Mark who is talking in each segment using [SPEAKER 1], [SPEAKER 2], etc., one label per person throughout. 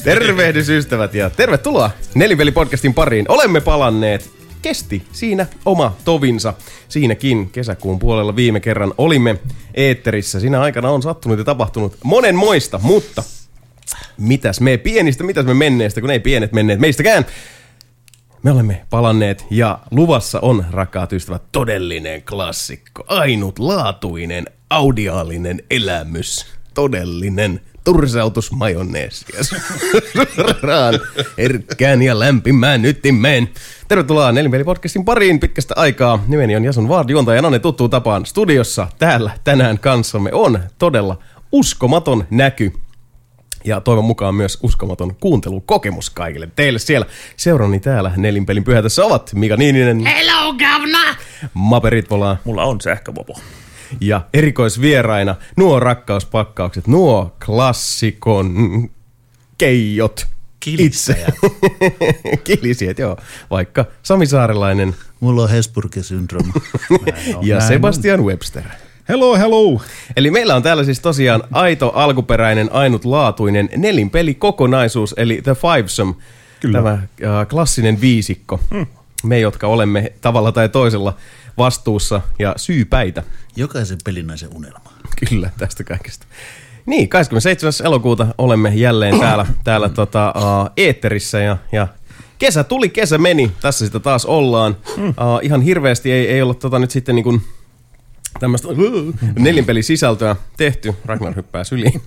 [SPEAKER 1] Tervehdys ystävät ja tervetuloa Nelipeli-podcastin pariin. Olemme palanneet. Kesti siinä oma tovinsa. Siinäkin kesäkuun puolella viime kerran olimme eetterissä. Siinä aikana on sattunut ja tapahtunut monenmoista, mutta mitäs me pienistä, mitäs me menneistä, kun ei pienet menneet meistäkään. Me olemme palanneet ja luvassa on, rakkaat ystävät, todellinen klassikko. Ainutlaatuinen, audiaalinen elämys. Todellinen tursautus majoneesia suoraan herkkään ja lämpimään ytimeen. Tervetuloa Nelipeli-podcastin pariin pitkästä aikaa. Nimeni on Jason Ward, juontaja Nanne tuttuun tapaan. Studiossa täällä tänään kanssamme on todella uskomaton näky. Ja toivon mukaan myös uskomaton kuuntelukokemus kaikille teille siellä. Seurani täällä Nelinpelin pyhätössä ovat Mika Niininen.
[SPEAKER 2] Hello, governor!
[SPEAKER 1] Mape Ritvola.
[SPEAKER 3] Mulla on sähköpopo.
[SPEAKER 1] Ja erikoisvieraina nuo rakkauspakkaukset, nuo klassikon keijot.
[SPEAKER 3] Kilisejät.
[SPEAKER 1] Kilisijät, joo. Vaikka Sami Saarelainen.
[SPEAKER 4] Mulla on Hesburger-syndrooma.
[SPEAKER 1] Ja Sebastian Webster.
[SPEAKER 5] Hello, hello!
[SPEAKER 1] Eli meillä on täällä siis tosiaan aito, alkuperäinen, ainutlaatuinen nelinpelikokonaisuus, eli The Fivesome. Kyllä. Tämä klassinen viisikko. Me, jotka olemme tavalla tai toisella vastuussa ja syypäitä.
[SPEAKER 4] Jokaisen pelinaisen unelma.
[SPEAKER 1] Kyllä, tästä kaikesta. Niin, 27. elokuuta olemme jälleen täällä eetterissä ja kesä tuli, kesä meni. Tässä sitä taas ollaan. Ihan hirveästi ei olla nyt sitten niin kuin tämmöistä nelinpelisisältöä tehty. Ragnar hyppää syliin.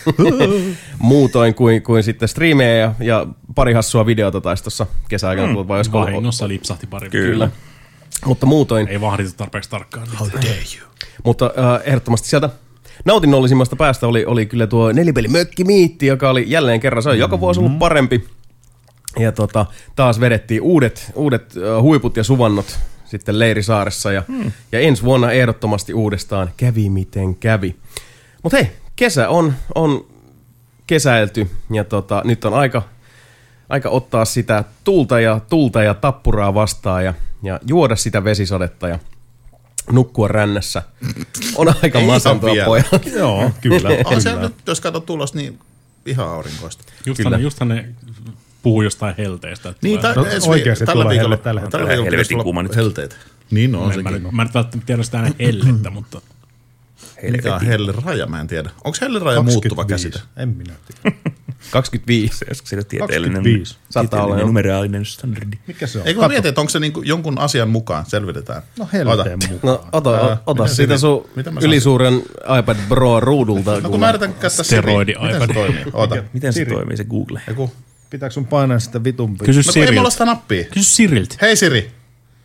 [SPEAKER 1] Muutoin kuin sitten striimejä ja pari hassua videota taisi tuossa kesäaikana.
[SPEAKER 5] Vahingossa lipsahti pari.
[SPEAKER 1] Kyllä. Mutta muutoin.
[SPEAKER 5] Ei vahdita tarpeeksi tarkkaan.
[SPEAKER 4] How dare you?
[SPEAKER 1] Mutta ehdottomasti sieltä nautinnollisimmasta päästä oli kyllä tuo Nelipeli Mökkimiitti, joka oli jälleen kerran. Se on joka vuosi ollut parempi. Ja taas vedettiin uudet huiput ja suvannot sitten Leirisaaressa. Ja ensi vuonna ehdottomasti uudestaan kävi miten kävi. Mutta hei, kesä on kesäilty ja nyt on aika ottaa sitä tulta ja tappuraa vastaan ja juoda sitä vesisadetta ja nukkua rännässä. On aika masentua pojat.
[SPEAKER 5] Joo, kyllä.
[SPEAKER 4] On se nyt, jos katsot tulos, niin ihan aurinkoista.
[SPEAKER 5] Justhan ne puhuu jostain helteestä.
[SPEAKER 4] Niin,
[SPEAKER 5] oikeasti
[SPEAKER 4] tällä viikolla
[SPEAKER 3] helvetin kuuma nyt.
[SPEAKER 4] Helteitä. Niin on sekin.
[SPEAKER 5] Mä nyt välttämättä tiedä sitä aina hellettä, mutta
[SPEAKER 4] Mikä on helleraja, mä en tiedä. Onko helleraja muuttuva käsite?
[SPEAKER 5] En minä tiedä.
[SPEAKER 1] 25.
[SPEAKER 3] Joskus se tieteellinen
[SPEAKER 5] 25.
[SPEAKER 1] Tieteellinen
[SPEAKER 3] numeraalinen standardi.
[SPEAKER 5] Mikä se on?
[SPEAKER 4] Eikö mä mietin, että onko se niinku jonkun asian mukaan? Selvitetään.
[SPEAKER 5] No helteen mukaan.
[SPEAKER 1] No ota siitä sun ylisuuren iPad Pro ruudulta.
[SPEAKER 4] No kun mä yritän käsittää
[SPEAKER 5] Steroidi
[SPEAKER 4] Siri. Miten se toimii? Ota.
[SPEAKER 3] Miten se toimii se Google?
[SPEAKER 4] Eiku.
[SPEAKER 5] Pitääkö sun painaa sitä vitun?
[SPEAKER 4] No
[SPEAKER 5] Kysy
[SPEAKER 4] kun ei
[SPEAKER 5] Siriltä.
[SPEAKER 4] mulla sitä nappia.
[SPEAKER 5] Kysy Siriltä.
[SPEAKER 4] Hei Siri.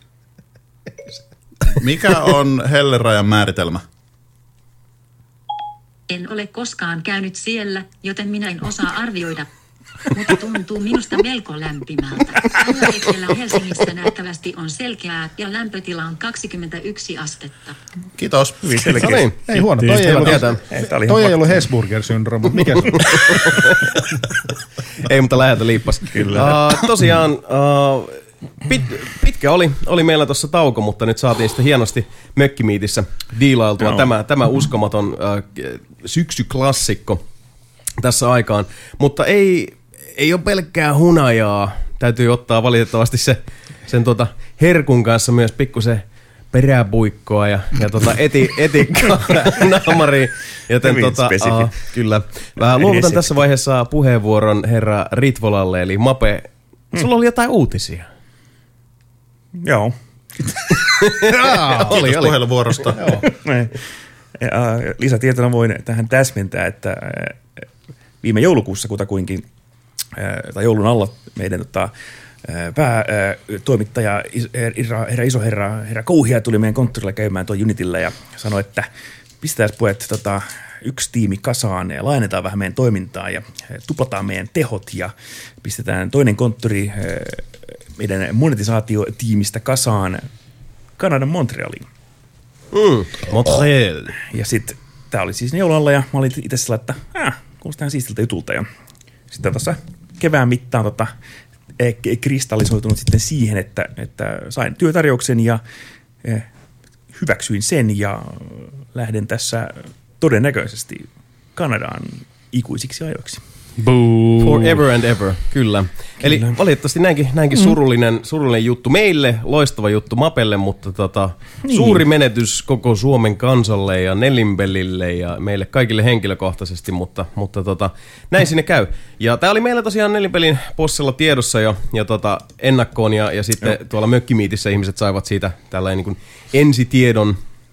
[SPEAKER 4] Mikä on hellerajan määritelmä?
[SPEAKER 2] En ole koskaan käynyt siellä, joten minä en osaa arvioida. Mutta tuntuu minusta melko lämpimältä. Tällä hetkellä Helsingissä nähtävästi on selkeää ja lämpötila on 21 astetta.
[SPEAKER 4] Kiitos.
[SPEAKER 3] Hyvin selkeä.
[SPEAKER 1] No niin.
[SPEAKER 5] Ei huono, toi ei ollut Hesburger-syndrooma. Mikä se on?
[SPEAKER 1] Ei, mutta läheltä liippas.
[SPEAKER 3] Kyllä.
[SPEAKER 1] Tosiaan pitkä oli meillä tuossa tauko, mutta nyt saatiin sitten hienosti Mökkimiitissä diilailtua tämä uskomaton syksyklassikko tässä aikaan. Mutta ei ole pelkkää hunajaa. Täytyy ottaa valitettavasti sen herkun kanssa myös pikkusen peräpuikkoa ja etikkaa naamariin. Joten kyllä. Luovutan tässä vaiheessa puheenvuoron herra Ritvolalle, eli Mape. Sulla oli jotain uutisia.
[SPEAKER 3] Joo.
[SPEAKER 4] Kiitos puheluvuorosta.
[SPEAKER 3] Lisätietona voin tähän täsmentää, että viime joulukuussa kutakuinkin, tai joulun alla meidän päätoimittaja, herra Kouhia tuli meidän konttorille käymään tuon Unitilla ja sanoi, että pistetään pojat yksi tiimi kasaan ja laajennetaan vähän meidän toimintaa ja tuplataan meidän tehot ja pistetään toinen konttori meidän monetisaatiotiimistä kasaan Kanadan Montrealiin.
[SPEAKER 1] Montreal.
[SPEAKER 3] Ja sitten tää oli siis joulun ja mä olin itse sillä, että kuulostaa siistiltä jutulta. Ja sitten tuossa kevään mittaan kristallisoitunut sitten siihen, että sain työtarjouksen ja hyväksyin sen ja lähden tässä todennäköisesti Kanadaan ikuisiksi ajoiksi.
[SPEAKER 5] Boo.
[SPEAKER 1] Forever and ever, kyllä. Eli valitettavasti näinkin surullinen juttu. Meille loistava juttu Mapelle, mutta suuri menetys koko Suomen kansalle ja Nelinpelille ja meille kaikille henkilökohtaisesti, mutta näin sinne käy. Ja tää oli meillä tosiaan Nelinpelin possella tiedossa jo ennakkoon ja sitten tuolla Mökkimiitissä ihmiset saivat siitä tällainen niin kuin ensitiedon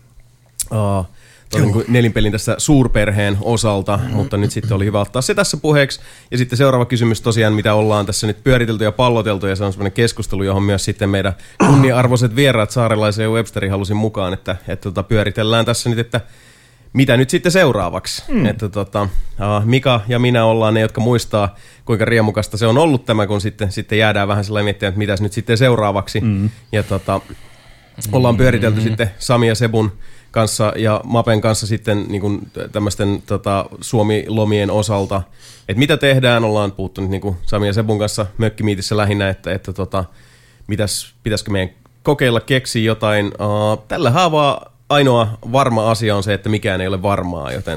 [SPEAKER 1] niin Nelinpelin tässä suurperheen osalta, mutta nyt sitten oli hyvä ottaa se tässä puheeksi. Ja sitten seuraava kysymys tosiaan, mitä ollaan tässä nyt pyöritelty ja palloteltu, ja se on semmoinen keskustelu, johon myös sitten meidän kunnia-arvoiset vieraat Saarelaisen ja Websterin halusin mukaan, että pyöritellään tässä nyt, että mitä nyt sitten seuraavaksi. Että Mika ja minä ollaan ne, jotka muistaa, kuinka riemukasta se on ollut tämä, kun sitten jäädään vähän sellainen miettimään, että mitäs nyt sitten seuraavaksi. Ja ollaan pyöritelty sitten Sami ja Sebun kanssa ja Mapen kanssa sitten niin kuin tämmöisten Suomi-lomien osalta, että mitä tehdään, ollaan puhuttu nyt niin kuin Sami ja Sebun kanssa Mökkimiitissä lähinnä, että pitäisikö meidän kokeilla keksiä jotain. Tällä haavaa ainoa varma asia on se, että mikään ei ole varmaa, joten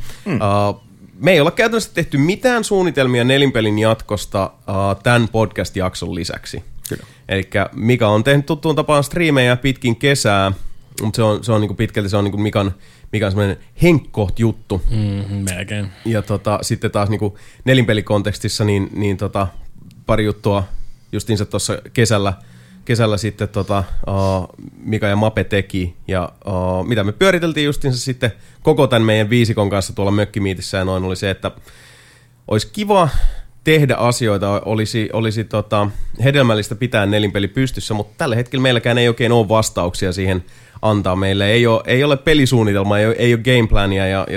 [SPEAKER 1] me ei olla käytännössä tehty mitään suunnitelmia Nelinpelin jatkosta tämän podcast-jakson lisäksi. Elikkä Mika on tehnyt tuttuun tapaan striimejä pitkin kesää, mutta se on niinku pitkälti se on niinku Mikan semmoinen henkkoht-juttu.
[SPEAKER 6] Melkein.
[SPEAKER 1] Ja sitten taas niinku Nelinpelikontekstissa niin pari juttua justiinsa tuossa kesällä sitten Mika ja Mape teki. Ja mitä me pyöriteltiin justiinsa sitten koko tämän meidän viisikon kanssa tuolla Mökkimiitissä ja noin oli se, että olisi kiva tehdä asioita, olisi hedelmällistä pitää Nelinpeli pystyssä, mutta tällä hetkellä meilläkään ei oikein ole vastauksia siihen antaa. Meille ei ole pelisuunnitelmaa, ei ole gameplania ja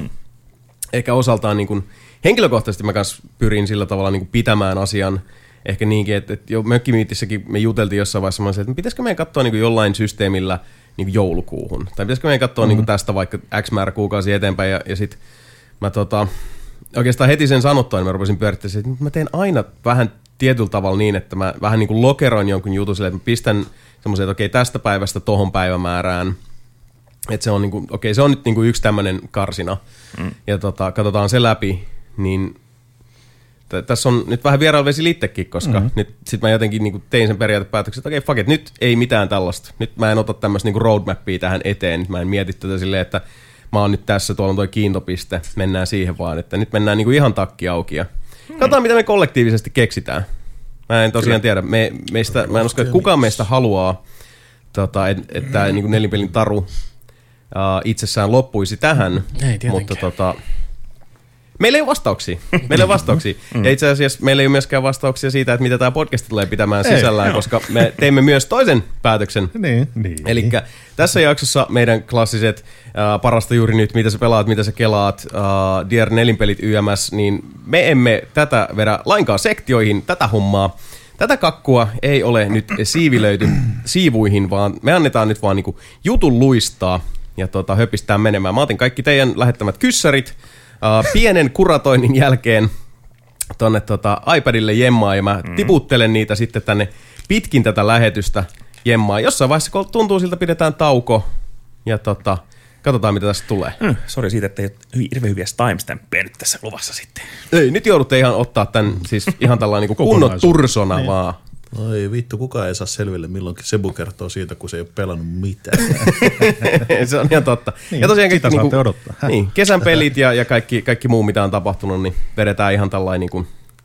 [SPEAKER 1] ehkä osaltaan niin kuin, henkilökohtaisesti mä kanssa pyrin sillä tavalla niin kuin pitämään asian ehkä niinkin, että jo Mökkimiitissäkin me juteltiin jossain vaiheessa, että pitäisikö meidän katsoa niin kuin jollain systeemillä niin kuin joulukuuhun, tai pitäisikö meidän katsoa niin kuin tästä vaikka X määrä kuukausia eteenpäin ja sitten mä oikeastaan heti sen sanottua, niin mä rupesin pyörittämään, että mä teen aina vähän tietyllä tavalla niin, että mä vähän niin kuin lokeroin jonkun jutun silleen, että mä pistän semmoisen, että okei, tästä päivästä tohon päivämäärään. Että se on niin kuin, okei, se on nyt niin kuin yksi tämmöinen karsina. Ja katsotaan se läpi, niin tässä on nyt vähän vierailvesi itsekin, koska nyt sit mä jotenkin niin kuin tein sen periaatepäätöksen, että okei, fuck it, nyt ei mitään tällaista. Nyt mä en ota tämmöistä niin kuin roadmappia tähän eteen. Nyt mä en mieti tätä silleen, että mä oon nyt tässä, tuolla on toi kiintopiste, mennään siihen vaan, että nyt mennään niinku ihan takki auki ja katsotaan, mitä me kollektiivisesti keksitään. Mä en tosiaan tiedä, mä en usko, että kukaan meistä haluaa, että niinku Nelinpelin taru itsessään loppuisi tähän, mutta meillä ei ole vastauksia. Ja itse asiassa meillä ei ole myöskään vastauksia siitä, että mitä tämä podcast tulee pitämään sisällään, koska me teimme myös toisen päätöksen.
[SPEAKER 5] Niin.
[SPEAKER 1] Elikkä tässä jaksossa meidän klassiset parasta juuri nyt, mitä sä pelaat, mitä sä kelaat, Dear Nelinpelit YMS, niin me emme tätä vedä lainkaan sektioihin, tätä hommaa. Tätä kakkua ei ole nyt siivilöity siivuihin, vaan me annetaan nyt vaan niinku jutun luistaa ja höpistää menemään. Mä otin kaikki teidän lähettämät kyssärit pienen kuratoinnin jälkeen tonne iPadille jemmaan ja mä tiputtelen niitä sitten tänne pitkin tätä lähetystä jemmaan. Jossain vaiheessa, kun tuntuu siltä, pidetään tauko ja katsotaan, mitä tästä tulee.
[SPEAKER 3] Sori siitä, että ei ole hirveän hyviä timestampeja nyt tässä luvassa sitten.
[SPEAKER 1] Ei, nyt joudutte ihan ottaa tämän siis ihan tällainen niin kunnon tursona niin. Vaan.
[SPEAKER 4] Oi vittu, kukaan ei saa selville, milloinkin Sebu kertoo siitä, kun se ei ole pelannut mitään.
[SPEAKER 1] Se on ihan totta.
[SPEAKER 5] Niin,
[SPEAKER 1] ja tosiaan
[SPEAKER 5] sitä saatte odottaa.
[SPEAKER 1] Niin, kesän pelit ja kaikki muu, mitä on tapahtunut, niin vedetään ihan tällainen niin kuin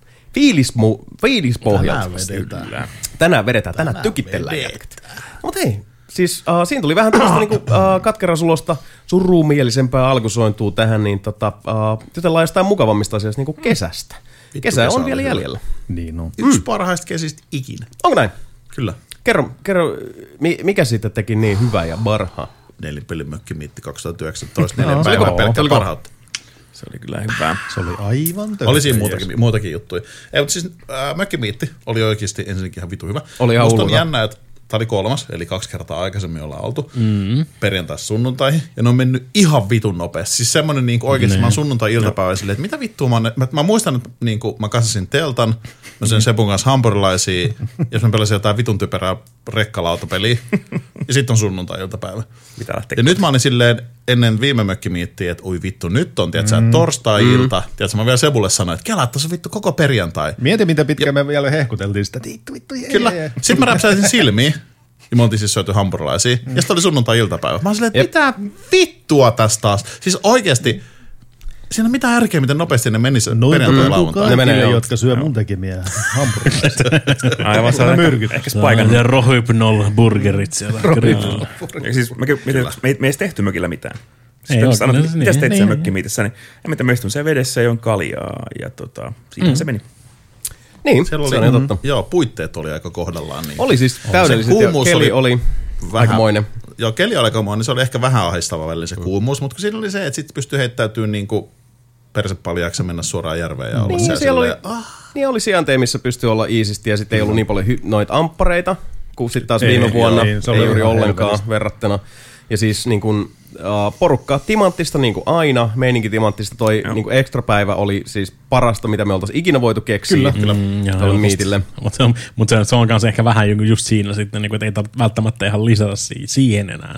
[SPEAKER 1] fiilispohjalta. Tänään vedetään, tänään tykitellään. Mutta hei, siis siinä tuli vähän tällaista niinku, katkerasulosta surumielisempää alkusointua tähän, niin jutellaan jostain mukavammista asioista niin kuin kesästä. Kesä on vielä jäljellä.
[SPEAKER 5] Niin on.
[SPEAKER 4] Yksi parhaista kesistä ikinä.
[SPEAKER 1] Onko näin?
[SPEAKER 4] Kyllä.
[SPEAKER 1] Kerro, mikä siitä teki niin hyvä ja parhaa?
[SPEAKER 4] Nelinpelin Mökkimiitti 2019. 4 päivää pelkkää parhautta.
[SPEAKER 3] Se oli kyllä hyvä.
[SPEAKER 5] Se oli aivan töitä.
[SPEAKER 4] Oli siinä muutakin juttuja. Ei, mutta siis Mökkimiitti oli oikeasti ensinnäkin ihan vitu hyvä.
[SPEAKER 1] Oli ihan
[SPEAKER 4] musta on jännä, että tämä oli 3, eli 2 kertaa aikaisemmin ollaan oltu perjantaista sunnuntaihin, ja ne on mennyt ihan vitun nopeasti. Siis semmoinen niin oikeasti, mä oon sunnuntai-iltapäivä silleen, että mitä vittua mä muistan, että niin mä kasasin teltan, mä sen Sebun kanssa hampurilaisia, jos mä pelasin jotain vitun typerää rekkalautapeliä, ja sitten on sunnuntai-iltapäivä. Ja nyt mä olin silleen, ennen viime mökkimiittiä, että oi vittu, nyt on torstai-ilta. Tiedätkö, mä vielä Sebulle sanoin, että kelaa, tässä on vittu koko perjantai.
[SPEAKER 5] Mieti, mitä pitkään me vielä hehkuteltiin sitä. Vittu,
[SPEAKER 4] Kyllä. Sitten mä räpsäisin silmiin. Ja me oltiin siis syöty hampurilaisia. Ja sitten oli sunnuntai-iltapäivä. Mä olin silleen, että mitä vittua tästä taas? Siis oikeesti, siinä on mitään järkeä, miten nopeasti ne menis perjantai-lauantai.
[SPEAKER 5] Ne menee, jotka syö mun tekemiä hampurilaisia.
[SPEAKER 3] Aivan se myrkyt. Ehkä spaikan.
[SPEAKER 6] Ja Rohypnol burgerit siellä.
[SPEAKER 3] Siis me ei edes tehty mökillä mitään.
[SPEAKER 6] Ei
[SPEAKER 3] Sitten
[SPEAKER 6] ole,
[SPEAKER 3] mitä sä teit siellä mökkimiitissä, niin mitä me istun siellä vedessä ja on kaljaa. Ja siitä se meni.
[SPEAKER 1] Niin,
[SPEAKER 4] siellä
[SPEAKER 1] se on totta.
[SPEAKER 4] Joo, puitteet oli aika kohdallaan. Niin.
[SPEAKER 1] Oli siis täydelliset ja keli oli aikamoinen.
[SPEAKER 4] Joo, keli oli aikamoinen, niin se oli ehkä vähän ahistava välillä se kuumuus, mutta siinä oli se, että sitten pystyi heittäytymään niinku persepaljaksi ja mennä suoraan järveen ja olla
[SPEAKER 1] niin, siellä oli, niin oli sijainteja, missä pystyi olla iisisti ja sitten ei ollut niin paljon noita amppareita, kun sitten taas viime vuonna ei juuri ollenkaan verrattuna. Ja siis niin kuin, porukkaa timanttista niin kuin aina, meininki timanttista, toi niin kuin ekstrapäivä oli siis parasta, mitä me oltaisiin ikinä voitu keksiä. Kyllä. Tuolle miitille.
[SPEAKER 6] Mutta se on kanssa ehkä vähän just siinä sitten, niin kuin, että ei tarvitse välttämättä ihan lisätä siihen enää.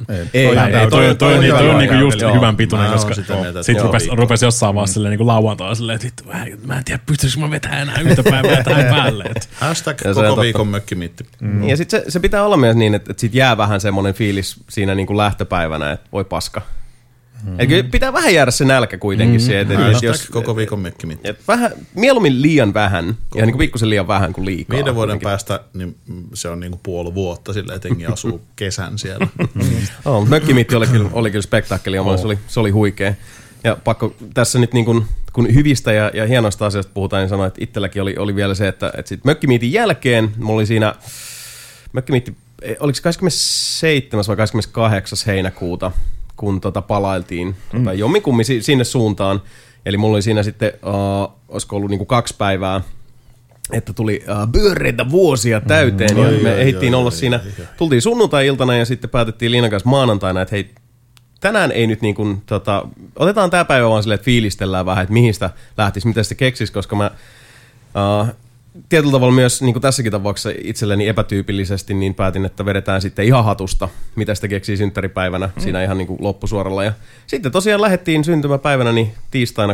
[SPEAKER 6] Toi on niin kuin just hyvän pituinen, koska sitten rupesi jossain vaan silleen niin kuin lauantaa silleen, että mä en tiedä, pystyisikö mä vetämään enää yhtä päivää tähän päälle.
[SPEAKER 4] Hashtag koko viikon mökkimiitti.
[SPEAKER 1] Ja sitten se pitää olla myös niin, että sit jää vähän semmoinen fiilis siinä niin kuin lähtöpäivänä, että voi paska. Eli pitää vähän jäädä se nälkä kuitenkin siihen.
[SPEAKER 4] Jos koko viikon mökkimitti.
[SPEAKER 1] Vähän, mieluummin liian vähän, ihan niin kuin pikkusen liian vähän kuin liikaa.
[SPEAKER 4] 5 vuoden päästä niin se on niin kuin puoli vuotta silleen, että jengi asuu kesän siellä.
[SPEAKER 1] Mökkimitti oli kyllä spektaakkeli, se oli huikea. Ja pakko tässä nyt niin kun hyvistä ja hienoista asioista puhutaan, niin sanoin, että itselläkin oli vielä se, että sit mökkimiitin jälkeen mulla oli siinä mökkimiitti, oliko 27. vai 28. heinäkuuta, kun palailtiin jomminkummin sinne suuntaan. Eli mulla oli siinä sitten, olisiko ollut niinku 2 päivää, että tuli pyöreitä vuosia täyteen. Ja me ehdittiin olla siinä, tultiin sunnuntai-iltana ja sitten päätettiin Liinan kanssa maanantaina, että hei, tänään ei nyt niin kuin, otetaan tämä päivä vaan silleen, että fiilistellään vähän, että mihin sitä lähtisi, mitä sitä keksisi, koska mä tietyllä tavalla myös niin kuin tässäkin tapauksessa itselleni epätyypillisesti niin päätin, että vedetään sitten ihan hatusta, mitä sitä keksii synttäripäivänä siinä ihan niin kuin loppusuoralla. Ja sitten tosiaan lähdettiin syntymäpäivänä niin tiistaina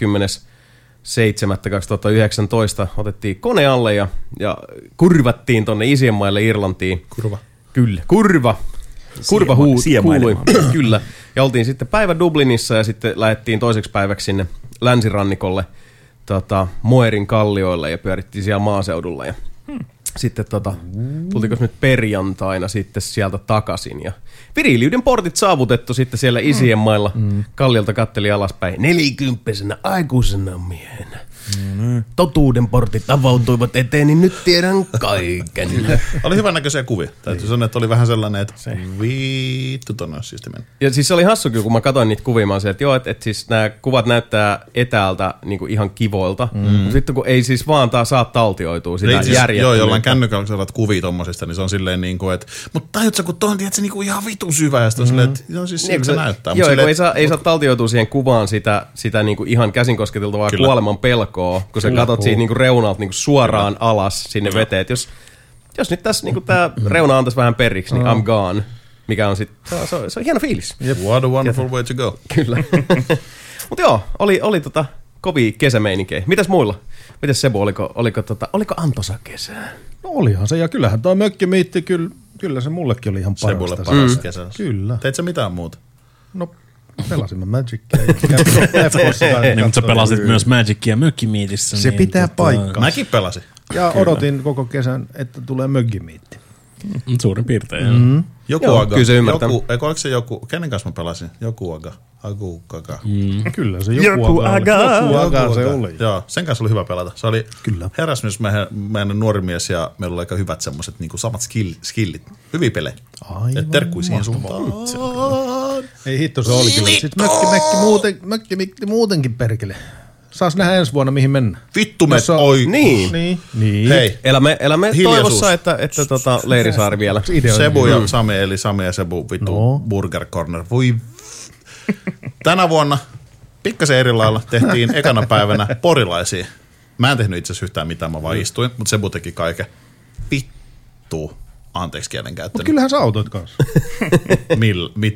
[SPEAKER 1] 30.7.2019 otettiin kone alle ja kurvattiin tonne Isienmaille Irlantiin.
[SPEAKER 4] Kurva.
[SPEAKER 1] Kyllä, kurva kuului. Kyllä. Ja oltiin sitten päivä Dublinissa ja sitten lähdettiin toiseksi päiväksi sinne länsirannikolle Moerin kallioille ja pyörittiin siellä maaseudulla. Ja sitten tultiinko nyt perjantaina sitten sieltä takaisin. Ja viriliyden portit saavutettu sitten siellä Isienmailla. Kalliolta katteli alaspäin 40-vuotiaana aikuisena miehenä. Totuuden portit avautuivat eteen, niin nyt tiedän kaiken.
[SPEAKER 4] Oli hyvän näköisiä kuvia. Täytyy sanoa, että oli vähän sellainen, että vittu tonne olisi siisti mennyt.
[SPEAKER 1] Ja siis se oli hassu kyllä, kun mä katsoin niitä kuvia, mä että joo, että siis nämä kuvat näyttää etäältä niin kuin ihan kivoilta. Mutta sitten kun ei siis vaan saa taltioitua sitä järjettömyyttä.
[SPEAKER 4] Joo, jollain kännykällä kun kuvia tommosista, niin se on silleen niin kuin, että mutta tajutko, kun tuon tiedät se niin kuin ihan vitun syvä, ja sitten on silleen, että joo, siis siltä se näyttää.
[SPEAKER 1] Joo, silleen, ei saa taltioitua siihen kuvaan sitä niin kuin ihan käsin kosketeltavaa kuoleman pelkoa, kun sä katot siitä niinku reunalta niinku suoraan alas sinne veteen. Et jos nyt tässä niinku tää reuna antaisi vähän periksi, niin I'm gone. Mikä on sitten, se on hieno fiilis.
[SPEAKER 4] Yep. What a wonderful way to go.
[SPEAKER 1] Kyllä. Mutta joo, oli kovia kesämeininkejä. Mitäs muilla? Mitäs Sebu, oliko antoisa kesää?
[SPEAKER 5] No olihan se, ja kyllähän toi mökkimiitti, kyllä se mullekin oli ihan parasta.
[SPEAKER 4] Sebulle paras kesä.
[SPEAKER 5] Kyllä.
[SPEAKER 4] Teit sä mitään muuta?
[SPEAKER 5] No pelasimme Magicia.
[SPEAKER 6] Niin, mutta sä pelasit myös Magicia mökkimiitissä.
[SPEAKER 5] Se pitää paikkaa.
[SPEAKER 4] Mäkin pelasin.
[SPEAKER 5] Ja odotin koko kesän, että tulee mökkimiitti.
[SPEAKER 6] Suurin piirtein.
[SPEAKER 4] Oliko se joku, kenen kanssa mä pelasin? Joku aga.
[SPEAKER 5] Kyllä se joku aga se oli.
[SPEAKER 4] Joo, sen kanssa oli hyvä pelata. Se oli Herrasmies, meidän nuori mies ja meillä oli aika hyvät semmoiset niin samat skillit. Hyviä pelejä.
[SPEAKER 5] Aivan.
[SPEAKER 4] Terkkui siihen suuntaan.
[SPEAKER 5] Ei hitto, se oli kyllä. Sitten mökkimiitti muutenkin perkele. Saas nähdä ensi vuonna, mihin mennään.
[SPEAKER 4] Vittu me, oi.
[SPEAKER 1] Niin.
[SPEAKER 4] Hei.
[SPEAKER 1] Elämme toivossa, että Leirisaari vielä.
[SPEAKER 4] Sebu ja Sami, eli Sami ja Sebu, vittu Burger Corner. Voi. Tänä vuonna pikkasen eri lailla tehtiin ekana päivänä porilaisia. Mä en tehnyt itse asiassa yhtään mitään, mä vaan istuin, mutta Sebu teki kaiken. Vittu. Anteeksi kielenkäyttöön.
[SPEAKER 5] Mutta kyllähän sä autoit kanssa.
[SPEAKER 4] Mitä?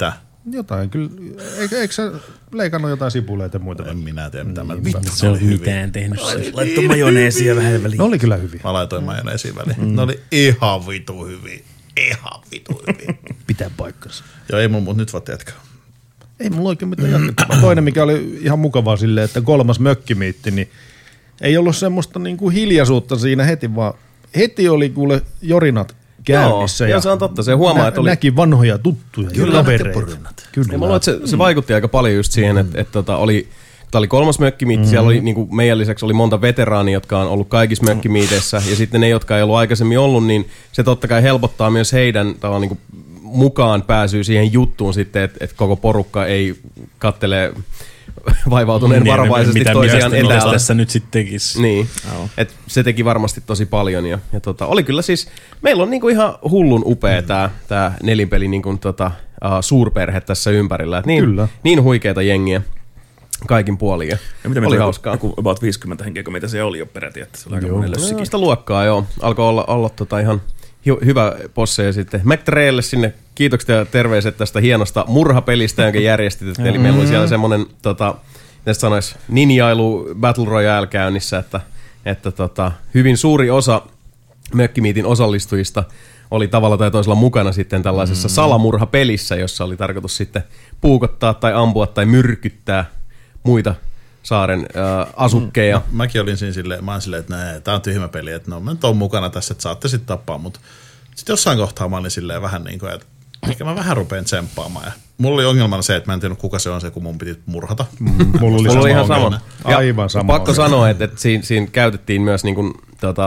[SPEAKER 5] Jotain kyllä. Eikö sä leikannut jotain sipuleita ja muita?
[SPEAKER 4] En minä tiedä mitään.
[SPEAKER 6] Se on mitään tehnyt.
[SPEAKER 3] Laitto majoneesia vähän väliin.
[SPEAKER 5] Ne oli kyllä hyviä.
[SPEAKER 4] Mä laitoin majoneesiin väliin. Ne oli ihan vitu hyviä. Ihan vitu hyviä.
[SPEAKER 5] Pitää paikkansa.
[SPEAKER 4] Joo, ei mulla nyt voit jatkaa.
[SPEAKER 5] Ei mulla oikein mitään jatkettavaa. Toinen, mikä oli ihan mukavaa silleen, että 3. mökkimiitti, niin ei ollut semmoista niinku hiljaisuutta siinä heti, vaan heti oli kuule jorinat käynnissä.
[SPEAKER 1] Joo, se on totta. Se huomaa, että oli...
[SPEAKER 5] Näki vanhoja tuttuja ja kavereita. Kyllä.
[SPEAKER 1] Ja mä luulen, että se vaikutti aika paljon just siihen, että oli... Tämä oli 3. mökkimiitti, siellä oli, niin kuin meidän lisäksi oli monta veteraania, jotka on ollut kaikissa mökkimiiteissä, ja sitten ne, jotka ei ollut aikaisemmin ollut, niin se totta kai helpottaa myös heidän niin kuin mukaan pääsyä siihen juttuun sitten, että koko porukka ei kattele vaivautuneen varovaisesti toisiaan
[SPEAKER 6] etäällä. Mitä
[SPEAKER 1] tässä
[SPEAKER 6] nyt sitten tekisi.
[SPEAKER 1] Niin, että se teki varmasti tosi paljon, ja oli kyllä siis, meillä on niin kuin ihan hullun upea tämä nelinpeli niin kuin suurperhe tässä ympärillä, että niin huikeita jengiä. Kaikin puolin. Ja oli hauskaa.
[SPEAKER 3] Joku about 50 henkeä, kun mitä se oli jo peräti, että se oli aika monen lössikin.
[SPEAKER 1] Sitä luokkaa, joo. Alkoi olla ihan hyvä posse. Ja sitten McTreelle sinne kiitokset ja terveiset tästä hienosta murhapelistä, jonka järjestit. Eli meillä oli siellä semmoinen, näistä sanoisi, ninjailu Battle Royale käynnissä, että hyvin suuri osa mökkimiitin osallistujista oli tavalla tai toisella mukana sitten tällaisessa salamurhapelissä, jossa oli tarkoitus sitten puukottaa tai ampua tai myrkyttää muita saaren asukkeja.
[SPEAKER 4] Mäkin olin siinä silleen, että tää on tyhmä peli, että no mä nyt oon mukana tässä, että saatte sitten tappaa, mutta sitten jossain kohtaa mä olin silleen vähän niin kuin, että ehkä mä vähän rupean tsemppaamaan. Ja mulla oli ongelmana se, että mä en tiedä kuka se on se, kun mun piti murhata.
[SPEAKER 5] Mulla oli
[SPEAKER 1] ihan sama.
[SPEAKER 5] Aivan sama.
[SPEAKER 1] Pakko sanoa, että siinä käytettiin myös niin kuin,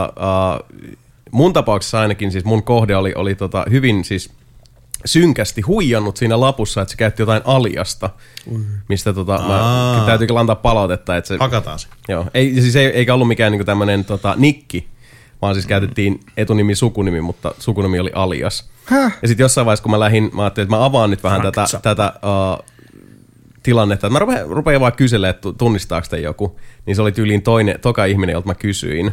[SPEAKER 1] mun tapauksessa ainakin, siis mun kohde oli hyvin siis synkästi huijannut siinä lapussa, että se käytti jotain aliasta, mistä mä täytyy kyllä antaa palautetta. Että se,
[SPEAKER 4] hakataan se.
[SPEAKER 1] Joo, eikä ollut mikään niinku tämmönen nikki, vaan siis käytettiin etunimi, sukunimi, mutta sukunimi oli alias. Ja sitten jossain vaiheessa, kun mä ajattelin, että mä avaan nyt vähän tätä tilannetta, että mä rupean vaan kyselemään, että tunnistaako te joku, niin se oli tyyliin toka ihminen, jolta mä kysyin.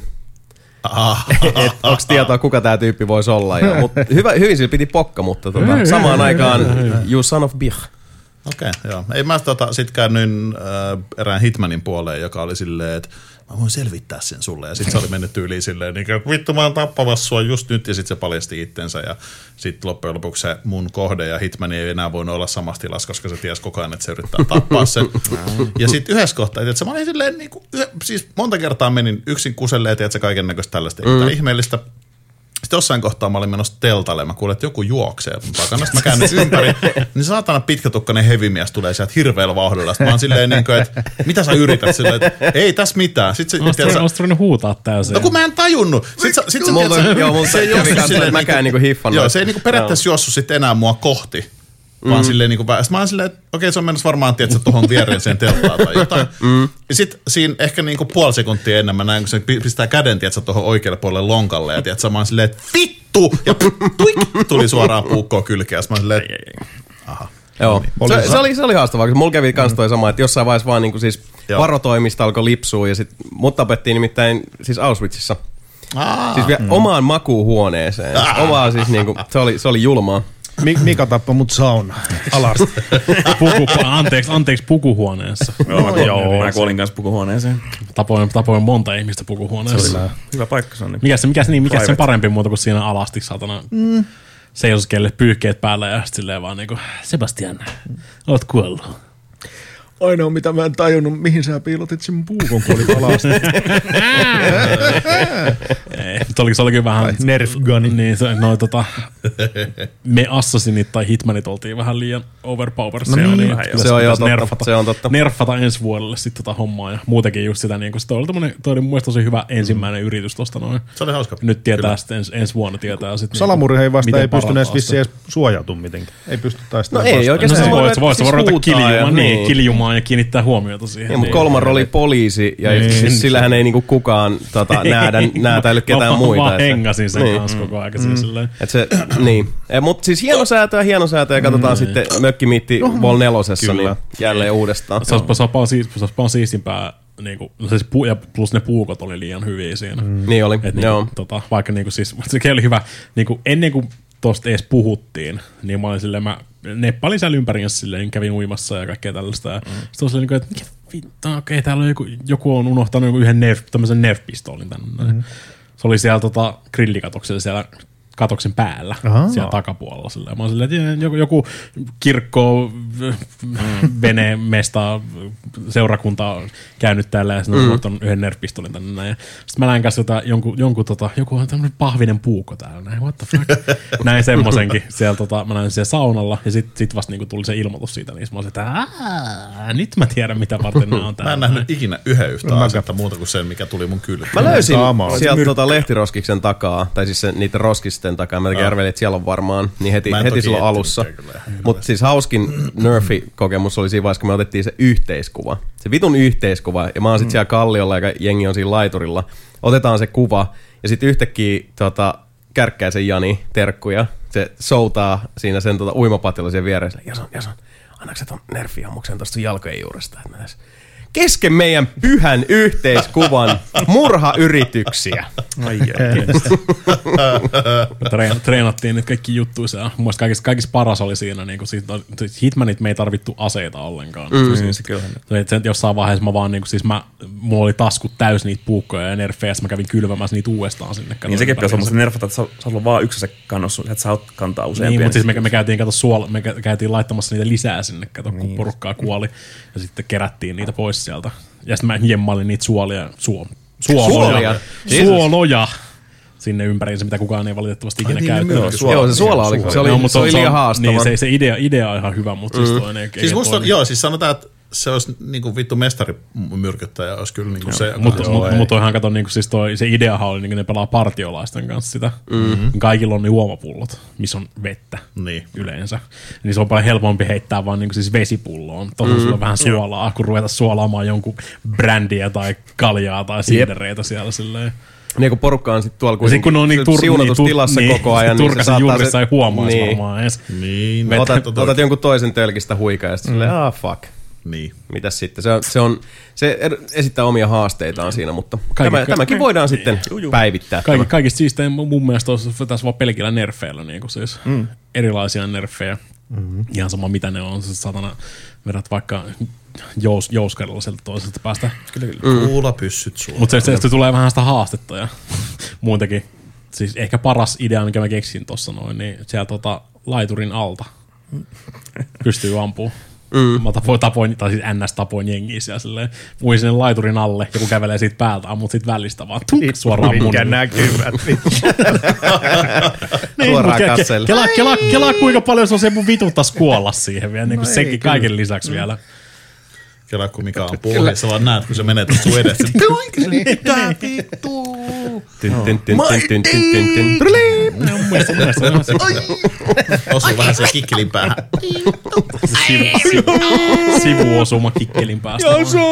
[SPEAKER 1] Onko tietoa, kuka tämä tyyppi voisi olla. Mutta hyvin sillä piti pokka, mutta samaan aikaan you son of bitch.
[SPEAKER 4] Okei, joo. Ei mä sit käännyin erään Hitmanin puoleen, joka oli silleen, että mä voin selvittää sen sulle. Ja sit se oli mennyt tyyliin silleen, että vittu mä oon tappavassa sua just nyt. Ja sit se paljasti itsensä. Ja sit loppujen lopuksi se mun kohde ja Hitman ei enää voinut olla samassa tilassa, koska se tiesi koko ajan, että se yrittää tappaa sen. Ja sit yhdessä kohtaa, että mä olin silleen, niin kuin, siis monta kertaa menin yksin kuselleen, että se kaiken näköistä tällaista ihmeellistä. Sitten jossain kohtaa mä olin menossa teltalle, mä kuulin, että joku juoksee mun takana. Sitten mä käännyin ympäri, niin saatana pitkätukkainen hevimies tulee sieltä hirveällä vauhdilla. Sitten mä oon silleen, että mitä sä yrität? Silleen, että ei tässä mitään.
[SPEAKER 6] Oletko ruvennut huutaa täysin?
[SPEAKER 4] No kun mä en tajunnut.
[SPEAKER 1] Se ei kävi kanssa, että mäkään niinku hiffannut.
[SPEAKER 4] Joo, se ei niinku periaatteessa juossut sitten enää mua kohti. Vaan silleen niinku mä oon silleen, että okei, se on menossa varmaan, tietsä, tuohon viereen sen telttaan tai jotain. Ja sit siinä ehkä niinku puoli sekuntia ennen mä näin, kun se pistää käden, tietsä, tuohon oikealle puolelle lonkalle. Ja tietsä, mä oon silleen, että vittu! Ja tuli suoraan puukkoon kylkeä. Mä oon silleen, aha.
[SPEAKER 1] Joo, se oli haastavaa, koska mulla kävi kans toi sama, että jossain vaiheessa vaan niinku siis varotoimista alkoi lipsua ja sit mut tapettiin nimittäin siis Auschwitzissa. Siis vielä omaan makuuhuoneeseen. Omaa siis niinku, se oli julmaa.
[SPEAKER 5] Mika tappoi mut sauna alasti.
[SPEAKER 6] Anteeksi, pukuhuoneessa.
[SPEAKER 3] Joo, mä kuolin kanssa pukuhuoneeseen.
[SPEAKER 6] Tapoin monta ihmistä pukuhuoneessa.
[SPEAKER 3] Se oli hyvä paikka. Se on
[SPEAKER 6] mikä sen parempi muuta kuin siinä alasti, satana. Seisoskelle pyyhkeet päällä ja silleen vaan niinku, Sebastian, oot kuollut.
[SPEAKER 5] Ainoa mitä mä en tajunnut, mihin sä piilotit sen puukon, kun olit alasti.
[SPEAKER 6] Se olikin vähän
[SPEAKER 5] Nerf gunni.
[SPEAKER 6] Niin, me Assassinit tai Hitmanit oltiin vähän liian overpowered.
[SPEAKER 1] Se on totta.
[SPEAKER 6] Nerfata ensi vuodelle sitten hommaa ja muutenkin just sitä, niin se oli mun mielestä tosi hyvä ensimmäinen yritys tosta noin.
[SPEAKER 4] Se oli hauska.
[SPEAKER 6] Nyt tietää sitten ensi vuonna tietää sitten.
[SPEAKER 5] Salamurheihin vasta ei pystynyt edes vissiin edes suojautumaan mitenkään. Ei pysty taistelemaan.
[SPEAKER 1] No ei oikeastaan.
[SPEAKER 6] Se voisi ruveta kiljumaan ja kiinnittää huomiota siihen.
[SPEAKER 1] Mutta Kolmar oli poliisi ja sillähän ei niinku kukaan näitä ei ketään muita.
[SPEAKER 6] Mä vaan hengasin sen kanssa koko ajan.
[SPEAKER 1] Niin. Mutta siis hienosäätöä ja katsotaan sitten Mökkimiitti Vol 4:ssa niin jälleen uudestaan.
[SPEAKER 6] Se olisi paljon siistimpää. Niinku, siis ja plus ne puukot oli liian hyviä siinä.
[SPEAKER 1] Niin oli, joo.
[SPEAKER 6] Vaikka niinku siis, se oli hyvä, niinku, ennen kuin tosta edes puhuttiin, niin mä olin silleen, mä neppailin siellä ympäriinsä silleen, kävin uimassa ja kaikkea tällaista. Ja sitten on silleen, että okei, täällä on joku on unohtanut yhden tämmöisen Nerf-pistoolin tänne. Se oli siellä grillikatoksella siellä katoksen päällä, siellä takapuolella. Silleen. Mä oon silleen, että joku kirkko, vene, mesta, seurakunta on käynyt täällä ja sitten on unohtanut yhden Nerf-pistoolin tänne. Sitten mä näin kanssa joku on tämmöinen pahvinen puukko täällä. Näin, what the fuck? Näin semmosenkin. Siellä, mä näin siellä saunalla ja sit vasta niinku tuli se ilmoitus siitä. Niin mä olin, että nyt mä tiedän mitä varten nämä on täällä.
[SPEAKER 4] Mä en nähnyt ikinä yhtä asetta muuta kuin sen, mikä tuli mun kylkeen.
[SPEAKER 1] Mä löysin sieltä lehtiroskiksen takaa, tai siis niiden roskisten takaa. Mä arvelin, että siellä on varmaan, niin heti silloin alussa. Mutta siis hauskin Nerfi-kokemus oli siinä vaiheessa, kun me otettiin se yhteiskuva. Se vitun yhteiskuva, ja mä oon sit siellä kalliolla, ja jengi on siinä laiturilla. Otetaan se kuva, ja sitten yhtäkkiä Kärkkäisen Jani, terkkuja, se soutaa siinä sen uimapatilla siihen vieressä. Jason, annaks sä ton Nerfi-ammuksen tosta sun jalkojen juuresta, että mä tässä kesken meidän pyhän yhteiskuvan murhayrityksiä.
[SPEAKER 6] Treenattiin nyt kaikki juttuja. Mun mielestä kaikista paras oli siinä, niin Hitmanit me ei tarvittu aseita ollenkaan. Jossain vaiheessa mä vaan, mulla oli taskut täys niitä puukkoja ja nerfejä, mä kävin kylvämässä niitä uudestaan sinne.
[SPEAKER 3] Niin sekin pitäisi olla nerfata, että sä olla vaan yksi se kannossa, että sä kantaa useampia.
[SPEAKER 6] Niin, mutta siis me käytiin laittamassa niitä lisää sinne, kun porukkaa kuoli ja sitten kerättiin niitä pois sieltä. Ja sitten mä jemmailin niitä suoloja sinne ympäriinsä, mitä kukaan ei valitettavasti ikinä käyttänyt.
[SPEAKER 1] Joo, se suola oli, se oli liian haastava.
[SPEAKER 6] Niin, se idea on ihan hyvä, mutta siis toinen
[SPEAKER 4] siis musta siis sanotaan, että se olisi niinku vittu mestarimyrkyttäjä, olisi kyllä niinku se.
[SPEAKER 6] Mutta toihan kato, niinku, siis se ideahan oli, niinku, ne pelaa partiolaisten kanssa sitä. Kaikilla on ne juomapullot, missä on vettä yleensä. Niin se on paljon helpompi heittää vaan niinku, siis vesipulloon. Tuossa sulla on vähän suolaa, kun ruveta suolaamaan jonkun brändiä tai kaljaa tai siidereitä siellä silleen.
[SPEAKER 1] Niin kun porukka on sitten tuolla
[SPEAKER 6] kun on niin
[SPEAKER 1] siunatustilassa koko ajan, niin se saattaa
[SPEAKER 6] juurissa ei huomaisi varmaan edes.
[SPEAKER 1] Niin. Otat jonkun toisen tölkistä huikaa ja sitten silleen, fuck.
[SPEAKER 4] Niin.
[SPEAKER 1] Mitäs sitten? Se esittää omia haasteitaan siinä, mutta tämäkin voidaan sitten päivittää.
[SPEAKER 6] Kaikista siistein mun mielestä tässä vaan pelkillä nerfeillä, niin kuin siis erilaisia nerfejä. Ihan sama mitä ne on, satana vedät vaikka jouskarilla sieltä toiselta päästä.
[SPEAKER 4] Kuulapyssyt suoraan.
[SPEAKER 6] Mutta se tulee vähän sitä haastetta ja muutenkin. Siis ehkä paras idea, mikä mä keksin tossa noin, niin siellä laiturin alta pystyy ampumaan. Mä tapoin, tai siis NS tapoin jengiä siellä silleen. Uin sinne laiturin alle, joku kävelee siitä päältä, ammut siitä välistä vaan suoraan munille.
[SPEAKER 5] Mitkä näkyvät.
[SPEAKER 1] Suoraan kasselle.
[SPEAKER 6] Kelaa kuinka paljon se on se mun vituttas kuolla siihen vielä, niin kuin sekin kaiken lisäksi vielä.
[SPEAKER 4] Kelaa kun mikä on pohjassa, vaan näet, kun se menee tuossa sun edessä. Mitä vittu? Osuu vähän siihen kikkelin päähän.
[SPEAKER 6] Sivuosuma kikkelin päästä.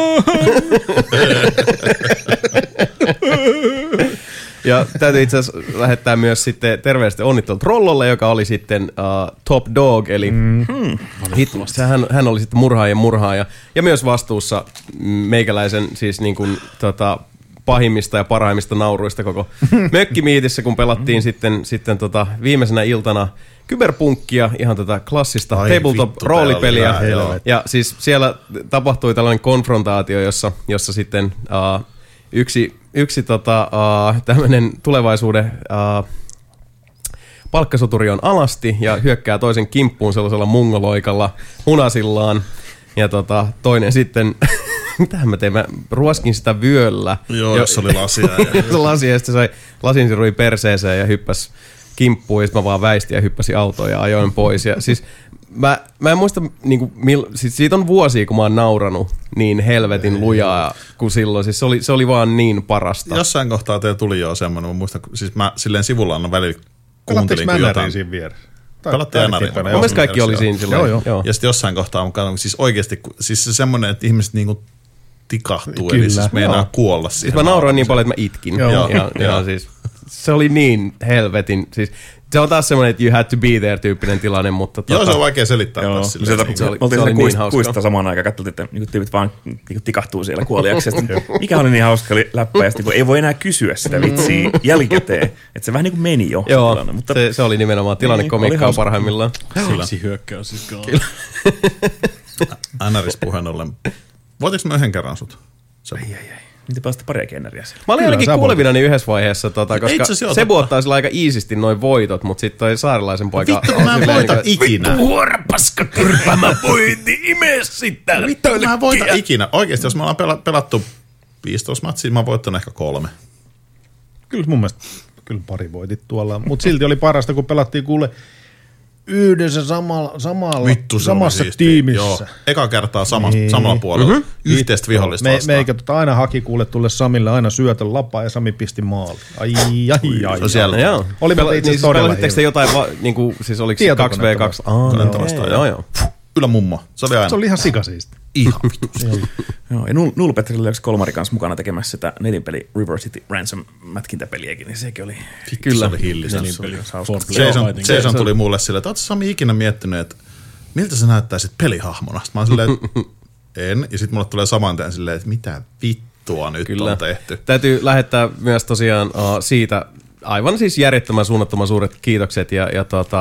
[SPEAKER 1] Ja täytyy itse asiassa lähettää myös sitten terveellisesti onnittelut Rollolle, joka oli sitten top dog, eli hän oli sitten murhaaja. Ja myös vastuussa meikäläisen siis niin kuin, pahimmista ja parhaimmista nauruista koko mökkimiitissä, kun pelattiin sitten viimeisenä iltana kyberpunkkia, ihan tätä klassista tabletop-roolipeliä. Ja siis siellä tapahtui tällainen konfrontaatio, jossa sitten yksi tämmöinen tulevaisuuden palkkasoturi on alasti ja hyökkää toisen kimppuun sellaisella mongoloikalla munasillaan. Ja toinen sitten, mitähän mä tein, mä ruoskin sitä vyöllä.
[SPEAKER 4] Joo, jos oli lasia.
[SPEAKER 1] Lasia, ja sitten sai lasin sirui perseeseen ja hyppäsi kimppuun, ja sitten mä vaan väistin ja hyppäsin autoon ja ajoin pois. Ja siis mä en muista, niinku, siis siitä on vuosia, kun mä oon nauranut niin helvetin lujaa kuin silloin. Siis se oli vaan niin parasta.
[SPEAKER 4] Jossain kohtaa teillä tuli jo semmoinen, mä muistan, siis mä silleen sivulla annan välillä kuuntelin.
[SPEAKER 5] Pelattiinko Mänäriin siinä vieressä?
[SPEAKER 1] Pelattiin NRiin. Mun mielestä kaikki oli siinä silloin. Joo.
[SPEAKER 4] Ja sitten jossain kohtaa mä katson, siis oikeasti, siis se semmoinen, että ihmiset niinku tikahtuu, eli siis meinaa kuolla siihen.
[SPEAKER 1] Siis mä nauroin niin paljon, että mä itkin. Ja siis se oli niin helvetin, siis Se on taas semmoinen, että you had to be there -tyyppinen tilanne, mutta...
[SPEAKER 4] Joo, se on vaikea selittää. Me
[SPEAKER 3] oltiin niin kuista samaan aikaan, katsottiin, että niin tyypit vaan niin tikahtuu siellä kuoliaksi. Mikä oli niin hauska läppä, ja sitten ei voi enää kysyä sitä vitsiä jälkikäteen. Että se vähän niin kuin meni jo.
[SPEAKER 1] Joo, tilanne, mutta se oli nimenomaan tilannekomiikkaa parhaimmillaan.
[SPEAKER 6] Siksi hyökkäys siis kyllä.
[SPEAKER 4] NRS puheen ollen. Voitiko mä yhden kerran sut?
[SPEAKER 3] Ei. Niitä päästä paria kenneriä siellä.
[SPEAKER 1] Mä olin ainakin kuulevinani yhdessä vaiheessa, koska Sebu ottaa sillä aika iisisti noin voitot, mutta sitten toi saarilaisen poika...
[SPEAKER 4] Vittu, mä en voita ikinä.
[SPEAKER 1] Vittu huora paskakyrpä, mä voitin, ime sitä.
[SPEAKER 4] Vittu, mä en voita ikinä. Oikeesti, jos me ollaan pelattu 15 matsia, mä oon voittanut ehkä 3.
[SPEAKER 5] Kyllä mun mielestä pari voitit tuolla, mutta silti oli parasta, kun pelattiin kuule yhdessä samassa tiimissä. Joo.
[SPEAKER 4] Eka kertaa samalla puolella. Yhteistä vihollista vastaan.
[SPEAKER 5] Meikä aina haki kuule tulle Samille aina syötön lapaa ja Sami pisti maali. Ai.
[SPEAKER 1] Joo.
[SPEAKER 5] Oli itse asiassa todella hieno.
[SPEAKER 1] Te jotain, niinku, siis oliko 2v2? Joo.
[SPEAKER 4] Kyllä mummo. Se oli
[SPEAKER 5] ihan sikasiisti.
[SPEAKER 4] Ihan vitus.
[SPEAKER 3] Joo, ja Nullpetrillä oli Kolmari kanssa mukana tekemässä sitä nelinpeli River City Ransom mätkintäpeliäkin, niin sekin oli...
[SPEAKER 4] Kyllä. Se oli hillistä. Jason tuli mulle silleen, että ootko Sami ikinä miettinyt, että miltä sä näyttäisit pelihahmona? Sitten mä oon silleen, että en. Ja sitten mulle tulee saman tien silleen, että mitä vittua nyt on tehty.
[SPEAKER 1] Täytyy lähettää myös tosiaan siitä aivan siis järjettömän suunnattoman suuret kiitokset ja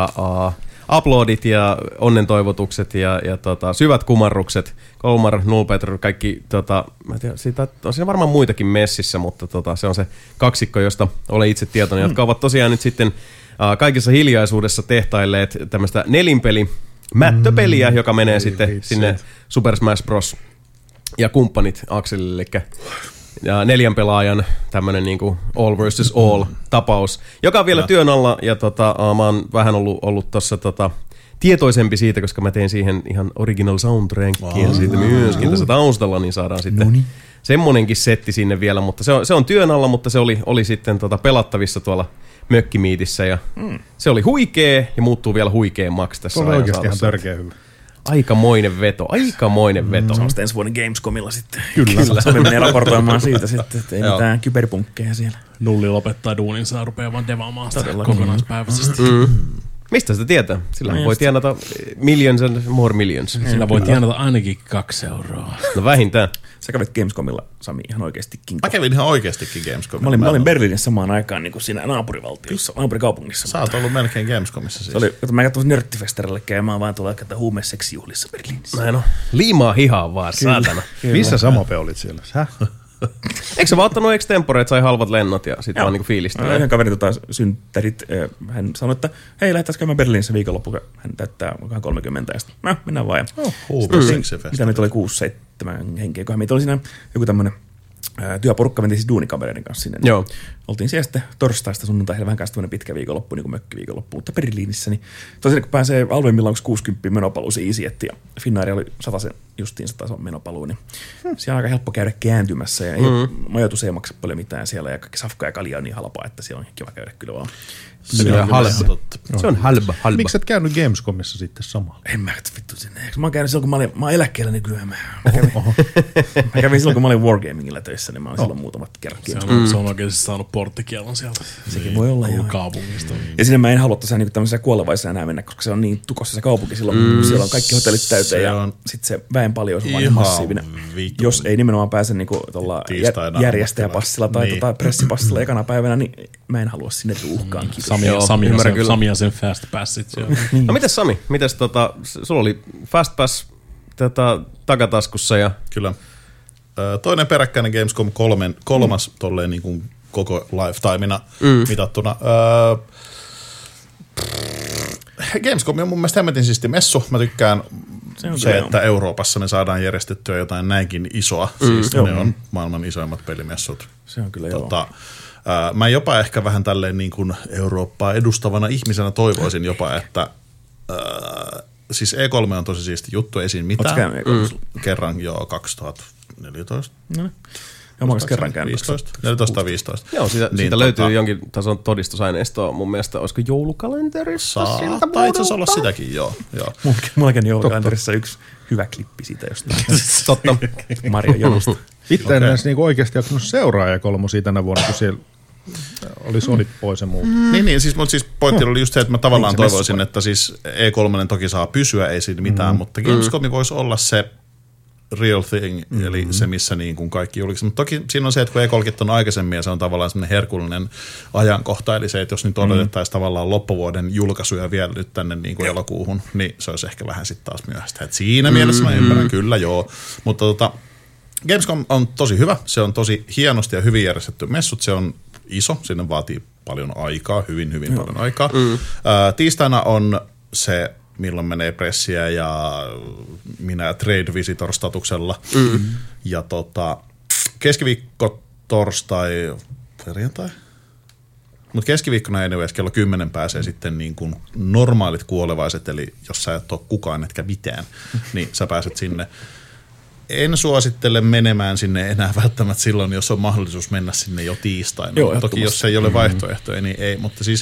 [SPEAKER 1] uploadit ja onnentoivotukset ja syvät kumarrukset. Kolmar, Nullpetr, kaikki, mä en tiedä, siitä on siinä varmaan muitakin messissä, mutta se on se kaksikko, josta olen itse tietoinen, jotka ovat tosiaan nyt sitten kaikessa hiljaisuudessa tehtailleet tämmöistä mättöpeliä, joka menee sitten sinne Super Smash Bros. Ja kumppanit Akselille, eli ja 4 pelaajan tämmönen niinku all versus all tapaus, joka on vielä työn alla, ja mä oon vähän ollut tossa tietoisempi siitä, koska mä tein siihen ihan original soundtrackia siitä myöskin tässä taustalla, niin saadaan sitten semmonenkin setti sinne vielä, mutta se on työn alla, mutta se oli sitten pelattavissa tuolla mökkimiitissä, ja se oli huikee ja muuttuu vielä huikeammaksi tässä.
[SPEAKER 5] Se on oikeasti ihan törkeä hyvä.
[SPEAKER 1] Aikamoinen veto.
[SPEAKER 3] Se on sitten ensi vuoden Gamescomilla sitten. Kyllä. Sami menee raportoimaan siitä sitten, että ei mitään kyberpunkkeja siellä.
[SPEAKER 6] Nulli lopettaa duuninsa ja rupeaa vaan devaamaan sitä kokonaispäiväisesti.
[SPEAKER 1] Mistä sitä tietää? Sillä voi tienata millions and more millions.
[SPEAKER 6] Sillä voi tienata ainakin 2 euroa.
[SPEAKER 1] No vähintään.
[SPEAKER 3] Sä kävit Gamescomilla, Sami, ihan oikeastikin.
[SPEAKER 4] Mä kävin ihan oikeastikin Gamescomilla.
[SPEAKER 3] Mä olin Berliinissä samaan aikaan niin kuin siinä naapurivaltiossa, naapurikaupungissa.
[SPEAKER 4] Sä oot ollut melkein Gamescomissa siis.
[SPEAKER 3] Mä katsoin nörttifesterille käymään vaan tuolla huumeseksijuhlissa Berliinissä.
[SPEAKER 1] Mä en oo. Liimaa hihaa vaan, saatana.
[SPEAKER 5] Missä Samope olit siellä?
[SPEAKER 1] Eikö sä vaan ottanut extempore, että sai halvat lennot ja sit vaan niinku fiilistelee?
[SPEAKER 3] Yhden kaverin synttärit, hän sanoi, että hei, lähdetään käymään Berliinissä viikonloppu, hän täyttää 30 ja sitten mennään vaan. Mitä meitä oli 6-7 henkeä, kunhan meitä oli siinä joku tämmönen työporukka, mentiin siis duunikavereiden kanssa sinne.
[SPEAKER 1] Joo.
[SPEAKER 3] Oltiin siellä sitten torstaista sunnuntaihin vähän kanssa tämmöinen pitkä viikonloppu, niin kuin mökkiviikonloppu, mutta Berliinissä, niin tosiaan kun pääsee halvemmilla, onko 60 menopaluu se EasyJet ja Finnairia oli 100 justiin 100 menopaluu, niin siellä on aika helppo käydä kääntymässä ja majoitus ei maksa paljon mitään siellä ja kaikki safka ja kalja on niin halpaa, että siellä on kiva käydä kyllä vaan.
[SPEAKER 1] Se on halba.
[SPEAKER 5] Miksi et käynyt Gamescomissa sitten samalla?
[SPEAKER 3] En mä vittu sinne. Mä oon käynyt silloin, kun mä oon eläkkeellä nykyään. Mä kävin silloin, kun mä olin Wargamingilla töissä, niin mä olin silloin muutamat kerrat.
[SPEAKER 6] Se on oikeasti saanut porttikielon sieltä.
[SPEAKER 3] Sekin voi olla joo.
[SPEAKER 6] Kaupungista.
[SPEAKER 3] Ja sinne mä en halua tosiaan niin tämmöisessä kuolevaisessa enää mennä, koska se on niin tukossa se kaupunki silloin. Siellä on kaikki hotellit täyteen ja sitten se väen paljon on ihan massiivinen. Jos ei nimenomaan pääse niinku tuolla järjestäjäpassilla tai pressipassilla ekana päivänä, niin mä en halua sinne ruuhkaan.
[SPEAKER 6] Sami ja sen fast passit.
[SPEAKER 1] No mites Sami? Mites sulla oli fast pass takataskussa ja...
[SPEAKER 4] Kyllä. Toinen peräkkäinen Gamescom, kolmas tolleen niin kuin koko lifetimeina mitattuna. Gamescom on mun mielestä hemmetin siisti messu. Mä tykkään se että Euroopassa me saadaan järjestettyä jotain näinkin isoa. Siis ne on maailman isoimmat pelimessut.
[SPEAKER 3] Se on kyllä
[SPEAKER 4] mä jopa ehkä vähän tälleen niin kuin Eurooppaa edustavana ihmisenä toivoisin jopa, että siis E3 on tosi siisti juttu, ei siinä mitään. Kerran jo 2014.
[SPEAKER 3] No. Joo, mä oon kerran käynyt.
[SPEAKER 4] 14 tai 15.
[SPEAKER 1] Joo, siitä löytyy jonkin tason todistusaineistoa mun mielestä. Olisiko joulukalenterissa?
[SPEAKER 4] Saattaa itse asiassa olla sitäkin, joo.
[SPEAKER 3] Mullakin joulukalenterissa yksi hyvä klippi siitä jostain.
[SPEAKER 1] Totta.
[SPEAKER 3] Mario jonosta.
[SPEAKER 5] Itse en edes niinku oikeasti jaksanut seuraa E3 tänä vuonna, kun siellä oli Sony pois ja muuta.
[SPEAKER 4] Niin, siis pointti oli just se, että mä tavallaan toivoisin, että siis E3 toki saa pysyä, ei siinä mitään, mutta Gamescom voisi olla se real thing, eli se, missä niin kuin kaikki julkisi. Mutta toki siinä on se, että kun E3 on aikaisemmin ja se on tavallaan semmoinen herkullinen ajankohta, eli se, että jos nyt odotettaisiin tavallaan loppuvuoden julkaisuja vielä nyt tänne niin kuin elokuuhun, niin se olisi ehkä vähän sitten taas myöhäistä. Et siinä mielessä mä ymmärrän, kyllä joo, mutta Gamescom on tosi hyvä, se on tosi hienosti ja hyvin järjestetty messut, se on iso, sinne vaatii paljon aikaa, hyvin paljon aikaa. Tiistaina on se, milloin menee pressiä ja minä trade visitor statuksella. Ja keskiviikko, torstai, perjantai? Mutta keskiviikkona anyways kello 10 pääsee sitten niin kuin normaalit kuolevaiset, eli jos sä et ole kukaan etkä mitään, niin sä pääset sinne. En suosittele menemään sinne enää välttämättä silloin, jos on mahdollisuus mennä sinne jo tiistaina. Joo, toki jos ei ole vaihtoehtoja, niin ei. Mutta siis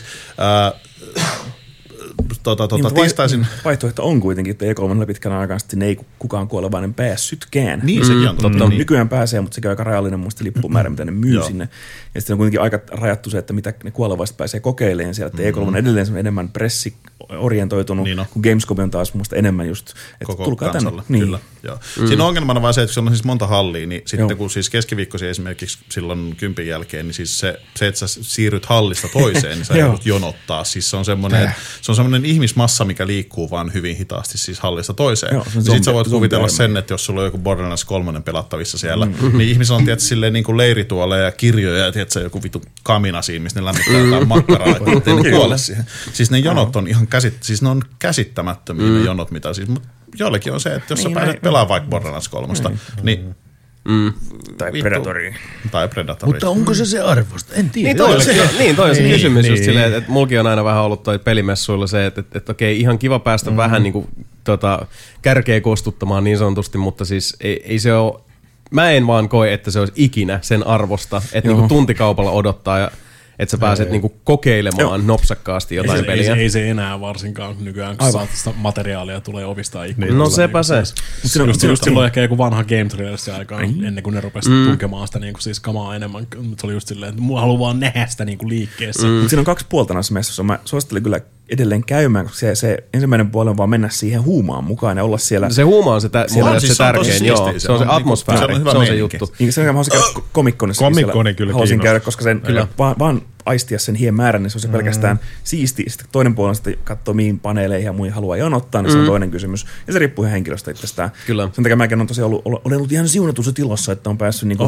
[SPEAKER 4] tiistaisin...
[SPEAKER 3] Vaihtoehto on kuitenkin, että E3 pitkän aikaan sitten ei kukaan kuolevainen päässytkään.
[SPEAKER 4] Niin, sekin on totta.
[SPEAKER 3] Nykyään pääsee, mutta sekin on aika rajallinen muista lippumäärä, mitä ne myy sinne. Ja sitten on kuitenkin aika rajattu se, että mitä ne kuolevaiset pääsee kokeilemaan siellä. Että E3 on edelleen enemmän pressiorientoitunut, kun Gamescom on taas muista enemmän just, että
[SPEAKER 4] koko
[SPEAKER 3] tulkaa
[SPEAKER 4] kansalle.
[SPEAKER 3] Tänne.
[SPEAKER 4] Kyllä. Joo. Siinä on ongelmana vaan se, että siellä on siis monta hallia, niin sitten kun siis keskiviikkoisia esimerkiksi silloin 10 jälkeen, niin siis se että sä siirryt hallista toiseen, niin sä joudut jonottaa. Siis se on semmoinen ihmismassa, mikä liikkuu vaan hyvin hitaasti siis hallista toiseen. Sitten sä voit kuvitella sen, että jos sulla on joku Borderlands 3 pelattavissa siellä, niin ihmisillä on tietysti silleen niin kuin leirituoleja ja kirjoja ja tietysti joku vitu kamina siinä, missä ne lämmittää jotain makkaraa, ettei ne kuole siihen. Siis ne jonot on ihan siis ne on käsittämättömiä ne jonot, mitä siis, mutta joillekin on se, että jos sä pääset pelaamaan vaikka Borderlands 3, niin
[SPEAKER 3] tai Predatoria.
[SPEAKER 5] Mutta onko se arvosta? En tiedä.
[SPEAKER 1] Niin, toi on se kysymys just silleen, että mulki on aina vähän ollut toi pelimessuilla se, että okei, ihan kiva päästä vähän niinku kärkeä kostuttamaan niin sanotusti, mutta siis ei se ole, mä en vaan koe, että se olisi ikinä sen arvosta, että niinku tuntikaupalla odottaa ja että sä pääset niinku kokeilemaan nopsakkaasti jotain peliä.
[SPEAKER 6] Ei se enää varsinkaan nykyään, kun sitä materiaalia tulee ovista ikkunoista.
[SPEAKER 1] No sepä se.
[SPEAKER 6] Just silloin ehkä joku vanha Game Trailersin aikaan, ennen kuin ne rupesi tunkemaan sitä niinku siis kamaa enemmän. Se oli just silleen, että mua haluaa vaan nähdä sitä niinku liikkeessä.
[SPEAKER 3] Mutta siinä on 2 puolta näissä messuissa. Mä suosittelen kyllä edelleen käymään, koska se ensimmäinen puoli on vaan mennä siihen huumaan mukaan ja olla siellä.
[SPEAKER 1] Se huuma on se tärkein, joo. Se on se atmosfääri, se on se juttu.
[SPEAKER 3] Se on haluaisin käydä Comic-Conissa. Haluaisin käydä, koska sen vaan aistia sen hien määrän, niin se on se pelkästään siisti. Sitten toinen puoli on sitten katsoa, mihin paneeleihin ja muihin haluaa jonottaa, niin se on toinen kysymys. Ja se riippuu ihan henkilöstä itsestään. Kyllä. Sen takia mäkin on tosiaan ollut ihan siunatussa tilassa, että on päässyt niin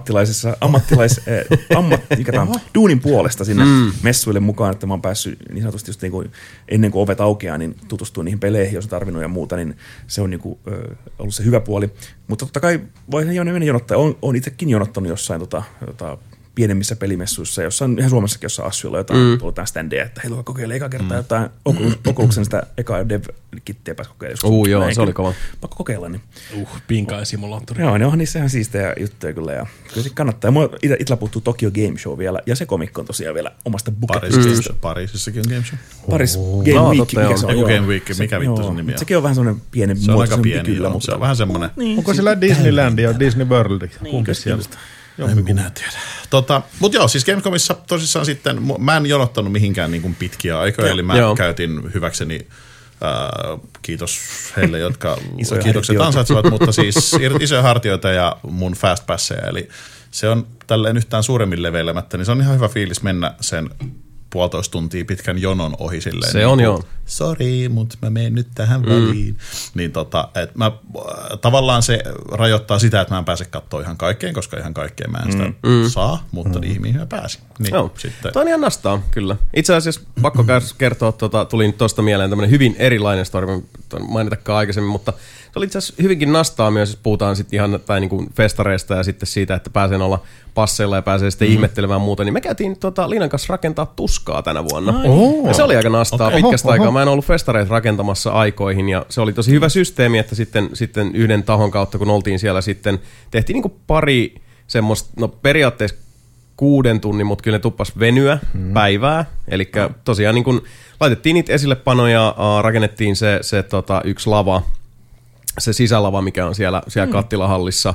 [SPEAKER 3] duunin puolesta sinne messuille mukaan, että mä oon päässyt niin sanotusti just niin kuin, ennen kuin ovet aukeaa, niin tutustua niihin peleihin, jos on tarvinnut ja muuta, niin se on niin kuin, ollut se hyvä puoli. Mutta totta kai voi mennä jonottaa. Olen itsekin jonottanut jossain pienemmissä pelimessuissa, jossain ihan Suomessakin jossain Assyilla jotain standeja, että heillä kokeile eka kertaa jotain Oculusen sitä eka dev-kittiä pääsi kokeilemaan.
[SPEAKER 1] Joo, se oli kova.
[SPEAKER 3] Pakko kokeilla. Niin.
[SPEAKER 6] Pinka-simulaattori.
[SPEAKER 3] Joo, ne on niissä ihan siistejä juttuja kyllä. Ja kyllä se kannattaa. Ja mulla itsellä puuttuu Tokyo Game Show vielä, ja se komikko on tosiaan vielä omasta bucket-lististä.
[SPEAKER 4] Pariisissakin on Game Show.
[SPEAKER 3] Paris Game Week, mikä se on.
[SPEAKER 4] Game Week, mikä vittu sen nimi on.
[SPEAKER 3] Sekin on vähän semmoinen pieni
[SPEAKER 4] muoto. Se on aika pieni, se on vähän semmoinen.
[SPEAKER 5] Onko siellä Disneyland ja Disney World? Kumpi siellä?
[SPEAKER 4] En minä tiedä. Mutta joo, siis Gamescomissa tosissaan sitten, mä en jonottanut mihinkään niin kuin pitkiä aikoja, eli mä käytin hyväkseni, kiitos heille, jotka kiitokset ansaitsevat, mutta siis isoja hartioita ja mun fast passeja, eli se on tälleen yhtään suuremmin leveilemättä, niin se on ihan hyvä fiilis mennä sen 1,5 tuntia pitkän jonon ohi silleen.
[SPEAKER 1] Se niin on joo.
[SPEAKER 4] Sori, mutta mä menen nyt tähän väliin. Niin että mä, tavallaan se rajoittaa sitä, että mä en pääse katsoa ihan kaikkeen, koska ihan kaikkeen mä en sitä saa, mutta niihin mihin mä pääsin. Niin, sitten.
[SPEAKER 1] Toi on ihan nastaa, kyllä. Itse asiassa pakko kertoa, tuli nyt tuosta mieleen tämmöinen hyvin erilainen story, mainitakaan aikaisemmin, mutta se oli itse asiassa hyvinkin nastaa myös, jos puhutaan sitten ihan niin kuin festareista ja sitten siitä, että pääsee olla passeilla ja pääsee sitten ihmettelemään muuta, niin me käytiin Liinan kanssa rakentaa tuskaa tänä vuonna. Ja se oli aika nastaa pitkästä aikaa. Mä en ollut festareita rakentamassa aikoihin ja se oli tosi hyvä systeemi, että sitten yhden tahon kautta, kun oltiin siellä sitten, tehtiin niin kuin pari semmoista, no periaatteessa 6 tunnin, mutta kyllä ne tuppas venyä päivää. Eli tosiaan niin kun laitettiin niitä esillepanoja, rakennettiin se yksi lava, se sisälava, mikä on siellä kattilahallissa.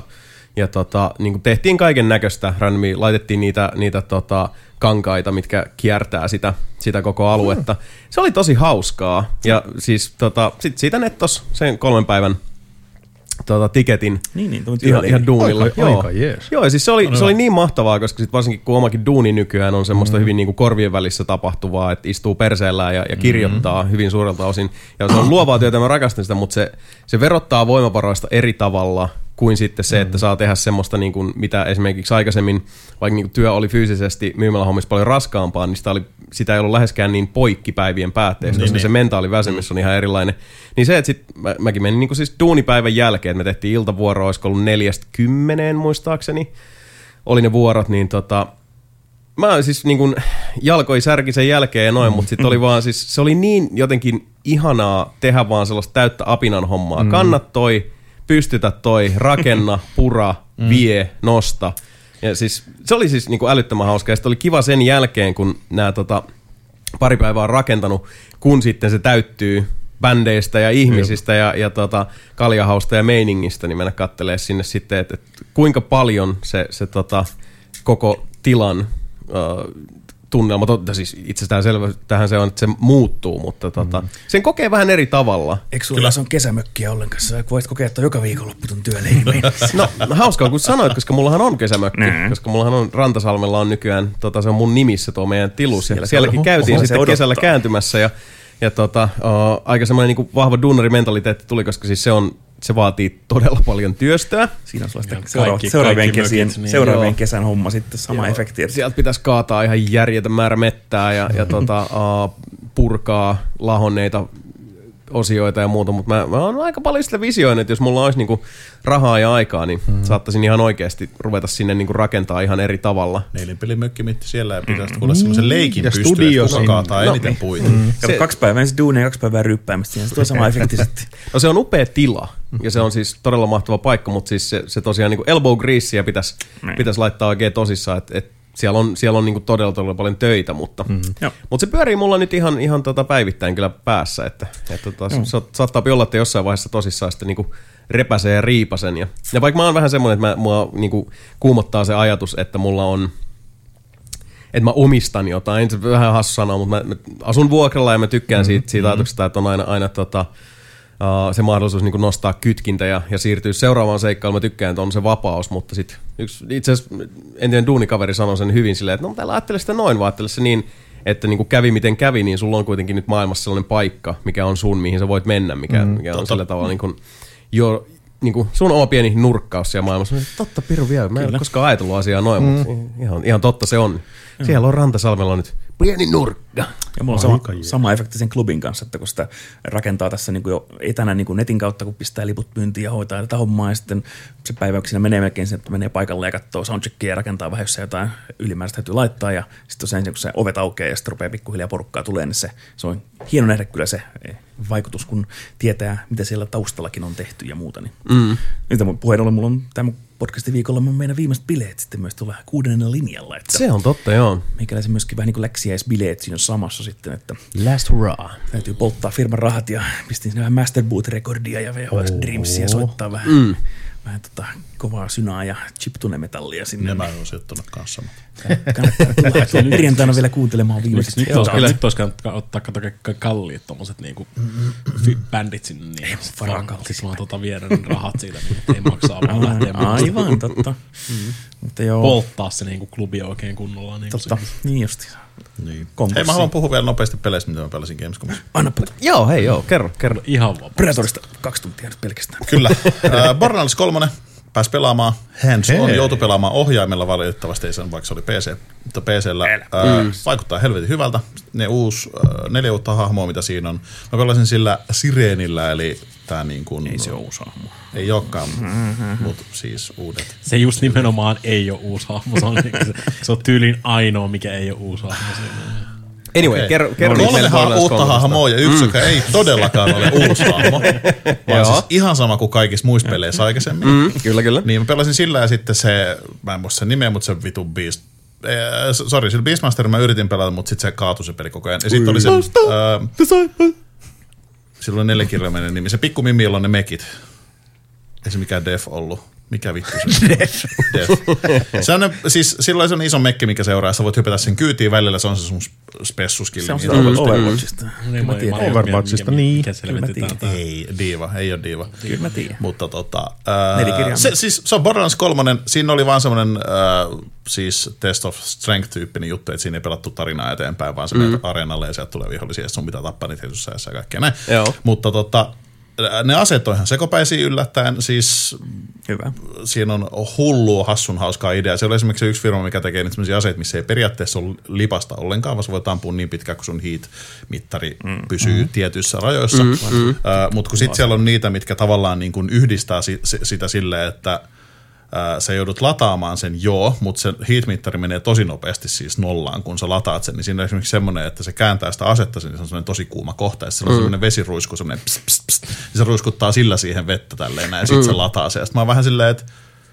[SPEAKER 1] Ja niin kuin tehtiin kaiken näköistä randomia, laitettiin niitä kankaita, mitkä kiertää sitä koko aluetta. Se oli tosi hauskaa. Ja siis sit siitä nettos sen 3 päivän tiketin ihan duunilla. Joo, ja siis se oli niin mahtavaa, koska sit varsinkin kun omakin duuni nykyään on semmoista hyvin niin kuin korvien välissä tapahtuvaa, että istuu perseellään ja kirjoittaa hyvin suurelta osin. Ja se on luovaa työtä, mä rakastan sitä, mutta se verottaa voimavaroista eri tavalla kuin sitten se, että saa tehdä semmoista, niin kuin, mitä esimerkiksi aikaisemmin, vaikka niin kuin työ oli fyysisesti myymälähommissa paljon raskaampaa, niin sitä ei ollut läheskään niin poikkipäivien päätteessä, koska se mentaaliväsymys on ihan erilainen. Niin se, että mäkin menin niin kuin siis duunipäivän jälkeen, että me tehtiin iltavuoroa, olisiko ollut 4-10 muistaakseni, oli ne vuorot, niin mä siis niin kuin jalkoi särki sen jälkeen ja noin, mutta sitten oli vaan siis, se oli niin jotenkin ihanaa tehdä vaan sellaista täyttä apinan hommaa. Kannattoi, pystytä toi, rakenna, pura, vie, nosta. Ja siis, se oli siis niin kuin älyttömän hauska. Ja sitten oli kiva sen jälkeen, kun nämä pari päivää on rakentanut, kun sitten se täyttyy bändeistä ja ihmisistä ja kaljahausta ja meiningistä, niin mennä katselemaan sinne sitten, että kuinka paljon se koko tilan tunnelma, siis itsestään selvä, tähän se on, että se muuttuu, mutta sen kokee vähän eri tavalla.
[SPEAKER 3] Eikö sulla se on kesämökkiä ollenkaan? Sä voit kokea, että joka viikonloppu ton työleiriin.
[SPEAKER 1] No hauskaa, kun sanoit, koska mullahan on kesämökki, koska mullahan on Rantasalmella on nykyään, se on mun nimissä tuo meidän tilus. Sielläkin käytiin sitten kesällä kääntymässä ja aika semmoinen niin vahva duunarimentaliteetti tuli, koska siis se vaatii todella paljon työstöä.
[SPEAKER 3] Siinä on seuraavien kesän homma sitten sama efekti.
[SPEAKER 1] Sieltä pitäisi kaataa ihan järjetön määrä mettää ja purkaa lahonneita osioita ja muuta, mutta mä oon aika paljon sitä visioin, että jos mulla olisi niinku rahaa ja aikaa, niin saattaisin ihan oikeasti ruveta sinne niinku rakentaa ihan eri tavalla.
[SPEAKER 4] 4 pelimiökkimitti siellä ja pitäisi kuulla semmoisen leikin pystyä, että kaataa eniten puita.
[SPEAKER 3] 2 päivää ensin duunia ja 2 päivää ryppäämistä, siinä se on sama efekti sitten.
[SPEAKER 1] No se on upea tila ja se on siis todella mahtava paikka, mutta siis se tosiaan niinku elbow greasea pitäisi laittaa oikein tosissaan, että siellä on niinku todella paljon töitä, mutta se pyörii mulla nyt ihan päivittäin kyllä päässä, että saattaa olla, että jossain vaiheessa tosissaan sitten niinku repäsen ja riipasen. Ja vaikka mä oon vähän semmoinen, että mua niinku kuumottaa se ajatus, että mulla on, että mä omistan jotain, se vähän hassu sanoa, mutta mä asun vuokralla ja mä tykkään siitä ajatuksesta, että on aina se mahdollisuus niin kuin nostaa kytkintä ja siirtyä seuraavaan seikkailuun. Mä tykkään, että on se vapaus, mutta sitten itse asiassa entinen duunikaveri sanoi sen hyvin silleen, että no mutta älä ajattele sitä noin, vaan ajattele se niin, että niin kuin kävi miten kävi, niin sulla on kuitenkin nyt maailmassa sellainen paikka, mikä on sun, mihin sä voit mennä, mikä on sillä tavalla niin kuin, niin kuin sun oma pieni nurkkaus siellä maailmassa. Totta piru vielä, mä en ole koskaan ajatellut asiaa noin, mutta ihan totta se on. Siellä on Rantasalmella nyt pieni nurkka.
[SPEAKER 3] Ja mulla on sama efekti sen klubin kanssa, että kun sitä rakentaa tässä niin kuin jo etänä niin kuin netin kautta, kun pistää liput myyntiin ja hoitaa tätä hommaa, ja sitten se päivä, kun siinä menee melkein sen, että menee paikalle ja katsoo soundcheckia ja rakentaa vähän, jos jotain ylimääräistä täytyy laittaa, ja sitten tosiaan kun se ovet aukeaa ja sitten rupeaa pikkuhiljaa porukkaa tulee, niin se on hieno nähdä kyllä se vaikutus, kun tietää, mitä siellä taustallakin on tehty ja muuta. Niin. Nyt puheen ollen, mulla on tämä podcastin viikolla meidän viimeiset bileet sitten myös tuolla 6. linjalla. Että
[SPEAKER 1] se on totta, joo.
[SPEAKER 3] Meikäläisen myöskin vähän niin kuin läksiäisbileet siinä samassa sitten, että
[SPEAKER 1] last hurrah.
[SPEAKER 3] Täytyy polttaa firman rahat ja pistin sinne vähän Master Boot-rekordia ja VHS Dreamsia soittaa vähän kovaa synaa ja chiptune-metallia sinne.
[SPEAKER 4] Nämä on sijoittanut kanssa.
[SPEAKER 3] Kannattaa tulla perjantaina vielä kuuntelemaan viimeiset.
[SPEAKER 6] Nyt olisi kannattaa ottaa kalliit tommoset niinku bändit sinne. Niin sitten vaan viedä rahat siitä, niin ei maksaa vaan lähteä.
[SPEAKER 3] Aivan, totta.
[SPEAKER 6] Polttaa se niinku klubi oikein kunnolla.
[SPEAKER 3] Totta, niin justi.
[SPEAKER 4] Niin. Hei, mä haluan puhua vielä nopeasti peleistä, mitä mä pelasin Gamescomissa.
[SPEAKER 3] Anna puhuta.
[SPEAKER 1] Joo, hei joo, kerro.
[SPEAKER 6] Ihan vapaasti.
[SPEAKER 3] Predatorista 2 tuntia nyt pelkästään.
[SPEAKER 4] Kyllä. Borderlands 3 pääsi pelaamaan hands-on, joutui pelaamaan ohjaimella valitettavasti, ei sen, vaikka se oli PC, mutta PC:llä vaikuttaa helvetin hyvältä. Ne 4 uutta hahmoa, mitä siinä on. Mä pelasin sillä Sireenillä, eli tää niin kuin...
[SPEAKER 3] Ei se ole uusi hahmo.
[SPEAKER 4] Ei olekaan, mutta siis uudet.
[SPEAKER 6] Se just nimenomaan ei ole uusi hahmo. Se on tyylin ainoa, mikä ei ole uusi hahmo.
[SPEAKER 1] Anyway, kerro
[SPEAKER 4] kolmehan uutta hahmoa ja yksi, joka ei todellakaan ole uusi hahmo, vaan siis ihan sama kuin kaikissa muissa peleissä aikaisemmin.
[SPEAKER 1] Kyllä.
[SPEAKER 4] Niin mä pelasin sillä ja sitten se, mä en muista sen nimeä, mutta se vitu Beast. Sillä Beastmasterin mä yritin pelata, mutta sitten se kaatui se peli koko ajan. Ja sitten oli se, sillä oli 4-kirjaiminen nimi, se pikku mimi, jolla on ne mekit. Ei se mikään Def ollut. Mikä vittu se? Death. Siis silloin se on iso mekki, mikä seuraa, sä voit hypätä sen kyytiin välillä, se on se sun spessuskilli.
[SPEAKER 3] Se on sitä Overwatchista.
[SPEAKER 5] Overwatchista, niin.
[SPEAKER 4] Ei ole diiva.
[SPEAKER 3] Kyllä mä tiedän.
[SPEAKER 4] Mutta se on Borderlands 3, siinä oli vaan semmoinen siis test of strength-tyyppinen juttu, että siinä ei pelattu tarinaa eteenpäin, vaan se menet areenalle ja sieltä tulee vihollisia, ja sun pitää tappaa niitä tietyssä ajassa ja kaikkea näin.
[SPEAKER 1] Joo.
[SPEAKER 4] Mutta ne aseet on ihan sekopäisiä yllättäen, siis hyvä. Siinä on hullua, hassun hauskaa idea. Se oli esimerkiksi yksi firma, mikä tekee niitä sellaisia aseita, missä ei periaatteessa ole lipasta ollenkaan, vaan sä voit ampua niin pitkään, kun sun heat-mittari pysyy tietyissä rajoissa. Mutta kun sitten siellä on niitä, mitkä tavallaan niin kuin yhdistää sitä silleen, että sä joudut lataamaan sen mutta se heat-mittari menee tosi nopeasti siis nollaan, kun sä lataat sen, niin siinä on esimerkiksi semmoinen, että se kääntää sitä asetta, niin se on semmoinen tosi kuuma kohta, ja se on semmoinen vesiruisku, semmoinen pss, pss, pss, ja se ruiskuttaa sillä siihen vettä tälleen näin, ja sitten se lataa se, ja sitten mä oon vähän silleen, että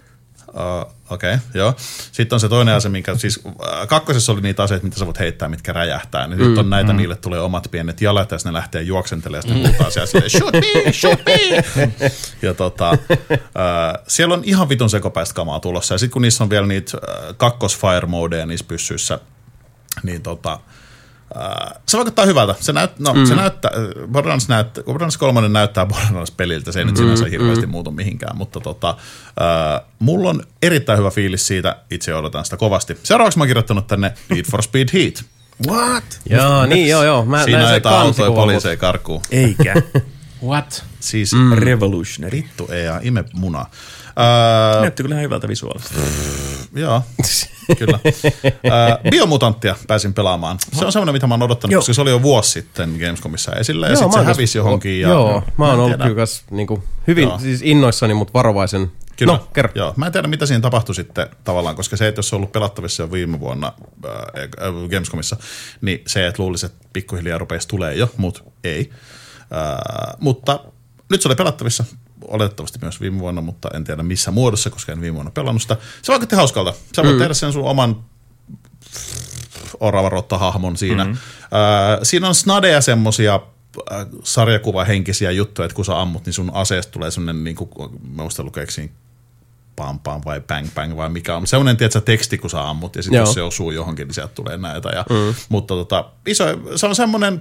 [SPEAKER 4] okei, joo. Sitten on se toinen ase, minkä siis kakkosessa oli niitä aseita, mitä sä voit heittää, mitkä räjähtää. Niin sitten on näitä, niille tulee omat pienet jalat, ja ne lähtee juoksentelemaan, ja sitten huutaa siellä silleen, shoot me! Ja siellä on ihan vitun sekopäistä kamaa tulossa. Ja sitten kun niissä on vielä niitä kakkos-fire modeja niissä pyssyissä, niin se vaikuttaa hyvältä. Se näyttää, Borderlands 3 näyttää Borderlands-peliltä, se ei nyt sinänsä hirveästi muutu mihinkään, mutta mulla on erittäin hyvä fiilis siitä, itse odotan sitä kovasti. Seuraavaksi mä oon kirjoittanut tänne Need for Speed Heat.
[SPEAKER 1] What? Joo.
[SPEAKER 4] Siinä ajetaan autoja poliiseja karkuun.
[SPEAKER 3] Eikä.
[SPEAKER 6] What?
[SPEAKER 3] Siis revolutionary.
[SPEAKER 4] Vittu ei ime munaa.
[SPEAKER 3] Näytti kyllä ihan hyvältä visuaalista.
[SPEAKER 4] Joo, kyllä. Biomutanttia pääsin pelaamaan. Se on semmoinen, mitä mä oon odottanut, koska se oli jo vuosi sitten Gamescomissa esillä, ja sitten se hävisi johonkin.
[SPEAKER 1] Mä oon ollut kyllä niinku hyvin siis innoissani, mutta varovaisen.
[SPEAKER 4] Kyllä,
[SPEAKER 1] no, kerro.
[SPEAKER 4] Joo. Mä en tiedä, mitä siinä tapahtui sitten tavallaan, koska se, että jos se on ollut pelattavissa jo viime vuonna Gamescomissa, niin se, että luulisi, että pikkuhiljaa rupeisi tulee jo, mutta ei. Mutta nyt se oli pelattavissa, oletettavasti myös viime vuonna, mutta en tiedä missä muodossa, koska en viime vuonna pelannut sitä. Se vaikutti hauskalta. Sä voit tehdä sen sun oman oravarotta-hahmon siinä. Siinä on snadeja semmosia sarjakuvahenkisiä juttuja, että kun sä ammut, niin sun aseesta tulee semmoinen, niin kuin mä muistan lukeeksi pam pam vai bang bang vai mikä on. Semmoinen, tiedätkö, teksti, kun sä ammut, ja sitten jos se osuu johonkin, niin sieltä tulee näitä. Mutta se on semmoinen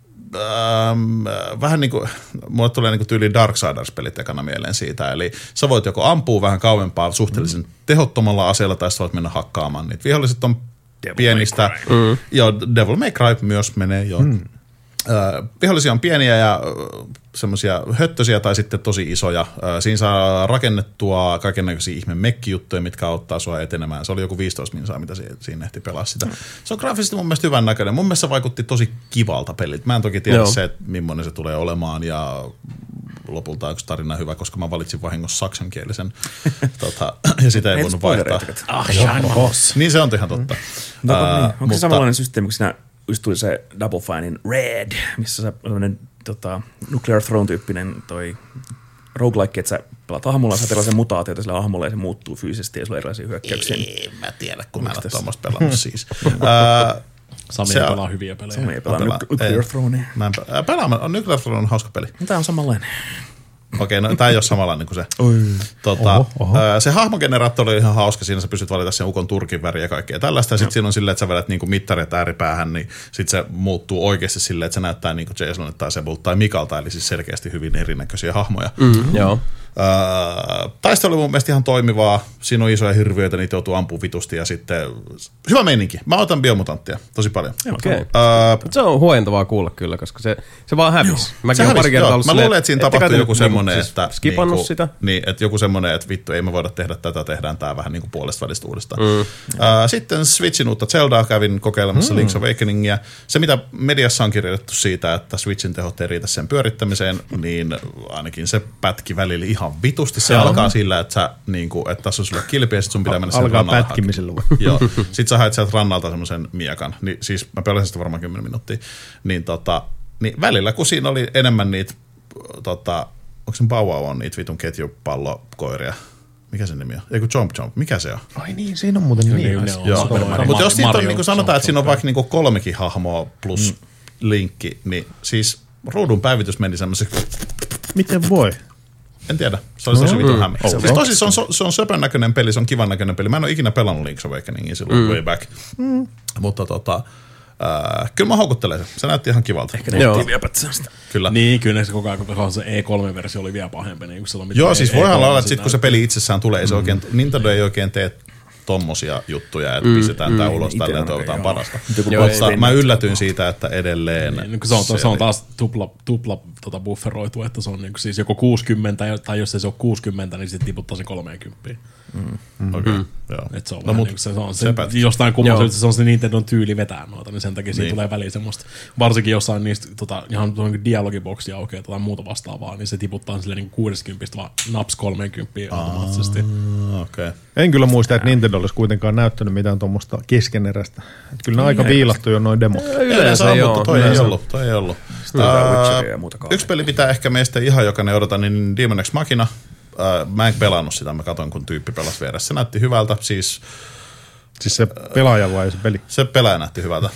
[SPEAKER 4] vähän niin kuin, mulle tulee niin kuin tyyli Darksiders-pelit ekana mieleen siitä, eli sä voit joko ampua vähän kauempaa suhteellisen tehottomalla aseella, tai sä voit mennä hakkaamaan niitä. Viholliset on pienistä, joo, Devil May Cry myös menee, joo. Vihollisia on pieniä ja semmoisia höttösiä tai sitten tosi isoja. Siinä saa rakennettua kaikennäköisiä ihme mekkijuttuja, mitkä auttaa sua etenemään. Se oli joku 15 minsaa, mitä siinä ehti pelaa sitä. Se on graafisesti mun mielestä hyvän näköinen. Mun mielestä se vaikutti tosi kivalta pelit. Mä en toki tiedä se, että millainen se tulee olemaan ja lopulta yksi tarina hyvä, koska mä valitsin vahingossa saksankielisen ja sitä ei voinut vaihtaa. Niin se on ihan totta.
[SPEAKER 3] Onko se samanlainen systeemi, kun siinä just tuli se Double Finein Red, missä se on Nuclear Throne-tyyppinen toi roguelike, että sä pelaat hahmolla, sä tällaisen mutaatioita sillä hahmolla ja se muuttuu fyysisesti ja sulla on erilaisia hyökkäyksiä.
[SPEAKER 4] Ei, mä tiedä, kun mä en ole tuommoista pelannut siis.
[SPEAKER 6] Sami ei pelaa hyviä pelejä.
[SPEAKER 3] Sami ei pelaa Nuclear Throne.
[SPEAKER 4] Nuclear Throne on hauska peli.
[SPEAKER 3] Tämä on samanlainen.
[SPEAKER 4] Okei, no tämä ei ole samanlainen kuin se. Se hahmogeneraattori oli ihan hauska, siinä sä pystyt valita sen ukon turkin väriä ja kaikkea tällaista, ja sitten siinä on silleen, että sä vedät niinku mittarit ääripäähän, niin sitten se muuttuu oikeasti silleen, että se näyttää niinku Jasonilta tai Sebulta tai Mikalta, eli siis selkeästi hyvin erinäköisiä hahmoja.
[SPEAKER 1] Joo.
[SPEAKER 4] Taistelu oli mun mielestä ihan toimivaa, siinä on isoja hirviöitä, niitä joutuu ampumaan vitusti, ja sitten hyvä meininki. Mä otan biomutanttia tosi paljon.
[SPEAKER 1] Okay. Se on huojentavaa kuulla kyllä, koska se vaan hävisi. Mäkin
[SPEAKER 4] pari kertaa ollut silleen, mä luulen, että siinä tapahtui joku semmoinen, että
[SPEAKER 1] skipannut niinku, sitä.
[SPEAKER 4] Niin, että joku semmoinen, että vittu, ei me voida tehdä tätä, tehdään tää vähän niin kuin puolesta välistä uudestaan. Sitten Switchin uutta Zeldaa kävin kokeilemassa Link's Awakeningia. Se, mitä mediassa on kirjoitettu siitä, että Switchin tehot ei riitä sen pyörittämiseen, niin ainakin se pätki välillä ihan vitusti. Se alkaa sillä, että sä, niin kuin, että tässä on sulle kilpi ja sit sun pitää mennä sen rannalta.
[SPEAKER 5] Alkaa pätkimisellä.
[SPEAKER 4] Joo. Sit sä haet sieltä rannalta semmoisen miekan. Niin, siis mä pelasin sitä varmaan 10 minuuttia. Niin välillä, kun siinä oli enemmän niitä, onko se Bow Wow on niitä vitun ketjupallokoiria? Mikä sen nimi on? Eiku Jump. Mikä se on?
[SPEAKER 5] Ai niin, siinä on muuten niin.
[SPEAKER 4] Mutta jos siitä on, niin kuin sanotaan, että siinä on vaikka niin kuin 3 hahmoa plus linkki, niin siis ruudun päivitys meni semmoiseksi.
[SPEAKER 5] Miten voi?
[SPEAKER 4] En tiedä. Se oli tosi vitun hämmin. Siis tosi se on söpön näköinen peli, se on kivan näköinen peli. Mä en ole ikinä pelannut Link's Awakeningin silloin way back. Mutta kyllä mä houkuttelen se. Se näytti ihan kivalta.
[SPEAKER 3] Ehkä ne ehtii vielä pätsää sitä.
[SPEAKER 4] Kyllä.
[SPEAKER 6] Niin, kyllä se koko ajan, se E3-versio oli vielä pahempi. Niin
[SPEAKER 4] joo, siis voihan olla, että sit kun se peli itsessään tulee, Nintendo ei oikein tee tommosia juttuja, että pistetään tää ulos tälleen ja toivotaan parasta. Mutta mä yllätyin siitä, että edelleen...
[SPEAKER 6] Niin, se on taas tupla bufferoitu, että se on niin siis joko 60, tai jos se on 60, niin sitten tiputtaa se 30.
[SPEAKER 4] Okei, joo.
[SPEAKER 6] Että se on vähän niin se on jostain kumman se on se Nintendon tyyli vetää noita, niin sen takia siinä tulee väliin semmoista. Varsinkin jossain niistä ihan dialogiboksia aukeaa tai muuta vastaavaa, niin se tiputtaa silleen niin 60 vaan naps 30 automaattisesti.
[SPEAKER 4] Okay.
[SPEAKER 5] En kyllä muista, että Nintendo olisi kuitenkaan näyttänyt mitään tuommoista keskeneräistä. Että kyllä ne aika viilattu jo noin demot.
[SPEAKER 4] Yleensä on, mutta toi ei ollut. Yksi peli pitää ehkä meistä ihan jokainen odota, niin Demon X Machina. Mä en pelannut sitä, mä katsoin kun tyyppi pelasi vieressä. Se näytti hyvältä, siis
[SPEAKER 5] se pelaaja vai se peli?
[SPEAKER 4] Se pelaaja näytti hyvältä.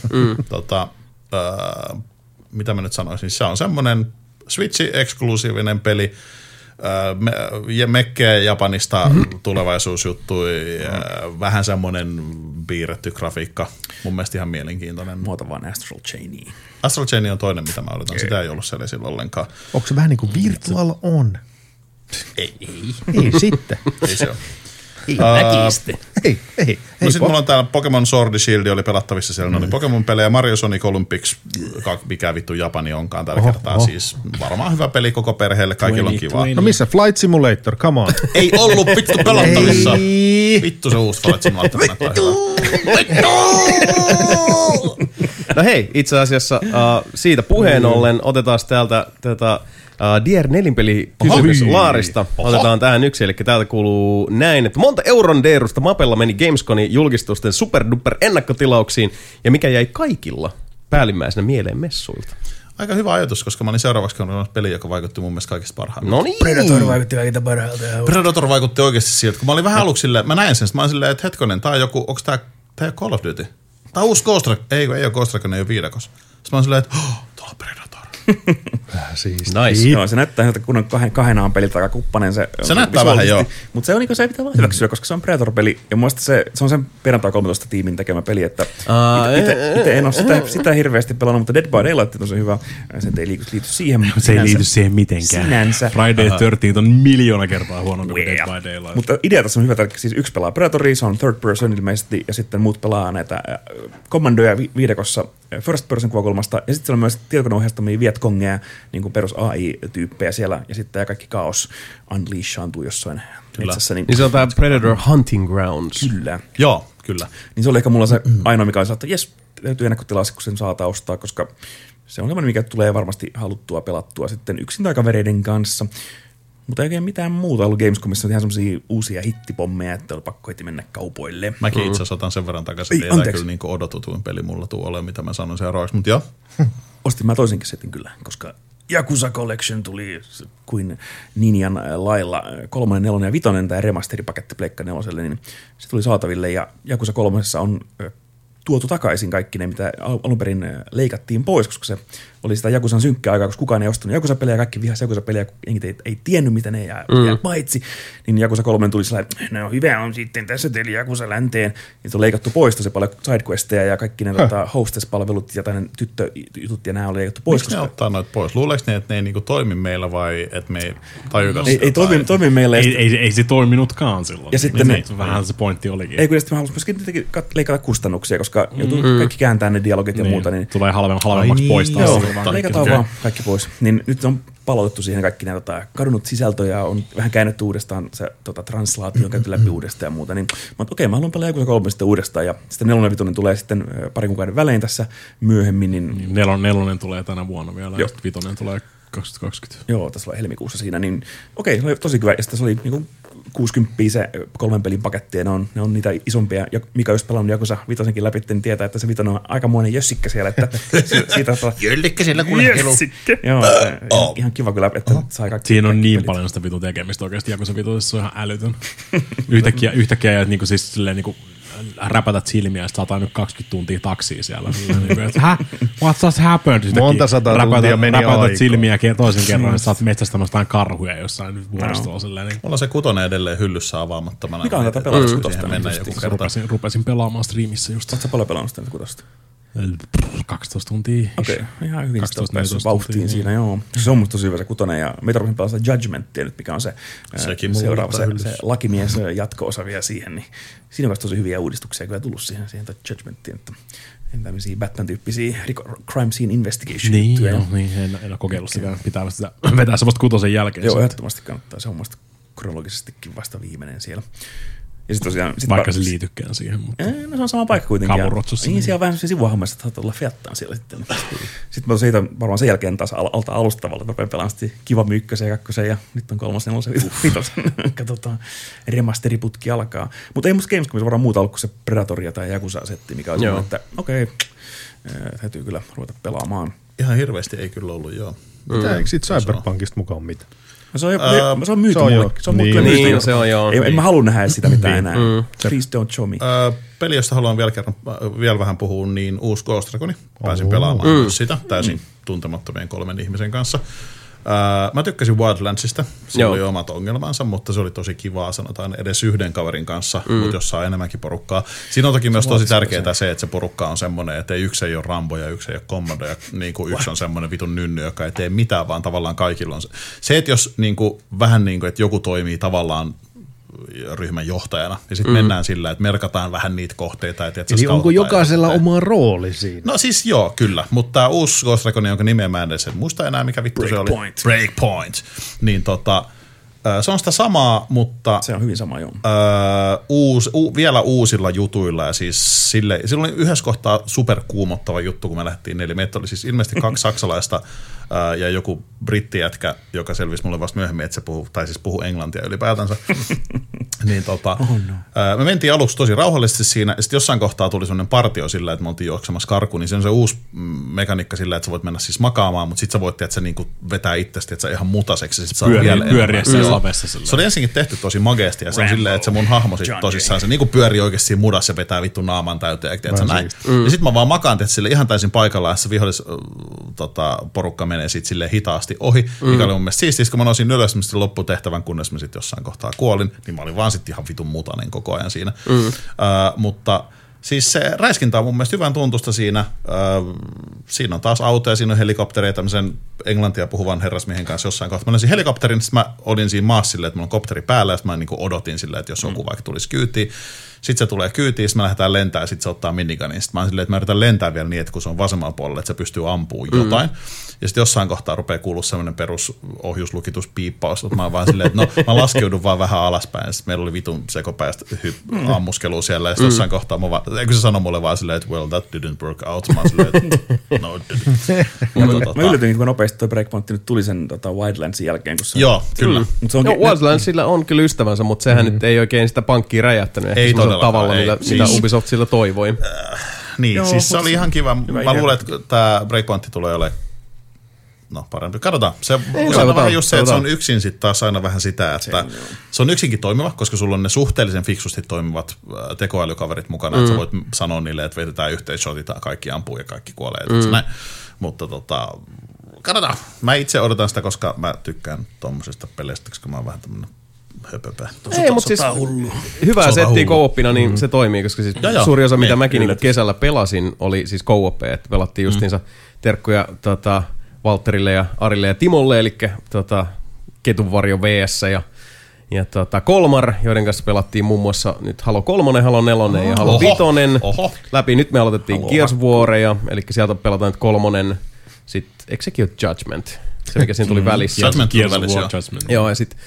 [SPEAKER 4] Mitä mä nyt sanoisin, se on semmoinen Switch-eksklusiivinen peli, mekkeä Japanista tulevaisuusjuttu, vähän semmoinen piirretty grafiikka. Mun mielestä ihan mielenkiintoinen.
[SPEAKER 3] Muuta vaan Astral Chainia.
[SPEAKER 4] Astral Chain on toinen, mitä mä odotan. Sitä ei ollut siellä silloin ollenkaan.
[SPEAKER 5] Onko se vähän niin kuin Virtual On?
[SPEAKER 4] Ei
[SPEAKER 5] sitten.
[SPEAKER 4] Ei se ole.
[SPEAKER 5] Ei.
[SPEAKER 4] No sit mulla on täällä Pokemon Sword Shield oli pelattavissa, siellä oli Pokemon-pelejä, Mario Sonic Olympics, mikä vittu Japani onkaan tällä kertaa, siis varmaan hyvä peli koko perheelle, kaikilla on kivaa.
[SPEAKER 5] No missä Flight Simulator, come on.
[SPEAKER 4] Ei ollut vittu pelattavissa. Vittu se uusi Flight Simulator näyttää hyvä.
[SPEAKER 1] No hei, itse asiassa siitä puheen ollen otetaan täältä Dier nelinpeli kysymys Laarista. Otetaan tähän yksi, eli täältä kuuluu näin, että monta euron deerusta mapella meni Gamescomin julkistusten superduper ennakkotilauksiin, ja mikä jäi kaikilla päällimmäisenä mieleen messuilta?
[SPEAKER 4] Aika hyvä ajatus, koska mä olin seuraavaksi kohdannut peli, joka vaikutti mun mielestä kaikista parhaimmin.
[SPEAKER 1] No niin.
[SPEAKER 3] Predator vaikutti kaikista parhailta.
[SPEAKER 4] Predator vaikutti oikeasti siltä, kun mä olin vähän aluksi silleen, mä näin sen, mä olin silleen, että hetkonen, tää on joku, onks tää Call of Duty? Tää on uusi Ghost Recon, ei ole Ghost Recon, ei ole viidakos. Sitten mä olin silleen, että tuolla on Predator.
[SPEAKER 5] Siis
[SPEAKER 1] nice.
[SPEAKER 3] Joo, se näyttää siltä kunnon kahdenaan peliltä aika kuppanen.
[SPEAKER 4] Se näyttää vähän joo.
[SPEAKER 3] Mutta se on niinku se, pitää vaan hyväksyä, koska se on Predator-peli. Ja mun mielestä se on sen perjantai 13 tiimin tekemä peli, että itse en ole sitä hirveästi pelannut, mutta Dead by Daylight on se hyvä. Se ei liity siihen.
[SPEAKER 6] Se ei liity siihen mitenkään.
[SPEAKER 3] Sinänsä.
[SPEAKER 6] Friday 13 on miljoona kertaa huonompi kuin Dead by Daylight.
[SPEAKER 3] Mutta idea tässä on hyvä, että siis yksi pelaa Predatoria, se on third person ilmeisesti, ja sitten muut pelaa näitä kommandoja viidekossa first person kuvakulmasta, ja sitten siellä on myös tietokoneohjastamia Vietcongeja, niin kuin perus AI-tyyppejä siellä, ja sitten kaikki kaos unleashaantuu jossain metsässä.
[SPEAKER 1] Niin se on tämä Predator Hunting Grounds.
[SPEAKER 3] Kyllä.
[SPEAKER 4] Joo, kyllä.
[SPEAKER 3] Niin se oli ehkä mulla se ainoa, mikä oli että jes, löytyy ennakkotilassa, kun sen saattaa ostaa, koska se on sellainen, mikä tulee varmasti haluttua pelattua sitten yksin tai kavereiden kanssa. Mutta ei oikein mitään muuta ollut Gamescomissa, on ihan semmosia uusia hittipommeja, että oli pakko heti mennä kaupoille.
[SPEAKER 4] Mäkin itse asiassa otan sen verran takaisin, että ei kyllä niin odotutuin peli mulla tuo ole, mitä mä sanon seuraavaksi, mutta joo.
[SPEAKER 3] Ostin mä toisenkin setin kyllä, koska Yakuza Collection tuli kuin Ninjan lailla 3, 4 ja 5, tämä remasteripaketti Pleikka 4, niin se tuli saataville ja Yakuza 3 on tuotu takaisin kaikki ne, mitä alun perin leikattiin pois, koska se oli sitä Yakuzan synkkää aikaa, koska kukaan ei ostanut Yakuza-pelejä, kaikki vihasi Yakuza-pelejä, kun ei tiennyt, mitä ne jää paitsi, niin Yakuza 3 tuli sellainen, no hyvä on sitten tässä teille Yakuza länteen, ja on leikattu pois tosi paljon sidequesteja ja kaikki ne hostess-palvelut ja tämmöinen tyttöjutut ja nämä on leikattu pois.
[SPEAKER 4] Miksi ne ottaa noita pois? Luuleeko ne, että ne ei niinku toimi meillä vai että me ei tajuta sitä?
[SPEAKER 3] Ei toimi meillä.
[SPEAKER 6] Ei se toiminutkaan silloin.
[SPEAKER 3] Ja sitten
[SPEAKER 6] vähän se pointti olikin.
[SPEAKER 3] Ei kun sitten mä halusin myöskin leikata kustannuksia, koska joutuu kaikki kääntää ne dialogit ja muuta. Niin
[SPEAKER 6] tulee halvemmaksi poistaa.
[SPEAKER 3] Joo, leikataan vaan kaikki pois. Niin nyt on palautettu siihen kaikki nämä kadonnut sisältöjä, on vähän käännetty uudestaan, se translaatio on käyty läpi uudestaan ja muuta. Niin mä okei, mä haluan pelaa Yakuza 3 sitten uudestaan ja sitten 4 ja 5 tulee sitten parin kuukauden välein tässä myöhemmin. Niin
[SPEAKER 6] 4 tulee tänä vuonna vielä ja sitten 5 tulee 2020.
[SPEAKER 3] Joo, tässä oli helmikuussa siinä, niin okei, se oli tosi hyvä. Ja sitten se oli niinku 60 se 3 pelin paketti, ja ne on niitä isompia. Ja mikä olisi pelannut Yakuza 5 läpi, niin tietää, että se 5 on aikamoinen jössikkä siellä. Että siitä
[SPEAKER 4] Jöllikkä siellä kuule helu.
[SPEAKER 3] Joo, ihan kiva kyllä, että sai kaikki.
[SPEAKER 6] Siinä on niin paljon sitä vitun tekemistä oikeasti. Yakuza 5 on ihan älytön. Yhtäkkiä jäät niinku siis silleen niinku räpätät silmiä ja sit saataan nyt 20 tuntia taksia siellä. What's just happened?
[SPEAKER 5] Monta 100 tuntia meni aikaa.
[SPEAKER 6] Räpätät silmiä toisen kerran, ja sä oot metsästänyt jostain karhuja jossain vuoristolla.
[SPEAKER 4] Mulla on se 6 edelleen hyllyssä avaamattomana.
[SPEAKER 3] Mikä on tätä pelata?
[SPEAKER 6] Rupesin pelaamaan striimissä just.
[SPEAKER 3] Oletko paljon pelannut sitä 6?
[SPEAKER 6] 12 tuntia.
[SPEAKER 3] Okei, ihan hyvin sitä on päässyt vauhtiin siinä, joo. Se on musta tosi hyvä se 6, ja meitä rupesin pelata sitä Judgmentia nyt, mikä on se seuraava se lakimies jatko-osa vielä siihen, niin siinä on tosi hyviä uudistuksia kyllä tullut siihen Judgmentiin, että tämmöisiä Batman-tyyppisiä crime scene investigation-juttuja.
[SPEAKER 6] Niin, en ole kokeillut sitä, pitää vetää semmoista 6 jälkeen.
[SPEAKER 3] Joo, ehdottomasti kannattaa, se on musta kronologisestikin vasta viimeinen siellä. Ja sit tosiaan,
[SPEAKER 6] vaikka se liitykään siihen. Mutta
[SPEAKER 3] no se on sama paikka kuitenkin.
[SPEAKER 6] Kavurotsussa.
[SPEAKER 3] Niin, siellä on vähän sellaisia sivuhahmoja, että saat olla Fiattaan siellä sitten. Sitten mä siitä varmaan sen jälkeen taas alta alustavalla, että rupean pelaamaan Kiva 1 ja 2 ja nyt on 3, 4, 5. Katsotaan, remasteriputki alkaa. Mutta ei musta Gamescomissa varmaan muuta ollut kuin se Predatoria tai Yakuza-setti, mikä on semmoinen, että okei, täytyy kyllä ruveta pelaamaan.
[SPEAKER 4] Ihan hirveästi ei kyllä ollut, joo.
[SPEAKER 5] Eikö siitä Cyberpunkista mukaan mitään?
[SPEAKER 3] Se on myyty mulle.
[SPEAKER 1] Se on joo.
[SPEAKER 3] En mä halua nähdä sitä mitään enää. Please don't show me.
[SPEAKER 4] Peli, josta haluan vielä vähän puhua, niin uusi Ghost Recon. Pääsin pelaamaan myös sitä täysin tuntemattomien 3 ihmisen kanssa. Mä tykkäsin Wildlandsista, se oli omat ongelmansa, mutta se oli tosi kivaa, sanotaan edes yhden kaverin kanssa, mutta jos saa enemmänkin porukkaa. Siinä on toki myös tosi tärkeää se, että se porukka on semmoinen, että yksi ei ole Rambo ja yksi ei ole Commando ja niin kuin yksi on semmoinen vitun nynny, joka ei tee mitään, vaan tavallaan kaikilla on se. Se, että jos niin kuin, vähän niin kuin, että joku toimii tavallaan ryhmän johtajana, ja sitten mennään sillä, että merkataan vähän niitä kohteita.
[SPEAKER 5] Eli onko jokaisella oma rooli siinä?
[SPEAKER 4] No siis joo, kyllä, mutta tämä uusi Ghost Recon, jonka nimeä mä en edes muista enää, mikä vittu se oli. Breakpoint. Niin se on sitä samaa, mutta
[SPEAKER 3] se on hyvin sama, joo.
[SPEAKER 4] Vielä uusilla jutuilla, ja siis silloin oli yhdessä kohtaa superkuumottava juttu, kun me lähdettiin 4. Meitä oli siis ilmeisesti 2 saksalaista ja joku brittijätkä, joka selvisi mulle vasta myöhemmin, että se puhuu englantia ylipäätänsä. Niin me mentiin aluksi tosi rauhallisesti siinä, ja sitten jossain kohtaa tuli semmoinen partio sillä, että me oltiin juoksemassa karkuun, niin se on se uusi mekaniikka sillä, että sä voit mennä siis makaamaan, mutta sitten sä voit, että sä niinku vetää itsestä, että sä ihan mutaseksi, ja sit sä
[SPEAKER 6] pyöriä lavessa.
[SPEAKER 4] Se oli ensinkin tehty tosi mageesti, ja se on silleen, että se mun hahmo sit tosissaan, se niinku pyörii oikeasti mudassa ja vetää vittu naaman täyteen, ja näin. Ja sit mä vaan makaan, että sille ihan täysin paikallaan, ja se vihollis porukka menee sit silleen hitaasti ohi, mikä oli mun mielestä siistiä, kun mä nousin ylös lopputehtävän, kunnes mä sit jossain kohtaa kuolin, niin mä olin vaan sit ihan vitun mutainen koko ajan siinä. Mutta siis se räiskintä on mun mielestä hyvän tuntusta siinä. Siinä on taas autoja, siinä on helikoptereita, tämmöisen englantia puhuvan herrasmiehen kanssa jossain kohtaa. Mä olin siinä helikopterin, sitten mä olin siinä maassa silleen, että mulla on kopteri päällä, ja sitten mä niin kuin odotin silleen, että jos joku vaikka tulisi kyytiin. Sitten se tulee kyytiin, sitten me lähdetään lentämään, ja sitten se ottaa minigunin. Sitten mä oon silleen, että mä yritän lentää vielä niin, että kun se on vasemmalla puolella, että se pystyy ampumaan jotain. Ja sitten jossain kohtaa rupeaa kuulua semmoinen perusohjuslukituspiippaus, että mä oon vaan silleen, että no mä laskeudun vaan vähän alaspäin. Ja sitten meillä oli vitun sekopäistä ammuskelua siellä, ja sitten jossain kohtaa mä vaan, eikö se sano mulle vaan silleen, että well, that didn't work out. Mä oon silleen, että no it didn't.
[SPEAKER 3] Mä yllätyin, kun nopeasti toi Breakpoint nyt tuli sen Wildlandsin jälkeen. Kun se
[SPEAKER 4] joo, kyllä.
[SPEAKER 1] Wildlandsilla on kyllä ystävänsä, mutta sehän nyt ei oikein sitä pankkiin räjähtänyt.
[SPEAKER 4] Ei
[SPEAKER 1] tavalla, mitä Ubisoft sillä toivoi.
[SPEAKER 4] Niin, joo, siis se oli ihan kiva. Mä luulen, että tämä Breakpoint tulee olemaan parempi. Katsotaan. Se on vähän just se, että se on yksin sitten taas aina vähän sitä, että se on yksinkin toimiva, koska sulla on ne suhteellisen fiksusti toimivat tekoälykaverit mukana, että sä voit sanoa niille, että veitetään yhteisshotit, kaikki ampuu ja kaikki kuolee. Mutta katsotaan. Mä itse odotan sitä, koska mä tykkään tommosesta peleistä, koska mä oon vähän tämmönen höpöpä.
[SPEAKER 1] Ei, mutta siis hyvää settiä co-opina, niin se toimii, koska siis suuri osa, mitä mäkin niin kesällä pelasin, oli siis co-oppeja, että pelattiin justiinsa terkkuja Valtterille ja Arille ja Timolle, eli Ketunvarjo VS ja Kolmar, joiden kanssa pelattiin muun muassa nyt Halo 3, Halo 4 ja Halo 5 läpi. Nyt me aloitettiin Gears Waria, eli sieltä pelataan nyt 3, sitten, eikö sekin ole Judgment? Se, mikä siinä tuli välissä.
[SPEAKER 4] Judgment tuli välissä,
[SPEAKER 1] joo. Ja sitten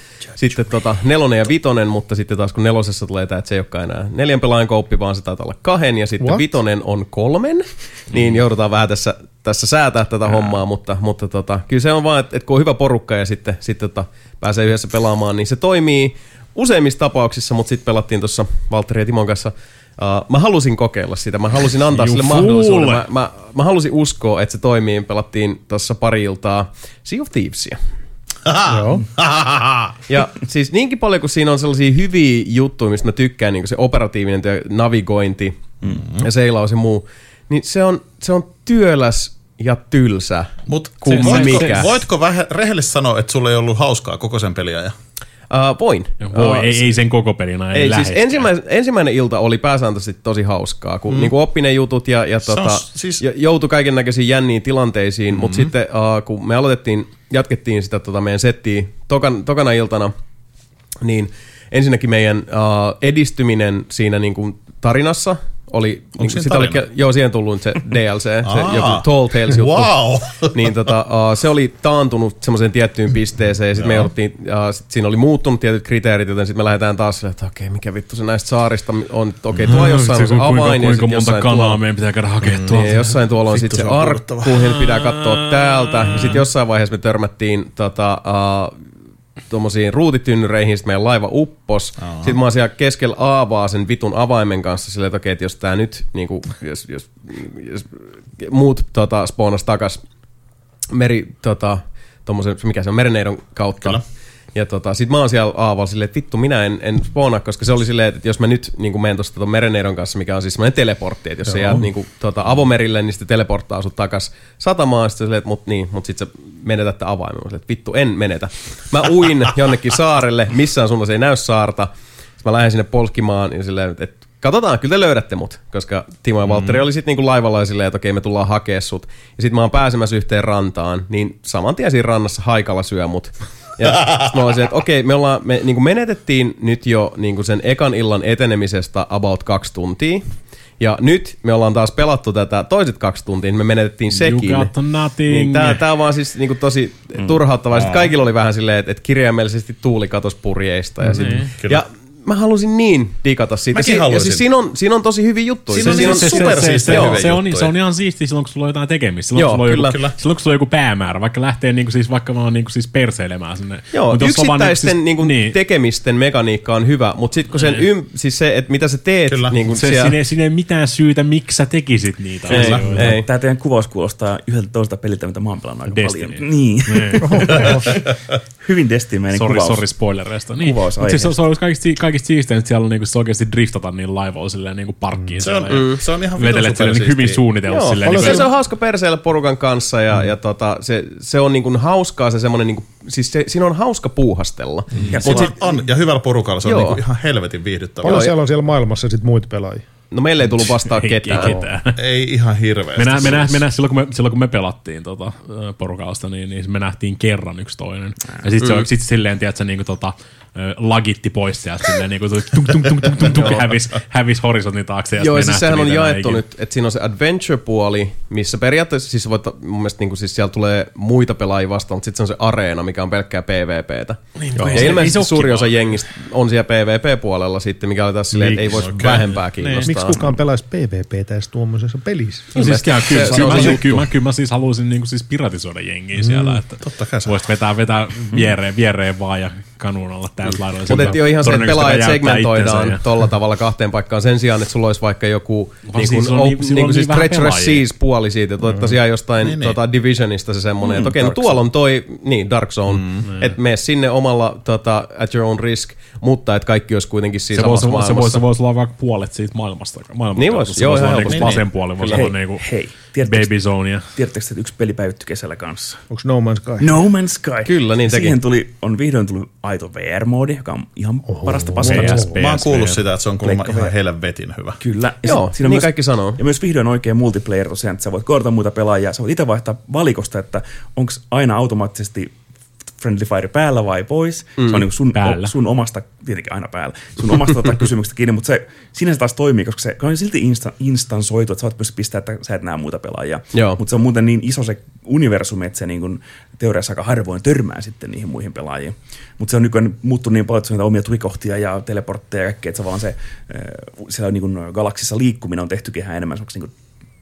[SPEAKER 1] 4 ja 5, mutta sitten taas kun 4 tulee tämä, että se ei olekaan enää 4 pelaajan kouppi, vaan se taitaa olla 2, ja sitten 5 on 3, niin joudutaan vähän tässä säätää tätä hommaa, mutta kyllä se on vaan, että kun on hyvä porukka ja sitten pääsee yhdessä pelaamaan, niin se toimii useimmissa tapauksissa, mutta sitten pelattiin tuossa Valtteri ja Timon kanssa. Mä halusin kokeilla sitä, mä halusin antaa sille mahdollisuuden, mä halusin uskoa, että se toimii, pelattiin tuossa pari iltaa Sea of Thievesia.
[SPEAKER 5] Joo.
[SPEAKER 1] Ja siis niinkin paljon, kun siinä on sellaisia hyviä juttuja, mistä mä tykkään, niin kuin se operatiivinen navigointi ja seilaus ja muu, niin se on työläs ja tylsä.
[SPEAKER 4] Mut voitko vähän rehellisesti sanoa, että sulla ei ollut hauskaa koko sen peliajan?
[SPEAKER 1] Voin.
[SPEAKER 6] Ei sen koko pelina, ei
[SPEAKER 1] siis ensimmäinen ilta oli pääsääntöisesti tosi hauskaa, kun niinku oppi ne jutut ja joutui kaiken näköisiin jänniin tilanteisiin, mutta sitten kun me jatkettiin sitä meidän settiä tokana iltana, niin ensinnäkin meidän edistyminen siinä niinku tarinassa oli, siihen tullut se DLC, se joku Tall Tales juttu.
[SPEAKER 4] Wow.
[SPEAKER 1] Niin se oli taantunut semmoiseen tiettyyn pisteeseen ja sitten me jouduttiin, siinä oli muuttunut tietyt kriteerit, joten sitten me lähdetään taas silleen, että okei, mikä vittu se näistä saarista on, okei, tuo jossain on avain.
[SPEAKER 6] Kuinka monta kanaa meidän pitää käydä hakemaan tuolta.
[SPEAKER 1] Ja jossain tuolla on sitten se arkku, pitää katsoa täältä. Ja sitten jossain vaiheessa me törmättiin tuommoisiin ruutitynnyreihin, sitten meidän laiva uppos. Sitten mä oon siellä keskellä aavaa sen vitun avaimen kanssa silleen, että okei, että jos tää nyt, niinku, jos muut spawnas takas mikä se on, mereneidon kautta. Kyllä. Ja sit mä oon siellä aavalla silleen, että vittu, minä en spawnaa, koska se oli silleen, että jos mä nyt niin menen tuosta mereneidon kanssa, mikä on siis semmoinen teleportti, että jos sä jäät niin avomerille, niin sitten teleporttaa sut takas satamaan, sitten silleen, että mut sit sä menetätte avaimen. Mä silleen, että vittu, en menetä. Mä uin jonnekin saarelle, missään suunnassa ei näy saarta. Sitten mä lähdin sinne polkimaan ja silleen, että katsotaan, kyllä te löydätte mut, koska Timo ja Valtteri oli sitten niinku laivalla silleen, että okei, me tullaan hakea sut. Ja sitten mä oon pääsemässä yhteen rantaan, niin saman tien siinä rannassa haikalla syö mut. Ja sitten mä olin silleen, että okei, me niinku menetettiin nyt jo niinku sen ekan illan etenemisestä about 2 tuntia. Ja nyt me ollaan taas pelattu tätä toiset 2 tuntia, niin me menetettiin sekin.
[SPEAKER 6] You got nothing.
[SPEAKER 1] Niin tää on vaan siis niinku tosi turhauttavaa. Sitten kaikilla oli vähän silleen, että kirjaimellisesti tuuli katosi purjeista. Ja mä halusin niin digata siitä.
[SPEAKER 4] Mäkin halusin.
[SPEAKER 1] Ja siis siinä on tosi hyviä juttuja.
[SPEAKER 4] Siinä on supersiistejä hyviä juttuja.
[SPEAKER 6] Se on ihan siistiä silloin, kun sulla on jotain tekemistä. Silloin, kun sulla on joku päämäärä, vaikka lähtee niinku siis, vaikka vaan niinku siis perseilemään sinne.
[SPEAKER 1] Joo, yksittäisten niinku tekemisten mekaniikka on hyvä, mutta sitten kun sen siis se, että mitä sä teet. Niinku
[SPEAKER 6] siinä ei mitään syytä, miksi sä tekisit niitä asioita.
[SPEAKER 3] Tää teidän kuvaus kuulostaa yhdeltä toista peliltä, mitä mä oon pelannut aika
[SPEAKER 6] Destiny.
[SPEAKER 3] Paljon. Niin. Hyvin Destiny-meinen kuvaus.
[SPEAKER 6] Sori spoilereista. Niin. Mutta se on kaikista siistein, että siellä on niinku oikeasti driftata niin laivalla silleen niinku parkkiin.
[SPEAKER 4] Se on ihan
[SPEAKER 6] vetelet silleen hyvin suunnitellut silleen.
[SPEAKER 1] Joo, se on hauska perseillä porukan kanssa ja se on niinku hauskaa se semmoinen niinku, siis siinä on hauska puuhastella.
[SPEAKER 4] Ja hyvällä porukalla se on niinku ihan helvetin viihdyttävää.
[SPEAKER 5] Paljon siellä on siellä maailmassa sit muita pelaajia?
[SPEAKER 1] No meille ei tullut vastaan ketään.
[SPEAKER 4] Ei ihan hirveästi.
[SPEAKER 6] Silloin kun me pelattiin porukasta, niin me nähtiin kerran yksi toinen. Ja sit silleen, tiedätkö, niinku lagitti pois sieltä silleen, niinku hävis horisontin taakse.
[SPEAKER 1] Joo, siis sehän on jaettu nyt, että siinä on se adventure-puoli, missä periaatteessa siis voit, mun mielestä niinku, siis siellä tulee muita pelaajia vastaan, mutta sitten se on se areena, mikä on pelkkää PvPtä. Ja ilmeisesti suuri osa jengistä on siellä PvP-puolella sitten, mikä oli taas silleen, että ei voisi vähempää kiinnostaa.
[SPEAKER 5] Miksi kukaan pelaisi PvPtä edes tuommoisessa pelissä?
[SPEAKER 6] Kyllä mä siis haluaisin niinku siis piratisoida jengiä siellä, että voisit vetää viereen vaan ja kanuunalla täysin laidoilla.
[SPEAKER 1] Mutta et jo ihan se, että pelaajat segmentoidaan tolla tavalla 2 paikkaan sen sijaan, että sulla olisi vaikka joku niinku siis Treacherous Seas puoli siitä, että otettaisiin jostain Divisionista se semmoinen, että okei, no tuolla on toi Dark Zone, että mene sinne omalla at your own risk, mutta että kaikki olisi kuitenkin siinä samassa maailmassa.
[SPEAKER 6] Se voisi olla vaikka puolet siitä maailmasta.
[SPEAKER 1] Niin voisi, joo, ihan helposti.
[SPEAKER 6] Vasen puoli voisi olla niinku Baby Zone.
[SPEAKER 3] Tiedättekö, että yksi peli päivittyi kesällä kanssa?
[SPEAKER 5] Onko No Man's Sky?
[SPEAKER 3] No Man's Sky.
[SPEAKER 1] Kyllä, niin teki.
[SPEAKER 3] Siihen vihdoin tuli aito VR-moodi, joka on ihan parasta paskaa.
[SPEAKER 4] Mä oon kuullut sitä, että se on kuulemma ihan helvetin hyvä.
[SPEAKER 3] Kyllä.
[SPEAKER 1] Joo, niin myös, kaikki sanoo.
[SPEAKER 3] Ja myös vihdoin oikein multiplayer tosiaan, että sä voit kohdata muita pelaajia. Sä voit itse vaihtaa valikosta, että onko aina automaattisesti Friendly Fire päällä vai pois. Se on niin sun omasta, tietenkin aina päällä, sun omasta kysymyksestä kiinni, mutta siinä se taas toimii, koska se on silti instansoitu, että sä voit pysty pistämään, että sä et näe muuta pelaajia. Mutta se on muuten niin iso se universumi, että se niin kuin teoriassa aika harvoin törmää sitten niihin muihin pelaajiin. Mutta se on nykyään muuttunut niin paljon, että se on niitä omia tukikohtia ja teleportteja ja kaikkea, että se vaan siellä niin kuin galaksissa liikkuminen on tehty kehään enemmän niin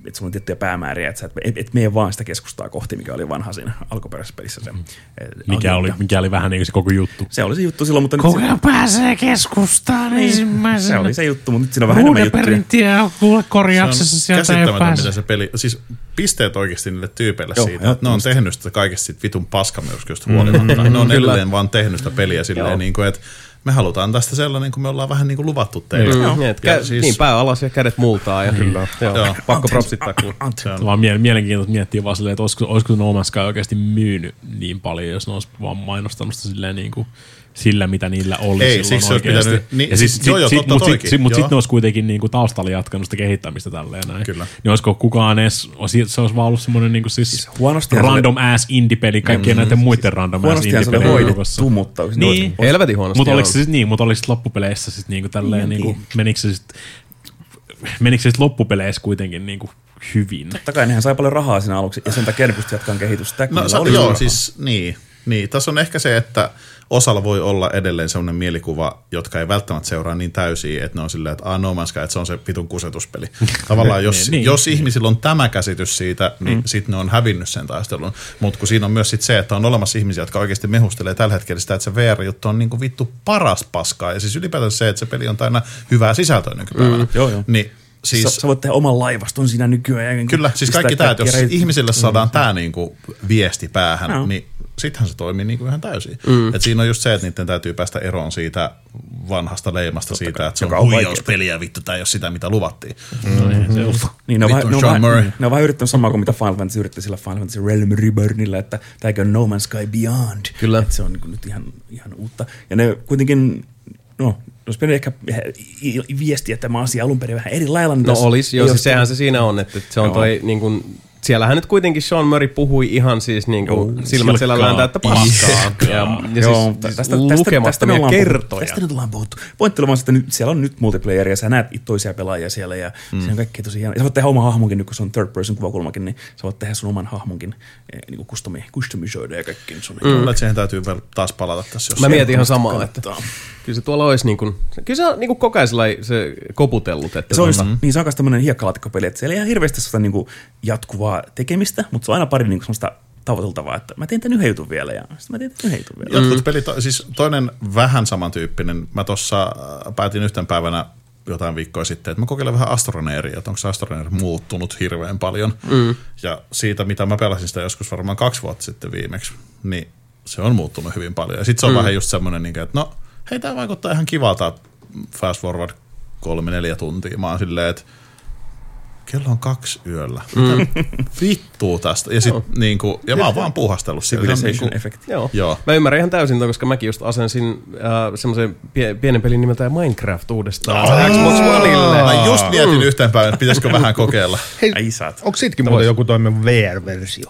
[SPEAKER 3] sulla on tiettyjä päämääriä, että sä et mene vaan sitä keskustaa kohti, mikä oli vanha siinä alkuperäisessä pelissä. Se,
[SPEAKER 6] mikä oli vähän niin kuin se koko juttu.
[SPEAKER 3] Se oli se juttu silloin, mutta
[SPEAKER 6] koko ajan pääsee keskustaan ensimmäisenä.
[SPEAKER 3] Se oli se juttu, mutta nyt siinä on vähän enemmän juttuja.
[SPEAKER 6] Perintiä kuule korjauksessa sieltä ei pääse.
[SPEAKER 4] Mitä se peli, siis pisteet oikeasti niille tyypeille siitä, että ne on tehnyt sitä kaikesta siitä vitun paskamyrskystä huolimatta. Ne on edelleen vaan tehnyt sitä peliä silleen, niin kuin, että me halutaan tästä sellainen, kun me ollaan vähän niin kuin luvattu teille.
[SPEAKER 1] Niin, pää alas ja kädet multaa. Ja kyllä. Pakko propsittaa.
[SPEAKER 6] Se on vaan mielenkiintoista miettiä vaan silleen, että olisiko No Man's Sky oikeasti myynyt niin paljon, jos ne olisi vaan mainostanut sitä silleen niin kuin sillä, mitä niillä oli
[SPEAKER 4] ei,
[SPEAKER 6] silloin oikeasti.
[SPEAKER 4] Mutta
[SPEAKER 6] sitten ne olisi kuitenkin niinku taustalla jatkanut sitä kehittämistä tälleen näin.
[SPEAKER 4] Kyllä.
[SPEAKER 6] Niin olisiko kukaan edes, se olisi vaan ollut semmoinen niinku siis random ass indie-peli kaikkien näiden muiden random ass indie-pelien
[SPEAKER 3] joukossa.
[SPEAKER 6] Niin.
[SPEAKER 1] Helvetin huonosti.
[SPEAKER 6] Mutta oliko se loppupeleissä sitten niinku tälleen, niinku, menikö se sitten loppupeleissä kuitenkin niinku hyvin?
[SPEAKER 3] Totta kai nehän sai paljon rahaa siinä aluksi ja sen takia ne pystyi jatkamaan kehitystä.
[SPEAKER 4] Niin. Tässä on ehkä se, että osalla voi olla edelleen sellainen mielikuva, jotka ei välttämättä seuraa niin täysiä, että ne on silleen, että No Man's Sky, että se on se vitun kusetuspeli. Tavallaan jos ihmisillä on tämä käsitys siitä, niin sitten ne on hävinnyt sen taistelun. Mutta kun siinä on myös sit se, että on olemassa ihmisiä, jotka oikeasti mehustelee tällä hetkellä sitä, että se VR-juttu on niinku vittu paras paskaa. Ja siis ylipäätään se, että se peli on täynnä hyvää sisältöä nykypäivänä. Niin siis,
[SPEAKER 3] sä voit tehdä oman laivaston siinä nykyään.
[SPEAKER 4] Kyllä, siis kaikki tämä, että jos ihmisille saadaan tämä niinku viesti päähän, niin sittenhän se toimii niinku ihan täysin. Et siinä on just se, että niiden täytyy päästä eroon siitä vanhasta leimasta siitä, että se on huijauspeliä vittu, tai jos sitä, mitä luvattiin.
[SPEAKER 3] Niin, ne on vähän yrittänyt samaa kuin mitä Final Fantasy yritti sillä Final Fantasy Realm Reburnilla, että tämä on No Man's Sky Beyond.
[SPEAKER 1] Kyllä.
[SPEAKER 3] Että se on niin nyt ihan uutta. Ja ne kuitenkin, olisi pitänyt ehkä viestiä tämä asia alun perin vähän eri lailla.
[SPEAKER 1] No olisi, joo, siis sehän se siinä on, että se on toi niin kuin, siellähän nyt kuitenkin Sean Murray puhui ihan siis niin kuin silmät selällään täyttä paskaa. Ja siis lukemattomia kertoja.
[SPEAKER 3] Tästä nyt ollaan puhuttu. Pointti on vaan, että siellä on nyt multiplayeria, sä näet toisia pelaajia siellä ja siinä on kaikki tosi hienoa. Ja sä voit tehdä oman hahmonkin nyt, kun se on third person kuvakulmakin, niin sä voit tehdä sun oman hahmonkin niin customisoida ja kaikki.
[SPEAKER 4] Luulen, että siihen täytyy vielä taas palata tässä.
[SPEAKER 1] Mä mietin ihan samaa, että kyllä se tuolla olisi niin kuin, kyllä se on niin kuin koko ajan se koputellut. Että
[SPEAKER 3] se on myös tämmöinen hiekkalaatikkopeli, että siellä ei ihan hirveästi sitä niin kuin jatkuvaa tekemistä, mutta se on aina pari niin kuin semmoista tavoiteltavaa, että mä teen tämän yhden jutun vielä ja sitten mä teen tämän yhden jutun vielä.
[SPEAKER 4] Jotkut pelit, siis toinen vähän samantyyppinen, mä tuossa päätin yhten päivänä jotain viikkoa sitten, että mä kokeilen vähän Astroneeria, että onko se Astroneer muuttunut hirveän paljon. Ja siitä, mitä mä pelasin sitä joskus varmaan 2 vuotta sitten viimeksi, niin se on muuttunut hyvin paljon. Ja sitten se on vähän just semmoinen, että no hei, tää vaikuttaa ihan kivalta fast forward 3-4 tuntia. Mä oon silleen, että kello on 2 yöllä. Mitä vittua tästä? Ja, niinku, ja mä oon vaan puuhastellut sitä.
[SPEAKER 3] Civilization Effect.
[SPEAKER 1] Joo. Mä ymmärrän ihan täysin, koska mäkin just asensin semmoisen pienen pelin nimeltä Minecraft uudestaan Xbox Oneille.
[SPEAKER 4] Mä just mietin yhteen päivän, että pitäisikö vähän kokeilla.
[SPEAKER 5] Hei, onko sitkin muuten joku toimen VR-versio?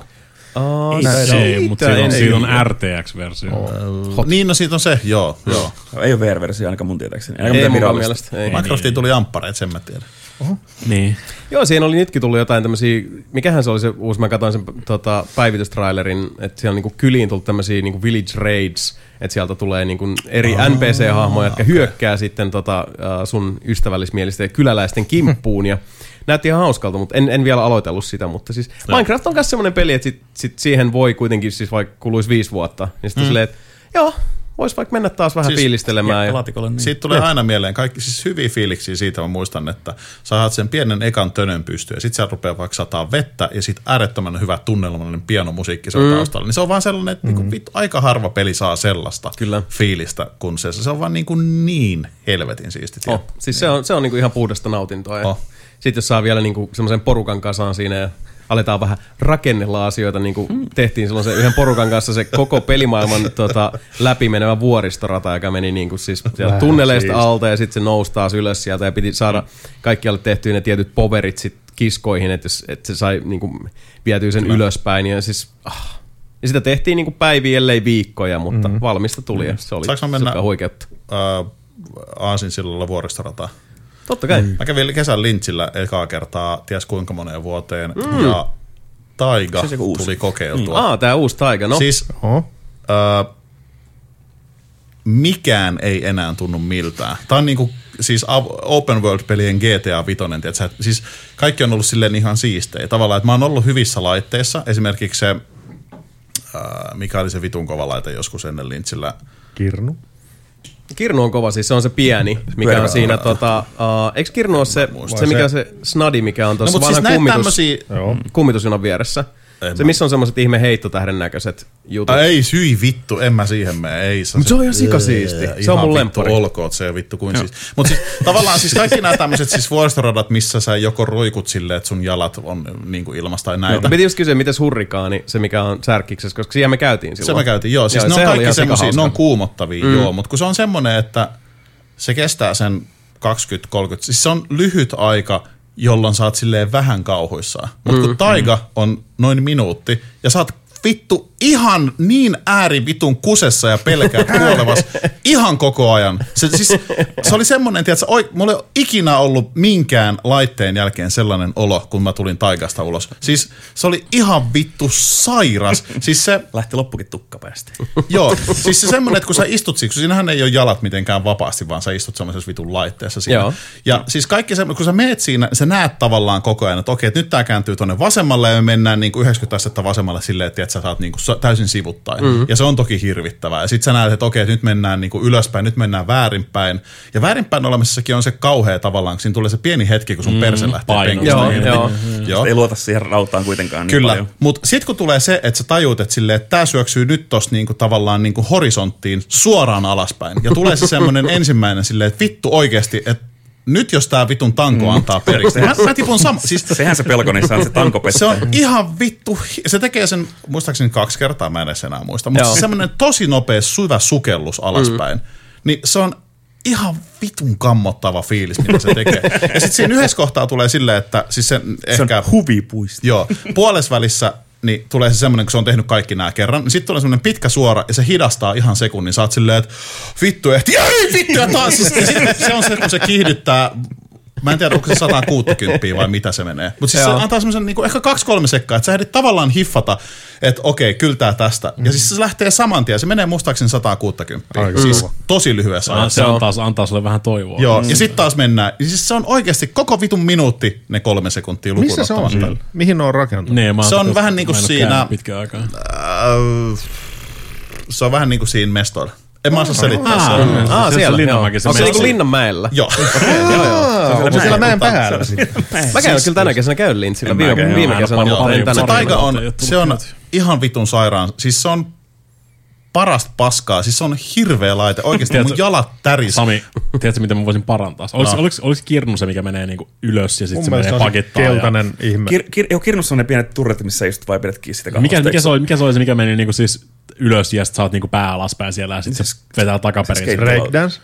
[SPEAKER 6] Ei, mutta siitä on RTX-versio.
[SPEAKER 4] Niin, no siitä on se, joo.
[SPEAKER 3] Ei ole VR-versio ainakaan mun tietääkseni.
[SPEAKER 1] Ei mun mielestä.
[SPEAKER 4] Minecraftiin tuli amppareet, sen mä tiedän.
[SPEAKER 6] Niin.
[SPEAKER 1] Joo, siinä oli nytkin tullut jotain tämmöisiä, mikähän se oli se uusi, mä katsoin sen päivitystrailerin, että siellä on niinku kyliin tullut tämmöisiä niinku village raids, että sieltä tulee niinku eri NPC-hahmoja, jotka hyökkää sitten sun ystävällismielisten kyläläisten kimppuun ja näytti ihan hauskalta, mutta en vielä aloitellut sitä, mutta siis Minecraft on myös semmoinen peli, että sit siihen voi kuitenkin, siis vaikka kuluisi 5 vuotta, niin sitten silleen, että joo, voisi vaikka mennä taas vähän fiilistelemään.
[SPEAKER 3] Niin.
[SPEAKER 4] Siitä tulee aina mieleen kaikki siis hyviä fiiliksiä siitä, mä muistan, että sä saat sen pienen ekan tönön pystyyn ja sit siellä rupeaa vaikka sataa vettä ja sit äärettömän hyvä tunnelmallinen pianomusiikki se on taustalla. Niin se on vaan sellainen, että vittu, aika harva peli saa sellaista fiilistä, kun se on vaan niin helvetin siisti.
[SPEAKER 1] Siis se on niinku ihan puhdasta nautintoa. Sitten jos saa vielä niinku semmoisen porukan kasaan siinä ja aletaan vähän rakennella asioita, niin kuin tehtiin silloin se yhden porukan kanssa se koko pelimaailman läpimenevä vuoristorata, joka meni niin kuin siis tunneleista alta ja sitten se nousi taas ylös sieltä ja piti saada kaikkialle tehtyä ne tietyt powerit sit kiskoihin, että se sai niin kuin vietyä sen ylöspäin. Ja siis, ja sitä tehtiin niin kuin päiviä, ellei viikkoja, mutta valmista tuli ja se oli super huikeutta.
[SPEAKER 4] Aasinsillalla vuoristorataa.
[SPEAKER 1] Totta kai.
[SPEAKER 4] Mä kävin kesän Lynchillä ekaa kertaa, ties kuinka moneen vuoteen, ja Taiga tuli kokeiltua.
[SPEAKER 1] Tää uusi Taiga, no.
[SPEAKER 4] Siis, mikään ei enää tunnu miltään. Tää on niinku siis open world-pelien GTA 5, tiiätsä, siis kaikki on ollut silleen ihan siistejä. Tavallaan, että mä oon ollut hyvissä laitteissa, esimerkiksi se, mikä oli se vitun kova laite joskus ennen Lynchillä?
[SPEAKER 1] Kirnu on kova, siis se on se pieni, mikä on siinä, eikö Kirnu ole se mikä on se snadi, mikä on tuossa vanhan kummitusjunan vieressä? Se, missä on semmoiset ihme heittotähden näköiset jutut.
[SPEAKER 4] Ei syi vittu, en mä siihen mene. Ei,
[SPEAKER 1] se on ihan sikasiisti. Se on mun lemppari.
[SPEAKER 4] Olkoot se vittu kuin siis. Mutta siis, tavallaan siis kaikki nämä tämmöiset siis vuoristoradat, missä sä joko roikut silleen, että sun jalat on niinku ilmasta tai näitä.
[SPEAKER 1] Piti just kysyä, mites hurrikaani, se mikä on särkiksessä, koska siihen me käytiin silloin.
[SPEAKER 4] Se me käytiin, joo. Siis ne on kaikki semmosia, ne on kuumottavia, joo. Mutta kun se on semmoinen, että se kestää sen 20-30, siis se on lyhyt aika, jolloin sä oot silleen vähän kauhuissaan. Mutta kun taiga on noin minuutti, ja sä oot vittu ihan niin äärivitun kusessa ja pelkää kuolevas ihan koko ajan. Se oli semmoinen, tiiätkö, mulla ei ole ikinä ollut minkään laitteen jälkeen sellainen olo, kun mä tulin taigasta ulos. Siis se oli ihan vittu sairas. Siis se
[SPEAKER 3] lähti loppukin tukkapäästä.
[SPEAKER 4] Joo, siis se semmoinen, että kun sä istut siinä, siinähän ei ole jalat mitenkään vapaasti, vaan sä istut semmoisessa vitun laitteessa siinä. Joo. Ja siis kaikki semmoinen, kun sä meet siinä, sä näet tavallaan koko ajan, että okei, että nyt tää kääntyy tonne vasemmalle ja me mennään niin kuin 90 astetta vasemmalle silleen, että sä saat niin kuin täysin sivuttain. Ja se on toki hirvittävää. Ja sit sä näet, että okei, että nyt mennään niin kuin ylöspäin, nyt mennään väärinpäin. Ja väärinpäin olemisessakin on se kauhea tavallaan, kun siinä tulee se pieni hetki, kun sun perse lähtee penkistä.
[SPEAKER 3] Joo. Ei luota siihen rautaan kuitenkaan niin
[SPEAKER 4] kyllä, mutta sit kun tulee se, että sä tajuut, että silleen, että tää syöksyy nyt tossa niinku tavallaan niinku horisonttiin suoraan alaspäin. Ja tulee se semmonen ensimmäinen silleen, että vittu oikeesti, että nyt jos tää vitun tanko antaa periksi. Mä tipun siis
[SPEAKER 3] sehän se pelko niissä on se tanko pettää.
[SPEAKER 4] Se on ihan vittu, se tekee sen muistaakseni 2 kertaa, mä en edes enää muista. Mutta se semmonen tosi nopea syvä sukellus alaspäin, niin se on ihan vitun kammottava fiilis, mitä se tekee. Ja sit siinä yhdessä kohtaa tulee silleen, että siis se ehkä
[SPEAKER 3] on huvipuisto.
[SPEAKER 4] Joo, puolesvälissä niin tulee se semmoinen, kun se on tehnyt kaikki nämä kerran, niin sitten tulee semmoinen pitkä suora, ja se hidastaa ihan sekunnin. Sä oot silleen, että vittu ehti, ei vittu, ja taas. Se on se, kun se kiihdyttää, mä en tiedä, onko se 160 vai mitä se menee. Mutta siis se antaa semmoisen niin ehkä 2-3 sekkaa, että sä ehdit tavallaan hiffata, että okei, kyltää tästä. Ja siis se lähtee saman tien, se menee muistaakseni 160. Siis tosi lyhyessä ajassa.
[SPEAKER 6] Se antaa sulle vähän toivoa.
[SPEAKER 4] Joo, ja sitten taas mennään. Ja siis se on oikeasti koko vitun minuutti ne 3 sekuntia lukuun
[SPEAKER 5] missä se on? Mihin ne on rakentunut?
[SPEAKER 4] Se on vähän niin kuin siinä... Se on vähän niin kuin siinä mestoilla. En mä osaa selittää.
[SPEAKER 1] Siellä. On se niinku Linnanmäellä?
[SPEAKER 4] Joo.
[SPEAKER 5] Onko siellä mäen päällä?
[SPEAKER 1] Mä käyn kyllä tänä kesänä käyn Lintsillä. Viime kesänä.
[SPEAKER 4] Se taiga on, se on ihan vitun sairaan. Siis se on parasta paskaa. Siis se on hirveä laite. Oikeesti mun jalat täris.
[SPEAKER 6] Sami, tiedätkö miten mä voisin parantaa? Oliko Kirnu se, mikä menee niinku ylös ja sitten se menee pakittaa?
[SPEAKER 5] Keltainen ihme.
[SPEAKER 3] Kirnussa on ne pienet turret, missä istut vai pidät kiinni sitä
[SPEAKER 6] mikä se oli se, mikä meni niinku siis ylös ja sit sä oot niinku pää alaspäin siellä ja sit se vetää takaperin.
[SPEAKER 5] Breakdance?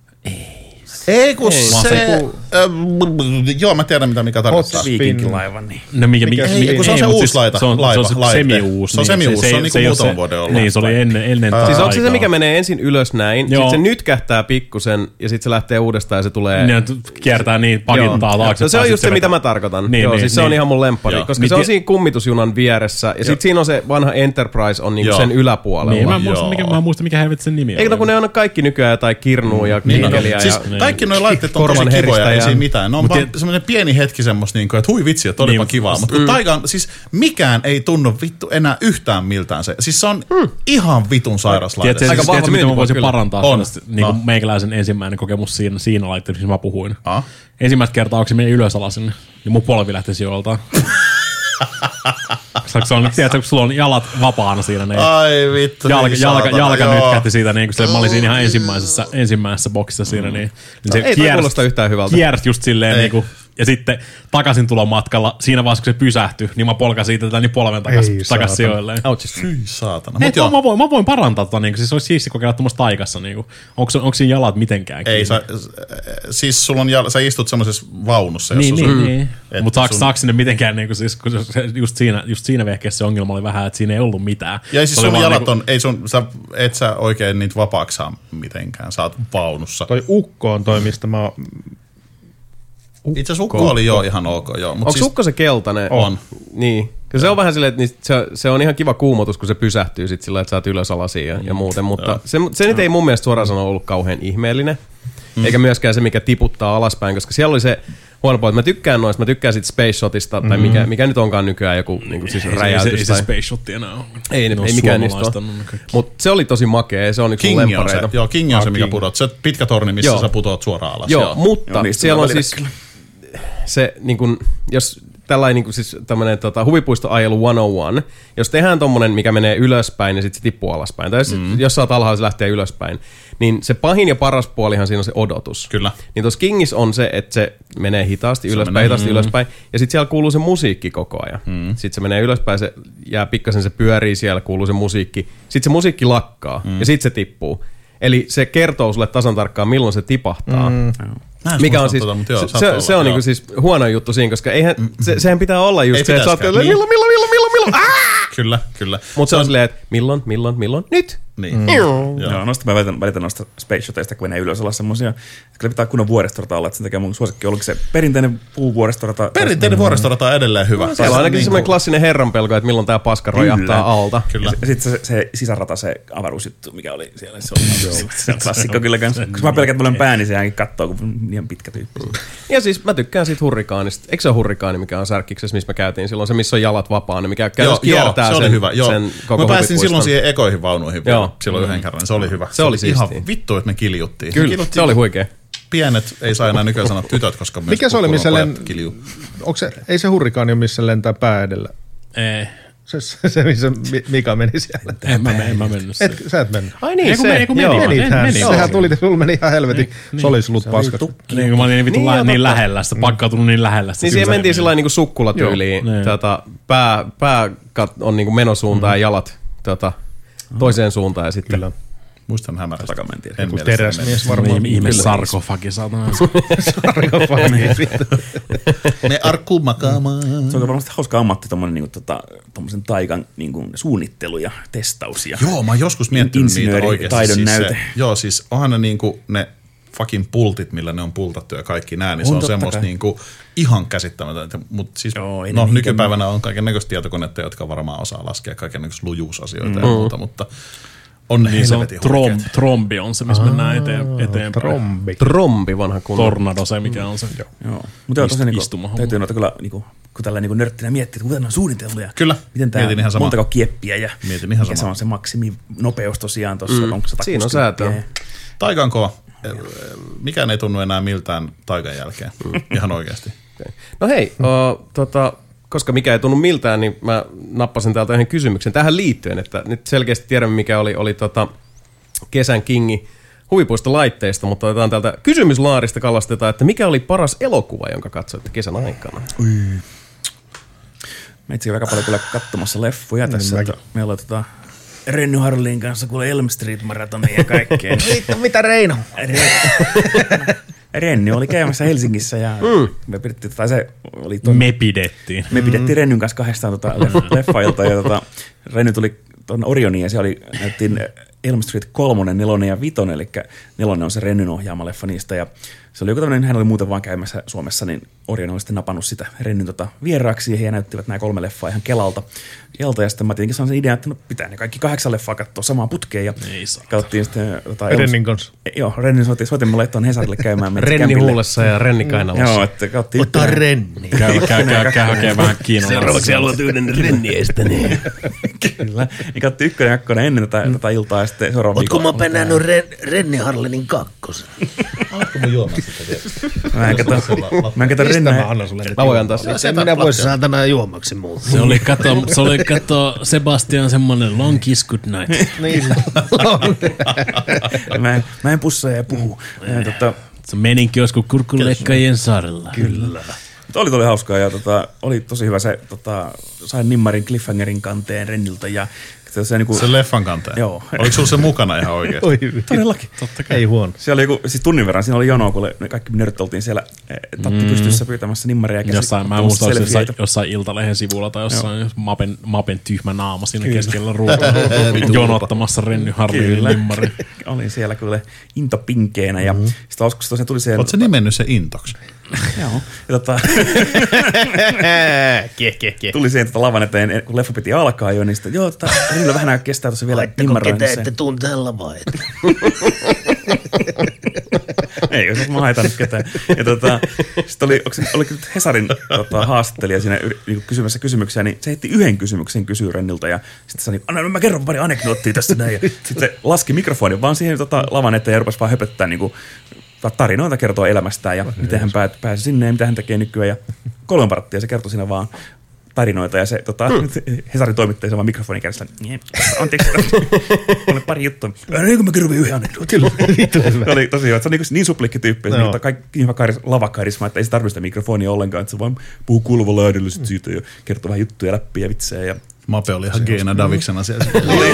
[SPEAKER 4] Ei kun se... Joo, mä tiedän mikä tarkoittaa.
[SPEAKER 3] Viikinkilaiva, niin.
[SPEAKER 6] No mikä
[SPEAKER 4] kun se on se uusi laiva.
[SPEAKER 6] Se on semi-uusi.
[SPEAKER 4] Se on semi-uusi, se on niinku muutaman vuoden ollut.
[SPEAKER 6] Niin, se oli ennen
[SPEAKER 1] siis onko se mikä menee ensin ylös näin, sit se nytkähtää pikkusen ja sit se lähtee uudestaan ja se tulee...
[SPEAKER 6] Niin, kiertää niin, pakittaa taakse.
[SPEAKER 1] Se on just se, mitä mä tarkoitan. Joo, siis se on ihan mun lemppari, koska se on siinä kummitusjunan vieressä ja sit siinä on se vanha Enterprise on niinku sen yläpuolella.
[SPEAKER 6] Niin, mä muistan mikä helvetti sen nimi on.
[SPEAKER 1] Eikö kun ne on kaikki nykyään jotain Kirnua ja Kinkeliä ja...
[SPEAKER 4] Kaikki nuo laitteet on tosi kivoja, ei siinä mitään. Ne on vaan semmoinen pieni hetki semmoista, että hui vitsi, että olipa kivaa. Mutta kun taiga on, siis mikään ei tunnu vittu enää yhtään miltään se. Siis se on ihan vitun sairas laite.
[SPEAKER 6] Tiedätkö, mitä mä voisin parantaa niin kuin meikäläisen ensimäinen kokemus siinä laitteessa, missä mä puhuin. Ensimmäistä kertaa, onko se meni ylös alasin, niin mun polvi lähtisi joltain. Tiedätkö, kun sulla on jalat vapaana siinä, niin
[SPEAKER 4] ai vittu,
[SPEAKER 6] jalka nytkähti siitä, niin kun mä olin siinä ihan ensimmäisessä boksissa siinä, niin se
[SPEAKER 1] ei kuulosta yhtään hyvältä.
[SPEAKER 6] Kiersi just silleen, niin kuin, ja sitten takaisin tulon matkalla, siinä vaiheessa kun se pysähtyi, niin mä polkasin siitä niin polven takas sijoilleen.
[SPEAKER 4] Hyi saatana.
[SPEAKER 6] Mä voin parantaa tota, niin siis olisi siisti kokeilla tuommoista taikassa. Niin onko siinä jalat mitenkään kiinni?
[SPEAKER 4] Ei, siis sulla on sä istut semmoisessa vaunussa.
[SPEAKER 6] Niin. Mutta saako sinne mitenkään, niin siis, just siinä vehkeessä se ongelma oli vähän, että siinä ei ollut mitään.
[SPEAKER 4] Ja siis sun jalat on, et sä oikein niitä vapaaksi saa mitenkään, sä oot vaunussa.
[SPEAKER 5] Toi ukko on toi, mistä mä...
[SPEAKER 4] Itse asiassa ukko oli ihan ok, joo.
[SPEAKER 1] Onko ukko se keltainen?
[SPEAKER 4] On.
[SPEAKER 1] Niin. Se on vähän silleen, että se on ihan kiva kuumotus, kun se pysähtyy sit sillä, että sä oot ylösalasiin ja muuten, mutta se nyt ei mun mielestä suoraan sanoa ollut kauhean ihmeellinen. Eikä myöskään se, mikä tiputtaa alaspäin, koska siellä oli se huono puoli, että mä tykkään noista, mä tykkään siitä Space Shotista, tai mikä nyt onkaan nykyään joku niin siis räjäytys.
[SPEAKER 6] Ei se Space Shot enää ole.
[SPEAKER 1] Ei mikään niistä ole. Mutta se oli tosi makea, se on yksi mun lempareita.
[SPEAKER 4] Joo, King on se, mikä putoat. Se pitkä torni, missä sä putoat suoraan alas.
[SPEAKER 1] Joo, mutta siellä on siis se, niin kun, jos tällainen niin siis tämmöinen huvipuistoajelu 101, jos tehdään tommonen, mikä menee ylöspäin ja sitten se tippuu alaspäin, tai jos sä oot alhaalla, se lähtee ylöspäin, niin se pahin ja paras puolihan siinä on se odotus.
[SPEAKER 4] Kyllä.
[SPEAKER 1] Niin tuossa Kingissä on se, että se menee hitaasti ylöspäin, ja sitten siellä kuuluu se musiikki koko ajan. Sitten se menee ylöspäin, se jää pikkasen, se pyörii siellä, kuuluu se musiikki. Sitten se musiikki lakkaa, ja sitten se tippuu. Eli se kertoo sulle tasan tarkkaan, milloin se tipahtaa. Mikä on siis, se on niinku siis huono juttu siinä, koska eihän, sehän pitää olla just se, että sä oot milloin.
[SPEAKER 4] Kyllä.
[SPEAKER 1] Mutta se on silleen, että milloin, nyt.
[SPEAKER 3] Niin. Joo, noista mä välitän noista Space Shoteista, kun menee ylös olla semmosia, että kyllä pitää kunnon vuoristorata olla, että sen takia mun suosikki on se perinteinen puuvuoristorata.
[SPEAKER 4] Perinteinen vuoristorata on edelleen hyvä.
[SPEAKER 1] Se on ainakin semmoinen klassinen herranpelko, että milloin tää paska rojahtaa alta.
[SPEAKER 3] Kyllä. Ja sitten se sisärata, se avaruusjuttu, mikä oli siellä, se on klassikko kyllä kanssa. Kun mä pelkään, että mulla on pää, niin se ainakin kattoo, kun niin pitkä tyyppi.
[SPEAKER 1] Ja siis mä tykkään siitä hurrikaanista. Eikö se ole hurrikaani, mikä on Särkkiksessä, missä me käytiin silloin? Se, missä on jalat vapaana, mikä kiertää sen koko
[SPEAKER 4] mä pääsin silloin siihen ekoihin vaunuihin silloin yhden kerran. Se oli hyvä.
[SPEAKER 1] Se oli
[SPEAKER 4] ihan vittu, että me kiljuttiin.
[SPEAKER 1] Kyllä, se oli huikea.
[SPEAKER 4] Pienet, ei saa enää nykyään sanoa tytöt, koska myös
[SPEAKER 5] mikä se oli, missä ei se hurrikaani ole, missä lentää pää edellä?
[SPEAKER 6] Ei.
[SPEAKER 5] Se missä Mika meni siellä.
[SPEAKER 6] En mä mennyt siihen.
[SPEAKER 5] Sä et mennyt.
[SPEAKER 1] Ai niin, se.
[SPEAKER 5] Meni. Sehän tuli, sulla meni ihan helvetin. Se oli sulut paskasta.
[SPEAKER 6] Niin, kun mä olin niin lähellä, sitä pakkautunut niin lähellä.
[SPEAKER 1] Niin siihen mentiin sellainen niin sukkulatyyliin. Pää on niin menosuuntaan ja jalat toiseen suuntaan ja sitten...
[SPEAKER 4] Kyllä. Muistan hämärästi.
[SPEAKER 5] Joku teräsmies varmaan.
[SPEAKER 6] Ihme sarkofagi, saatana.
[SPEAKER 5] Sarkofagi.
[SPEAKER 4] Me arkkuun makaamaan.
[SPEAKER 3] Se on varmasti hauska ammatti, tommosen taikan suunnittelu ja testaus. Ja
[SPEAKER 4] joo, mä oon joskus miettinyt niitä oikeasti.
[SPEAKER 3] Taidon näyte.
[SPEAKER 4] Joo, siis onhan ne ne fucking pultit, millä ne on pultattu ja kaikki nää, niin se on semmoista ihan käsittämätöntä. Mutta siis, nykypäivänä on kaikennäköistä tietokonetta, jotka varmaan osaa laskea kaikennäköistä lujuusasioita ja muuta, mutta on niin helvetin
[SPEAKER 6] hurkeat. Trombi on se, missä mennään eteenpäin.
[SPEAKER 1] Trombi, vanha kunnon.
[SPEAKER 6] Tornado se, mikä on se.
[SPEAKER 3] Joo. Mutta tosiaan täytyy noita kyllä, kun tällainen nörttinä miettii, että miten on suunniteltu ja
[SPEAKER 4] kyllä.
[SPEAKER 3] Miten tämä montako kieppiä ja mikä se on se maksiminopeus tosiaan tuossa.
[SPEAKER 1] Siinä on säätöä.
[SPEAKER 4] Taikan kova. Mikään ei tunnu enää miltään taikan jälkeen. Ihan oikeasti.
[SPEAKER 1] Okay. No hei, koska mikä ei tunnu miltään, niin mä nappasin täältä yhden kysymyksen tähän liittyen, että nyt selkeästi tiedämme, mikä oli kesän kingi huvipuistolaitteista, mutta otetaan täältä kysymyslaarista kallastetaan, että mikä oli paras elokuva, jonka katsoitte kesän aikana?
[SPEAKER 3] Mä itse aika paljon kyllä katsomassa leffoja tässä, että meillä on Renny Harlin kanssa kuule Elm Street Maratonia ja kaikkea.
[SPEAKER 5] Mitä Reino?
[SPEAKER 3] Renny oli käymässä Helsingissä ja me pidettiin,
[SPEAKER 6] me pidettiin
[SPEAKER 3] Rennyn kanssa kahdestaan leffailta ja Renny tuli tuonne Orioniin ja siellä näyttiin Elm Street 3, 4 ja 5, eli 4 on se Rennyn ohjaama leffa niistä ja se oli joku tämmöinen, hän oli muuten vaan käymässä Suomessa, niin Orion oli sitten napannut sitä Rennyn vieraaksi ja he näyttivät nämä 3 leffaa ihan Kelalta. Ja sitten mä tietenkin sain sen idean, että pitää ne kaikki 8 leffaa katsoa samaan putkeen ja katsottiin sitten...
[SPEAKER 5] Rennin kanssa.
[SPEAKER 3] Joo, Rennin soitin mulle tuon Hesarille käymään.
[SPEAKER 1] Renni huulessa ja Renni kainalossa.
[SPEAKER 3] Joo, että katsottiin...
[SPEAKER 5] Ota Renni.
[SPEAKER 6] Käy hakemaan vähän Kiinaa.
[SPEAKER 1] Seuraavaksi haluat yhden Renniestä.
[SPEAKER 3] Kyllä. Niin katsottiin 1 ja 2 ennen tätä iltaa ja sitten seuraava viikolla.
[SPEAKER 5] Ootko mä penännyt Renni Harlenin 2?
[SPEAKER 4] Alatko mä juomaan sitä?
[SPEAKER 3] Mä en kato Renniä.
[SPEAKER 5] Mä annan sulle.
[SPEAKER 1] Mä voin antaa sen.
[SPEAKER 5] Minä voisin saatana juomaksi muuta.
[SPEAKER 6] Se oli kato Sebastian semmonen long kiss good night.
[SPEAKER 5] Niin.
[SPEAKER 3] Mä en pussaa ja puhu.
[SPEAKER 6] Se meninkin joskus kurkuleikkaajien saarella.
[SPEAKER 3] Kyllä. Oli hauskaa ja oli tosi hyvä se, sain nimmarin cliffhangerin kanteen Renniltä ja
[SPEAKER 4] se leffan kanteen?
[SPEAKER 3] Joo.
[SPEAKER 4] Oliko sulla se mukana ihan oikeasti?
[SPEAKER 3] Todellakin.
[SPEAKER 5] Totta kai. Ei huono.
[SPEAKER 3] Siellä oli siis tunnin verran, siinä oli jonoa, kun me kaikki nörtt oltiin siellä tatti pystyssä pyytämässä nimmaria.
[SPEAKER 6] Mä muistan, jossain Iltalehen sivulla tai jossain Mapen tyhmä naama siinä keskellä ruutua jonottamassa Renny Harlin nimmarin.
[SPEAKER 3] Olin siellä kyllä intopinkeenä ja sitten kun tosiaan tuli se...
[SPEAKER 4] Oletko sä nimennyt se intoksi?
[SPEAKER 3] Joo. Ja tuli siihen lavan eteen, kun leffa piti alkaa jo, niin sitten Rilla vähän aikaa kestää tuossa vielä nimmaroinnissa.
[SPEAKER 5] Laittako ketä, ette tuntella vai?
[SPEAKER 3] Ei, jos mä haitannut ketään. Ja sitten oli Hesarin haastattelija siinä niin kysymässä kysymyksiä, niin se heitti yhden kysymyksen kysyy Renniltä ja sitten sanoi, mä kerron pari anekdoottia tästä näin. Ja sitten se laski mikrofonin vaan siihen lavan eteen ja rupesi vaan höpöttää niin kuin tarinoita kertoo elämästään ja miten hän pääsi sinne ja mitä hän tekee nykyään. Ja 3 varttia se kertoi siinä vaan tarinoita ja se Hesarin toimittaja se vaan mikrofonin kädessä. Anteeksi, on pari juttua. Eikö mä kerron yhden anekdootin? Se oli tosi hyvä. Se on niin suplikki tyyppi. Se on kaikki hyvä lavakarisma, että ei se tarvitse sitä mikrofonia ollenkaan. Että se vaan puhuu kuuluvalla äidellä siitä ja kertoo vähän juttuja, läppiä, vitsejä ja
[SPEAKER 4] Mape oli ihan Geena Daviksena siellä.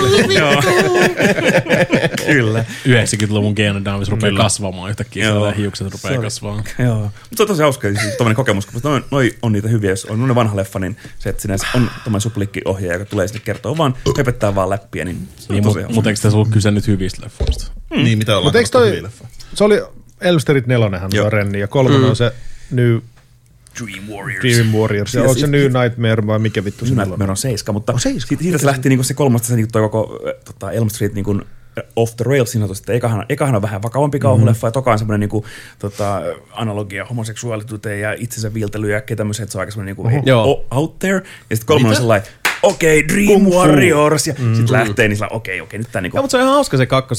[SPEAKER 3] Kyllä.
[SPEAKER 6] 90-luvun Geena Davis rupeaa kasvamaan yhtäkkiä, siellä hiukset rupeaa kasvamaan.
[SPEAKER 3] Joo. Mutta se on tosi hauska, tuommoinen kokemus, kun noi on niitä hyviä, jos on vanha leffa, niin se, että sinä on tuommoinen suplikki-ohjaaja, joka tulee sinne kertoo vaan, höpöttää vaan läppiä, niin se on tosi hauska.
[SPEAKER 6] Mutta eikö tässä ollut kyse nyt hyvistä leffoista?
[SPEAKER 4] Niin, mitä ollaan
[SPEAKER 5] katsottu hyviä leffoja? Se oli Elmsterit 4:hän tuo Renni, ja 3 on se New Dream Warriors. Ja onko se New Nightmare vai mikä vittu se
[SPEAKER 3] Nightmare on 7, mutta siitä se lähti niinku se 3. se niinku toi koko Elm Street niinku off the rails siinä että ekahan on vähän vakavampi kauhuleffa ja toka on semmoinen niinku analogia homoseksuaalisuuteen ja itsensä viiltelyä ja kaikkea tämmöisiä, että se on aika semmoinen niinku out there. Ja sitten 3 on sellainen Dream Warriors, ja sitten lähtee, niin okei, nyt tää niinku.
[SPEAKER 1] Joo, mutta se on ihan hauska se 2.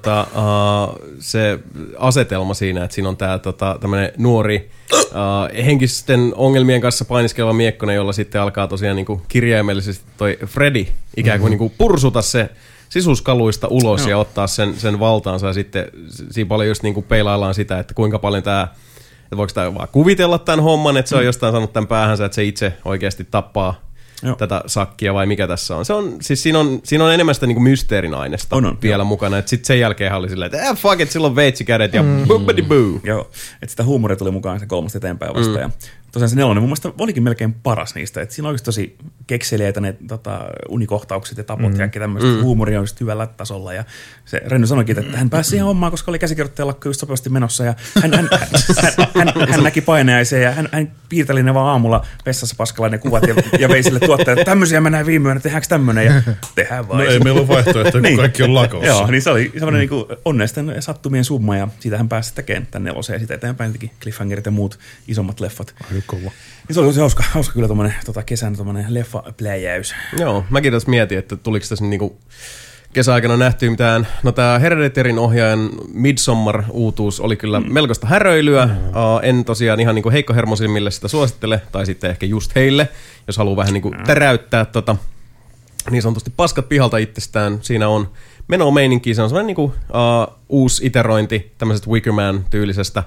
[SPEAKER 1] Se asetelma siinä, että siinä on tää tämmönen nuori henkisten ongelmien kanssa painiskeleva miekkonen, jolla sitten alkaa tosiaan niinku kirjaimellisesti toi Freddy ikään kuin niinku pursuta se sisuskaluista ulos ja ottaa sen valtaansa, ja sitten siinä paljon just niinku peilaillaan sitä, että kuinka paljon tää, että voiko tää vaan kuvitella tämän homman, että se on jostain saanut tämän päähänsä, että se itse oikeasti tappaa tätä sakkia vai mikä tässä on. Se on siis siinä on enemmän sitä niinku mysteerin aineesta vielä mukana, että sitten sen jälkeen oli silleen, että fuck it, silloin veitsikädet ja bubbidi-boo.
[SPEAKER 3] Joo, että sitä huumoria tuli mukaan se 3 eteenpäin vasta ja tosiaan se 4 mun mielestä olikin melkein paras niistä, että siinä on oikeasti tosi kekseliäitä ne unikohtaukset ja tapot ja tämmöistä huumoria on just hyvällä tasolla ja se Renny sanoikin, että hän pääsi siihen hommaan, koska oli käsikirjoittajalakko just sopivasti menossa ja hän näki paineaisia ja hän piirteli ne vaan aamulla vessassa paskalla ne kuvat ja vei sille tuottajalle, että tämmöisiä mä näin viime yönä, tehdäänkö tämmöinen ja tehdään vaan.
[SPEAKER 4] No ei meillä ole vaihtoehtoja, kun kaikki on lakossa.
[SPEAKER 3] Joo, niin se oli semmoinen niinku onnesten sattumien summa ja siitä hän pääsi tekemään tämän 4 ja sitä eteenpäin teki cliffhangerit ja muut isommat leffat.
[SPEAKER 5] Kova.
[SPEAKER 3] Ja se oli tosi hauska kyllä tommonen kesän tommonen leffa-pläjäys.
[SPEAKER 1] Joo, mäkin tässä mietin, että tuliko tässä niinku kesäaikana nähtyä mitään. No tää Hereditarin ohjaajan Midsommar-uutuus oli kyllä melkoista häröilyä. En tosiaan ihan niinku heikkohermosilmille sitä suosittele, tai sitten ehkä just heille, jos haluaa vähän niinku täräyttää niin sanotusti paskat pihalta itsestään. Siinä on menoa meininkiä, se on sellainen niinku uusi iterointi tämmöisestä Wicker Man-tyylisestä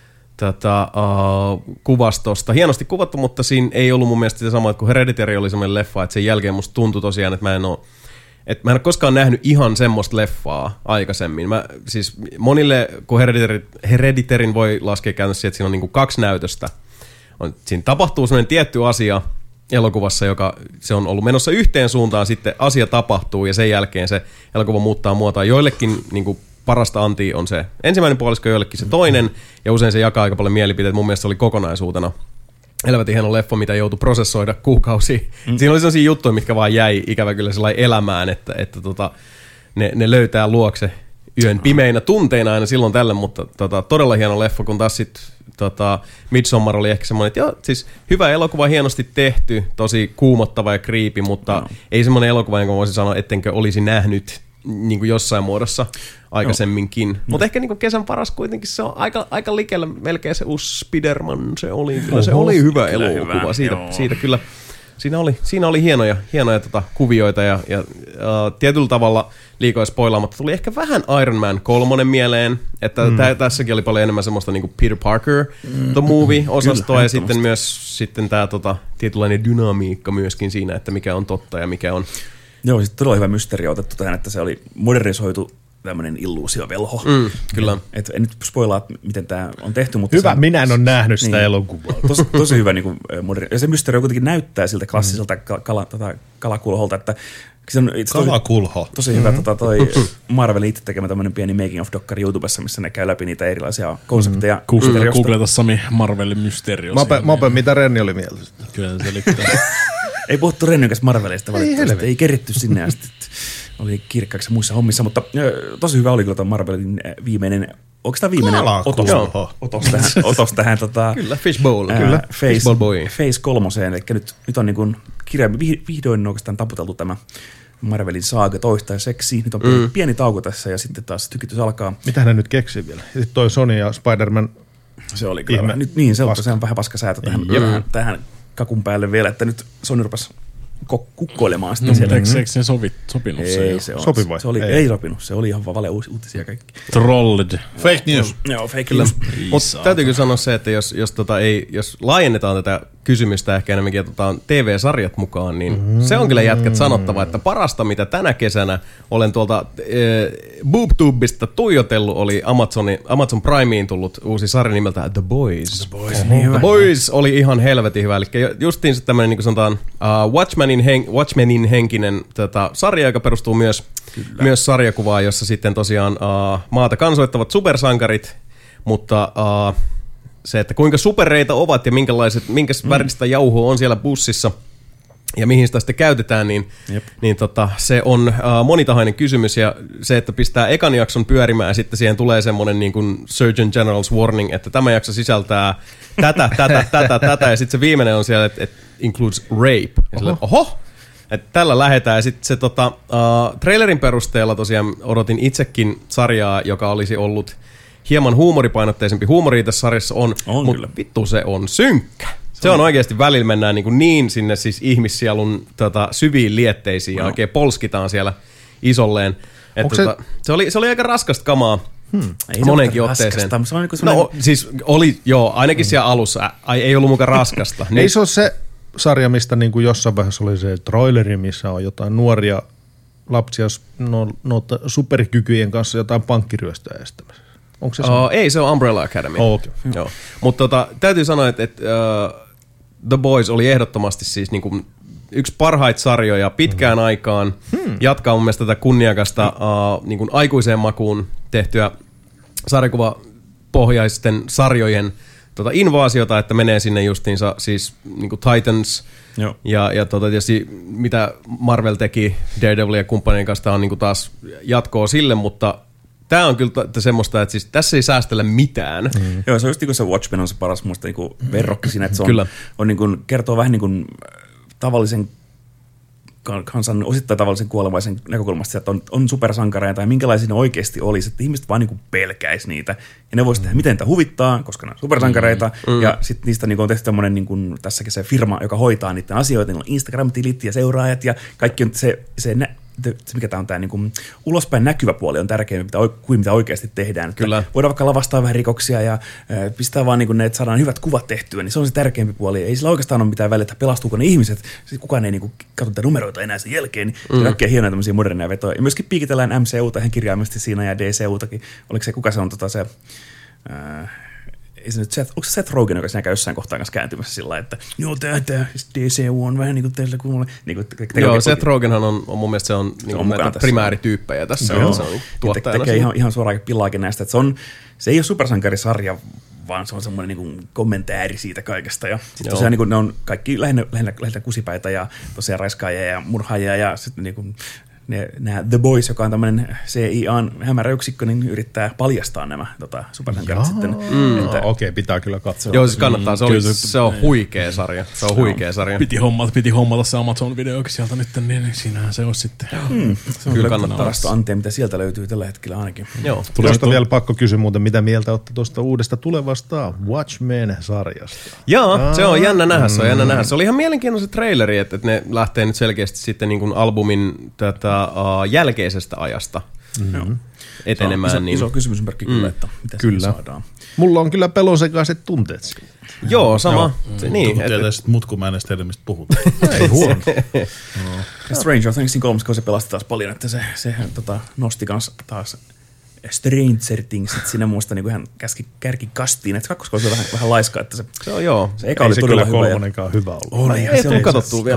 [SPEAKER 1] kuvastosta. Hienosti kuvattu, mutta siinä ei ollut mun mielestä sitä samaa, että kun Hereditary oli semmoinen leffa, että sen jälkeen musta tuntui tosiaan, että mä en ole koskaan nähnyt ihan semmoista leffaa aikaisemmin. Siis monille, kun Hereditarin voi laskea käytännössä, että siinä on niinku 2 näytöstä. Siinä tapahtuu semmoinen tietty asia elokuvassa, joka se on ollut menossa yhteen suuntaan, sitten asia tapahtuu ja sen jälkeen se elokuva muuttaa muotoa. Joillekin niinku parasta antia on se ensimmäinen puolisko, joillekin se toinen, ja usein se jakaa aika paljon mielipiteitä. Mun mielestä se oli kokonaisuutena helvetin hieno leffa, mitä joutui prosessoida kuukausia. Siinä oli sellaisia juttuja, mitkä vaan jäi ikävä kyllä sellainen elämään, että ne löytää luokse yön pimeinä tunteina aina silloin tällä, mutta todella hieno leffa, kun taas sitten Midsommar oli ehkä semmoinen, että joo, siis hyvä elokuva, hienosti tehty, tosi kuumottava ja creepy, mutta ei semmoinen elokuva, jonka voisin sanoa, ettenkö olisi nähnyt niin kuin jossain muodossa aikaisemminkin. Mutta ehkä niin kuin kesän paras kuitenkin se on aika likellä melkein se uusi Spider-Man. Se oli hyvä elokuva. Siitä kyllä. Siinä oli hienoja kuvioita ja tietyllä tavalla liikoja spoilaamatta tuli ehkä vähän Iron Man 3 mieleen, että tässäkin oli paljon enemmän semmoista niinku Peter Parker the movie-osastoa ja sitten myös tämä tietynlainen dynamiikka myöskin siinä, että mikä on totta ja mikä on.
[SPEAKER 3] Joo, sitten todella hyvä mysteeri otettu tähän, että se oli modernisoitu tämmöinen illuusiovelho.
[SPEAKER 1] Kyllä.
[SPEAKER 3] Et en nyt spoilaa, miten tämä on tehty, mutta
[SPEAKER 5] hyvä, minä en ole nähnyt sitä elokuvaa.
[SPEAKER 3] Tosi hyvä niin moderni. Ja se mysteeri kuitenkin näyttää siltä klassiselta kalakulholta, että
[SPEAKER 4] Kalakulho.
[SPEAKER 3] Tosi hyvä toi Marvelin itse tekemä tämmöinen pieni making of dokkari YouTubessa, missä ne käy läpi niitä erilaisia konsepteja.
[SPEAKER 6] Googleta Sami Marvelin Mysterio.
[SPEAKER 5] Mape, mitä Renni oli mieltä?
[SPEAKER 6] Kyllä se oli.
[SPEAKER 3] Ei puhuttu Rennin kanssa Marvelista valitettavasti. Ei keritty sinne ja sitten oli kirkkaaksi muissa hommissa, mutta tosi hyvä oli kyllä tuon Marvelin viimeinen, onko tämä viimeinen otos tähän
[SPEAKER 1] kyllä, Fishbowl.
[SPEAKER 3] Kyllä, Phase 3, eli nyt on niin kuin vihdoin oikeastaan taputeltu tämä Marvelin saaga toistaiseksi. Nyt on pieni tauko tässä ja sitten taas tykitys alkaa.
[SPEAKER 5] Mitähän ne nyt keksii vielä? Ja sitten toi Sony ja Spider-Man.
[SPEAKER 3] Se oli kyllä. Nyt niin, se on vähän paska säätö tähän kakun päälle vielä, että nyt Sony rupesi kukkoilemaan sitten sieltä.
[SPEAKER 6] Eikö se sopinut?
[SPEAKER 3] Ei se
[SPEAKER 5] sopi vai?
[SPEAKER 3] Ei sopinut. Se oli ihan vaan valeuutisia kaikki.
[SPEAKER 6] Trolled.
[SPEAKER 4] Fake news.
[SPEAKER 3] Joo, fake news.
[SPEAKER 1] Mutta täytyy kyllä sanoa se, että jos laajennetaan tätä kysymystä ehkä enemmänkin otetaan TV-sarjat mukaan, niin se on kyllä jätkät sanottava, että parasta mitä tänä kesänä olen tuolta BoobTubesta tuijotellut oli Amazon Primeen tullut uusi sarja nimeltä The Boys. The Boys oli ihan helvetin hyvä, eli justiin se tämmöinen niin kuin sanotaan Watchmenin henkinen sarja, joka perustuu myös sarjakuvaan, jossa sitten tosiaan maata kansoittavat supersankarit, mutta se, että kuinka superreita ovat ja minkä väristä jauhoa on siellä bussissa ja mihin sitä sitten käytetään, niin se on monitahoinen kysymys, ja se, että pistää ekan jakson pyörimään ja sitten siihen tulee semmoinen niin kuin Surgeon General's warning, että tämä jakso sisältää tätä ja sitten se viimeinen on siellä, että includes rape. Ja sille, että tällä lähdetään, ja sitten se trailerin perusteella tosiaan odotin itsekin sarjaa, joka olisi ollut hieman huumoripainotteisempi. Huumoria tässä sarjassa on mutta vittu se on synkkä. Se on oikeasti, välillä mennään niin sinne siis ihmissielun syviin lietteisiin ja oikein polskitaan siellä isolleen. Se oli aika raskasta kamaa monenkin otteeseen. Siis oli, ainakin siellä alussa. Ei ollut mukaan raskasta.
[SPEAKER 5] Ei se ole se sarja, mistä niin kuin jossain vaiheessa oli se traileri, missä on jotain nuoria lapsia superkykyjen kanssa jotain pankkiryöstöä estämässä. Onko se
[SPEAKER 1] ei, se on Umbrella Academy.
[SPEAKER 5] Okay.
[SPEAKER 1] Joo. Mutta täytyy sanoa, että The Boys oli ehdottomasti siis niin kuin yksi parhaita sarjoja pitkään aikaan. Jatkaa mun mielestä tätä kunniakasta niin kuin aikuiseen makuun tehtyä sarjakuvapohjaisten sarjojen invaasiota, että menee sinne justiinsa siis niin kuin Titans. Joo. Ja tietysti mitä Marvel teki Daredevil ja kumppanien kanssa, tämä on niin kuin taas jatkoa sille, mutta tämä on kyllä semmoista, että siis tässä ei säästellä mitään.
[SPEAKER 3] Joo, se on just niin kuin se Watchmen on se paras muista niin verrokki siinä, että se on niin kuin, kertoo vähän niin kuin tavallisen kansan osittain tavallisen kuolemaisen näkökulmasta, että on supersankareita ja minkälaisia ne oikeasti olisi, että ihmiset vaan niin kuin pelkäisi niitä. Ja ne voisi tehdä, miten niitä huvittaa, koska ne on supersankareita. Ja sitten niistä niin kuin on tehty tämmöinen, niin kuin tässäkin se firma, joka hoitaa niiden asioita, niillä on Instagram-tilit ja seuraajat ja kaikki on se mikä tämä on tämä niin ulospäin näkyvä puoli on tärkeämpi kuin mitä oikeasti tehdään. Kyllä. Voidaan vaikka lavastaa vähän rikoksia ja pistää vaan niin ne, että saadaan hyvät kuvat tehtyä, niin se on se tärkeämpi puoli. Ei sillä oikeastaan ole mitään väliä, että pelastuuko ne ihmiset. Sitten kukaan ei niin katso numeroita enää sen jälkeen. Niin kaikkea hienoja tämmöisiä moderneja vetoja. Ja myöskin piikitellään MCUta ihan kirjaimellisesti siinä ja DCUtakin. Oliko se, kuka se on se... Ei se nyt onko se Seth Rogen, joka siinä käy jossain kohtaan kanssa kääntymässä sillä lailla, että joo, tämä DCU on vähän niin kuin teillä kuulee.
[SPEAKER 1] Joo, Seth Rogenhan on mun mielestä se on näitä primäärityyppejä tässä.
[SPEAKER 3] Joo, se on tuottajana. Tekee ihan suoraan pillaakin näistä. Että se ei ole supersankarisarja, vaan se on semmoinen niin kommentääri siitä kaikesta. Ja sitten tosiaan niin ne on kaikki lähinnä kusipäitä ja tosiaan raiskaajia ja murhaajia ja sitten niin kuin nämä The Boys, joka on tämmöinen CIAn hämärä yksikkö, niin yrittää paljastaa nämä supersankarit sitten.
[SPEAKER 5] Okei, pitää kyllä katsoa.
[SPEAKER 1] Joo, siis kannattaa. Se on huikea sarja. Se on huikea sarja.
[SPEAKER 6] Piti hommata se Amazon-videokin sieltä nyt, niin siinähän se on sitten.
[SPEAKER 3] Se on kyllä kannattaa. Parasta antia, mitä sieltä löytyy tällä hetkellä ainakin.
[SPEAKER 5] Joo. Tuosta vielä pakko kysyä muuten, mitä mieltä olette tuosta uudesta tulevasta Watchmen-sarjasta?
[SPEAKER 1] Joo, se on jännä nähdä. Se oli ihan mielenkiintoinen se traileri, että ne lähtee nyt selkeästi sitten niin kuin albumin jälkeisestä ajasta etenemään.
[SPEAKER 3] Iso kysymysmerkki kyllä, että mitä kyllä saadaan.
[SPEAKER 5] Mulla on kyllä pelonsekaiset tunteet siitä.
[SPEAKER 1] Joo, sama.
[SPEAKER 4] Niin, mut kun mä en edes tiedä, mistä puhutaan.
[SPEAKER 5] Ei huono.
[SPEAKER 3] Stranger Thingsin 3, kun se pelasti taas paljon, että se nosti kanssa taas Stranger Things, että siinä muista niin hän kärki kastiin, että kakkoska oli vähän laiskaa, että se eka oli todella hyvä.
[SPEAKER 5] Kolmonenkaan hyvä ollut.
[SPEAKER 1] Ei tullut katsottua vielä.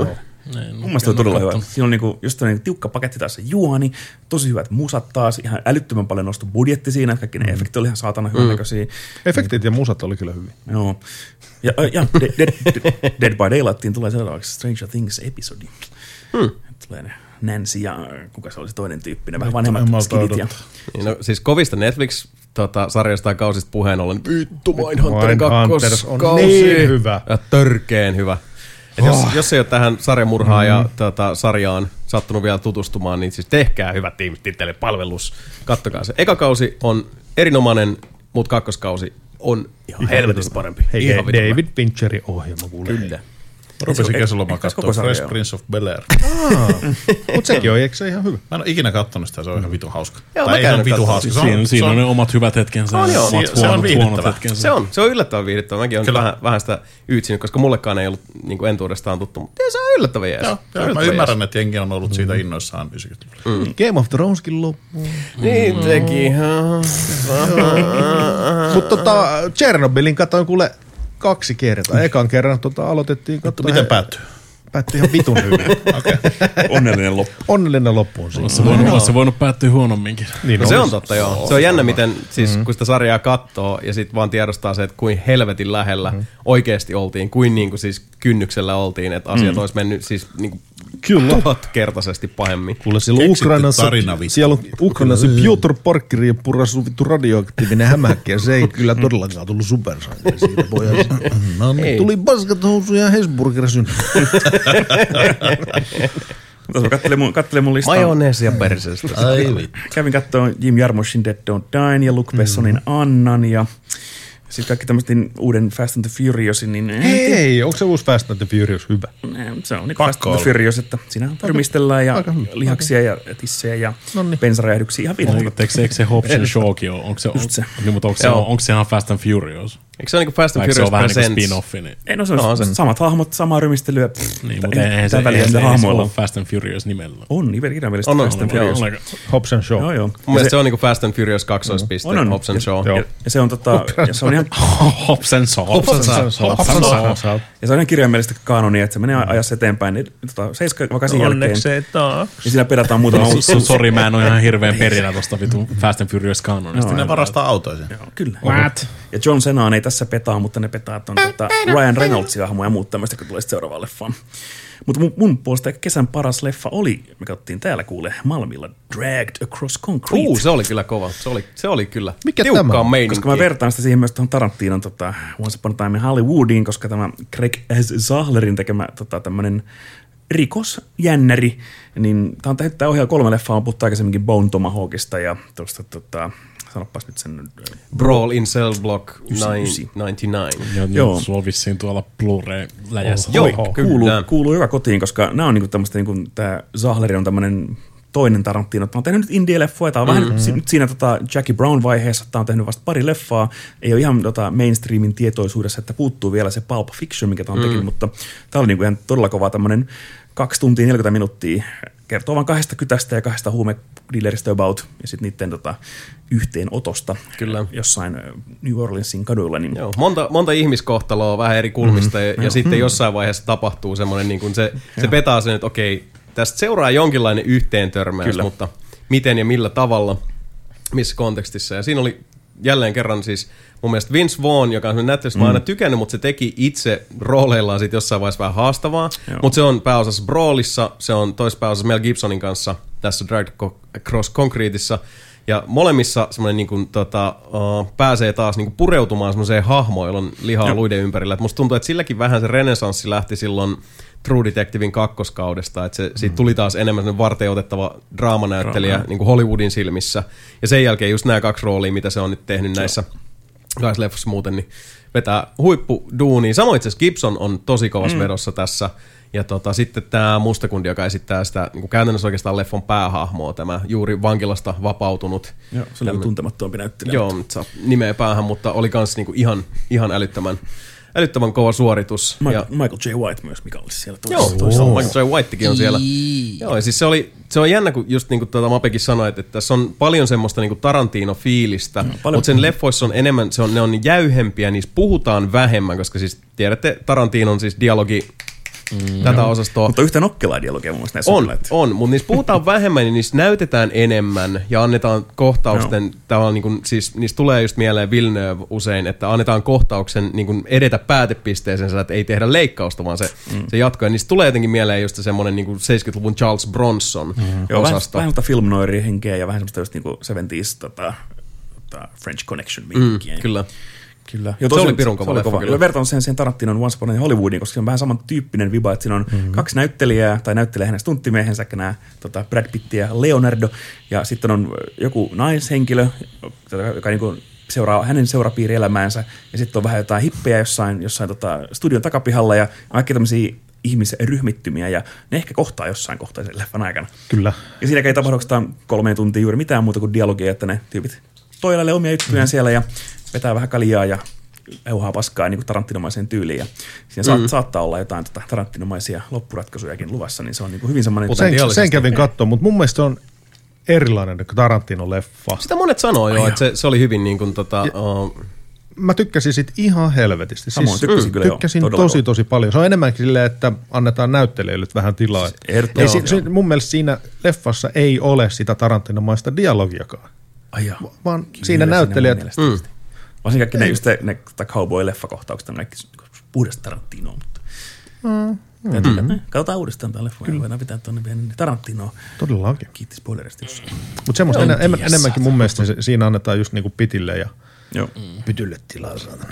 [SPEAKER 3] Mun mielestä on todella hyvä. Siinä on niinku, just tämmöinen tiukka paketti taas se juoni, tosi hyvät musat taas, ihan älyttömän paljon nostu budjetti siinä, että kaikki ne efektit oli ihan saatana hyvän näköisiä.
[SPEAKER 5] Efektit ja musat oli kyllä hyviä.
[SPEAKER 3] Joo. Ja Dead by Daylightiin tulee seuraavaksi Stranger Things-episodi. Tulee ne Nancy ja kuka se oli se toinen tyyppi, ne vähän vanhemmat skidit. Ja...
[SPEAKER 1] No, siis kovista Netflix-sarjasta tai kausista puheen ollen, vittu Mindhunterin kakkoskausi.
[SPEAKER 5] On niin hyvä.
[SPEAKER 1] Ja törkeen hyvä. Jos ei ole tähän sarjamurhaan ja sarjaan sattunut vielä tutustumaan, niin siis tehkää hyvät tiimit itselle palvelus. Kattokaa se. Eka kausi on erinomainen, mutta kakkoskausi on ihan helvetistä parempi.
[SPEAKER 5] Hei, ihan David Fincherin ohjelma kuulee.
[SPEAKER 1] Kyllä.
[SPEAKER 4] Rupesin kesälomaan katsoa Fresh Prince of Bel-Air.
[SPEAKER 5] Mutta sekin on, eikö se ihan hyvä?
[SPEAKER 4] Mä en ole ikinä kattonut sitä, se on ihan vitun hauska.
[SPEAKER 1] Joo,
[SPEAKER 4] tai ihan vitun hauska.
[SPEAKER 6] Siinä on ne omat hyvät hetkensä.
[SPEAKER 4] Se on viihdyttävä.
[SPEAKER 1] Se on yllättävän viihdyttävä. Mäkin olen vähän sitä yytsinyt, koska mullekaan ei ollut niin entuudestaan tuttu, mutta se on yllättävän jees.
[SPEAKER 4] Mä ymmärrän, että jengi on ollut siitä innoissaan 90-luvulla.
[SPEAKER 5] Game of Throneskin loppuun.
[SPEAKER 1] Niin teki.
[SPEAKER 5] Mutta Chernobylin katsoin kuule 2 kertaa. Ekan kerran aloitettiin katsoa.
[SPEAKER 4] Miten päättyy?
[SPEAKER 5] Päättyi ihan vitun hyvin.
[SPEAKER 4] Okay.
[SPEAKER 3] Onnellinen loppu.
[SPEAKER 5] Onnellinen loppu on siinä.
[SPEAKER 6] Olisi se voinut päättyä huonomminkin.
[SPEAKER 1] Niin no se on totta, joo. Se on jännä, miten siis, kun sitä sarjaa katsoo ja sitten vaan tiedostaa se, että kuin helvetin lähellä oikeasti oltiin, kuin niinku siis kynnyksellä oltiin, että asiat olisi mennyt siis niinku 1000-kertaisesti pahemmin.
[SPEAKER 5] Kuule, siellä on Ukrainassa Piotr Parkkeri ja purasu vittu radioaktiivinen hämähäkki ja se ei kyllä todellakaan tullut supersankia siitä pojasta. No niin. Tuli paskat housuja ja Hesburger syntyy.
[SPEAKER 3] Kattelen mun listaa.
[SPEAKER 1] Majoneesia perseestä.
[SPEAKER 3] Kävin katsoa Jim Jarmuschin Dead Don't Die ja Luke Bessonin Annan ja sitten kaikki tämmöisten uuden Fast and the Furiousin. Niin
[SPEAKER 5] hei, onko se uusi Fast and the Furious hyvä?
[SPEAKER 3] Se on niin Fast and the Furious, että siinä rymistellään ja lihaksia ja tissejä ja bensaräjähdyksiä ihan viihdyttävää.
[SPEAKER 6] Eikö se Hobbs and Shawkin ole? Onko se ihan Fast and Furious?
[SPEAKER 1] Eikö se ole niin kuin Fast and Furious
[SPEAKER 6] Presents? Se on vähän niin kuin spin-offi. Niin.
[SPEAKER 3] Ei, no se on samat hahmot, samaa rymistelyä.
[SPEAKER 6] Niin, mutta eihän se ole Fast and Furious nimellä.
[SPEAKER 3] On, kirjaimellisesti Fast and Furious.
[SPEAKER 5] Hobbs and Shaw.
[SPEAKER 1] Mun mielestä se on niin kuin Fast and Furious 2. Hobbs and Shaw.
[SPEAKER 3] Ja se on se on ihan...
[SPEAKER 6] Hobbs and Shaw.
[SPEAKER 3] Ja se on ihan kirjaimellisesti kanonia, että se menee ajassa eteenpäin. 7-8 jälkeen.
[SPEAKER 5] Onneksi se taas.
[SPEAKER 3] Ja siinä pedataan muutama uusi.
[SPEAKER 6] Sori, mä en ole ihan hirveän perillä tosta vitun Fast and Furious kanonista.
[SPEAKER 4] Ne varastaa autoja.
[SPEAKER 3] Kyllä. Ja John Cena ei tässä petaa, mutta ne petaat on Ryan Reynoldsin hahmo ja muut tämmöistä, kun tulee seuraavaan leffaan. Mutta mun puolesta kesän paras leffa oli, me katsottiin täällä kuule Malmilla, Dragged Across Concrete.
[SPEAKER 1] Se oli kyllä kova. Se oli kyllä
[SPEAKER 5] mikä
[SPEAKER 1] tiukkaa meininkiä.
[SPEAKER 3] Koska mä vertaan sitä siihen myös tuohon Tarantinon Once Upon a Time in Hollywoodiin, koska tämä Craig S. Zahlerin tekemä tämmönen rikosjännäri, niin tää on tehty tää ohjaa 3 leffaa, on puhuttu aikaisemminkin Bone Tomahawkista ja tuosta sanopas nyt sen...
[SPEAKER 1] Brawl in Cell Block 99.
[SPEAKER 6] Joo. Sulla on vissiin tuolla Blu-ray-läjässä.
[SPEAKER 1] Joo,
[SPEAKER 3] kuuluu hyvä kotiin, koska nämä on niinku tämmöistä, niinku, tää Zahleri on tämmönen toinen Tarantino. Mä oon tehnyt nyt indie-leffoja, tää on vähän nyt siinä Jackie Brown-vaiheessa, tää on tehnyt vasta pari leffaa, ei ole ihan mainstreamin tietoisuudessa, että puuttuu vielä se Pulp Fiction, mikä tää on tehnyt, mutta tää oli niinku ihan todella kova tämmönen 2 tuntia 40 minuuttia, kertoo vaan 2 kytästä ja 2 huumedealerista about, ja sitten niiden yhteenotosta kyllä jossain New Orleansin kaduilla. Niin...
[SPEAKER 1] Joo, monta ihmiskohtaloa vähän eri kulmista, ja sitten jossain vaiheessa tapahtuu semmoinen, niin kuin se petaa sen, että okei, tästä seuraa jonkinlainen yhteentörmäys, kyllä, mutta miten ja millä tavalla, missä kontekstissa. Ja siinä oli jälleen kerran siis mun mielestä Vince Vaughn, joka on näyttelystä mä aina tykännyt, mutta se teki itse rooleillaan sit jossain vaiheessa vähän haastavaa. Mutta se on pääosassa Brawlissa, se on toispääosassa Mel Gibsonin kanssa tässä Dragged Across Concreteissa. Ja molemmissa semmoinen niin kuin, pääsee taas niin kuin pureutumaan semmoiseen hahmoon, jolla on lihaa luiden ympärillä. Et musta tuntuu, että silläkin vähän se renesanssi lähti silloin True Detectivein 2. kaudesta, että siitä tuli taas enemmän varteenotettava draamanäyttelijä niin kuin Hollywoodin silmissä. Ja sen jälkeen just nämä 2 roolia, mitä se on nyt tehnyt näissä 2 leffossa muuten, niin vetää huippuduunia. Samoin itse asiassa Gibson on tosi kovassa vedossa tässä. Ja sitten tämä mustakundi, joka esittää sitä niin kuin käytännössä oikeastaan leffon päähahmoa, tämä juuri vankilasta vapautunut.
[SPEAKER 3] Joo, se oli tuntemattomampi näyttelijä.
[SPEAKER 1] Joo, saa nimeä päähän, mutta oli kans niin kuin ihan älyttömän kova suoritus.
[SPEAKER 3] Michael J. White myös, mikä oli siellä
[SPEAKER 1] toisaalta. Michael J. Whitekin on siellä. Joo, ja siis se on jännä, kun just niin kuin Mapekin sanoi, että tässä on paljon semmoista niin kuin Tarantino-fiilistä, mutta sen leffoissa on enemmän, ne on jäyhempiä, niissä puhutaan vähemmän, koska siis tiedätte, Tarantinon siis tätä osastoa.
[SPEAKER 3] Mutta yhtä nokkelaa dialogia mun mielestä näissä
[SPEAKER 1] on, mutta niissä puhutaan vähemmän, niin niissä näytetään enemmän ja annetaan kohtausten, niin kuin, siis niistä tulee just mieleen Villeneuve usein, että annetaan kohtauksen niin kuin edetä päätepisteeseen, että ei tehdä leikkausta, vaan se jatkuu. Ja niistä tulee jotenkin mieleen just semmoinen niin kuin 70-luvun Charles Bronson osasto.
[SPEAKER 3] Vähän film noiria henkeä ja vähän semmoista just niin kuin 70s French Connection-vinkkiä.
[SPEAKER 1] Kyllä.
[SPEAKER 3] Jo,
[SPEAKER 1] se oli pirun kova leffa.
[SPEAKER 3] Vertaan sen siihen Tarantinon Once Upon a Hollywoodiin, koska se on vähän samantyyppinen viba, että siinä on kaksi näyttelijää, tai näyttelee hänen stunttimiehensäkin, nämä Brad Pitt ja Leonardo, ja sitten on joku naishenkilö, joka niinku seuraa hänen seurapiirielämäänsä, ja sitten on vähän jotain hippejä jossain studion takapihalla, ja kaikki tämmöisiä ihmisryhmittymiä, ja ne ehkä kohtaa jossain kohtaa sen leffan aikana.
[SPEAKER 5] Kyllä. Ja
[SPEAKER 3] siinäkään ei tapahdu 3 tuntia juuri mitään muuta kuin dialogia, että ne tyypit toilailee omia juttuja siellä, ja vetää vähän kaljaa ja euhaa paskaa niin kuin tarantinomaiseen tyyliin. Ja siinä saattaa olla jotain tarantinomaisia loppuratkaisujakin luvassa, niin se on niin kuin hyvin semmoinen...
[SPEAKER 5] Sen kävin katsomaan, mutta mun mielestä on erilainen kuin Tarantino-leffa.
[SPEAKER 1] Sitä monet sanoo jo, että se oli hyvin niin kuin
[SPEAKER 5] Mä tykkäsin sit ihan helvetisti.
[SPEAKER 3] Samoin,
[SPEAKER 5] tykkäsin tosi paljon. Se on enemmänkin silleen, että annetaan näyttelijöille vähän tilaa. Mun mielestä siinä leffassa ei ole sitä tarantinomaista dialogiakaan. Vaan siinä näyttelijät...
[SPEAKER 3] Varsin kaikki ne cowboy-leffakohtaukset on kaikki puhdasta Tarantinoa, mutta... Katsotaan uudestaan tämä leffa. Voidaan pitää tuonne pienen Tarantinoa.
[SPEAKER 5] Todellakin.
[SPEAKER 3] Kiitti spoilerista jossain.
[SPEAKER 5] Mutta semmoista enemmänkin mun mielestä siinä annetaan just niinku Pitille ja Pytylle tilaa saatana.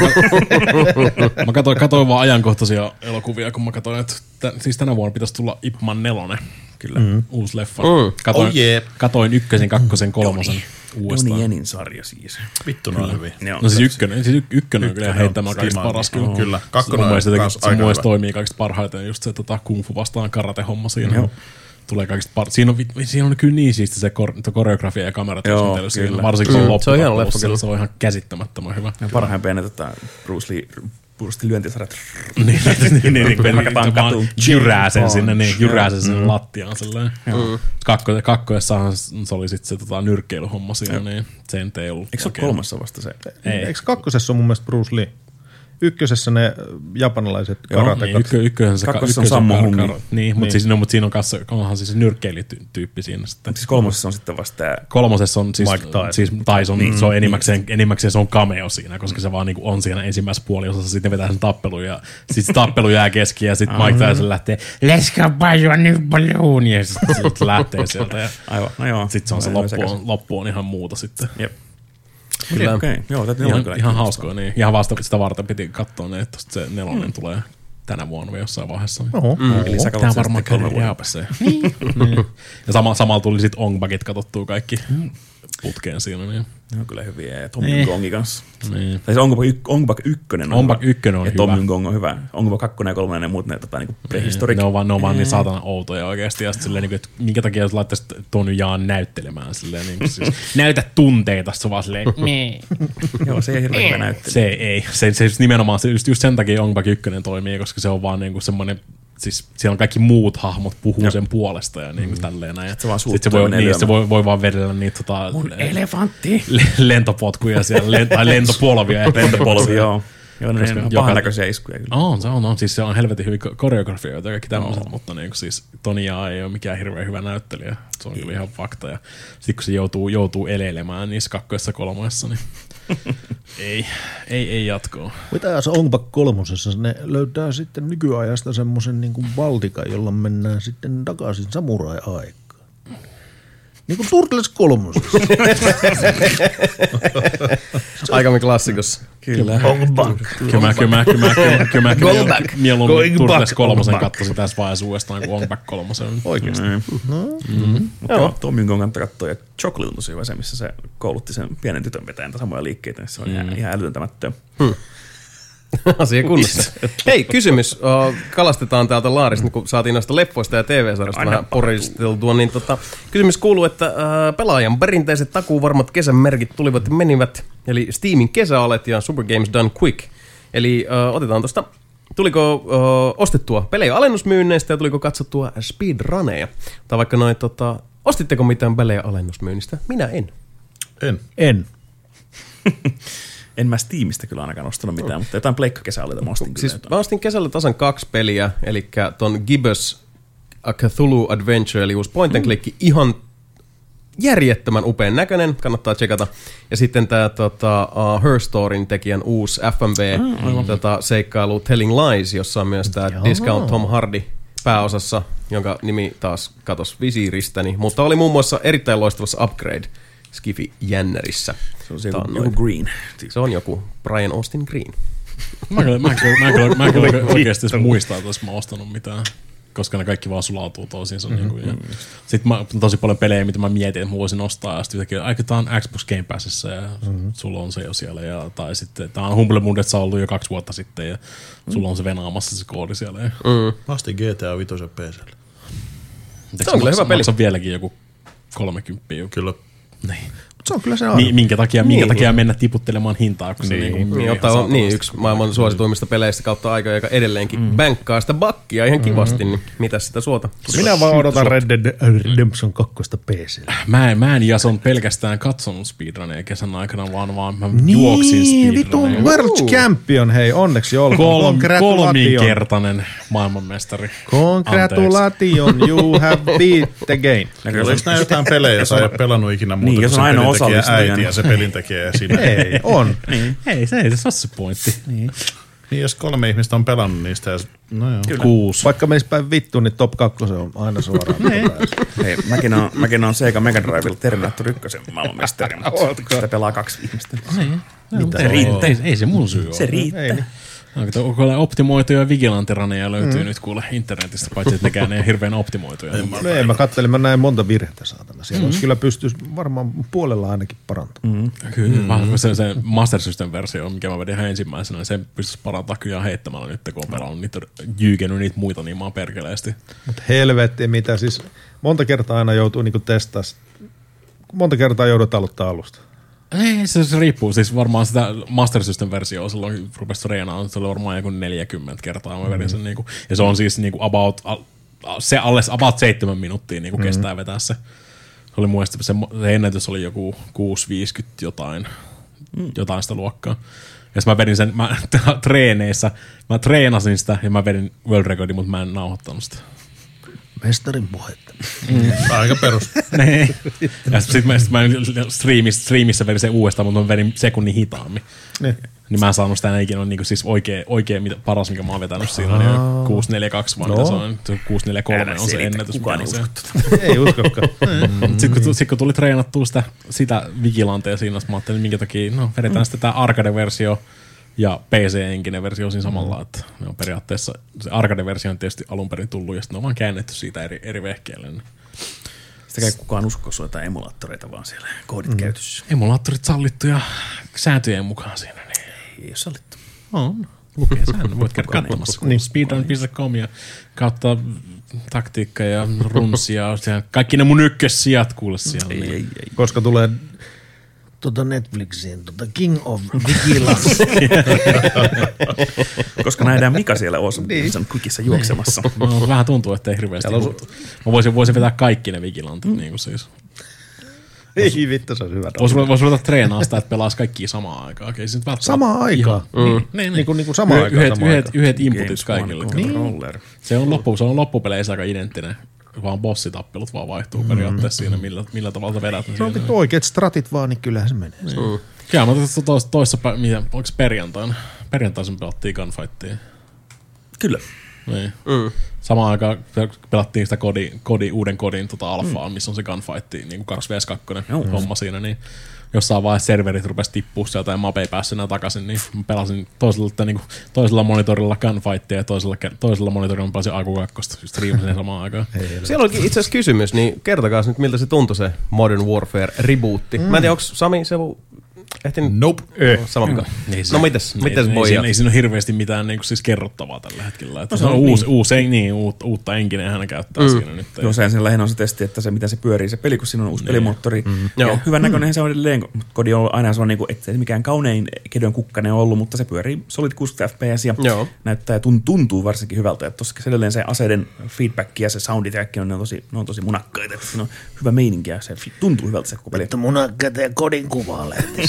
[SPEAKER 6] Mä katsoin vaan ajankohtaisia elokuvia, kun mä katsoin, että siis tänä vuonna pitäisi tulla Ip Man 4. Kyllä, uusi leffa. Katoin 1, 2, 3 uudestaan.
[SPEAKER 3] Doni Jenin sarja siis.
[SPEAKER 4] Vittu, ne on hyvin.
[SPEAKER 6] No siis ykkönen on kyllä heittämään kaikista paras.
[SPEAKER 4] Kyllä, kakkonen on
[SPEAKER 6] aika hyvä. Se mun toimii kaikista parhaiten just se kung fu vastaan karate-homma siinä. Tulee kaikista siinä on kyllä niin siisti se koreografia ja kameratyöskentely siinä. Varsinkin se on loppukappaleessa. Se on ihan käsittämättömän hyvä.
[SPEAKER 3] Ja parhaimpia ne Bruce Lee lyöntisarjat.
[SPEAKER 6] Niin, vaan jyrää sen sinne, sinne lattiaan silleen. Kakkosessahan se oli sitten se nyrkkeilyhomma siinä, niin sen ei ollut.
[SPEAKER 3] Eikö se ole kolmassa vasta se?
[SPEAKER 5] Eikö kakkosessa on mun mielestä Bruce Lee? Ykkösessä ne japanilaiset karatekat.
[SPEAKER 3] Kakkosessa on Sammo Hungi.
[SPEAKER 6] Niin, mutta siinä onhan siis nyrkkeilijätyyppi siinä sitten.
[SPEAKER 3] Siis kolmosessa on sitten vasta tämä...
[SPEAKER 6] Kolmosessa on siis Tyson, se on enimmäkseen se on cameo siinä, koska se vaan niinku on siinä ensimmäisessä puoliosassa, sitten vetää sen tappelun ja sitten se tappelu jää keskiin ja sitten Mike Tyson lähtee let's go buy you a new balloon ja sitten lähtee sieltä.
[SPEAKER 3] Aivan, no joo.
[SPEAKER 6] Sitten se on se loppu on ihan muuta sitten.
[SPEAKER 3] Jep.
[SPEAKER 6] Kyllä. Okay. Joo, ihan hauskoa. Niin. Ihan vasta sitä varten piti katsoa, että se 4 tulee tänä vuonna jossain vaiheessa.
[SPEAKER 3] Eli sä katsot
[SPEAKER 6] varmaan 3 vuotta. Ja samalla tuli sitten Ong-Bagit katsottua kaikki putkeen siinä. Niin.
[SPEAKER 3] Ne on kyllä hyviä. Ja Tom Gongi kanssa. Niin. Tai se Ong-Bak 1 on
[SPEAKER 6] Ong-Bak 1 on
[SPEAKER 3] ja
[SPEAKER 6] hyvä.
[SPEAKER 3] Tom Gong on hyvä. Ong-Bak 2 ja 3 ja muut ne niinku prehistoric.
[SPEAKER 6] Ne on vaan niin saatana outoja oikeasti. Ja silleen, niin että minkä takia jos laittaisit Tony Jaan näyttelemään silleen, niin siis, näytä tunteita, se vaan silleen
[SPEAKER 3] Joo, se ei hirveän hyvä näyttely.
[SPEAKER 6] Se ei. Se just nimenomaan, just sen takia Ong-Bak 1 toimii, koska se on vaan niinku semmoinen, siis siellä on kaikki muut hahmot puhuu sen puolesta ja niinku tälleen näin. Se voi vaan vedellä niitä
[SPEAKER 3] mun elefantti.
[SPEAKER 6] Lentopotkuja siellä, tai lentopolvia.
[SPEAKER 3] Lentopolvia, joo. Joo, ne on pahan näköisiä iskuja.
[SPEAKER 6] On. Siis se on helvetin hyvin koreografioita ja kaikki tämmöiset, mutta niin siis Tony Jaa ei ole mikään hirveän hyvä näyttelijä. Se on kyllä ihan fakta. Ja sitten kun se joutuu eleilemään niissä 2 ja 3, niin ei jatkoa.
[SPEAKER 5] Mitä jos Ong-Bak 3, ne löytää sitten nykyajasta semmoisen niin kuin valtikan, jolla mennään sitten takaisin samurai-aikaan. Niin kuin Turtles 3.
[SPEAKER 1] Aikamme klassikossa.
[SPEAKER 3] Kyllä.
[SPEAKER 5] Ong-Bak.
[SPEAKER 6] Kyllä mä mieluummin Turtles 3 katsoisin tässä vaiheessa uudestaan kuin Ong-Bak 3.
[SPEAKER 5] Oikeasti.
[SPEAKER 3] Mutta Tom Yungon kannattaa katsoa. Ja Chocolate on tosi hyvä se, missä se koulutti sen pienen tytön vetäen samoja liikkeitä. Se on ihan älytöntämättöä.
[SPEAKER 1] Asia kunnossa. Hei, kysymys. Kalastetaan täältä Laarista, kun saatiin näistä leffoista ja TV-sarjasta vähän poristeltua. Niin kysymys kuuluu, että pelaajan perinteiset takuuvarmat kesän merkit tulivat ja menivät. Eli Steamin kesäalet ja Super Games Done Quick. Eli otetaan tuosta, tuliko ostettua pelejä alennusmyynneistä ja tuliko katsottua speedruneja? Tai vaikka noin, ostitteko mitään pelejä alennusmyynnistä? Minä en.
[SPEAKER 5] En.
[SPEAKER 3] En mä Steamista kyllä ainakaan ostanut mitään, mutta jotain pleikkakesällä mä ostin kyllä.
[SPEAKER 1] Mä ostin kesällä tasan 2 peliä, eli ton Gibbous A Cthulhu Adventure, eli uusi point and click, ihan järjettömän upean näköinen, kannattaa tsekata. Ja sitten tämä Her Storyn tekijän uusi FMV-seikkailu Telling Lies, jossa on myös tämä Discount Tom Hardy pääosassa, jonka nimi taas katosi visiiristäni, mutta oli muun muassa erittäin loistavassa Upgrade Skifi-jännärissä.
[SPEAKER 3] Se on joku Green.
[SPEAKER 1] Se on joku Brian Austin Green.
[SPEAKER 6] Mä en kyllä oikeasti muistaa, että mä ostanut mitään, koska ne kaikki vaan sulautuu toisiinsa. Sitten tosi paljon pelejä, mitä mä mietin, että mä voisin ostaa, ja sitten yhtäkkiä, tää on Xbox Game Passissa, ja sulla on se jo siellä, tai sitten tää on Humble Bundlessa ollut jo 2 vuotta sitten, ja sulla on se venaamassa se koodi siellä. Ja.
[SPEAKER 4] Mä ostin GTA 5 PC:lle.
[SPEAKER 1] Se on kyllä hyvä peli.
[SPEAKER 6] Maksaa vieläkin joku 30.
[SPEAKER 4] Kyllä.
[SPEAKER 6] Niin.
[SPEAKER 5] Se on kyllä se arvo.
[SPEAKER 6] Minkä takia mennä tiputtelemaan hintaa, kun se
[SPEAKER 1] yksi maailman suosituimmista peleistä kautta aikoja, joka edelleenkin bänkkaa sitä bakkia ihan kivasti, niin mitä sitä suota?
[SPEAKER 5] Minä vaan odotan Red Dead Redemption 2 PC:llä.
[SPEAKER 6] Mä en Jason pelkästään katsonut speedruneja kesän aikana, vaan mä juoksin speedruneja.
[SPEAKER 5] Vitun World Champion, hei, onneksi olkoon.
[SPEAKER 6] Kolminkertainen maailmanmestari.
[SPEAKER 5] Congratulation, you have beat the game.
[SPEAKER 4] Oliko nämä jotain pelejä, jos ei pelannut ikinä muuta kuin se pelintekijä äiti ja se pelintekijä ja sinä?
[SPEAKER 5] Ei, on.
[SPEAKER 6] Ei, se on se pointti.
[SPEAKER 4] Niin, jos 3 ihmistä on pelannut niistä, ja no joo.
[SPEAKER 6] 6.
[SPEAKER 5] Vaikka menisi päin vittuun, niin top 2 on aina suoraan.
[SPEAKER 3] Hei, mäkin on Sega Mega Drivella Terminator 1 maailmanmestari, mutta sitä pelaa 2 ihmistä.
[SPEAKER 6] Se riittää. Ei se mun syy ole.
[SPEAKER 3] Se riittää.
[SPEAKER 6] Optimoituja vigilantiraneja löytyy nyt kuule internetistä, paitsi että nekään ei hirveän optimoituja.
[SPEAKER 5] Mä kattelin, mä näin monta virhettä saatana. Siellä olisi kyllä pystyisi varmaan puolella ainakin parantamaan.
[SPEAKER 6] Kyllä. Se Master System-versio, mikä mä vedin ihan ensimmäisenä, niin se pystyisi parantaa kyllä heittämällä nyt, kun on pelannut niitä, jyykenyt niitä muita niin maan perkeleesti.
[SPEAKER 5] Mutta helvetti, mitä siis monta kertaa aina joutuu niinku testaa. Monta kertaa joudut aloittaa alusta.
[SPEAKER 6] Ei, se riippuu. Siis varmaan sitä Master System-versioa silloin rupesi treenaamaan, se oli varmaan joku 40 kertaa. Mä vedin sen niinku, ja se on siis niinku about 7 minuuttia niinku kestää vetää se. Se oli muista, se ennätys oli joku 6.50 jotain sitä luokkaa. Ja mä vedin sen treeneissä, mä treenasin sitä ja mä vedin world recordin, mutta mä en nauhoittanut sitä.
[SPEAKER 5] Mestarin puhetta.
[SPEAKER 4] Aika perus.
[SPEAKER 6] Ja sit mä striimissä vedin sen uudestaan, mutta mä vedin sekunnin hitaammin. Niin mä en saanut sitä ikinä niinku siis oikein paras, mikä mä oon vetänyt siinä. Niin 642 vaan, se on 643 on se ennätys.
[SPEAKER 5] Ei uskokaan.
[SPEAKER 6] Sitten kun tuli treenattua sitä Vigilantea siinä, mä ajattelin, minkä takia, vedetään sitten tää arcade-versio ja PC-henkinen versio siinä samalla, että ne on periaatteessa, se arcade-versio on tietysti alun perin tullut, ja sitten ne on vaan käännetty siitä eri vehkeelle.
[SPEAKER 3] Sitä ei kukaan usko sun jotain emulaattoreita vaan siellä, koodit käytössä.
[SPEAKER 6] Emulaattorit sallittuja sääntöjen mukaan siinä. Niin.
[SPEAKER 3] Ei ole sallittu.
[SPEAKER 6] On. Lukee säännön, voit käydä katsomassa. Speedrun.com ja kautta taktiikka ja runsia ja kaikki ne mun ykkössijat kuule siellä.
[SPEAKER 3] Ei.
[SPEAKER 5] Koska tulee Netflixiin, King of Vigilance.
[SPEAKER 3] Koska nähdään Mika siellä Awesome Quickissa juoksemassa.
[SPEAKER 6] No, vähän tuntuu, että ei hirveästi. Mä voisin vetää kaikki ne Vigilantit niin kuin siis.
[SPEAKER 5] Ei vittu, se on hyvä.
[SPEAKER 6] Vois ruveta treenaa sitä, että pelaisi kaikkia samaan aikaan. Okay,
[SPEAKER 5] samaan aikaan? Niin kuin samaan aikaan.
[SPEAKER 6] Yhdet inputit kaikille. Se on loppupeleissä aika identtinen. Vaan bossitappelut vaan vaihtuu periaatteessa siinä, millä tavalla sä vedät.
[SPEAKER 5] Se on oikeat stratit vaan, niin kyllähän se menee.
[SPEAKER 6] Kyllä, mä onko perjantaina? Perjantaisin pelattiin gunfightia.
[SPEAKER 3] Kyllä.
[SPEAKER 6] Niin. Samaan aikaan pelattiin sitä uuden kodin alfaa, missä on se gunfighti, niin kuin 2vs2 homma siinä, niin jossain vaiheessa serverit rupesi tippua sieltä ja mape ei päässyt enää takaisin, niin mä pelasin toisella monitorilla gunfightia ja toisella monitorilla pelasin Aku 2, striimasin samaan aikaan.
[SPEAKER 1] Siellä olikin itse asiassa kysymys, niin kertokaa nyt miltä se tuntui se Modern Warfare rebootti. Mä en tiedä, onko Sami Sevu ehtinyt?
[SPEAKER 4] Nope.
[SPEAKER 1] Sama mikä. No mites boijat?
[SPEAKER 6] Ei siinä ole hirveästi mitään niin siis kerrottavaa tällä hetkellä. Että se on uutta engineä hän käyttää siinä nyt.
[SPEAKER 3] Joo, sen lähinnä on se testi, että se miten se pyörii se peli, kun siinä on uusi pelimoottori. Ja hyvän näköinen se on edelleen. Kodi on aina se on niin kuin, että se mikään kaunein kedon kukkanen on ollut, mutta se pyörii solid 60 fps ja näyttää ja tuntuu varsinkin hyvältä. Että tossakin edelleen se aseiden feedback ja se soundit ja kaikki ne on tosi munakkaita. Että siinä on hyvä meininki ja se tuntuu hyvältä se koko peli.
[SPEAKER 5] Että munakkaita ja kodin kuvaa lähtisi.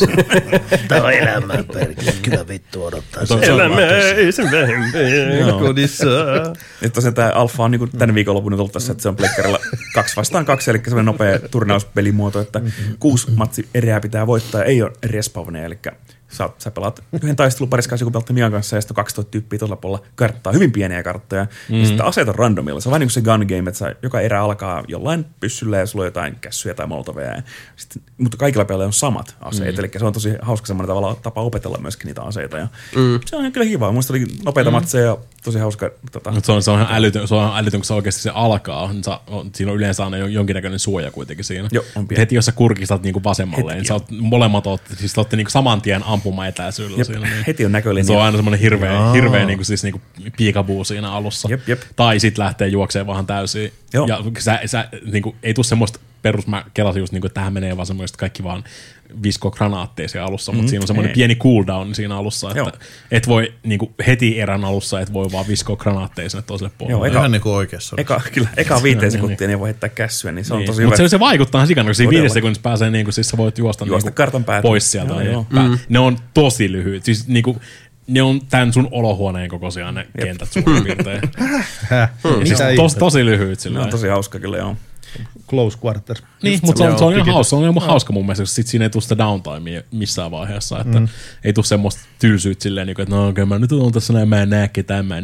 [SPEAKER 5] Tämä on elämää, perkele. Kyllä vittu odottaa.
[SPEAKER 1] Elämä ei sen vähempää kodissa.
[SPEAKER 3] Nyt tosiaan tämä Alpha on niin tämän viikonlopun tullut tässä, että se on pleikkarilla 2-2, eli semmoinen nopea turnauspelimuoto, että 6 matsi eriä pitää voittaa, ei ole respawneja, eli sä pelaat yhden taistelun parissa kanssa, kun pelaat Mian kanssa, ja sitten on 12 tyyppiä tuolla puolella karttaa, hyvin pieniä karttoja, ja sitten aseet on randomilla. Se on vähän niin kuin se gun game, että joka erä alkaa jollain pyssyllä, ja sulla on jotain kässyjä tai molotoveja. Mutta kaikilla peleillä on samat aseet, eli se on tosi hauska semmoinen tapa opetella myöskin niitä aseita. Ja se on kyllä kiva. Muista oli nopeita matseja ja tosi hauska.
[SPEAKER 6] Se on älytön, kun se oikeasti se alkaa. Siinä on yleensä aina jonkinnäköinen suoja kuitenkin siinä.
[SPEAKER 3] Joo,
[SPEAKER 6] heti jos sä kurkistat niinku vasemmalle, niin sä oot molemmat olette niinku saman tien ampumaetäisyydellä siinä. Niin.
[SPEAKER 3] Heti on näkölinja.
[SPEAKER 6] Se on aina semmoinen hirveä niinku piikabuu siinä alussa.
[SPEAKER 3] Jep.
[SPEAKER 6] Tai sit lähtee juokseen vaan täysin.
[SPEAKER 3] Joo.
[SPEAKER 6] Ja sä niinku, ei tule semmoista mä kelasin just niinku, että tähän menee vaan semmoista kaikki vaan viskoo granaatteja siellä alussa, mutta siinä on semmoinen pieni cooldown siinä alussa, että et voi niinku heti erän alussa, et voi vaan viskoa granaatteja sinne toiselle puolelle.
[SPEAKER 4] Joo, ihan niin kuin oikeassa.
[SPEAKER 3] Eka 5 sekuntia niin voi heittää kässyä, niin se on tosi hyvä.
[SPEAKER 6] Mutta se vaikuttaa sikana, kun siinä 5 sekunnissa pääsee, niinku, siis sä voit juosta niinku
[SPEAKER 3] kartan
[SPEAKER 6] pois sieltä. Ne on tosi lyhyet. Siis niinku, ne on tämän sun olohuoneen kokoisia ne kentät suurin piirtein. Siis tosi lyhyet.
[SPEAKER 3] Ne on tosi hauska kyllä, joo.
[SPEAKER 5] Close quarters.
[SPEAKER 6] Niin, mutta se on ihan hauska mun mielestä, koska sit siinä ei tule sitä downtimea missään vaiheessa, että ei tule semmoista tylsyyttä silleen, että no okei, mä nyt on tässä näin, mä en näe ketään, mä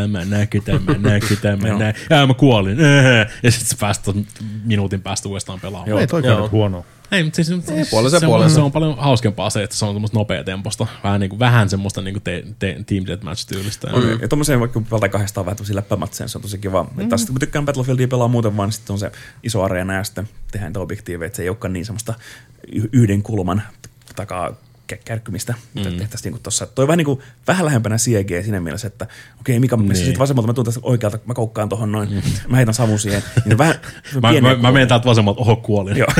[SPEAKER 6] kuolin. Ja sit sä päästä minuutin päästä uudestaan pelaamaan.
[SPEAKER 5] Ei toikaan nyt huonoa.
[SPEAKER 6] Ei, mutta siis se on paljon hauskempaa se, että se on semmoista nopea temposta. Vähän semmoista niinku Team Deathmatch-tyylistä.
[SPEAKER 3] Ja tommoseen vaikka peltaa 200 vähän tosi läppämatseen, se on tosi kiva. Taas kun tykkään Battlefieldia pelaa muuten vaan, niin sitten on se iso areena ja sitten tehdään niitä objektiiveja, että se ei olekaan niin semmoista yhden kulman takaa kärkkymistä, mitä tehtäisiin niin tuossa. Toi vähän, niin vähän lähempänä CG siinä mielessä, että okei, mikä niin. Sitten vasemmalta mä tuun tästä oikealta, mä koukkaan tohon noin, mä heitän savun siihen. Niin
[SPEAKER 6] mä menen täältä vasemmalta, kuolin.
[SPEAKER 3] Joo.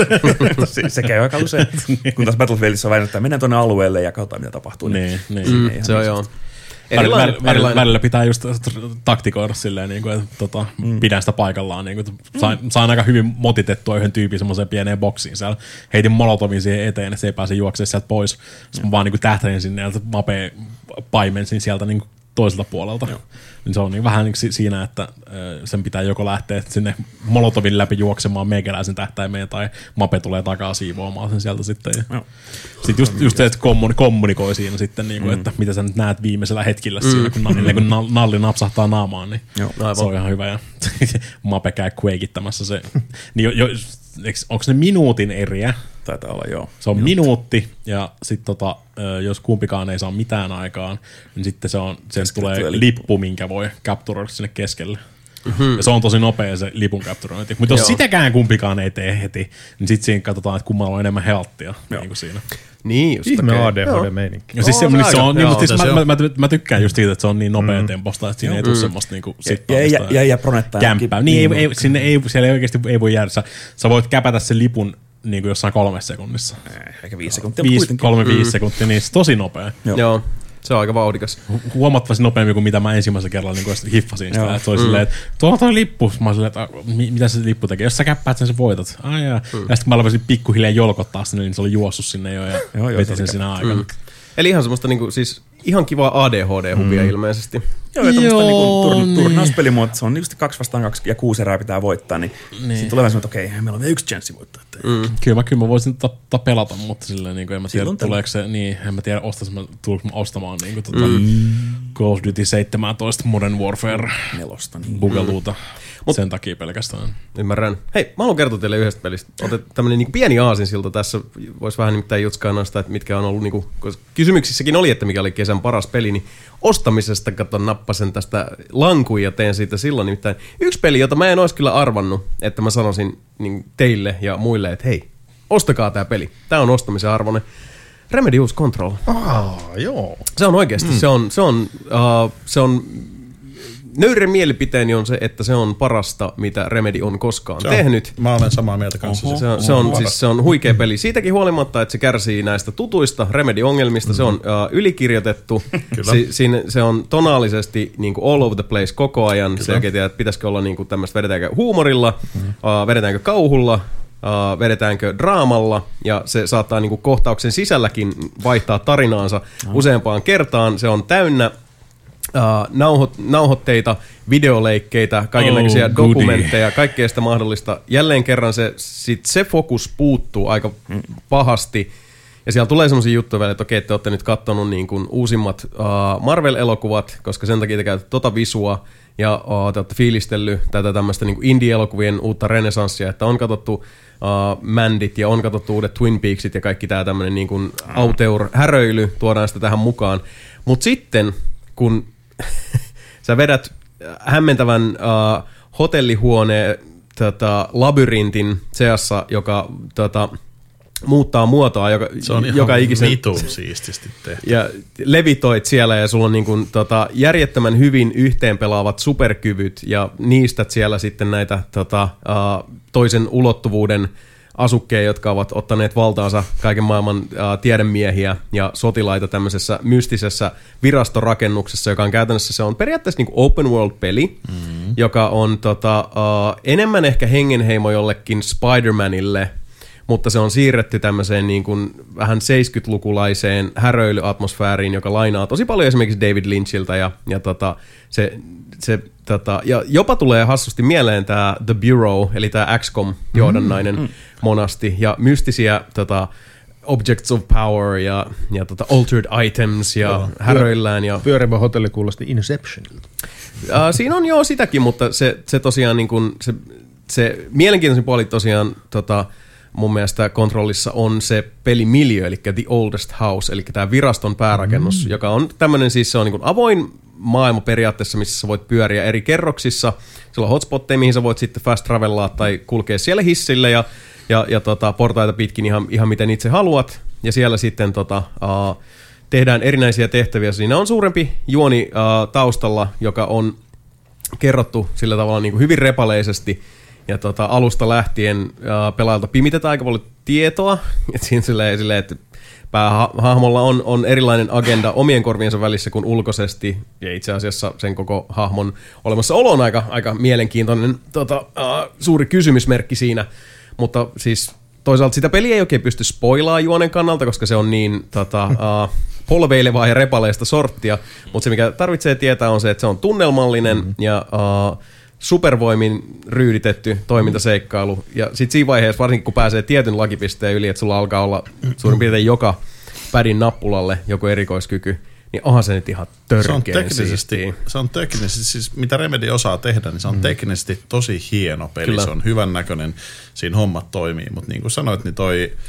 [SPEAKER 3] Se käy aika usein, kun taas Battlefieldissä on vähän, että mennään tuonne alueelle ja katsotaan, mitä tapahtuu.
[SPEAKER 6] Niin.
[SPEAKER 1] Se on joo.
[SPEAKER 6] Välillä pitää just taktikoida silleen, niin kuin, että pidän sitä paikallaan. Niin kuin, sain aika hyvin motitettua yhden tyypin semmoiseen pieneen boksiin. Siellä heitin molotovin siihen eteen, että se ei pääse juoksemaan sieltä pois. Sitten mä vaan niin tähtäin sinne ja mapeen paimensin sieltä niin toiselta puolelta. Niin se on niin vähän niin siinä, että sen pitää joko lähteä sinne molotovin läpi juoksemaan meikäläisen tähtäimeen tai mape tulee takaa siivoamaan sen sieltä sitten. Sitten just se, että kommunikoi siinä sitten, niin kuin, että mitä sä nyt näet viimeisellä hetkellä siinä, kun nalli napsahtaa naamaan, niin se on ihan hyvä. Ja mape käy quakittämässä se. Niin onko ne minuutin eriä?
[SPEAKER 3] Taitaa olla, joo.
[SPEAKER 6] Se on minuutti, ja sitten jos kumpikaan ei saa mitään aikaan, niin sitten sen tulee lippu, minkä voi capturoida sinne keskelle. Ja se on tosi nopea se lipun capturointi. Mutta jos sitäkään kumpikaan ei tee heti, niin sitten siinä katsotaan, että kummalla on enemmän healthia niin kuin siinä.
[SPEAKER 1] Niin, just
[SPEAKER 5] ihme ADHD-meininki.
[SPEAKER 6] Ja siis mä tykkään just siitä, että se on niin nopea temposta, että siinä ei tule semmoista niinku sitpaamista
[SPEAKER 3] ja pronettaa
[SPEAKER 6] kämppää. Niin, siellä oikeasti ei voi jäädä. Sä voit käpätä sen lipun niin kuin jossain 3 sekunnissa.
[SPEAKER 3] Eikä 5 sekuntia.
[SPEAKER 6] 3-5 sekuntia, niin tosi nopea.
[SPEAKER 1] Joo. Se on aika vauhdikas.
[SPEAKER 6] Huomattavasti nopeammin kuin mitä mä ensimmäisellä kerralla niin hiffasin sitä. Että se oli silleen, että tuolla toi lippu. Mä olin silleen, että mitä se lippu tekee? Jos sä käppäät sen, sä voitat. Ja sitten kun mä aloin pikkuhiljaa jolkottaa sinne, niin se oli juossut sinne jo ja veti sen siinä aikana.
[SPEAKER 1] Eli ihan semmoista niinku, siis ihan kivaa ADHD-hupia ilmeisesti.
[SPEAKER 3] Joo, ja tämmöistä niinku turnauspelimuoto, se on niinku 2-2 ja 6 erää pitää voittaa, niin. Sitten tulee vähän semmoinen, että okei, meillä on vielä 1 chanssi voittaa.
[SPEAKER 6] Kyllä mä voisin pelata, mutta silleen niinku, en mä tiedä, tuleeko se, niin, en mä tiedä, tuliko mä ostamaan niinku Call of Duty 17 Modern Warfare 4 bugeluuta. Sen takia pelkästään.
[SPEAKER 1] Ymmärrän. Hei, mä haluan kertoa teille yhdestä pelistä. Otet tämmönen niin pieni aasinsilta tässä. Voisi vähän nimittäin jutskaa noista, että mitkä on ollut, niinku, kysymyksissäkin oli, että mikä oli kesän paras peli, niin ostamisesta nappasen tästä lankun ja teen siitä silloin. Nimittäin yksi peli, jota mä en olisi kyllä arvannut, että mä sanoisin niin teille ja muille, että hei, ostakaa tää peli. Tää on ostamisen arvoinen. Remedios Control.
[SPEAKER 5] Joo.
[SPEAKER 1] Se on oikeasti, se on nöyrän mielipiteeni on se, että se on parasta, mitä Remedy on koskaan tehnyt.
[SPEAKER 4] Mä olen samaa mieltä kanssa.
[SPEAKER 1] Se on huikea peli. Siitäkin huolimatta, että se kärsii näistä tutuista Remedy-ongelmista. Se on ylikirjoitettu. Se on tonaalisesti niin kuin all over the place koko ajan. Se ei tiedä, että pitäisikö olla niin kuin tämmöistä, vedetäänkö huumorilla, vedetäänkö kauhulla, vedetäänkö draamalla, ja se saattaa niin kuin kohtauksen sisälläkin vaihtaa tarinaansa useampaan kertaan. Se on täynnä nauhoitteita, videoleikkeitä, kaikennäköisiä dokumentteja, kaikkea sitä mahdollista. Jälleen kerran se fokus puuttuu aika pahasti. Ja siellä tulee semmoisia juttuja välillä, että okei, te olette nyt katsonut niin kuin uusimmat Marvel-elokuvat, koska sen takia te käytätte visua, ja te olette fiilistellyt tätä tämmöistä niin kuin indie-elokuvien uutta renesanssia, että on katsottu Mandit ja on katsottu uudet Twin Peaksit ja kaikki tämä tämmöinen niin kuin auteur-häröily, tuodaan sitä tähän mukaan. Mutta sitten, kun sä vedät hämmentävän hotellihuoneen labyrintin seassa, joka muuttaa muotoa
[SPEAKER 4] se on
[SPEAKER 1] joka ikisen
[SPEAKER 4] vitun siististi tehty.
[SPEAKER 1] Ja levitoit siellä ja sulla on niin kuin, järjettömän hyvin yhteenpelaavat superkyvyt ja niistä siellä sitten näitä toisen ulottuvuuden asukkeja, jotka ovat ottaneet valtaansa kaiken maailman tiedemiehiä ja sotilaita tämmöisessä mystisessä virastorakennuksessa, joka on käytännössä, se on periaatteessa niin kuin open world peli, joka on enemmän ehkä hengenheimo jollekin Spider-Manille, mutta se on siirretty tämmöiseen niin kuin vähän 70-lukulaiseen häröilyatmosfääriin, joka lainaa tosi paljon esimerkiksi David Lynchiltä ja jopa tulee hassusti mieleen tämä The Bureau, eli tämä XCOM-johdannainen monasti, ja mystisiä Objects of Power ja Altered Items ja häröillään. Ja
[SPEAKER 5] pyörivä hotelli kuulosti Inceptionilta.
[SPEAKER 1] Siinä on joo sitäkin, mutta se tosiaan niin kuin, se mielenkiintoisin puoli tosiaan mun mielestä Kontrollissa on se pelimiljöö, eli The Oldest House, eli tämä viraston päärakennus, joka on tämmöinen, siis se on niin kuin avoin maailma periaatteessa, missä sä voit pyöriä eri kerroksissa. Sillä on hotspotteja, mihin sä voit sitten fast travellaa tai kulkea siellä hissille ja portaita pitkin ihan miten itse haluat. Ja siellä sitten tehdään erinäisiä tehtäviä. Siinä on suurempi juoni taustalla, joka on kerrottu sillä tavalla niin kuin hyvin repaleisesti. Ja alusta lähtien pelaajalta pimitetään aika paljon tietoa. Et siinä silleen, että päähahmolla on erilainen agenda omien korviensa välissä kuin ulkoisesti. Ja itse asiassa sen koko hahmon olemassaolo on aika mielenkiintoinen suuri kysymysmerkki siinä. Mutta siis toisaalta sitä peliä ei oikein pysty spoilaamaan juonen kannalta, koska se on niin polveilevaa ja repaleista sorttia. Mutta se, mikä tarvitsee tietää, on se, että se on tunnelmallinen ja supervoimin ryyditetty toimintaseikkailu. Ja sitten siinä vaiheessa, varsinkin kun pääsee tietyn lakipisteen yli, että sulla alkaa olla suurin piirtein joka pädin nappulalle joku erikoiskyky, niin onhan se nyt ihan törkeän siistiä.
[SPEAKER 4] Se on teknisesti, siis mitä Remedy osaa tehdä, niin se on teknisesti tosi hieno peli. Kyllä. Se on hyvän näköinen, siinä hommat toimii. Mutta niin kuin sanoit, niin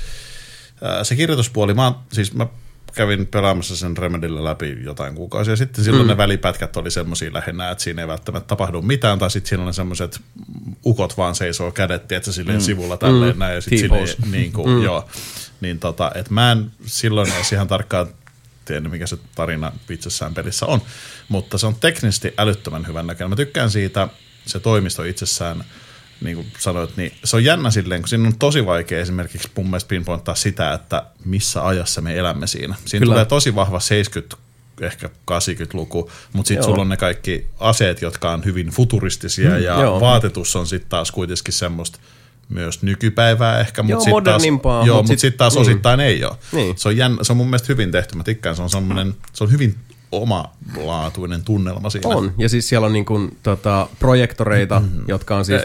[SPEAKER 4] se kirjoituspuoli, mä kävin pelaamassa sen Remedyllä läpi jotain kuukausia sitten. Silloin ne välipätkät oli semmosia lähinnä, että siinä ei välttämättä tapahdu mitään, tai sitten siinä on semmoiset ukot vaan seisoo kädet, tietsä, silleen sivulla tälleen näin, ja sitten silleen, niin kuin, joo. Niin että mä en silloin edes ihan tarkkaan tiedä, mikä se tarina itsessään pelissä on, mutta se on teknisesti älyttömän hyvän näköinen. Mä tykkään siitä, se toimisto itsessään, niin kuin sanoit, niin se on jännä silleen, kun siinä on tosi vaikea esimerkiksi mun mielestä pinpointtaa sitä, että missä ajassa me elämme siinä. Siinä tulee tosi vahva 70, ehkä 80-luku, mutta sitten sulla on ne kaikki aseet, jotka on hyvin futuristisia ja vaatetus on sitten taas kuitenkin semmoista myös nykypäivää ehkä, mutta sitten taas osittain ei ole. Niin. Se on mun mielestä hyvin tehty, mä tykkään, se on hyvin omalaatuinen tunnelma siinä.
[SPEAKER 1] On, ja siis siellä on niin kuin, projektoreita, jotka on siis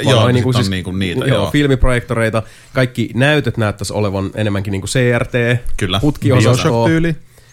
[SPEAKER 1] filmiprojektoreita. Kaikki näytöt näyttäisi olevan enemmänkin niin kuin CRT-putkiosastoa.
[SPEAKER 5] Tyyli?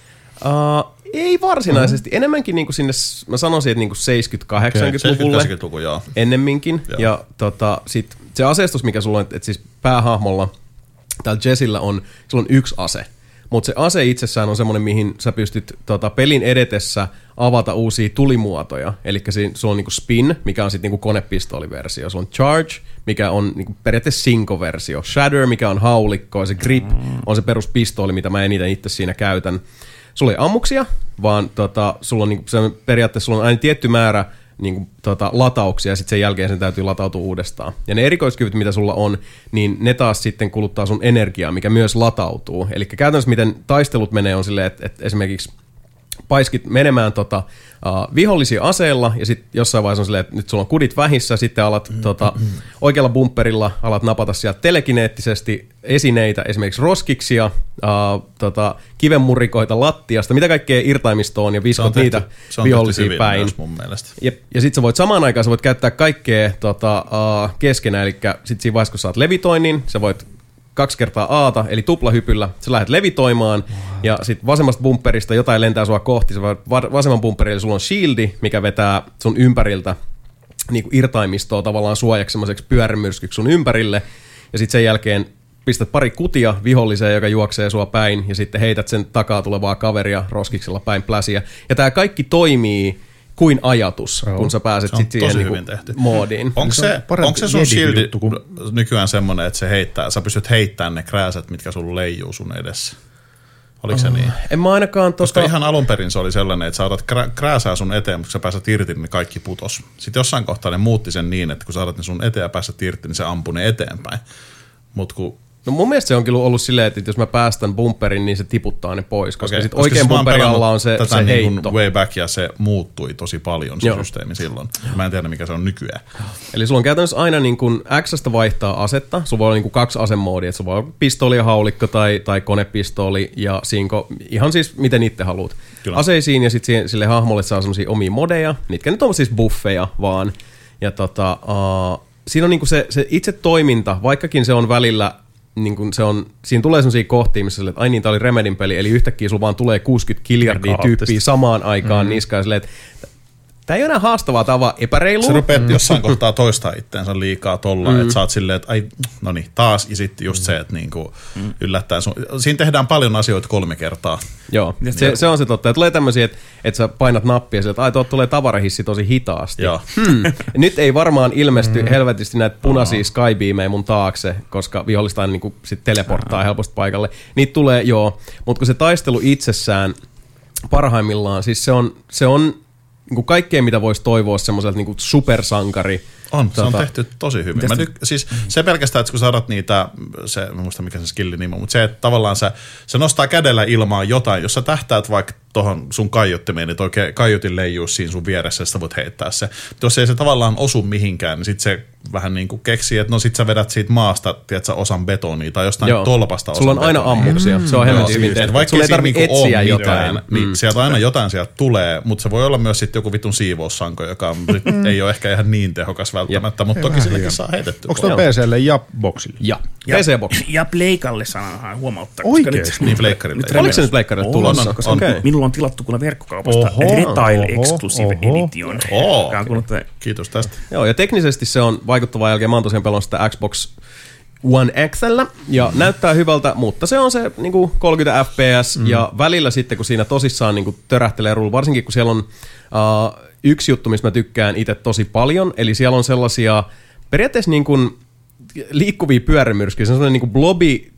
[SPEAKER 1] Ei varsinaisesti, enemmänkin niin kuin sinne, mä sanoisin, että niin kuin 70-80-luvulle
[SPEAKER 4] 70-80-luku, joo.
[SPEAKER 1] Ennemminkin. Joo. Ja sit se aseistus, mikä sulla on, että siis päähahmolla, täällä Jessillä sulla on yksi ase. Mutta se ase itsessään on semmoinen, mihin sä pystyt pelin edetessä avata uusia tulimuotoja. Eli sulla on niinku spin, mikä on sitten niinku konepistooliversio. Sulla on charge, mikä on niinku periaatteessa sinko-versio. Shatter, mikä on haulikko. Ja se grip on se peruspistooli, mitä mä eniten itse siinä käytän. Sulla ei ammuksia, vaan sulla on niinku, periaatteessa sulla on aina tietty määrä niin latauksia, ja sitten sen jälkeen sen täytyy latautua uudestaan. Ja ne erikoiskyvyt, mitä sulla on, niin ne taas sitten kuluttaa sun energiaa, mikä myös latautuu. Eli käytännössä miten taistelut menee on silleen, että esimerkiksi paiskit menemään vihollisia aseella, ja sitten jossain vaiheessa on silleen, että nyt sulla on kudit vähissä, sitten alat oikealla bumperilla alat napata sieltä telekineettisesti esineitä, esimerkiksi roskiksia, kivenmurikoita lattiasta, mitä kaikkea irtaimistoon, ja viskot niitä vihollisia päin.
[SPEAKER 4] Myös mun mielestä.
[SPEAKER 1] Ja sitten sä voit samaan aikaan käyttää kaikkea keskenään, eli sitten siinä vaiheessa, kun saat levitoinnin, sä voit 2 kertaa Aata, eli tuplahypyllä, sä lähdet levitoimaan, ja sitten vasemmasta bumperista jotain lentää sua kohti, sä voit vasemman bumperilla sulla on shieldi, mikä vetää sun ympäriltä niinku irtaimistoa tavallaan suojaksi semmoiseksi pyörämyrskyksi sun ympärille, ja sitten sen jälkeen pistät pari kutia viholliseen, joka juoksee sua päin, ja sitten heität sen takaa tulevaa kaveria roskiksella päin pläsiä. Ja tää kaikki toimii kuin ajatus, kun sä pääset sitten siihen niinku moodiin.
[SPEAKER 4] Onko se sun shieldi nykyään semmoinen, että se heittää, sä pystyt heittämään ne krääsät, mitkä sulla leijuu sun edessä? Oliko se niin?
[SPEAKER 1] En mä ainakaan
[SPEAKER 4] Koska ihan alun perin se oli sellainen, että sä otat krääsää sun eteen, mutta kun sä pääset irti, niin kaikki putos. Sitten jossain kohtaa ne muutti sen niin, että kun sä otat ne sun eteen ja pääset irti, niin se ampui ne eteenpäin. Mut kun
[SPEAKER 1] no mun mielestä se onkin ollut silleen, että jos mä päästän bumperin, niin se tiputtaa ne pois, koska sitten oikein bumperin alla on se heitto.
[SPEAKER 4] Way back ja se muuttui tosi paljon se systeemi silloin. Mä en tiedä mikä se on nykyään.
[SPEAKER 1] Eli sulla on käytännössä aina niin kuin X:stä vaihtaa asetta. Sulla voi olla niin kuin 2 asemoodia, että sulla voi olla pistooli ja haulikko tai konepistooli ja siinko, ihan siis miten itse haluat. Kyllä. Aseisiin ja sitten sille hahmolle saa semmosia omia modeja, mitkä nyt on siis buffeja vaan. Ja siinä on niin kuin se itse toiminta, vaikkakin se on välillä niin kuin siinä tulee sellaisia kohtia, missä että ai niin, tää oli Remedin peli, eli yhtäkkiä sulla vaan tulee 60 kiljardia tyyppiä samaan aikaan niskaan, silleen, että tää ei ole enää haastavaa, tää on vaan epäreilua.
[SPEAKER 4] Sä rupeat jossain kohtaa toistaa itteensä liikaa tolla, että sä oot silleen, että ai, no niin, taas, ja sitten just se, että niinku yllättäen siinä tehdään paljon asioita 3 kertaa.
[SPEAKER 1] Joo, se on se totta. Ja tulee tämmöisiä, että sä painat nappia sille, että ai, tuolta tulee tavarahissi tosi hitaasti. Nyt ei varmaan ilmesty helvetisti näitä punaisia skybeameja mun taakse, koska vihollista aina niinku sit teleporttaa helposti paikalle. Niitä tulee, mutta kun se taistelu itsessään parhaimmillaan, siis se on niin kuin kaikkea, mitä voisi toivoa semmoiselta niin kuin supersankari.
[SPEAKER 4] Se on tehty tosi hyvin. Siis se pelkästään, että kun saadat niitä, mä muistan mikä se skillin nimi, mutta se, että tavallaan se nostaa kädellä ilmaan jotain, jos sä tähtäät vaikka tohon sun kaiuttimeen, niin toi kaiutin leijuu siinä sun vieressä, ja sä voit heittää se. Mutta jos ei se tavallaan osu mihinkään, niin sit se vähän niin kuin keksii, että no sit sä vedät siitä maasta, tiedätkö, osan betonia tai jostain tolpasta osan
[SPEAKER 1] sulla on aina ammuksia, se on hemmetin hyvin tehty.
[SPEAKER 4] Vaikka ei tarvitse etsiä jotain, niin sieltä aina jotain sieltä tulee, mutta se voi olla myös sitten joku vitun siivoussanko, joka ei ole ehkä ihan niin tehokas välttämättä, mutta toki sillekin saa heitettyä.
[SPEAKER 5] Onko tuo PC:lle ja boxille?
[SPEAKER 1] Ja PC-boxille.
[SPEAKER 3] Ja Pleikalle saadaan huomauttaa.
[SPEAKER 5] Oikeesti?
[SPEAKER 4] Niin Pleikkarille.
[SPEAKER 1] Oliko se nyt Pleikkarille tulossa?
[SPEAKER 3] Minulla on tilattu kuule verkkokaupasta Retail Exclusive Edition.
[SPEAKER 4] Kiitos tästä.
[SPEAKER 1] Joo, ja teknisesti se on vaikuttavaa jälkeen. Mä oon tosiaan pelannut sitä Xbox One X:llä ja näyttää hyvältä, mutta se on se niin kuin 30 fps ja välillä sitten, kun siinä tosissaan niin kuin törähtelee rullu, varsinkin kun siellä on yksi juttu, mistä mä tykkään itse tosi paljon, eli siellä on sellaisia periaatteessa niin kuin liikkuvia pyörämyrskyjä, se on sellainen niin kuin blobi,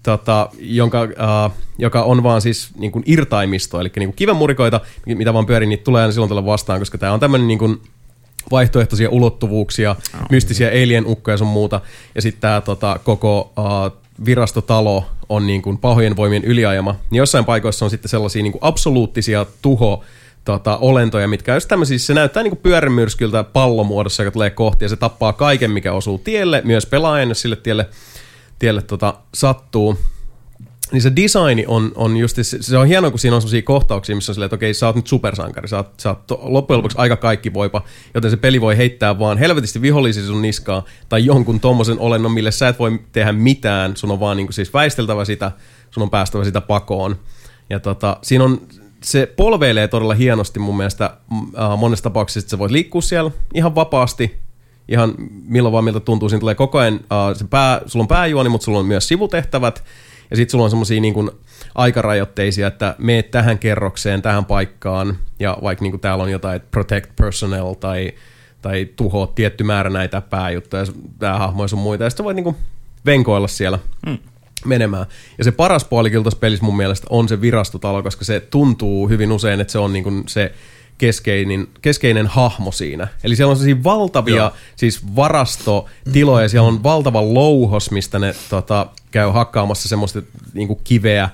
[SPEAKER 1] joka on vaan siis niin kuin irtaimisto, eli niin kuin kivenmurikoita, mitä vaan pyörii, niitä tulee aina silloin tällä vastaan, koska tämä on tämmöinen niin kuin vaihtoehtoisia ulottuvuuksia, mystisiä alien-ukkoja ja sun muuta, ja sitten tämä koko virastotalo on niin kuin pahojen voimien yliajama, niin jossain paikoissa on sitten sellaisia niin kuin absoluuttisia olentoja, mitkä on tämmöisiä, se näyttää niin kuin pyörämyrskyltä pallomuodossa, joka tulee kohti, ja se tappaa kaiken, mikä osuu tielle, myös pelaajan, jos sille tielle sattuu. Niin se designi on just, se on hienoa, kun siinä on sellaisia kohtauksia, missä on silleen, että okei, sä oot nyt supersankari, sä oot loppujen lopuksi aika kaikki voipa, joten se peli voi heittää vaan helvetisti vihollisia sun niskaa, tai jonkun tommosen olennon, mille sä et voi tehdä mitään, sun on vaan niin kuin siis väisteltävä sitä, sun on päästävä sitä pakoon. Ja siinä on, se polveilee todella hienosti mun mielestä monessa tapauksessa, että sä voit liikkua siellä ihan vapaasti, ihan milloin vaan miltä tuntuu, siinä tulee koko ajan, sulla on pääjuoni, mutta sulla on myös sivutehtävät, ja sitten sulla on semmosia niin kuin aikarajoitteisia, että meet tähän kerrokseen, tähän paikkaan, ja vaikka niin kuin täällä on jotain protect personnel tai tuhoa tietty määrä näitä pääjuttuja, tää hahmoja sun muita, ja sitten voit niin kuin venkoilla siellä menemään. Ja se paras puoli kyllä tuossa pelissä mun mielestä on se virastotalo, koska se tuntuu hyvin usein, että se on niin kuin se keskeinen hahmo siinä. Eli siellä on sellaisia valtavia siis varastotiloja, siellä on valtava louhos, mistä ne käy hakkaamassa semmoista niinku kiveä,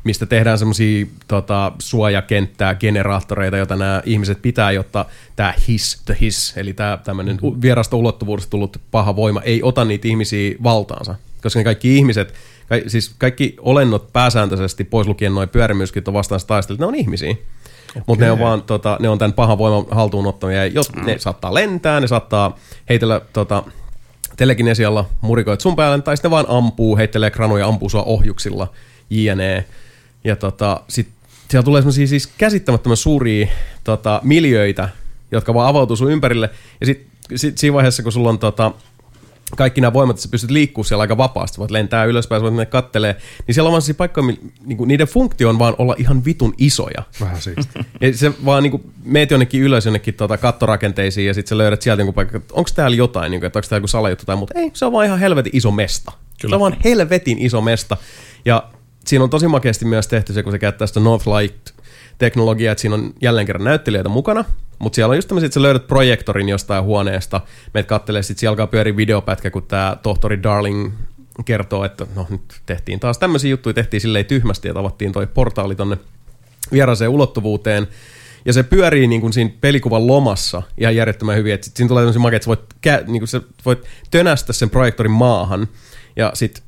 [SPEAKER 1] mistä tehdään semmoisia suojakenttää, generaattoreita, joita nämä ihmiset pitää, jotta tämä his, eli tämä tämmöinen vierasta ulottuvuudesta tullut paha voima ei ota niitä ihmisiä valtaansa, koska ne kaikki ihmiset, siis kaikki olennot pääsääntöisesti, pois lukien noin pyörimyskit on vastaan taistelut, ne on ihmisiä. Okay. Mutta ne on vaan ne on tämän pahan voiman haltuunottamia. Ne saattaa lentää, ne saattaa heitellä telekinesialla murikoit sun päälle, tai sitten ne vaan ampuu, heittelee kranuja, ampuu sua ohjuksilla, jne. Ja sit siellä tulee semmosia siis käsittämättömän suuria miljöitä, jotka vaan avautuu sun ympärille. Ja sit siinä vaiheessa, kun sulla on kaikki nämä voimat, että sä pystyt liikkuu siellä aika vapaasti, voit lentää ylöspäin, voit mennä kattelee, niin siellä on vaan sellaisia paikkoja, niinku, niiden funktio on vaan olla ihan vitun isoja.
[SPEAKER 5] Vähän siistiä.
[SPEAKER 1] Ja se vaan niinku, meet jonnekin ylös jonnekin kattorakenteisiin ja sitten sä löydät sieltä jonkun paikka, että onko täällä jotain, niinku, että onko täällä joku salajuttu tai muuta. Ei, se on vaan ihan helvetin iso mesta. Kyllä. Se on vaan helvetin iso mesta. Ja siinä on tosi makeasti myös tehty se, kun se käyttää sitä Northlight-teknologiaa, että siinä on jälleen kerran näyttelijöitä mukana. Mutta siellä on just tämmöisiä, että sä löydät projektorin jostain huoneesta, meitä kattelee, sitten siellä alkaa pyöriä videopätkä, kun tämä tohtori Darling kertoo, että no nyt tehtiin taas tämmöisiä juttuja, tehtiin silleen tyhmästi, että avattiin toi portaali tonne vieraaseen ulottuvuuteen, ja se pyörii niin kuin siinä pelikuvan lomassa ihan järjettömän hyvin, että siinä tulee tämmöisiä makeita, että sä voit tönästä sen projektorin maahan, ja sitten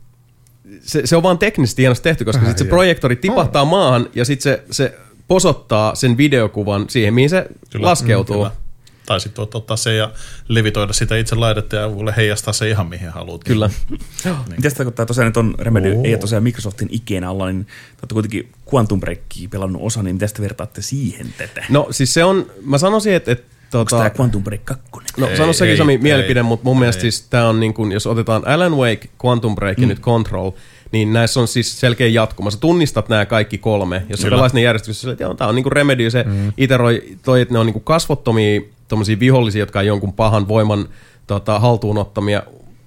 [SPEAKER 1] se on vaan teknisesti hienosti tehty, koska sitten se projektori tipahtaa maahan, ja sitten se posottaa sen videokuvan siihen, mihin se laskeutuu. Kyllä.
[SPEAKER 4] Tai sitten voit ottaa sen ja levitoida sitä itse laitetta ja heijastaa se ihan mihin haluat.
[SPEAKER 1] Kyllä.
[SPEAKER 3] Niin. Miten sitä, kun tämä tosiaan nyt on Remedy, ei ole tosiaan Microsoftin ikeen alla, niin te olette kuitenkin Quantum Breakia pelannut osa, niin miten te vertaatte siihen tätä?
[SPEAKER 1] No siis se on, mä sanoisin, että
[SPEAKER 3] onko tämä Quantum Break 2?
[SPEAKER 1] No sano sekin Sami mielipide, mutta mun mielestä siis tämä on niin kuin, jos otetaan Alan Wake, Quantum Break ja nyt Control, niin näissä on siis selkeä jatkuma. Sä tunnistat nämä kaikki kolme, jos sä pelaisit ne järjestyksessä, että tämä on niin kuin Remedy, se iteroi toi, että ne on niin kuin kasvottomia tommosia vihollisia, jotka on jonkun pahan voiman haltuunottamia.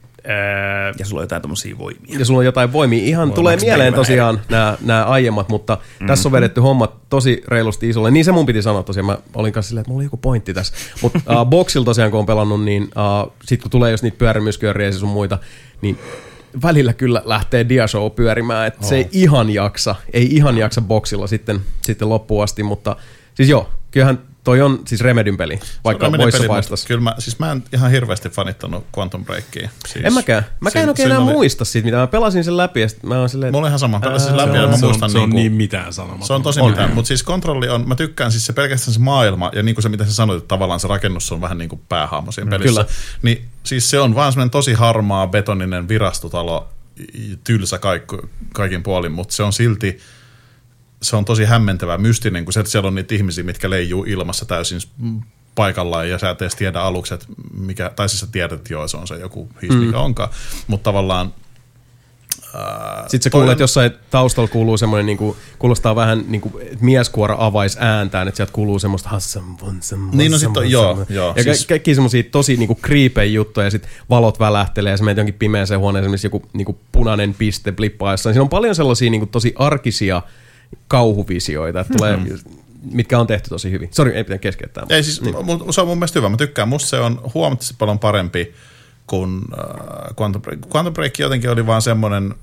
[SPEAKER 3] Ja sulla on jotain tommosia voimia.
[SPEAKER 1] Ja sulla on jotain voimia. Ihan tulee mieleen tosiaan nämä aiemmat, mutta tässä on vedetty hommat tosi reilusti isolle. Niin se mun piti sanoa tosiaan. Mä olin kanssa silleen, että mulla oli joku pointti tässä. Mutta Boxilla tosiaan, kun on pelannut, niin sit kun tulee jos niitä pyörimyskyöriä ja sun muita, niin välillä kyllä lähtee Diashow pyörimään, että se ei ihan jaksa Boxilla sitten loppuun asti, mutta siis joo, kyllähän toi on siis Remedyn peli, vaikka voissa paistas.
[SPEAKER 4] Kyllä mä en ihan hirveästi fanittanut Quantum Breakia. Siis,
[SPEAKER 1] en mäkään. Mäkään oikein enää muista siitä, mitä mä pelasin sen läpi. Ja mä oon silleen,
[SPEAKER 4] mulla on ihan sama. Pelasin sen läpi ja mä muistan.
[SPEAKER 6] Se on niin mitään sanomaton.
[SPEAKER 4] Se on tosi mitään, mutta siis kontrolli on, mä tykkään siis se pelkästään se maailma ja niin kuin se mitä sä sanoit, että tavallaan se rakennus on vähän niin kuin päähahmo siinä pelissä. Kyllä. Niin siis se on vaan semmoinen tosi harmaa betoninen virastotalo, tylsä kaikin puolin, mutta se on silti se on tosi hämmentävä, mystinen, kun siellä on niitä ihmisiä, mitkä leijuu ilmassa täysin paikallaan, ja sä et edes tiedä aluksi, että mikä, tai siis sä tiedät, että joo, se on se joku mikä onkaan, mutta tavallaan
[SPEAKER 1] sitten sä kuulet, että jossain taustalla kuuluu semmoinen, niinku, kuulostaa vähän niin kuin mieskuora avaisi ääntään, että sieltä kuuluu semmoista
[SPEAKER 4] niin no sitten joo.
[SPEAKER 1] Ja siis kaikki semmoisia tosi niinku creepy juttuja, ja sitten valot välähtelee, ja sä menet jonkin pimeäseen huoneeseen, missä joku niinku punainen piste blippaa jossain. Siinä on paljon sellaisia niinku tosi arkisia kauhuvisioita, että tulee, mitkä on tehty tosi hyvin. Sori, ei pitää keskeyttää.
[SPEAKER 4] Ei siis, niin. Se on mun mielestä hyvä. Mä tykkään. Musta se on huomattavasti paljon parempi kuin Quantum Break. Quantum Break jotenkin oli vaan semmoinen,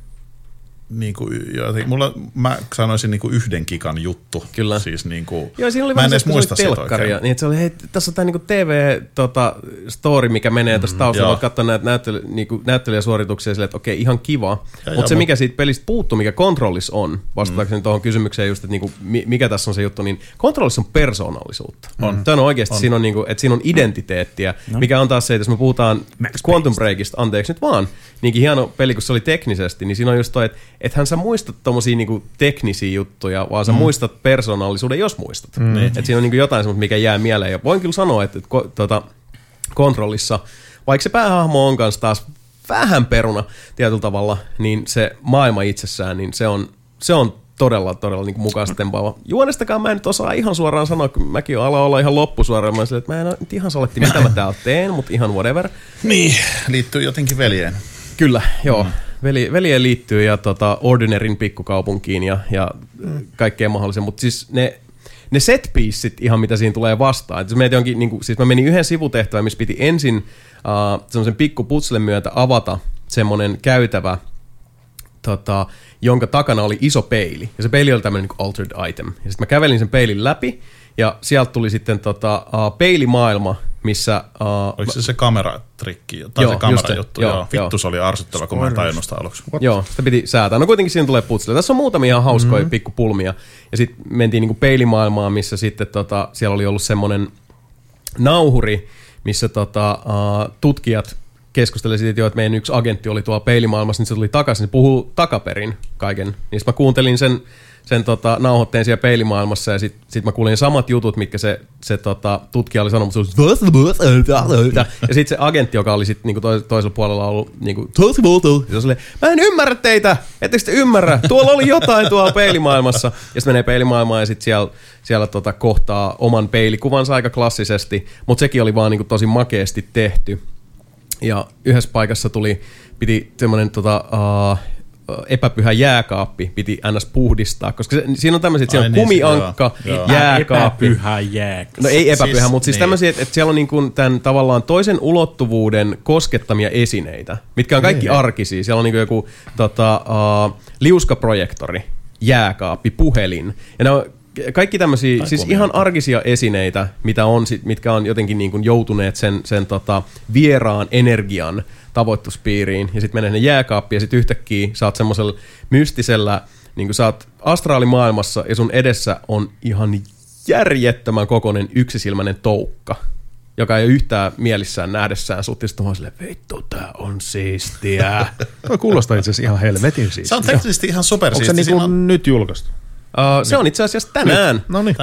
[SPEAKER 4] mä sanoisin niin kuin yhden gigan juttu.
[SPEAKER 1] Kyllä.
[SPEAKER 4] Siis niin kuin,
[SPEAKER 1] joo, siinä oli mä en edes muista sitä oikein. Niin, että se oli, hei, tässä on tämä niin TV-story, mikä menee tässä taustalla. Voit katsoa näitä näyttelijäsuorituksia silleen, että okei, ihan kiva. Mutta se, mikä siitä pelistä puuttuu, mikä Controlissa on, vastatakseni tuohon kysymykseen just, että niinku, mikä tässä on se juttu, niin Controlissa on persoonallisuutta. Tämä on oikeasti, siinä on, niinku, että siinä on identiteettiä, mikä on taas se, että jos me puhutaan Quantum Breakista, anteeksi nyt vaan, niinkin hieno peli, kun se oli teknisesti, niin siinä on just toi, että ethän sä muistat tommosia niinku teknisiä juttuja, vaan sä muistat persoonallisuuden, jos muistat. Että siinä on niinku jotain semmoista, mikä jää mieleen. Ja voin kyllä sanoa, että Kontrollissa, vaikka se päähahmo on kanssa taas vähän peruna tietyllä tavalla, niin se maailma itsessään, niin se on todella niinku mukaansa tempaava. Juonestakaan mä en nyt osaa ihan suoraan sanoa, kun mäkin aloin olla ihan loppusuoraan. Mä silleen, että mä en nyt ihan saletti, mitä mä täällä teen, mutta ihan whatever.
[SPEAKER 4] Niin, liittyy jotenkin veljeen.
[SPEAKER 1] Kyllä, joo. Veljeen liittyy ja Ordinarin pikkukaupunkiin ja kaikkeen mahdollisen, mutta siis ne set pieceit ihan mitä siinä tulee vastaan. Et jos meitä jonkin, niin kuin, siis mä menin yhden sivutehtävän, missä piti ensin semmoisen pikku putslen myötä avata semmoinen käytävä jonka takana oli iso peili. Ja se peili oli tämmöinen niin altered item. Ja sitten mä kävelin sen peilin läpi, ja sieltä tuli sitten peilimaailma, missä...
[SPEAKER 4] Oliko se kameratrikki tai se kamerajuttu? Joo. Vittu, se oli arsyttävä, kun mä en tajunnut sitä aluksi.
[SPEAKER 1] Joo, sitä piti säätää. No kuitenkin siinä tulee putsille. Tässä on muutamia ihan hauskoja pikkupulmia. Ja sitten mentiin niinku peilimaailmaan, missä sitten siellä oli ollut semmoinen nauhuri, missä tutkijat keskustelivat siitä, että meidän yksi agentti oli tuolla peilimaailmassa, niin se tuli takaisin, se puhuu takaperin kaiken. Niin mä kuuntelin sen nauhoitteen siellä peilimaailmassa, ja sit mä kuulin samat jutut, mitkä se tutkija oli sanonut, ja sit se agentti, joka oli sit niinku toisella puolella ollut niinku, ja se oli, mä en ymmärrä teitä, ettekö te ymmärrä, tuolla oli jotain tuolla peilimaailmassa, ja sit menee peilimaailmaan, ja sit siellä kohtaa oman peilikuvansa aika klassisesti, mutta sekin oli vaan niinku tosi makeasti tehty, ja yhdessä paikassa piti semmoinen epäpyhä jääkaappi piti ns. Puhdistaa, koska siinä on tämmöisiä, että siellä on kumiankka, jääkaappi.
[SPEAKER 6] Epäpyhä jääkaappi.
[SPEAKER 1] No ei epäpyhä, mutta siis tämmöisiä, että siellä on niin kuin tämän tavallaan toisen ulottuvuuden koskettamia esineitä, mitkä on kaikki arkisia. Siellä on niin kuin joku liuskaprojektori, jääkaappi, puhelin. Ja ne on kaikki tämmöisiä, siis ihan arkisia esineitä, mitkä on jotenkin niin kuin joutuneet sen vieraan energian tavoittuspiiriin, ja sitten menee ne jääkaappi, ja sitten yhtäkkiä sä oot semmoisella mystisellä, niin kuin sä oot astraalimaailmassa, ja sun edessä on ihan järjettömän kokoinen yksisilmäinen toukka, joka ei ole yhtään mielissään nähdessään sut, ja sitten on silleen, vittu, tää on siistiä.
[SPEAKER 5] Toi kuulostaa itse asiassa ihan helvetin siistiä.
[SPEAKER 4] Se on teknisesti ihan supersiistiä.
[SPEAKER 5] Onko se niinku nyt julkaistu?
[SPEAKER 1] Se on itse asiassa tänään,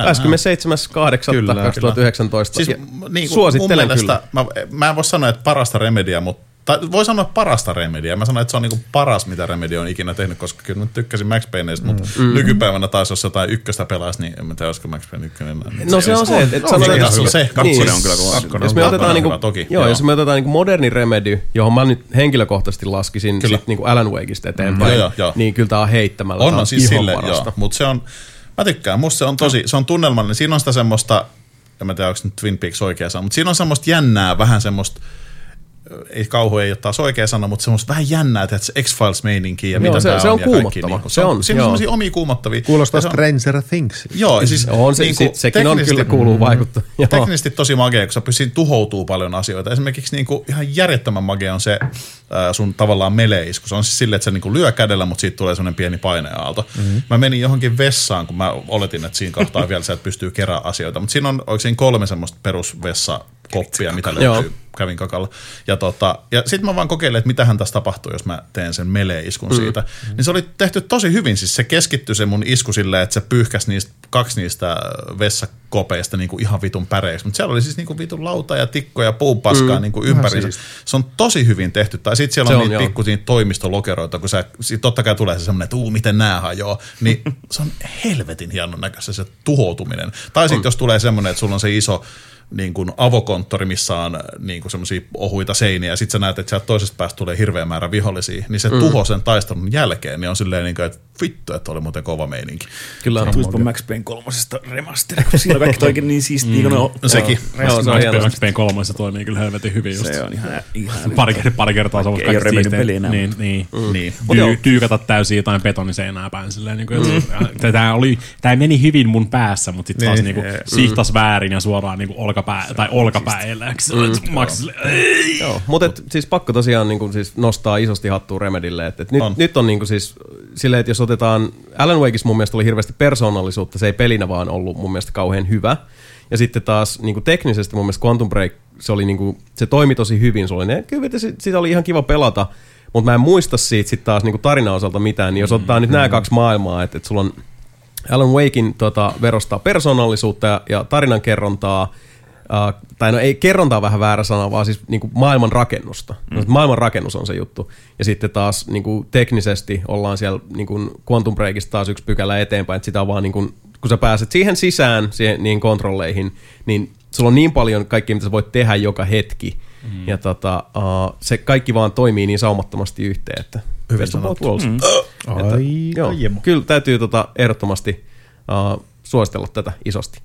[SPEAKER 1] 27.8.2019.
[SPEAKER 4] Siis, niin suosittelen kyllä. Mä en voi sanoa, että parasta Remedia, mutta voi sanoa parasta Remedia. Mä sanon, että se on niinku paras, mitä Remedy on ikinä tehnyt, koska kyllä mä tykkäsin Max Payneista, mutta nykypäivänä taas, jos jotain ykköstä pelaisi, niin en mä tiedä, olisiko Max Payne ykkönen.
[SPEAKER 1] No se on se, että
[SPEAKER 4] kakkonen on kyllä kova.
[SPEAKER 1] Jos me otetaan jos me otetaan moderni Remedy, johon mä nyt henkilökohtaisesti laskisin sit niinku Alan Wakeista eteenpäin, niin kyllä tää on heittämällä.
[SPEAKER 4] On siis silleen, mutta se on, mä tykkään, musta se on tosi, se on tunnelmallinen. Siinä on sitä semmoista, en mä tiedä, onko nyt Twin Peaks oikea sana, mutta siinä on semmoista jännää, vähän semmoista, kauhu ei ole taas oikea sana, mutta semmoista vähän jännää, että se X-Files-meininkiä ja mitä tämä on.
[SPEAKER 1] Se on kuumottava. Niin,
[SPEAKER 4] siinä on semmoisia omia kuumottavia.
[SPEAKER 5] Kuulostaa Stranger Things.
[SPEAKER 1] Joo, siis sekin on kyllä kuuluu vaikuttaa.
[SPEAKER 4] Teknisesti tosi magea, kun sä pystyt tuhoutuu paljon asioita. Esimerkiksi niinku ihan järjettömän magea on se sun tavallaan meleisku. Se on siis silleen, että se niinku lyö kädellä, mutta siitä tulee semmoinen pieni paineaalto. Mä menin johonkin vessaan, kun mä oletin, että siinä kohtaa vielä se, että pystyy keräämään asioita. Mutta siinä on oikein 3 semmoista perusvessakoppia, mitä löytyy. Kävin kakalla. Ja sitten mä vaan kokeilin, että mitähän tässä tapahtuu, jos mä teen sen melee-iskun siitä. Niin se oli tehty tosi hyvin. Siis se keskittyi se mun isku silleen, että se pyyhkäsi 2 niistä vessakopeista niinku ihan vitun päreiksi. Mutta siellä oli siis niinku vitun lauta ja tikkoja ja puupaskaa niinku ympäriinsä. Se on tosi hyvin tehty. Tai sitten siellä on niitä pikkuisia toimistolokeroita, kun totta kai tulee se semmoinen, että miten nää hajoaa. Niin se on helvetin hienon näköistä se tuhoutuminen. Tai sitten jos tulee semmoinen, että sulla on se iso niin kuin avokonttori, missä on niin kuin semmoisia ohuita seiniä, ja sitten sä näet, että sieltä toisesta päästä tulee hirveä määrä vihollisia, niin se tuho sen taistelun jälkeen, niin on silleen, niin kuin, että vittu, että oli muuten kova meininki.
[SPEAKER 3] Kyllä. Tuispa Max Payne 3 remasteri, kun siinä on kaikki toikin niin siistiä, kun on
[SPEAKER 4] sekin.
[SPEAKER 6] Max Payne 3 toimii kyllä helvetin hyvin just.
[SPEAKER 3] Se on ihan
[SPEAKER 6] pari kertaa se on ollut kaikki siistiä. Niin. Tyykata täysin jotain betoniseinää päin silleen. Tämä meni hyvin mun päässä, mutta sitten taas siihtas väärin ja suoraan olkapäälle.
[SPEAKER 1] Joo, mutta siis pakko tosiaan niin kuin, siis nostaa isosti hattua Remedylle. Nyt on niin kuin, siis silleen, että jos otetaan, Alan Wakeissa mun mielestä oli hirveästi persoonallisuutta, se ei pelinä vaan ollut mun mielestä kauhean hyvä. Ja sitten taas niin kuin teknisesti mun mielestä Quantum Break, se, oli, niin kuin, se toimi tosi hyvin. Kyllä siitä oli ihan kiva pelata, mutta mä en muista siitä sit taas niin kuin tarinan osalta mitään. Niin jos otetaan nyt nämä 2 maailmaa, että sulla on Alan Wakein verostaa persoonallisuutta ja tarinankerrontaa, tai no ei kerrontaa vähän väärä sana, vaan siis niinku maailman rakennusta. Maailman rakennus on se juttu. Ja sitten taas niinku teknisesti ollaan siellä niinku Quantum Breakista taas 1 pykälä eteenpäin, että sitä on vaan niinku, kun sä pääset siihen sisään, niihin kontrolleihin, niin sulla on niin paljon kaikkea, mitä sä voit tehdä joka hetki. Ja se kaikki vaan toimii niin saumattomasti yhteen, että
[SPEAKER 4] hyvin sanottu.
[SPEAKER 1] Kyllä täytyy ehdottomasti suositella tätä isosti.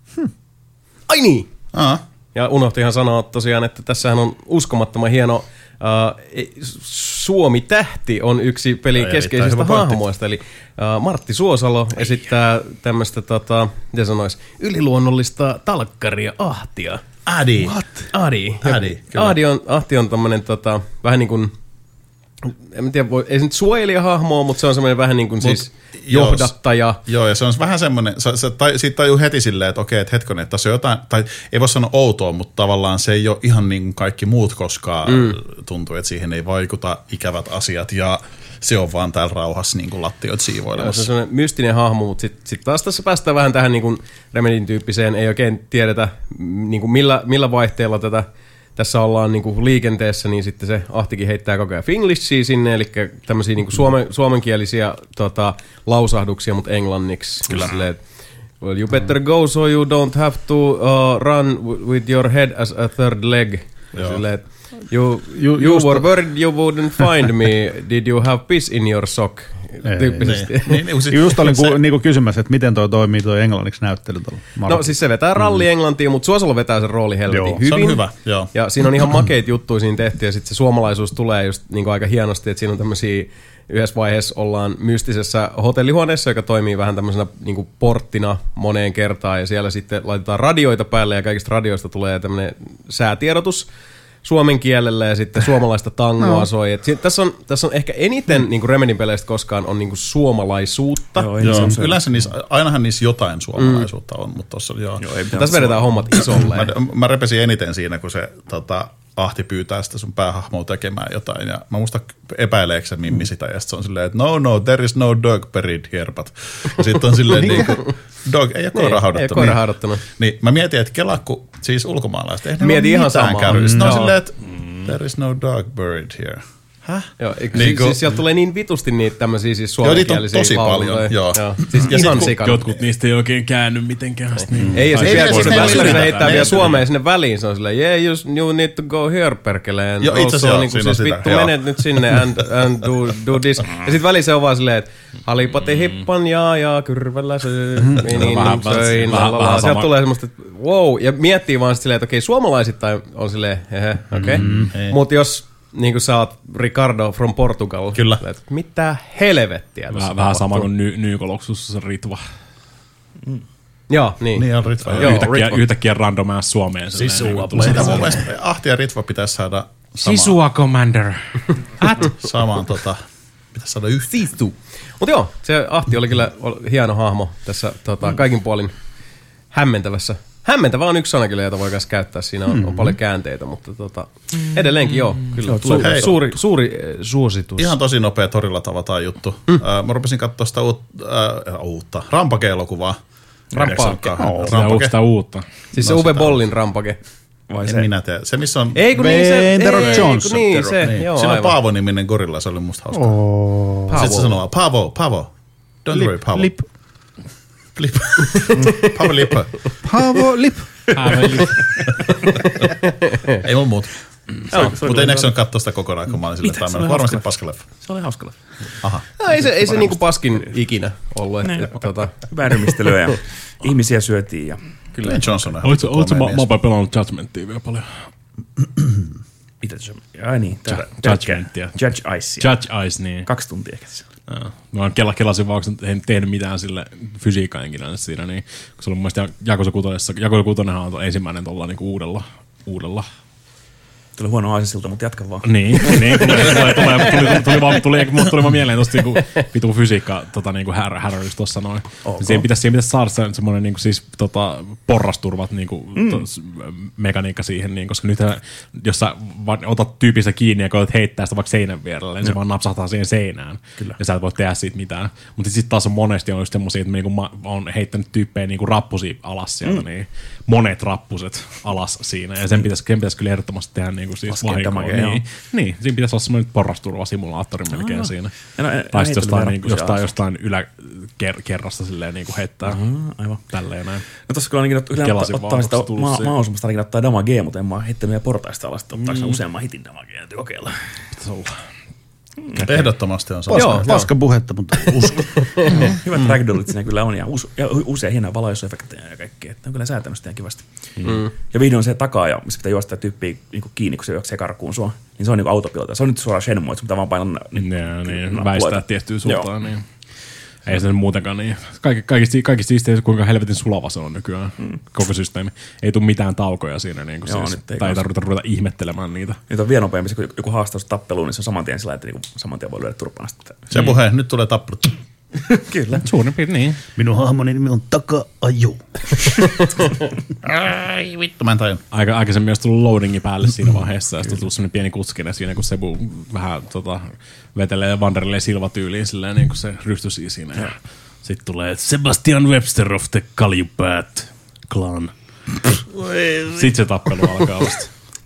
[SPEAKER 1] Ai niin! Ja unohti ihan sanoa tosiaan, että tässähän on uskomattoman hieno Suomi-tähti on yksi pelin keskeisistä hahmoista, eli Martti Suosalo esittää tämmöistä, miten sanois, yliluonnollista talkkaria Ahtia.
[SPEAKER 4] Adi.
[SPEAKER 1] Ahti on tämmöinen vähän niin kuin, en tiedä, ei se nyt suojelijahahmoa, mutta se on semmoinen vähän niin kuin siis johdattaja.
[SPEAKER 4] Joo, ja se on vähän semmoinen, siitä tajuu heti silleen, että okei, että hetkonen, että tässä on jotain, tai ei voi sanoa outoa, mutta tavallaan se ei ole ihan niin kuin kaikki muut, koska tuntuu, että siihen ei vaikuta ikävät asiat, ja se on vaan täällä rauhassa niin kuin lattioita siivoilemassa.
[SPEAKER 1] Se on semmoinen mystinen hahmo, mutta sitten taas tässä päästään vähän tähän niin kuin Remedin tyyppiseen, ei oikein tiedetä niin kuin millä vaihteella tässä ollaan niin kuin liikenteessä, niin sitten se Ahtikin heittää koko ajan finglishia sinne, eli tämmöisiä niin kuin suomenkielisiä lausahduksia, mutta englanniksi. Kyllä. Silleen, well, you better go so you don't have to run with your head as a third leg. Silleen, you were worried you wouldn't find me. Did you have piss in your sock? Tyyppisesti.
[SPEAKER 5] Just olin niinku kysymässä, että miten toi toimii toi englanniksi näyttely tuolla.
[SPEAKER 1] No siis se vetää ralli englantia, mutta Suosalo vetää sen rooli helvetin hyvin.
[SPEAKER 4] Se on hyvä, joo.
[SPEAKER 1] Ja siinä on ihan makeita juttuja siinä tehty, ja sitten se suomalaisuus tulee just niinku aika hienosti, että siinä on tämmöisiä, yhdessä vaiheessa ollaan mystisessä hotellihuoneessa, joka toimii vähän tämmöisenä niinku porttina moneen kertaan, ja siellä sitten laitetaan radioita päälle, ja kaikista radioista tulee tämmöinen säätiedotus suomen kielellä, ja sitten suomalaista tangoa soi. Tässä on ehkä eniten niin kuin Remedin peleistä koskaan on niin kuin suomalaisuutta.
[SPEAKER 4] Joo. Yleensä ainahan niissä jotain suomalaisuutta on, mutta tossa
[SPEAKER 1] tässä vedetään hommat isolle.
[SPEAKER 4] Mä repesin eniten siinä, kun se Ahti pyytää sitä sun päähahmoa tekemään jotain, ja mä muista epäileekö se Mimmi sitä, ja sitten se on silleen, että no, there is no dog buried here, but. Ja sitten on silleen niinku, dog, ei ole koira haudattunut. Niin, mä mietin, että kelakku, siis ulkomaalaiset, ei ne ole
[SPEAKER 1] ihan samaa.
[SPEAKER 4] Sitten on silleen, että there is no dog buried here. Häh?
[SPEAKER 1] Joo, siis sieltä tulee niin vitusti niitä tämmöisiä siis suomenkielisiä
[SPEAKER 4] tosi paljon, joo.
[SPEAKER 1] Siis ihan sikana.
[SPEAKER 6] Jotkut niistä ei oikein käänny mitenkään.
[SPEAKER 1] Ei, ja siis vielä kun se välillä heittää vielä Suomeen sinne väliin, se on silleen, yeah, you need to go here, perkele.
[SPEAKER 4] Joo, itse asiassa
[SPEAKER 1] niin siis vittu, menet nyt sinne and do this. Ja sitten väliin se on vaan silleen, että halipati hippan ja kyrvällä söin, sieltä tulee semmoista, että wow, ja miettii vaan silleen, että okei, suomalaisittain on silleen, okei, mutta jos niin kuin sä oot Ricardo from Portugal.
[SPEAKER 4] Kyllä.
[SPEAKER 1] Mitä helvettiä tässä
[SPEAKER 6] vähän sama kuin Nyykoloksussa se Ritva.
[SPEAKER 1] Joo, niin.
[SPEAKER 4] Niin on Ritva.
[SPEAKER 6] Yhtäkkiä random ass Suomeen.
[SPEAKER 4] Sisua. Sitä mun mielestä Ahti ja Ritva pitäisi saada samaan.
[SPEAKER 6] Sisua Commander.
[SPEAKER 4] Samaan pitäisi saada
[SPEAKER 1] Sisu. Mutta joo, se Ahti oli kyllä hieno hahmo tässä kaikin puolin hämmentävä on yksi sana kyllä, jota voi myös käyttää. Siinä on paljon käänteitä, mutta edelleenkin joo. Kyllä suuri suositus.
[SPEAKER 4] Ihan tosi nopea torilla tavataan juttu. Mä rupesin katsoa sitä uutta Rampage-elokuvaa.
[SPEAKER 1] Rampage.
[SPEAKER 6] Sitä uutta.
[SPEAKER 1] Siis se Uwe Bollin Rampage.
[SPEAKER 4] Vai en minä tee. Se missä on
[SPEAKER 5] Johnson.
[SPEAKER 1] Niin, se. Joo,
[SPEAKER 4] siinä on Paavo-niminen gorilla, se oli musta hauskaa. Sitten se sanoo, Paavo. Don't worry, Paavo. Paavo Lip. Ei mun muut. Mutta ennen kuin katsoa sitä kokonaan, kun mä olin sille, että tämä on varmasti paskaleffa.
[SPEAKER 3] Se oli hauska leffa.
[SPEAKER 4] Aha.
[SPEAKER 1] Ei se niinku paskin ikinä ollut.
[SPEAKER 3] Väärymistelyä ja ihmisiä syötiin. Ja
[SPEAKER 4] Kyllä Johnson on.
[SPEAKER 6] Oletko mä pelannut Judgmentia vielä paljon?
[SPEAKER 3] Mitä se on? Ai niin.
[SPEAKER 6] Judgmentia.
[SPEAKER 3] Judge Ice.
[SPEAKER 6] Judge Ice, niin.
[SPEAKER 3] 2 tuntia ehkä se.
[SPEAKER 6] Mä kelasin vaan, kun en tehnyt mitään sille fysiikkaenkin siinä, niin kun se oli mun mielestä Yakuza 6 on ensimmäinen tuolla niinku uudella.
[SPEAKER 3] Tuli huono aasisilta, mutta jatka vaan.
[SPEAKER 6] Niin. Tuli vaan mieleen tosta niinku vitu fysiikka niinku härrys tossa noin. Okay. Siihen pitäisi saada semmoinen niinku siis porrasturvat niinku mekaniikka siihen, niin, koska nyt jos sä otat tyypistä kiinni ja koetat heittää sitä vaikka seinän vierelle, niin se vaan napsahtaa siihen seinään. Kyllä. Ja sä et voi tehdä siitä mitään. Mutta sitten taas on monesti just semmosia, että niinku on heittänyt tyyppejä niinku rappusia alas sieltä, niin monet rappuset alas siinä. Ja sen pitäisi kyllä ehdottomasti tehdä niinku siis vahinkoa. Niin, siinä pitäisi olla semmoinen porrasturvasimulaattori melkein siinä. Tai sitten jostain yläkerrasta silleen niinku heittää tälleen näin.
[SPEAKER 3] No tossa kyllä ainakin ottaa sitä mahdollisuudesta ainakin ottaa damagea, mutta en mä ole heittänyt vielä portaista alas, että ottaako useamman hitin damagea, täytyy kokeilla.
[SPEAKER 6] Pitäisi olla.
[SPEAKER 4] Ehdottomasti on sama.
[SPEAKER 5] Paska puhetta, mutta usko.
[SPEAKER 3] Hyvät ragdollit siinä kyllä on ja uusia hienoja valaisuefektejä ja kaikkea. Että on kyllä säätänyt sitä kivasti. Ja vihdoin se takaa ja missä pitää juosta tyyppiä niin kiinni, kun se juoksee karkuun sua. Niin se on niin autopilota. Se on nyt suoraan Shenmue, että sun pitää vaan painaa
[SPEAKER 6] niin väistää tiettyä suuntaan. Niin. Ei se muutenkaan niin. Kaikista siistiä, kuinka helvetin sulava se on nykyään, koko systeemi. Ei tule mitään taukoja siinä, niin kuin siis, tai ei tarvitse ruveta ihmettelemään niitä.
[SPEAKER 3] Niitä on vielä nopeammin, kun joku haastaa tappeluun, niin se on saman tien sillä, että niin saman tien voi lyödä turpaan.
[SPEAKER 4] Se puhe, nyt tulee tappelut.
[SPEAKER 3] Kyllä.
[SPEAKER 6] Suurin piirtein niin.
[SPEAKER 5] Minun hahmoni nimi on Taka-Aju.
[SPEAKER 4] Ai vittu, mä en tajun.
[SPEAKER 6] Aikaisemmin olisi tullut loadingi päälle siinä vaiheessa, ja sitten on tullut sellainen pieni kutskine siinä, kun Sebu vähän vetelee ja vanderelee silvatyyliin silleen, niin kuin se rystysi siinä. Ja sitten tulee Sebastian Webster of the Kaljupäät Clan. Sitten se tappelu alkaa vasta.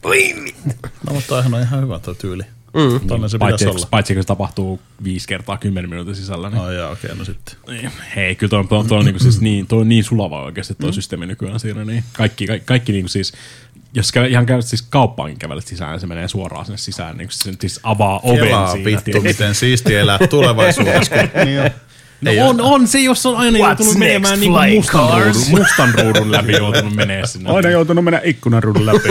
[SPEAKER 4] No, mutta on ihan hyvä tuo tyyli. Se
[SPEAKER 6] paitsi kun se tapahtuu 5 kertaa 10 minuutin sisällä. Niin.
[SPEAKER 4] Okei, no sitten.
[SPEAKER 6] Niin. Hei, kyllä toi on, niinku siis toi on niin sulava oikeasti toi systeemi nykyään siinä. Niin kaikki niinku siis, jos ihan käyt siis kauppaankin kävelet sisään, se menee suoraan sinne sisään, niin se siis avaa oven
[SPEAKER 4] Kelaa
[SPEAKER 6] siinä.
[SPEAKER 4] Vittu, miten siistiä elää tulevaisuudessa.
[SPEAKER 6] No on se, jos on aina joutunut menemään niin mustan ruudun läpi joutunut menee sinne.
[SPEAKER 5] Aina joutunut mennä ikkunanruudun läpi.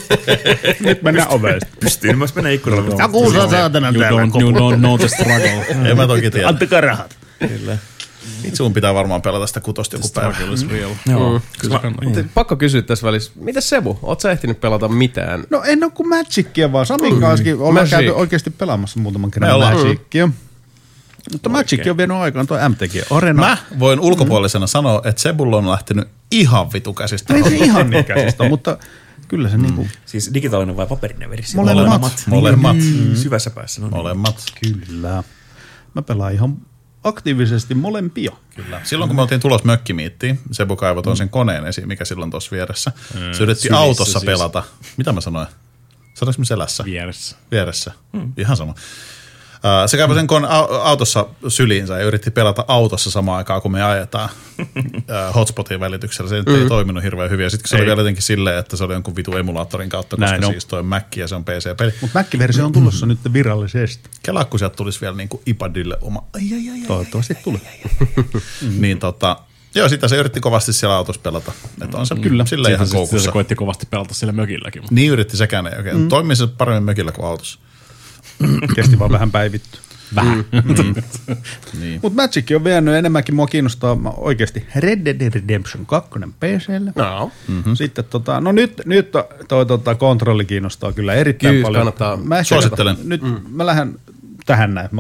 [SPEAKER 5] Nyt mennään ovesta.
[SPEAKER 3] Pystyy myös mennä ikkunalla.
[SPEAKER 5] Joku saa saatana täällä.
[SPEAKER 6] You don't know the struggle.
[SPEAKER 4] Ei mä toki tiedä.
[SPEAKER 5] Antakaa rahat.
[SPEAKER 3] Kyllä.
[SPEAKER 4] Itse sun pitää varmaan pelata sitä kutosta joku päivä.
[SPEAKER 3] Joo.
[SPEAKER 1] Pakko kysyä tässä välissä, mitäs Sebu, oot sä ehtinyt pelata mitään?
[SPEAKER 5] No en ole kuin Magicia vaan. Samin kanssa ollaan käyty oikeasti pelaamassa muutaman kerran Magicia. Mutta Magic on vienyt aikaan tuo MTG Arena.
[SPEAKER 4] Mä voin ulkopuolisena sanoa, että Sebulla on lähtenyt ihan vitu käsistä.
[SPEAKER 5] Ei se ihan niin käsistä, mutta kyllä se niinku...
[SPEAKER 3] Siis digitaalinen vai paperinen versio?
[SPEAKER 4] Molemmat.
[SPEAKER 3] Syvässä päässä.
[SPEAKER 4] Molemmat.
[SPEAKER 5] Kyllä. Mä pelaan ihan aktiivisesti molempia.
[SPEAKER 4] Kyllä. Silloin kun me oltiin tulossa mökkimiittiin, Sebu kaivoi ton sen koneen esiin, mikä silloin tuossa vieressä. Se yritti autossa siis pelata. Mitä mä sanoin? Sanoinko mä selässä? Vieressä. Ihan sama. Se kaivoi sen autossa syliinsä ja yritti pelata autossa samaan aikaan, kun me ajetaan hotspotin välityksellä. Se ei toiminut hirveän hyvin. Ja sitten se oli vielä jotenkin silleen, että se oli jonkun vitu emulaattorin kautta, koska siis toi Mac ja se on PC-peli.
[SPEAKER 5] Mutta Mac-versio on tulossa nyt virallisesti.
[SPEAKER 4] Kelaa, kun sieltä tulisi vielä niinku iPadille oma...
[SPEAKER 5] Toivottavasti tulee.
[SPEAKER 4] Niin joo, sitä se yritti kovasti siellä autossa pelata. Että on se kyllä sillä ihan koukussa.
[SPEAKER 6] Se koitti kovasti pelata siellä mökilläkin.
[SPEAKER 4] Niin yritti sekään ei oikein. Toimii se paremmin mökillä kuin autossa.
[SPEAKER 5] Kesti vaan vähän päivitty.
[SPEAKER 6] Vähän.
[SPEAKER 5] Niin. Mutta Magic on vienyt enemmänkin, mua kiinnostaa oikeasti Red Dead Redemption 2 PC:lle.
[SPEAKER 1] No.
[SPEAKER 5] Sitten no nyt toi kontrolli kiinnostaa kyllä erittäin paljon.
[SPEAKER 1] Kannattaa.
[SPEAKER 4] Suosittelen.
[SPEAKER 5] Nyt mä lähden tähän näin.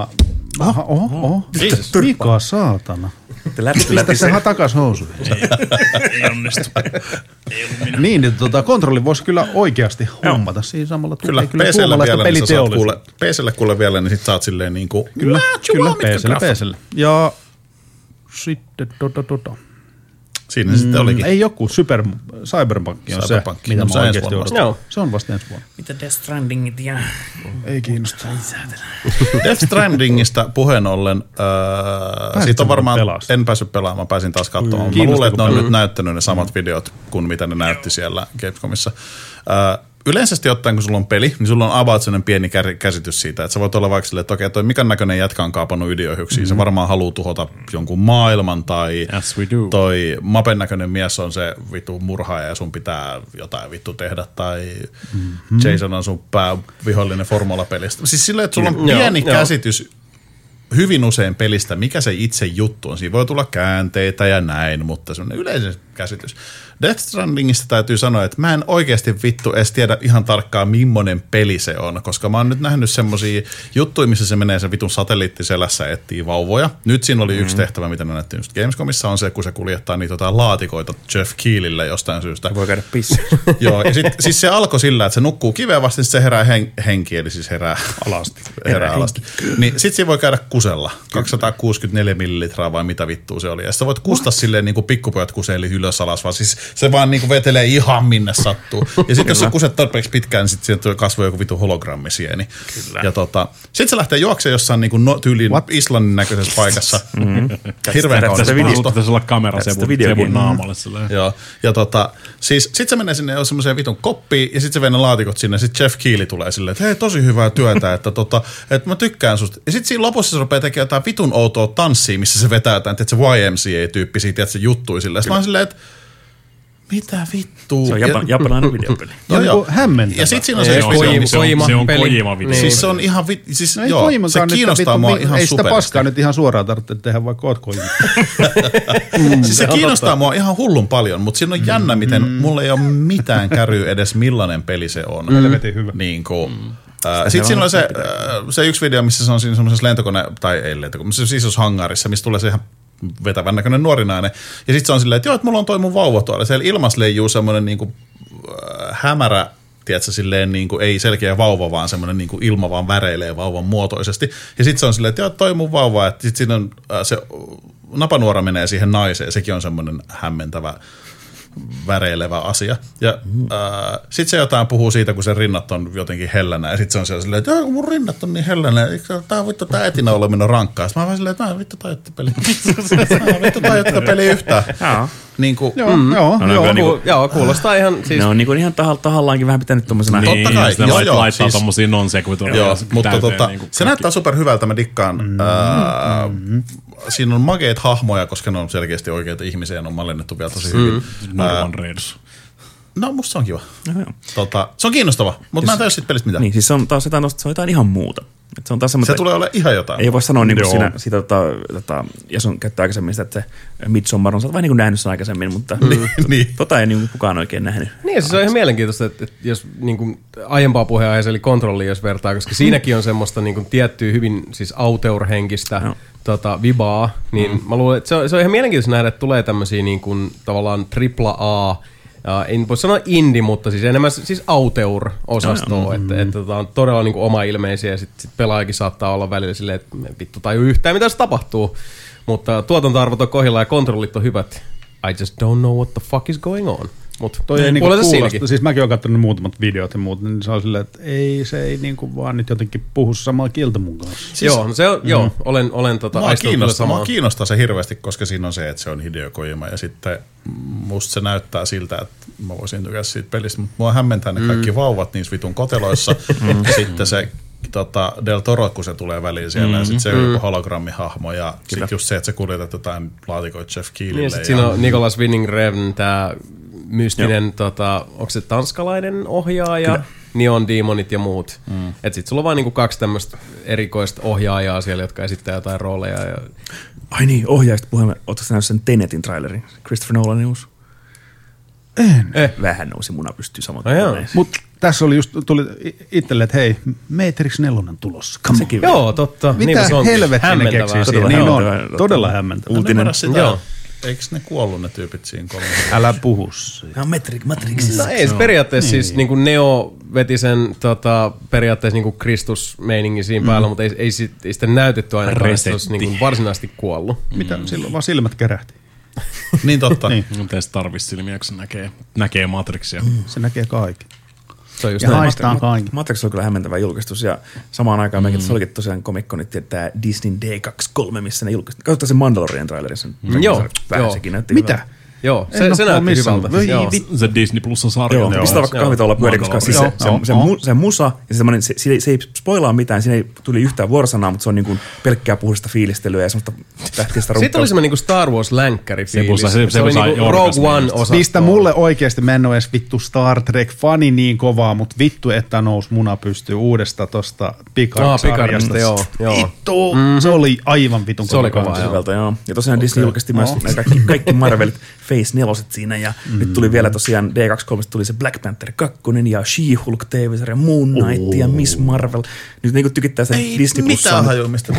[SPEAKER 5] Mikä saatana. Pistä sehän takas housuihin.
[SPEAKER 6] Ei onnistu.
[SPEAKER 5] Niin, kontrolli voisi kyllä oikeasti hommata siinä samalla.
[SPEAKER 4] Kyllä PC:lle kuule vielä, niin sit saat silleen niinku...
[SPEAKER 5] Kyllä, PC:lle. Ja sitten
[SPEAKER 4] Siinä sitten olikin.
[SPEAKER 5] Ei joku, Cyberpunk on se, mitä mä oikeasti odotan. Se on vasta ensi vuonna.
[SPEAKER 3] Mitä Death Strandingit ja...
[SPEAKER 5] Ei kiinnosta.
[SPEAKER 4] Death Strandingista puheen ollen, siitä on varmaan, en päässyt pelaamaan, pääsin taas katsomaan. Mä luulen, että ne on nyt näyttänyt ne samat videot kuin mitä ne näytti siellä Gamescomissa. Yleisesti ottaen, kun sulla on peli, niin sulla on about sellainen pieni käsitys siitä, että sä voit olla vaikka silleen, että okei, toi mikä näköinen jätkä on kaapannut ydinohjuksia, se varmaan haluaa tuhota jonkun maailman, tai toi Mapen näköinen mies on se vittu murhaaja ja sun pitää jotain vittu tehdä, tai Jason on sun päävihollinen formulapelistä. Siis silleen, että sulla on pieni käsitys hyvin usein pelistä, mikä se itse juttu on. Siinä voi tulla käänteitä ja näin, mutta semmoinen yleinen käsitys. Death Strandingista täytyy sanoa, että mä en oikeasti vittu edes tiedä ihan tarkkaan, millainen peli se on, koska mä oon nyt nähnyt semmosia juttuja, missä se menee sen vitun satelliittiselässä etsii vauvoja. Nyt siinä oli yksi tehtävä, mitä ne näytti just Gamescomissa, on se, kun se kuljettaa niitä jotain laatikoita Jeff Keelille jostain syystä.
[SPEAKER 3] Voi käydä pissä.
[SPEAKER 4] Joo, ja siis se alkoi sillä, että se nukkuu kiveen vasta, se herää henki, eli siis herää alasti. Niin sit siinä voi käydä kusella, 264 millilitraa vai mitä vittua se oli. Ja sitten voit kustaa silleen niin kuin pikkupojat kuseili ylös alas, vaan siis se vaan niinku vetelee ihan minne sattuu. Ja sitten jos sä kuset tarpeeksi pitkään, niin sitten sieltä kasvoi joku vitu hologrammisieni. Kyllä. Ja sitten se lähtee juoksemaan jossain niinku tyyliin Islannin näköisessä paikassa. Hirveän kaunis maasto.
[SPEAKER 6] Pitäisi olla kamera Sebun naamalle.
[SPEAKER 4] Joo. Ja siis sit se menee sinne semmoiseen vitun koppiin, ja sit se vei ne laatikot sinne, ja sit Jeff Keely tulee silleen, että hei, tosi hyvää työtä, että mä tykkään susta. Ja sit siinä lopussa se rupeaa tekemään jotain vitun outoa tanssia, missä se vetää jotain, että se YMCA-tyyppisiä, että se juttui silleen. Sitten mä oon silleen, että mitä vittua?
[SPEAKER 3] Se on japanilainen videopeli.
[SPEAKER 5] Joo. Hämmentävä.
[SPEAKER 4] Ja sit siinä on se
[SPEAKER 6] Kojima-peli.
[SPEAKER 4] Siis se on ihan siis joo, se kiinnostaa mua ihan
[SPEAKER 5] ei sitä
[SPEAKER 4] superesti.
[SPEAKER 5] paskaa nyt ihan suoraan tarvitse tehdä, vaikka oot Kojima.
[SPEAKER 4] Siis se kiinnostaa mua ihan hullun paljon, mutta siinä on jännä, miten mulla ei ole mitään käryä edes millainen peli se on.
[SPEAKER 5] Helvetin hyvä.
[SPEAKER 4] Niin kuin, sitten siinä oli se yksi video, missä se on siinä semmoisessa siis hangarissa, missä tulee se ihan vetävän näköinen nuori nainen. Ja sitten se on silleen, että joo, että mulla on toi mun vauva tuolla. Siellä ilmassa leijuu semmoinen niinku hämärä, tiedätkö, silleen niinku, ei selkeä vauva, vaan semmoinen niinku ilma vaan väreilee vauvan muotoisesti. Ja sitten se on silleen, että joo, toi mun vauva, että sitten siinä on se napanuora menee siihen naiseen. Sekin on semmoinen hämmentävä väreilevä asia. Ja sit se jotain puhuu siitä, kun sen rinnat on jotenkin hellänä. Ja sit se on silleen, että mun rinnat on niin hellänä. Tää etinä oleminen rankkaa. Sitten mä vaan silleen, että vittu tajutti peli. Vittu tajutti peli yhtään. Niin kuin,
[SPEAKER 1] Joo, kuulostaa ihan siis...
[SPEAKER 3] Ne on niin ihan tahallaankin vähän pitänyt tommosena...
[SPEAKER 4] Niin, totta kai,
[SPEAKER 6] joo. Laittaa tommosia non-sequitoria.
[SPEAKER 4] Joo, mutta se näyttää superhyvältä, mä dikkaan. Siinä on makeat hahmoja, koska ne on selkeästi oikeita ihmisiä ja ne on mallinnettu vielä tosi hyvin.
[SPEAKER 6] Norman Reedus.
[SPEAKER 4] No, musta se on kiva. Se on kiinnostava, mutta mä en tajua siitä pelistä mitään.
[SPEAKER 3] Niin, siis se on taas jotain ihan muuta.
[SPEAKER 4] Se tulee olemaan ihan jotain.
[SPEAKER 3] Ei voi sanoa niin kuin siitä jos on käyttänyt aikaisemmin sitä, että Midsommar on vain niin nähnyt sen aikaisemmin, mutta ei niin kukaan oikein nähnyt.
[SPEAKER 1] Niin, se on ihan mielenkiintoista, että jos niin kuin aiempaa puheenaiheessa eli Kontrollia, jos vertaa, koska siinäkin on semmoista niin kuin tiettyä hyvin siis auteur-henkistä vibaa, niin mä luulen, että se on ihan mielenkiintoista nähdä, että tulee tämmöisiä niin kuin tavallaan AAA, en voi sanoa indie, mutta siis enemmän siis auteur-osastoa, että on todella niin kuin oma-ilmeisiä ja sit pelaajakin saattaa olla välillä silleen, että vittu tajuu yhtään mitä se tapahtuu, mutta tuotantoarvot on kohdillaan ja kontrollit on hyvät. I just don't know what the fuck is going on. Mut
[SPEAKER 5] toi ei niinku kuulosta, siis mäkin olen katsonut muutamat videot ja muut, niin se on silleen, että se ei niinku vaan nyt jotenkin puhu samaa kieltä mun kanssa.
[SPEAKER 1] Siis, olen
[SPEAKER 4] mua kiinnostaa se hirveästi, koska siinä on se, että se on Hideo Kojima ja sitten musta se näyttää siltä, että mä voisin tykätä siitä pelistä, mutta mua hämmentää ne kaikki vauvat niissä vitun koteloissa ja sitten se Del Toro, kun se tulee väliin siellä, ja sitten se on joku hologrammihahmo, ja sitten just se, että se kuljetat jotain laatikoita Jeff Keelylle.
[SPEAKER 1] Niin, ja siinä on Nicolas Winding Refn, tämä mystinen, onko se tanskalainen ohjaaja, Neon Demonit ja muut. Että sitten sulla on vaan niinku 2 tämmöistä erikoista ohjaajaa siellä, jotka esittää jotain rooleja.
[SPEAKER 3] Ai niin, ohjaajista puheen, ootko sä nähnyt sen Tenetin trailerin? Christopher Nolanin uusi? Vähän nousi muna pystyy saman.
[SPEAKER 5] Mutta tässä oli tuli itselle, että hei, Matrix 4 tulossa.
[SPEAKER 1] Joo, totta.
[SPEAKER 5] Mitä helvettiä ne keksii siinä? Niin on, todella hämmentävää.
[SPEAKER 3] Uutinen.
[SPEAKER 4] Eikö ne kuollut ne tyypit siinä 3?
[SPEAKER 5] Älä puhu.
[SPEAKER 3] No Matrixissa.
[SPEAKER 1] No ei se periaatteessa siis niin kuin Neo veti sen periaatteessa niin kuin Kristus-meiningin siinä päällä, mutta ei sitä näytetty aina, että se olisi niin kuin varsinaisesti kuollut.
[SPEAKER 5] Mitä? Silloin vaan silmät kärähti.
[SPEAKER 4] Niin totta.
[SPEAKER 6] Mutta se tarvitsisi silmiä, kun se näkee Matrixia.
[SPEAKER 5] Se näkee kaiken.
[SPEAKER 1] Ja
[SPEAKER 5] haistaa kaiken.
[SPEAKER 3] Matrix oli kyllä hämmentävä julkistus ja samaan aikaan mekin se olikin tosiaan komikkonit, tämä Disney D23, missä ne julkistivat. Katsotaan se Mandalorian trailerissa.
[SPEAKER 1] Joo.
[SPEAKER 3] Sekin näytti
[SPEAKER 5] mitä?
[SPEAKER 3] hyvältä.
[SPEAKER 1] Joo, se näytti hyvältä.
[SPEAKER 6] Se Disney Plussa sarja.
[SPEAKER 3] Joo, pistää vaikka kahvitolla pyöri, koska se musa, ja se ei spoilaa mitään, siinä ei tuli yhtään vuorosanaa, mutta se on niin kuin pelkkää puhdista fiilistelyä ja semmoista tähtistä runkkaa.
[SPEAKER 1] Siitä oli semmoinen niin Star Wars-länkkäri fiilis.
[SPEAKER 6] Se
[SPEAKER 1] oli niin kuin Rogue One-osasto.
[SPEAKER 5] Pistä mulle oikeasti, mä en ole edes vittu Star Trek-fani niin kovaa, mutta vittu, että nousi muna pystyy uudesta tosta Picard-sarjasta. Vittu, se oli aivan vitun
[SPEAKER 1] kovaa. Se oli kovaa,
[SPEAKER 3] joo. Ja tosiaan Disney julkisti myös kaikki Marvelit Phase 4 siinä ja nyt tuli vielä tosiaan D23 tuli se Black Panther 2 ja She-Hulk TV-sarja, Moon Knight ja Miss Marvel. Nyt niinku tykittää sen Disney Plussaan.
[SPEAKER 4] Ei mitään hajua, mistä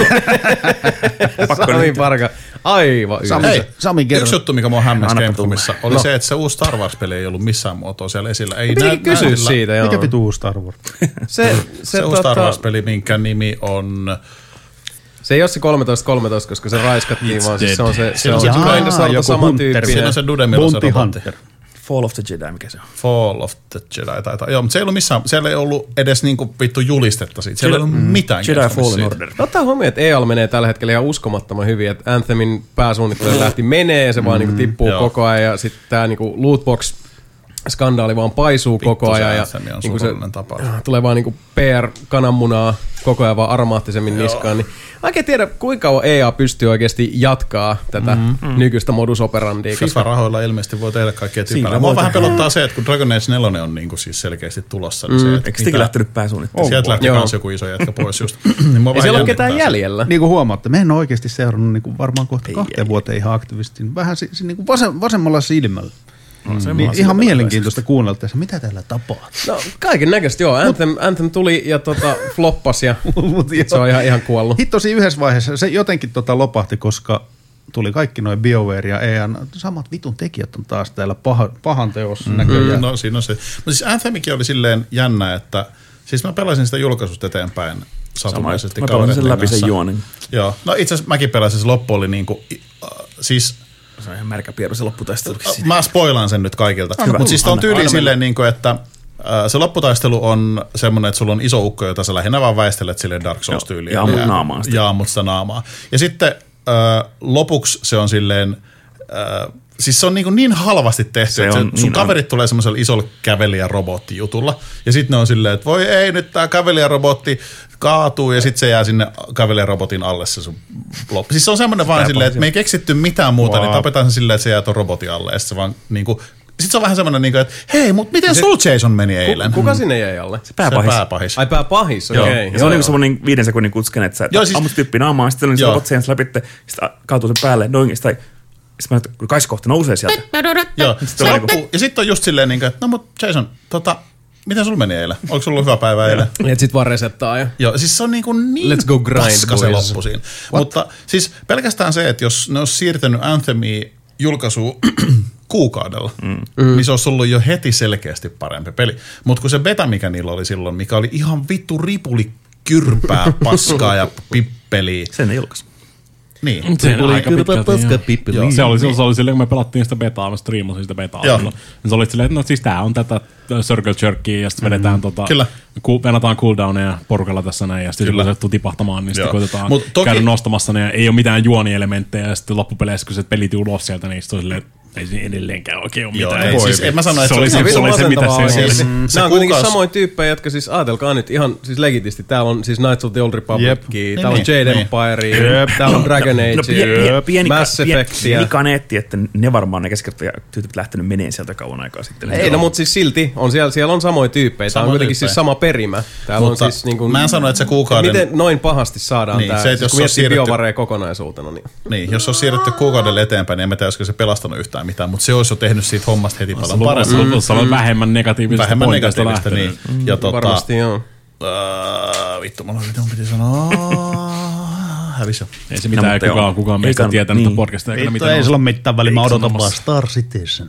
[SPEAKER 1] Sami Parka, aivan
[SPEAKER 5] Sami kerro.
[SPEAKER 4] Yksi juttu, mikä mua hämmäsi Gamecomissa, oli se, että se uusi Star Wars-peli ei ollut missään muotoa siellä esillä.
[SPEAKER 1] Piti kysyä siitä, joo.
[SPEAKER 5] Mikä pitu uusi Star Wars?
[SPEAKER 4] Se uusi Star Wars-peli, minkä nimi on...
[SPEAKER 1] Se ei ole se 13-13, koska se raiskattiin, vaan siis se on joku saman tyyppinen.
[SPEAKER 4] Siinä on se Dudemiro se robotti.
[SPEAKER 3] Fall of the Jedi, mikä se on?
[SPEAKER 4] Fall of the Jedi taitaa. Joo, mutta se ei ollut missään, siellä ei ollut edes niinku vittu julistetta siitä. Siellä ei ollut mitään.
[SPEAKER 3] Jedi Fallen Order.
[SPEAKER 1] Ottaa huomioon, että EA menee tällä hetkellä ihan uskomattoman hyvin, että Anthemin pääsuunnittelija lähti menee ja se vaan niinku tippuu koko ajan ja sitten tää niinku lootbox skandaali vaan paisuu koko ajan ja niinku se tulee vaan niinku PR-kananmunaa koko ajan vaan armaattisemmin niskaan. Niin oikein tiedä, kuinka kauan EA pystyy oikeasti jatkaa tätä nykyistä modus operandia.
[SPEAKER 4] FIFA-rahoilla ilmeisesti voi tehdä kaikkea typärää. Mua vähän pelottaa se, että kun Dragon Age 4 on niinku siis selkeästi tulossa. Niin se,
[SPEAKER 3] eikö sitäkin lähtenyt pääsuunnitteluun?
[SPEAKER 4] Sieltä lähti kans joku iso jätkä pois just. Niin
[SPEAKER 1] ei siellä ole ketään jäljellä.
[SPEAKER 5] Niin kuin huomaatte, me en ole oikeasti seurannut niin kuin varmaan kohta 2 vuoteen ihan aktiivisesti. Vähän niin kuin vasemmalla silmällä. Niin ihan mielenkiintoista kuunneltaessa, mitä täällä tapahtuu.
[SPEAKER 1] No kaiken näköistä, joo. Anthem tuli ja floppasi ja se on ihan kuollut.
[SPEAKER 5] Hittosi yhdessä vaiheessa se jotenkin lopahti, koska tuli kaikki noin BioWare ja EAN. Samat vitun tekijät on taas täällä pahan teossa näköjään.
[SPEAKER 4] No siinä on se. Mutta siis Anthemikin oli silleen jännä, että siis mä pelasin sitä julkaisusta eteenpäin satumaisesti.
[SPEAKER 3] Mä pelasin sen läpi sen juonin.
[SPEAKER 4] Joo, no itse asiassa mäkin pelasin, se loppu oli niinku, siis
[SPEAKER 3] se on ihan märkä pieru se lopputaistelu.
[SPEAKER 4] Mä spoilaan sen nyt kaikilta. Mutta siis on tyyli silleen, niinku, että se lopputaistelu on semmoinen, että sulla on iso ukko, jota sä lähinnä vaan väistelet silleen Dark Souls-tyyliin.
[SPEAKER 3] Ja ammut naamaa.
[SPEAKER 4] Ja ammut sitä naamaa. Ja sitten lopuksi se on silleen, siis se on niin halvasti tehty, että sun kaverit tulee semmoisella isolla kävelijärobotti-jutulla. Ja sitten ne on silleen, että voi ei, nyt tää kävelijärobotti kaatuu ja sitten se jää sinne kävelijärobotin alle se sun loppu. Siis se on semmoinen vaan silleen, että me ei keksitty mitään muuta, niin tapetaan se silleen, että se jää ton robotin alle. Ja se vaan niinku, sitten se on vähän semmoinen, että hei, mutta miten sul Jason meni eilen?
[SPEAKER 1] Kuka sinne jäi alle?
[SPEAKER 3] Se pääpahis.
[SPEAKER 4] Se pääpahis.
[SPEAKER 1] Ai pääpahis, okei.
[SPEAKER 3] Se on niinku semmoinen 5 sekunnin kutsken, että sä ammut tyyppi naamaan, sitten on se robot sen läpi, sitten kaatuu sen päälle, noin, sitten mä nyt kaiskohta nousee sieltä.
[SPEAKER 4] Joo, se loppuu. Ja sitten on just silleen, että no mut Jason, miten sulla meni eilen? Oliko sulla hyvä päivä eilen?
[SPEAKER 1] Ja sit vaan resettaa.
[SPEAKER 4] Joo, siis se on niin
[SPEAKER 1] let's go grind,
[SPEAKER 4] paska se loppu siinä. Mutta siis pelkästään se, että jos ne olisi siirtänyt Anthemia julkaisuun kuukaudella, niin se olisi ollut jo heti selkeästi parempi peli. Mutta kun se beta, mikä niillä oli silloin, mikä oli ihan vittu ripuli kyrpää, paskaa ja pippeliä.
[SPEAKER 3] Sen ei julkaisu.
[SPEAKER 4] Niin.
[SPEAKER 6] Se oli aika pitkälti. Se oli silleen, kun me pelattiin sitä betaa, mä striimasin sitä betaa. Se oli silleen, että no siis tää on tätä circle jerkia ja sitten vedetään venataan cooldowneja porukalla tässä näin ja sitten kun se tuu tipahtamaan, niin sitten koitetaan käydä nostamassa ne ja ei ole mitään juonielementtejä ja sitten loppupeleissä, kun se pelit ulos sieltä, niin sitten on silleen, ei siinä edelleenkään oikein ole mitään.
[SPEAKER 4] Joo, siis en mä sano, että
[SPEAKER 6] se oli se, mitä se oli.
[SPEAKER 1] Nämä on kuitenkin samoin tyyppejä, jotka siis ajatelkaa nyt ihan siis legitisti. Täällä on siis Knights of the Old Republic, täällä on Jade Empire, täällä on Dragon Age, Mass Effect.
[SPEAKER 3] Pieni kaneetti, että ne varmaan ne keskityt lähtenyt meneen sieltä kauan aikaa sitten.
[SPEAKER 1] Ei, no mutta siis silti, siellä on samoja tyyppejä. Täällä on kuitenkin siis sama perimä.
[SPEAKER 4] Mutta siis mä en sano, että se kuukauden...
[SPEAKER 1] Miten noin pahasti saadaan tää, kun miettii BioWarea kokonaisuutena.
[SPEAKER 4] Niin, jos on siirretty kuukaudelle eteenpäin, niin en mä tiedä, olisiko se pelastanut yhtään mitään, mutta se olisi jo tehnyt siitä hommasta heti paljon paremmin.
[SPEAKER 6] Se on vähemmän negatiivista pointista lähtenyt.
[SPEAKER 4] Niin. Ja
[SPEAKER 1] varmasti joo.
[SPEAKER 4] Vittu, mulla piti sanoa. Hävis jo.
[SPEAKER 6] Ei se mitään, kukaan meistä tietää niitä podcastia.
[SPEAKER 5] Ei sillä ole mitään väliä, mä odotan vaan Star Citizen.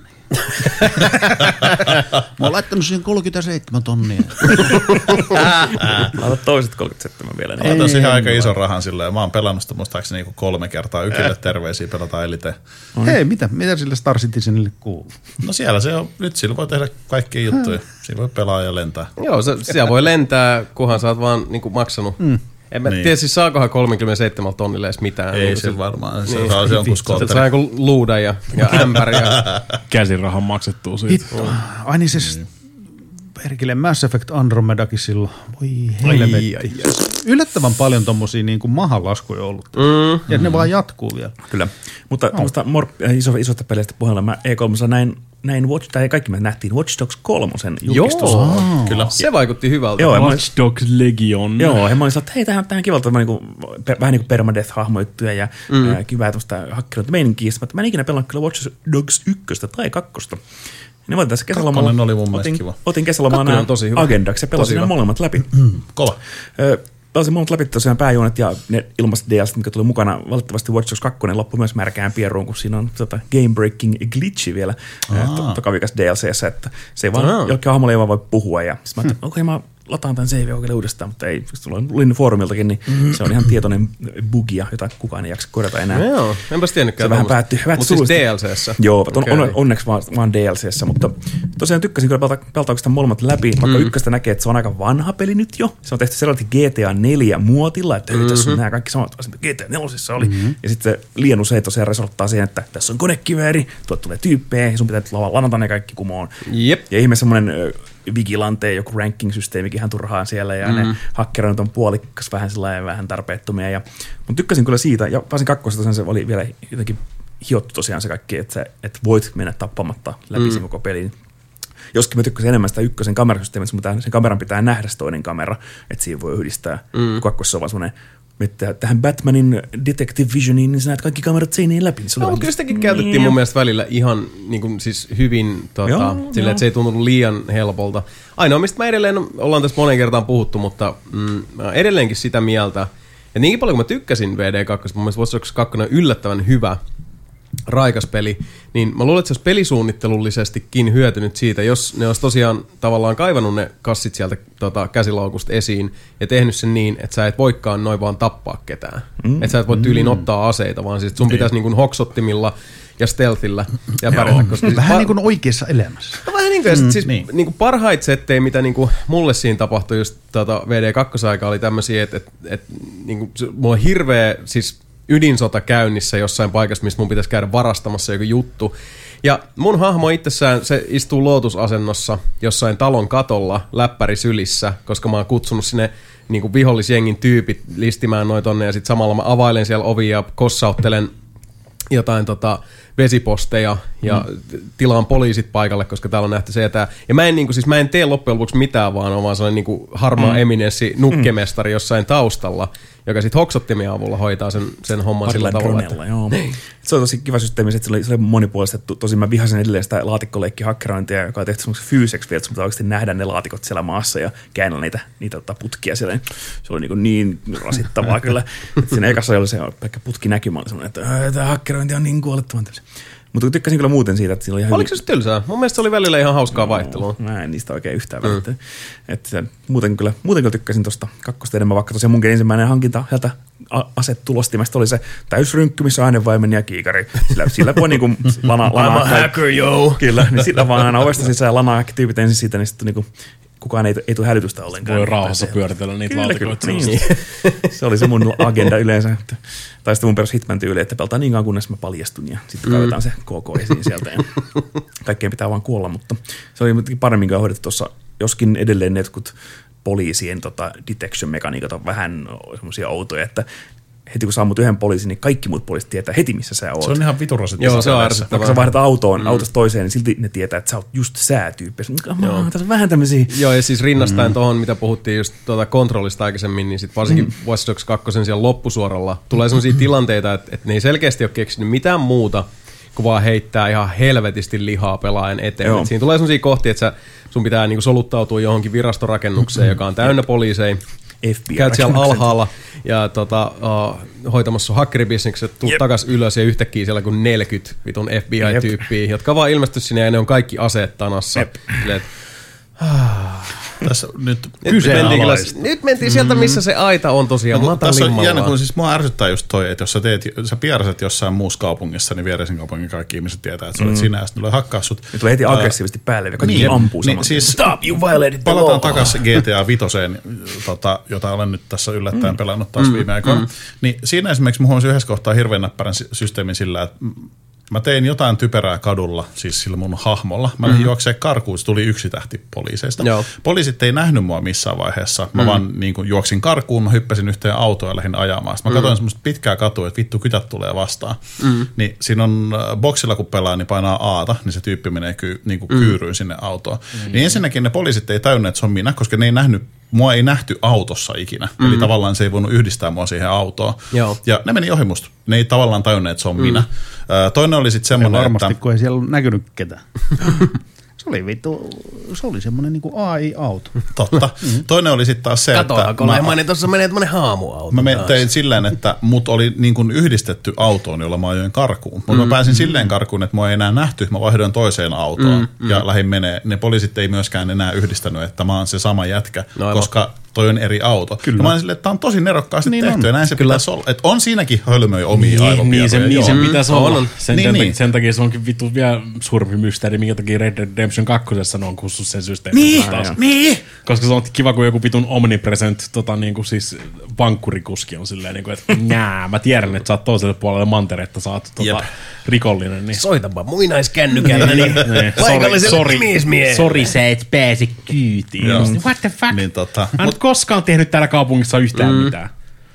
[SPEAKER 5] Mä oon laittanut siihen 37 tonnia.
[SPEAKER 3] Laitat toiset 37 vielä.
[SPEAKER 4] Laitan siihen aika ison rahan silleen. Mä oon pelannut sitä muistaakseni 3 kertaa. Ykille terveisiä, pelataan Elite.
[SPEAKER 5] Hei, mitä sille Star Citizenille kuuluu?
[SPEAKER 4] No siellä se on. Nyt sillä voi tehdä kaikkia juttuja. Siinä voi pelaa ja lentää.
[SPEAKER 1] Joo, siellä voi lentää, kunhan sä oot vaan niinku maksanut. En mä tiedä, siis saakohan 37 tonnille edes mitään.
[SPEAKER 4] Ei se varmaan. Se saa jonkun skotteri.
[SPEAKER 1] Se saa jonkun luudan ja ämpäri.
[SPEAKER 6] Käsirahan maksettuu siitä.
[SPEAKER 5] Ai niin siis perkele Mass Effect Andromedakin silloin. Voi helvetti. Yllättävän paljon tommosia niin kuin mahalaskuja ollut. Ja ne vaan jatkuu vielä.
[SPEAKER 3] Kyllä. Mutta isosta peleistä puheella mä E3 näin kaikki me nähtiin Watch Dogs 3 julkistus.
[SPEAKER 1] Joo, kyllä. Se vaikutti hyvältä.
[SPEAKER 3] Joo,
[SPEAKER 6] Watch Dogs Legion.
[SPEAKER 3] Joo, ja mä olin että hei, tämähän on kivalta vähän niin kuin permadeath-hahmoittuja ja kivää tuosta hakkeroita meininkiä. Mä en ikinä pelannut kyllä Watch Dogs 1 tai 2. Ne voitiin tässä kesälomalla.
[SPEAKER 4] Oli mun mielestä kiva.
[SPEAKER 3] Otin kesälomalla agendaksi ja pelasin ne molemmat läpi.
[SPEAKER 4] Kova.
[SPEAKER 3] Pelasin molemmat läpi tosiaan pääjuonet ja ne ilmaiset DLC, mikä tuli mukana. Valitettavasti Watch Dogs 2 loppui myös märkään pieruun, kun siinä on game breaking glitchi vielä tokavikas DLC:ssä, että se ei vaan jollekin hahmolle ei vaan voi puhua. Ja sitten mä ajattelin, okei, mä lataan tämän save uudestaan, mutta ei, koska luin foorumiltakin, niin se on ihan tietoinen bugia, jota kukaan ei jaksa korjata enää.
[SPEAKER 1] No joo, enpäs tiennytkään.
[SPEAKER 3] Se vähän päättyi.
[SPEAKER 1] Mutta siis DLC:ssä?
[SPEAKER 3] Joo, onneksi vaan DLC:ssä, mutta tosiaan tykkäsin kyllä pelata oikeastaan molemmat läpi, vaikka ykköstä näkee, että se on aika vanha peli nyt jo. Se on tehty selvästi GTA 4 muotilla, että tässä on nämä kaikki samat asiat, mitä GTA 4 oli. Ja sitten se liian usein tosiaan resorttaa siihen, että tässä on konekivääri, tuolta tulee tyyppejä, ja sun pitää lanata ne kaikki kumoon.
[SPEAKER 1] Jep.
[SPEAKER 3] Ja ihme semmoinen vigilante, joku ranking-systeemikin ihan turhaan siellä, ja ne hakkeroinnit on puolikas vähän sellainen vähän tarpeettomia. Mutta tykkäsin kyllä siitä, ja varsin kakkosessa se oli vielä jotenkin hiottu tosiaan se kaikki, että voit mennä tappamatta läpi sen koko pelin. Joskin mä tykkäsin enemmän sitä ykkösen kamerasysteemistä, mutta sen kameran pitää nähdä se toinen kamera, että siinä voi yhdistää. Kakkosessa on vaan semmoinen, että tähän Batmanin Detective Visioniin, niin sä näet kaikki kamerat seinien läpi.
[SPEAKER 1] No, kyllä sitäkin käytettiin mun mielestä välillä ihan niin kuin, siis hyvin, silleen, että se ei tuntunut liian helpolta. Ainoa, mistä mä edelleen, ollaan tässä monen kertaan puhuttu, mutta mä edelleenkin sitä mieltä, ja niinkin paljon kun mä tykkäsin VD2, mun mielestä Watch Dogs 2 on yllättävän hyvä, raikas peli, niin mä luulen, että se olisi pelisuunnittelullisestikin hyötynyt siitä, jos ne olisi tosiaan tavallaan kaivannut ne kassit sieltä käsilaukusta esiin ja tehnyt sen niin, että sä et voikaan noin vaan tappaa ketään. Että sä et voi tyyliin ottaa aseita, vaan siis sun pitäisi niin kuin hoksottimilla ja stealthilla ja pärjätä. Koska
[SPEAKER 5] vähän niin kuin oikeassa elämässä.
[SPEAKER 1] No vähän niin kuin, siis niin kuin parhaita settejä, mitä niin kuin mulle siinä tapahtui just VD2-aika oli tämmöisiä, että niin kuin, mulla on hirveä siis ydinsota käynnissä jossain paikassa, missä mun pitäisi käydä varastamassa joku juttu. Ja mun hahmo itsessään, se istuu lootusasennossa jossain talon katolla, läppäri sylissä, koska mä oon kutsunut sinne niin kuin vihollisjengin tyypit listimään noin tonne, ja sit samalla mä availen siellä ovia ja kossauttelen jotain vesiposteja ja tilaan poliisit paikalle, koska täällä on nähty se ja tää. Ja mä en tee loppujen lopuksi mitään, vaan on vaan sellainen niin kuin harmaa eminenssi nukkemestari jossain taustalla, joka sitten hoksottimien avulla hoitaa sen homman sillä tavalla.
[SPEAKER 3] Se on tosi kiva systeemi, että se oli monipuolistettu. Tosin mä vihasin edelleen sitä laatikkoleikki-hakkerointia, joka on tehty semmoiksi fyyseksi vielä, että sun oikeasti nähdä ne laatikot siellä maassa ja käännellä niitä putkia siellä. Se oli niin rasittavaa kyllä. Siinä ekassa oli se pelkkä putkinäkymä, oli semmoinen, että tämä hakkerointi on niin kuolettavan tylsä. Mutta tykkäsin kyllä muuten siitä, että siinä oli ihan
[SPEAKER 1] oliko se tylsää? Mun mielestä se oli välillä ihan hauskaa vaihtelua.
[SPEAKER 3] Mä en niistä oikein yhtään välittä. Muuten kyllä tykkäsin tuosta kakkosta enemmän, vaikka tosiaan munkin ensimmäinen hankinta sieltä asetulostimesta oli se täysrynkky, missä on äänenvaimen ja kiikari. Sillä voi niinku lana...
[SPEAKER 1] I'm a hacker, yo!
[SPEAKER 3] Kyllä, niin sillä vaan aina ovesta sisään lanaa-tyypit ensin siitä, niin sitten niinku kukaan ei tule hälytystä ollenkaan.
[SPEAKER 6] Voi rauhassa pyöritellä niitä laatikoita.
[SPEAKER 3] Niin. Se oli se mun agenda yleensä. Tai sitten mun perus Hitman-tyyli, että pelataan niin kauan, kunnes mä paljastun ja sitten kaivetaan se KK esiin sieltä. Ja kaikkeen pitää vaan kuolla, mutta se oli paremmin hoidettu tuossa, joskin edelleen ne jotkut poliisien detection-mekaniikat on vähän semmoisia outoja, että heti kun sammut yhden poliisin, niin kaikki muut poliisit tietää heti, missä sä oot.
[SPEAKER 4] Se on ihan viturasettavaa.
[SPEAKER 1] Joo, se on ärsyttävää.
[SPEAKER 3] Vaikka sä vaihdat autosta toiseen, niin silti ne tietää, että sä oot just säätyyppi. Tässä on vähän tämmöisiä.
[SPEAKER 1] Joo, ja siis rinnastaen tuohon, mitä puhuttiin just kontrollista aikaisemmin, niin sit varsinkin Watch Dogs 2 siellä loppusuoralla tulee sellaisia tilanteita, että ne ei selkeästi ole keksinyt mitään muuta, kun vaan heittää ihan helvetisti lihaa pelaajan eteen. Siinä tulee sellaisia kohtia, että sun pitää niinku soluttautua johonkin virastorakennukseen, joka on täynnä poliiseja. Käyt siellä alhaalla ja hoitamassa hakkeribisnekset, tuut takas ylös ja yhtäkkiä siellä kun 40 vitun FBI-tyyppiä, jotka vaan ilmestyy sinne ja ne on kaikki aseet tanassa.
[SPEAKER 4] Tässä nyt
[SPEAKER 1] nyt mentiin sieltä, missä se aita on tosiaan matalimmalla.
[SPEAKER 4] Tässä on jännä, kun siis mua ärsyttää just toi, että jos sä pieraset jossain muussa kaupungissa, niin viereisen kaupungin kaikki ihmiset tietää, että sä olet sinä, ja sitten tulee hakkaa sut.
[SPEAKER 3] Ja tulee heti aggressiivisesti päälle, ja kaikki ampuu saman.
[SPEAKER 4] Siis,
[SPEAKER 3] stop, you violated the law!
[SPEAKER 4] Palataan takaisin GTA 5, jota olen nyt tässä yllättäen pelannut taas viime aikoina. Niin siinä esimerkiksi mä huomasin yhdessä kohtaa hirveän näppärän systeemin sillä, että mä tein jotain typerää kadulla, siis sillä mun hahmolla. Mä lähdin juokseen karkuun, se tuli 1 tähti poliiseista. Joo. Poliisit ei nähnyt mua missään vaiheessa. Mä vaan niin kuin juoksin karkuun, mä hyppäsin yhteen autoon ja lähdin ajamaan. Sitten mä katsoin semmoista pitkää katua, että vittu kytät tulee vastaan. Niin siinä on boksilla kun pelaa, niin painaa Aata, niin se tyyppi menee niin kuin kyyryyn sinne autoon. Niin ensinnäkin ne poliisit ei tajunneet, että se on minä, koska ne ei nähnyt, mua ei nähty autossa ikinä. Eli tavallaan se ei voinut yhdistää mua siihen autoon. Joo. Ja ne meni ohi musta. Ne ei tavallaan tajunneet, että se on minä. Toinen oli sitten semmoinen,
[SPEAKER 5] varmasti, kun ei siellä näkynyt ketään. Se oli semmoinen niinku AI-auto.
[SPEAKER 4] Totta. Toinen oli sitten taas se,
[SPEAKER 1] että... Katoa, tuossa menee tämmönen haamuauto.
[SPEAKER 4] Mä tein silleen, että mut oli niin kuin yhdistetty autoon, jolla mä ajoin karkuun. Mutta mä pääsin silleen karkuun, että mua ei enää nähty. Mä vaihdoin toiseen autoon ja lähdin menee. Ne poliisit ei myöskään enää yhdistänyt, että mä oon se sama jätkä, koska toi on eri auto. Kyllä. Ja mä olin silleen, että tää on tosi nerokkaasti tehty ja näin se pitäisi olla. Että on siinäkin hölmöjä omia aivopietoja.
[SPEAKER 6] Niin sen pitäisi olla. Sen takia se onkin vittu vielä suurempi mysteeri, minkä takia Red Dead Redemption 2 on kussut sen systeemin.
[SPEAKER 4] Niin.
[SPEAKER 6] Koska se on kiva, kun joku vitun omnipresent niinku siis vankkurikuski on silleen, niinku, että mä tiedän, että sä oot toiselle puolelle manteretta, sä oot rikollinen. Niin.
[SPEAKER 1] Soitapa muinaiskännykällä, niin paikalliselle nimismiehelle.
[SPEAKER 6] Sori, sä et pääse kyytiin. What the fuck?
[SPEAKER 4] Niin,
[SPEAKER 6] mä en koskaan tehnyt täällä kaupungissa yhtään mitään.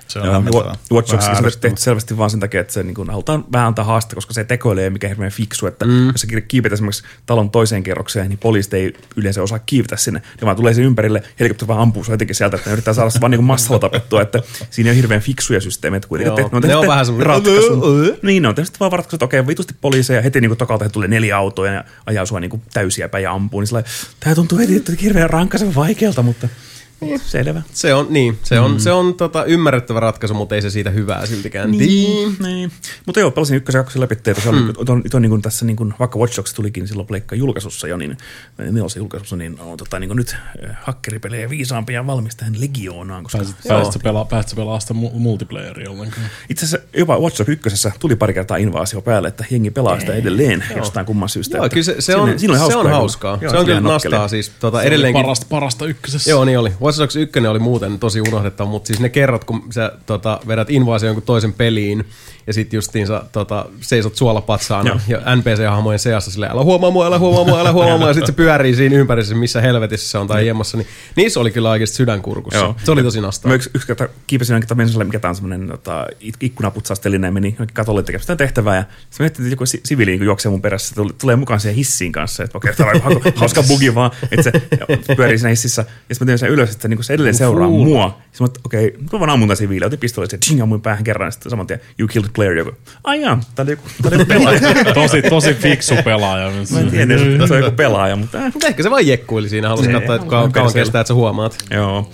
[SPEAKER 3] Watch Dogsissa on tehty selvästi vaan sen takia, että se niin halutaan vähän antaa haaste, koska se tekoilee mikä hirveän fiksu, että jos sä kiivetät esimerkiksi talon toiseen kerrokseen, niin poliisit ei yleensä osaa kiivetä sinne. Ne vaan tulee sen ympärille, helikopteri vaan ampuu sua jotenkin sieltä, että ne yrittää saada se vaan niin massalla tapettua, että siinä on hirveän fiksuja systeemeitä kuitenkin.
[SPEAKER 1] Ne on vähän semmoinen
[SPEAKER 3] ratkaisun. Niin, ne on tehty vaan ratkaisut, että okei, vitusti poliiseja, heti niin takalta tulee 4 autoa ja ajaa sua niin täysiä päin ja ampuu, niin tää tuntuu heti, että hirveän rankkaisen vaikealta, mutta... Selvä.
[SPEAKER 1] Se on ymmärrettävä ratkaisu, mutta ei se siitä hyvää siltikään.
[SPEAKER 3] Niin. Mutta joo, pelasin 1 ja 2 läpi, että se on niin tässä, niin vaikka Watch Dogs tulikin silloin pleikka julkaisussa jo, niin 4 julkaisussa, niin on niin nyt hakkeripelejä viisaampia valmistajan legioonaan.
[SPEAKER 6] Pääsit pelaa sitä multiplayeria ollenkaan?
[SPEAKER 3] Itse asiassa jopa Watch Dogs 1 tuli pari kertaa invaasio päälle, että jengi pelaa sitä edelleen jostain kumman syystä.
[SPEAKER 1] Joo, kyllä se on hauskaa. Se on kyllä nastaa siis edelleenkin.
[SPEAKER 6] Parasta 1.
[SPEAKER 1] Joo, niin oli. Watch Dogs 1 oli muuten tosi unohdettava, mutta siis ne kerrat, kun sä vedät invaasion jonkun toisen peliin ja sit justiinsa seisot suolapatsaana ja NPC-hahmojen seassa silleen, älä huomaa mua, ja sit se pyörii siinä ympärissä, missä helvetissä se on tai jemmassa, niin niissä oli kyllä oikeasti sydänkurkussa. Joo. Se oli tosi nastaa.
[SPEAKER 3] Mä yksi kerta kiipesin jonkin tapaiselle, mikä tää on semmonen ikkunaputsaustelinen ja meni katolle tekemään sitä tehtävää ja se miettii, että joku siviili juoksee mun perässä, tulee mukaan siihen hissiin kanssa, että okei, tämä on hauska bugi vaan, että se pyörii siinä hississä ja sitten mä tein sen ylös, että se edelleen seuraa mua. Sitten mä okei, mä vaan ammun tämän siviiliä, otin pistoolin, se ding, ammuin päähän kerran ja sitten saman tien, you killed player, joku. Ai jaa, tää oli joku pelaaja.
[SPEAKER 6] tosi fiksu pelaaja.
[SPEAKER 3] Mä en tiedä, että se on joku pelaaja, mutta...
[SPEAKER 1] Mutta ehkä se vaan jekkuili siinä, halusi katsoa, että kauan kestää, että sä huomaat.
[SPEAKER 3] Joo.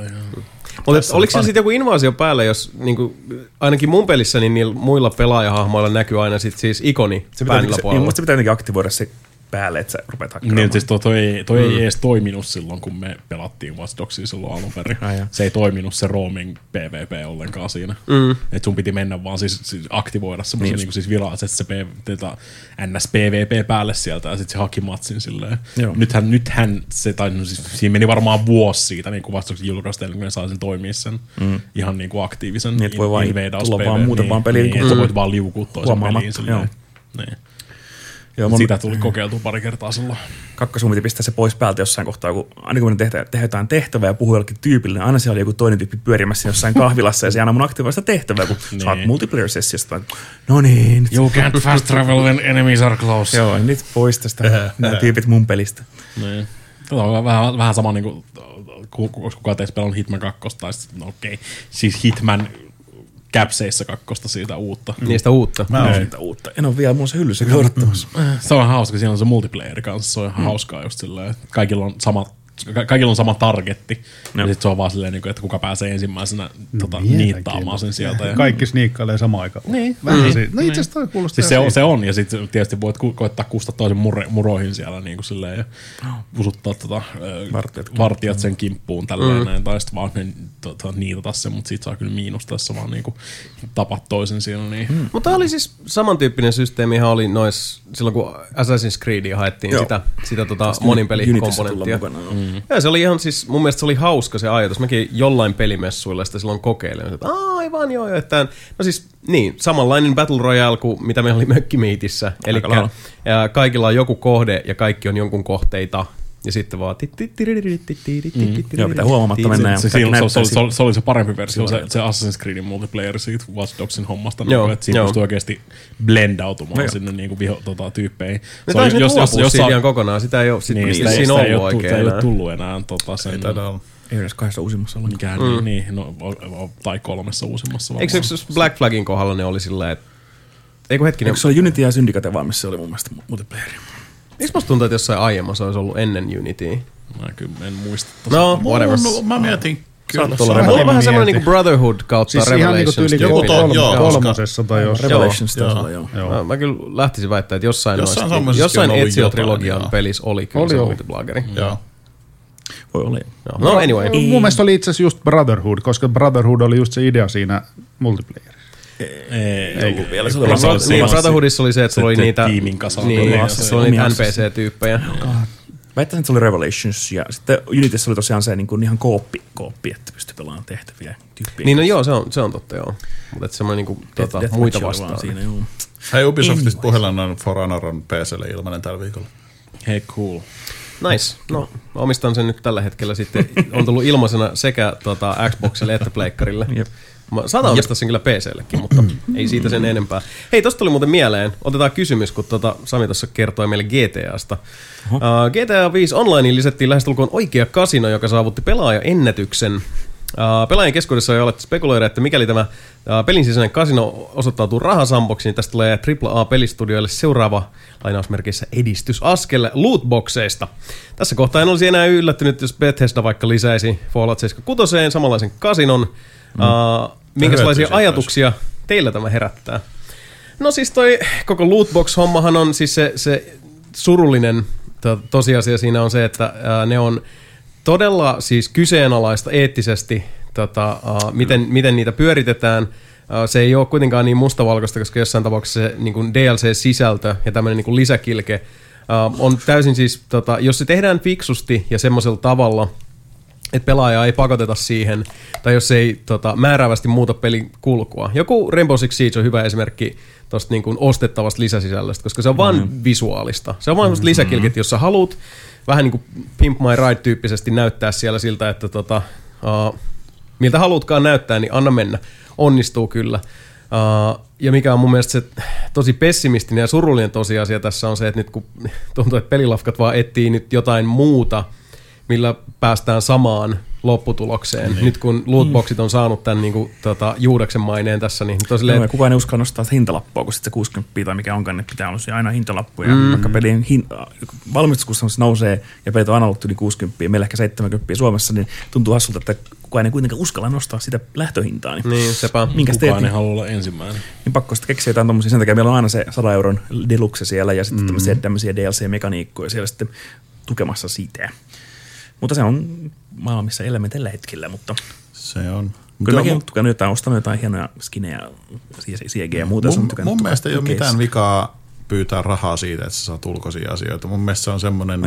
[SPEAKER 1] Mutta oliko se sitten joku invaasio päällä, jos niinku, ainakin mun pelissä niin niillä muilla pelaajahahmoilla näkyy aina sit siis ikoni päänillä puolella?
[SPEAKER 3] Musta se pitää jotenkin aktivoida se päälle, että sä rupeat hakkaamaan.
[SPEAKER 6] Niin, siis toi ei edes toiminut silloin, kun me pelattiin Watch Dogsia silloin alun perin. Se ei toiminut se roaming PvP ollenkaan siinä. Että sun piti mennä vaan siis aktivoida semmoisen niin siis virallisesti se NS PvP päälle sieltä ja sit se haki matsin silleen. Nythän se, tai siis siinä meni varmaan vuosi siitä niin kuin Watch Dogsin julkaistelun, kun ne saa sen toimia sen ihan niin kuin aktiivisen.
[SPEAKER 3] Niin, että voi vaan tulla vaan muuten vaan peliin.
[SPEAKER 6] Niin, että voit vaan liukua toisen peliin silleen. Niin. Joo, sitä tuli kokeiltua pari kertaa silloin.
[SPEAKER 3] Kakkosun piti pistää se pois päältä jossain kohtaa, kun aina kun tehdään jotain tehtävää ja puhuu jollekin tyypille, aina siellä oli joku toinen tyyppi pyörimässä jossain kahvilassa ja se aina mun aktivoista tehtävää, kun saat multiplayer-sessiosta. No niin.
[SPEAKER 6] You can't fast travel when enemies are close.
[SPEAKER 3] Joo, nyt pois tästä nämä tyypit mun pelistä.
[SPEAKER 6] Niin. Tämä on vähän sama niin kuin kuka teistä pelannut Hitman 2, tai siis Hitman Capseissa 2 siitä uutta.
[SPEAKER 1] Niistä uutta.
[SPEAKER 3] Mä oon siitä uutta. En ole vielä mun se hyllyssä odottamassa.
[SPEAKER 6] Se on hauska, siinä on se multiplayer kanssa. Se on ihan hauskaa just silleen, että kaikilla on sama targetti. Ja sit se on vaan silleen, että kuka pääsee ensimmäisenä niittaamaan sen sieltä.
[SPEAKER 5] Kaikki sniikkailee samaan aikaan.
[SPEAKER 6] Niin.
[SPEAKER 5] No itse asiassa toi kuulostaa.
[SPEAKER 6] Siis se on, ja sitten tietysti voit koettaa kustaa toisen muroihin siellä niin kuin silleen, ja usuttaa vartijat sen kimppuun tälleen näin, tai sitten vaan niitata sen, mutta siitä saa kyllä miinusta, jos vaan niin kuin tapat toisen siellä. Niin.
[SPEAKER 1] Mutta oli siis samantyyppinen systeemi, ihan oli silloin kun Assassin's Creedia haettiin sitä moninpelikomponenttia. Ja se oli ihan siis, mun mielestä se oli hauska se ajatus. Mäkin jollain pelimessuilla sitä silloin kokeilin. Että aivan joo, että no siis niin, samanlainen Battle Royale kuin mitä meillä oli Mökkimiitissä. Eli kaikilla on joku kohde ja kaikki on jonkun kohteita. Ja sitten vaan...
[SPEAKER 3] Joo, pitää huomaamatta mennä.
[SPEAKER 6] Se oli se parempi versio, se Assassin's Creedin multiplayer siitä Watch Dogsin hommasta. Että siinä pystyy oikeasti blendautumaan sinne tyyppeihin.
[SPEAKER 1] Ne taisi nyt luopua siitä ihan kokonaan. Sitä ei ole siinä ollut oikein.
[SPEAKER 6] Sitä ei ole tullut enää sen...
[SPEAKER 3] Ei taida olla. Ei edes 2 uusimmassa olla.
[SPEAKER 6] Mikään niin, tai 3 uusimmassa.
[SPEAKER 1] Eikö Black Flagin kohdalla ne oli silleen, että... Eiku hetkinen.
[SPEAKER 3] Eikö se oli Unity ja Syndicate vaan, missä se oli mun mielestä multiplayer?
[SPEAKER 1] Miksi musta tuntuu, että jossain aiemmassa olisi ollut ennen Unitya?
[SPEAKER 6] Mä kyllä en muista.
[SPEAKER 1] No, whatever.
[SPEAKER 4] Mä mietin.
[SPEAKER 1] Mulla on vähän semmoinen niinku Brotherhood kautta
[SPEAKER 5] siis
[SPEAKER 1] Revelations.
[SPEAKER 5] Ihan niinku tyyli kolmosessa tai jossain.
[SPEAKER 3] Revelations tasolla, joo.
[SPEAKER 1] Mä kyllä lähtisin väittää, että jossain Ezio-trilogian pelissä oli kyllä se multiplageri.
[SPEAKER 4] Joo.
[SPEAKER 3] Voi olla.
[SPEAKER 1] No anyway.
[SPEAKER 5] Mun mielestä oli itse asiassa just Brotherhood, koska Brotherhood oli just se idea siinä multiplayerissa.
[SPEAKER 3] Ei ollut vielä.
[SPEAKER 1] Brotherhoodissa oli se, että sulla oli niitä
[SPEAKER 6] tiimin kasaan.
[SPEAKER 1] Niin, sulla oli niitä NPC-tyyppejä.
[SPEAKER 3] Väittäisin, että se oli Revelations, ja sitten Unityssä oli tosiaan se niin kuin ihan kooppi, että pystyi pelaamaan tehtäviä tyyppiä.
[SPEAKER 1] Niin no joo, se on totta joo. Mutta semmoinen niinku muita vastaan.
[SPEAKER 3] Siinä, joo.
[SPEAKER 4] Hei, Ubisoftista puhella on For Honor on PC:lle ilmanen tällä viikolla.
[SPEAKER 6] Hei, cool.
[SPEAKER 1] Nice. No, mä omistan sen nyt tällä hetkellä sitten. On tullut ilmaisena sekä Xboxille että pleikkarille.
[SPEAKER 3] Jep.
[SPEAKER 1] Mä saatan omistaa sen kyllä PC:llekin, mutta ei siitä sen enempää. Hei, tosta tuli muuten mieleen. Otetaan kysymys, kun Sami tuossa kertoi meille GTAsta. GTA 5 Onlineen lisättiin lähestulkoon oikea kasino, joka saavutti pelaajaennätyksen. Pelaajien keskuudessa on alettu spekuloida, että mikäli tämä pelin sisäinen kasino osoittautuu rahasampoksi, niin tästä tulee AAA-pelistudioille seuraava lainausmerkeissä edistysaskel lootboxeista. Tässä kohtaa en olisi enää yllättynyt, jos Bethesda vaikka lisäisi Fallout 76 samanlaisen kasinon. Minkälaisia ajatuksia teillä tämä herättää? No siis toi koko lootbox-hommahan on siis se surullinen tosiasia siinä on se, että ne on todella siis kyseenalaista eettisesti, miten niitä pyöritetään. Se ei ole kuitenkaan niin mustavalkoista, koska jossain tapauksessa se niin kuin DLC-sisältö ja tämmöinen niin kuin lisäkilke on täysin siis, jos se tehdään fiksusti ja semmoisella tavalla, että pelaajaa ei pakoteta siihen, tai jos ei määräävästi muuta pelin kulkua. Joku Rainbow Six Siege on hyvä esimerkki tuosta niin kuin ostettavasta lisäsisällöstä, koska se on vaan visuaalista. Se on vaan lisäkilkit, jos sä haluat vähän niin kuin Pimp My Ride-tyyppisesti näyttää siellä siltä, että miltä haluatkaan näyttää, niin anna mennä. Onnistuu kyllä. Ja mikä on mun mielestä se tosi pessimistinen ja surullinen tosiasia tässä on se, että nyt kun tuntuu, että pelilafkat vaan etsii nyt jotain muuta, millä päästään samaan lopputulokseen. Niin. Nyt kun lootboxit on saanut tämän niin kuin, Juudeksen maineen tässä, niin tosilleen...
[SPEAKER 3] No, kukaan ei uskalla nostaa hintalappua, kun sitten se 60 tai mikä onkaan, että pitää olla aina hintalappuja. Vaikka pelin valmistuskustannus nousee ja pelit on aina ollut yli 60, meillä ehkä 70 Suomessa, niin tuntuu hassulta, että kukaan ei kuitenkaan uskalla nostaa sitä lähtöhintaa.
[SPEAKER 1] Niin sepä.
[SPEAKER 6] Kukaan ei halua olla ensimmäinen.
[SPEAKER 3] Niin pakko sitten keksiä jotain tommosia. Sen takia meillä on aina se 100 euron deluxe siellä ja sitten tämmöisiä DLC-mekaniikkoja siellä sitten tukemassa siitä. Mutta se on maailma, missä elämme tällä hetkellä, mutta
[SPEAKER 4] se on.
[SPEAKER 3] Kyllä mäkin olen ostanut jotain hienoja skinejä, CG ja muuta.
[SPEAKER 4] Mun mielestä ei ole mitään vikaa pyytää rahaa siitä, että sä saat ulkoisia asioita. Mun mielestä se on semmoinen,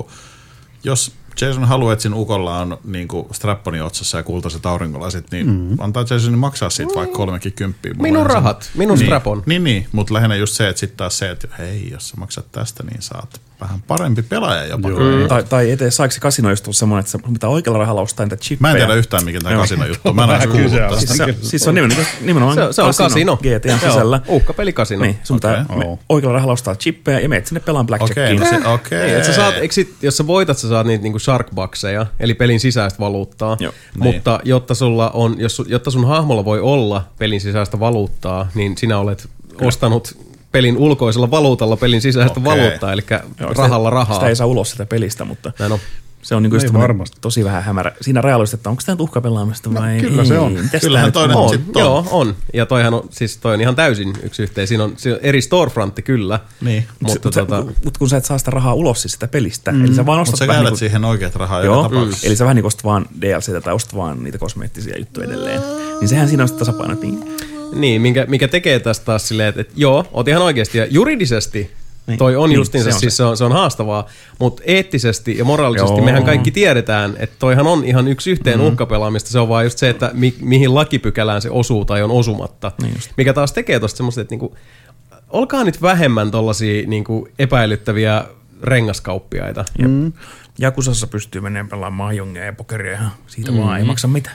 [SPEAKER 4] jos Jason haluaa, että siinä ukolla on strapponi otsassa ja kultaiset aurinkolaiset, niin antaa Jasonin maksaa siitä vaikka 30.
[SPEAKER 1] Minun rahat, minun strapon.
[SPEAKER 4] Niin, mutta lähinnä just se, että sitten taas se, että hei, jos sä maksat tästä, niin saat vähän parempi pelaaja jopa.
[SPEAKER 3] Tai eteen saiko se kasino just tulla semmoinen, että pitää oikealla rahalla ostaa niitä chippejä.
[SPEAKER 4] Mä en tiedä yhtään, mikä tämä kasino juttu. Mä en aina kuullut tästä.
[SPEAKER 3] Siis se on nimenomaan
[SPEAKER 1] se on kasino.
[SPEAKER 3] GTAn sisällä.
[SPEAKER 1] Uhkapelikasino.
[SPEAKER 3] Niin, sun pitää oikealla rahalla ostaa chippejä ja menet sinne pelaan blackjackiin.
[SPEAKER 4] Okei.
[SPEAKER 1] Jos sä voitat, sä saat niitä niinku sharkbuckseja, eli pelin sisäistä valuuttaa. Mutta jotta sun hahmolla voi olla pelin sisäistä valuuttaa, niin sinä olet ostanut pelin ulkoisella valuutalla pelin sisäistä valuuttaa, eli rahalla rahaa.
[SPEAKER 3] Sitä ei saa ulos sitä pelistä, mutta
[SPEAKER 1] näin on.
[SPEAKER 3] Se on tosi vähän hämärä. Siinä rajallisesti, että onko tämä nyt uhkapelaamista vai ei?
[SPEAKER 5] Kyllä se on.
[SPEAKER 4] Kyllähän toinen on.
[SPEAKER 1] Joo, on. Ja toi on ihan täysin yksi yhteen. Siinä on eri storefrontti kyllä.
[SPEAKER 3] Niin. Mutta kun sä et saa sitä rahaa ulos siis sitä pelistä. Eli sä vaan ostat
[SPEAKER 4] mutta sä käytät siihen oikeat rahaa joka tapauksessa.
[SPEAKER 3] Eli sä vähän niin ostat vaan DLCtä tai ostat vaan niitä kosmeettisia juttuja edelleen. Niin sehän siinä on sitten tasapaino.
[SPEAKER 1] Niin, mikä tekee tästä taas silleen, että joo, oot ihan oikeasti. Ja juridisesti toi on justiinsa, siis se on haastavaa, mutta eettisesti ja moraalisesti mehän kaikki tiedetään, että toihan on ihan yksi yhteen uhkapelaamista. Se on vaan just se, että mihin lakipykälään se osuu tai on osumatta. Niin mikä taas tekee tosta semmoista, että niinku, olkaa nyt vähemmän tollaisia niinku epäilyttäviä rengaskauppiaita.
[SPEAKER 3] Jakusassa pystyy menemään pelaamaan mahjongia ja pokeria ja siitä vaan ei maksa mitään.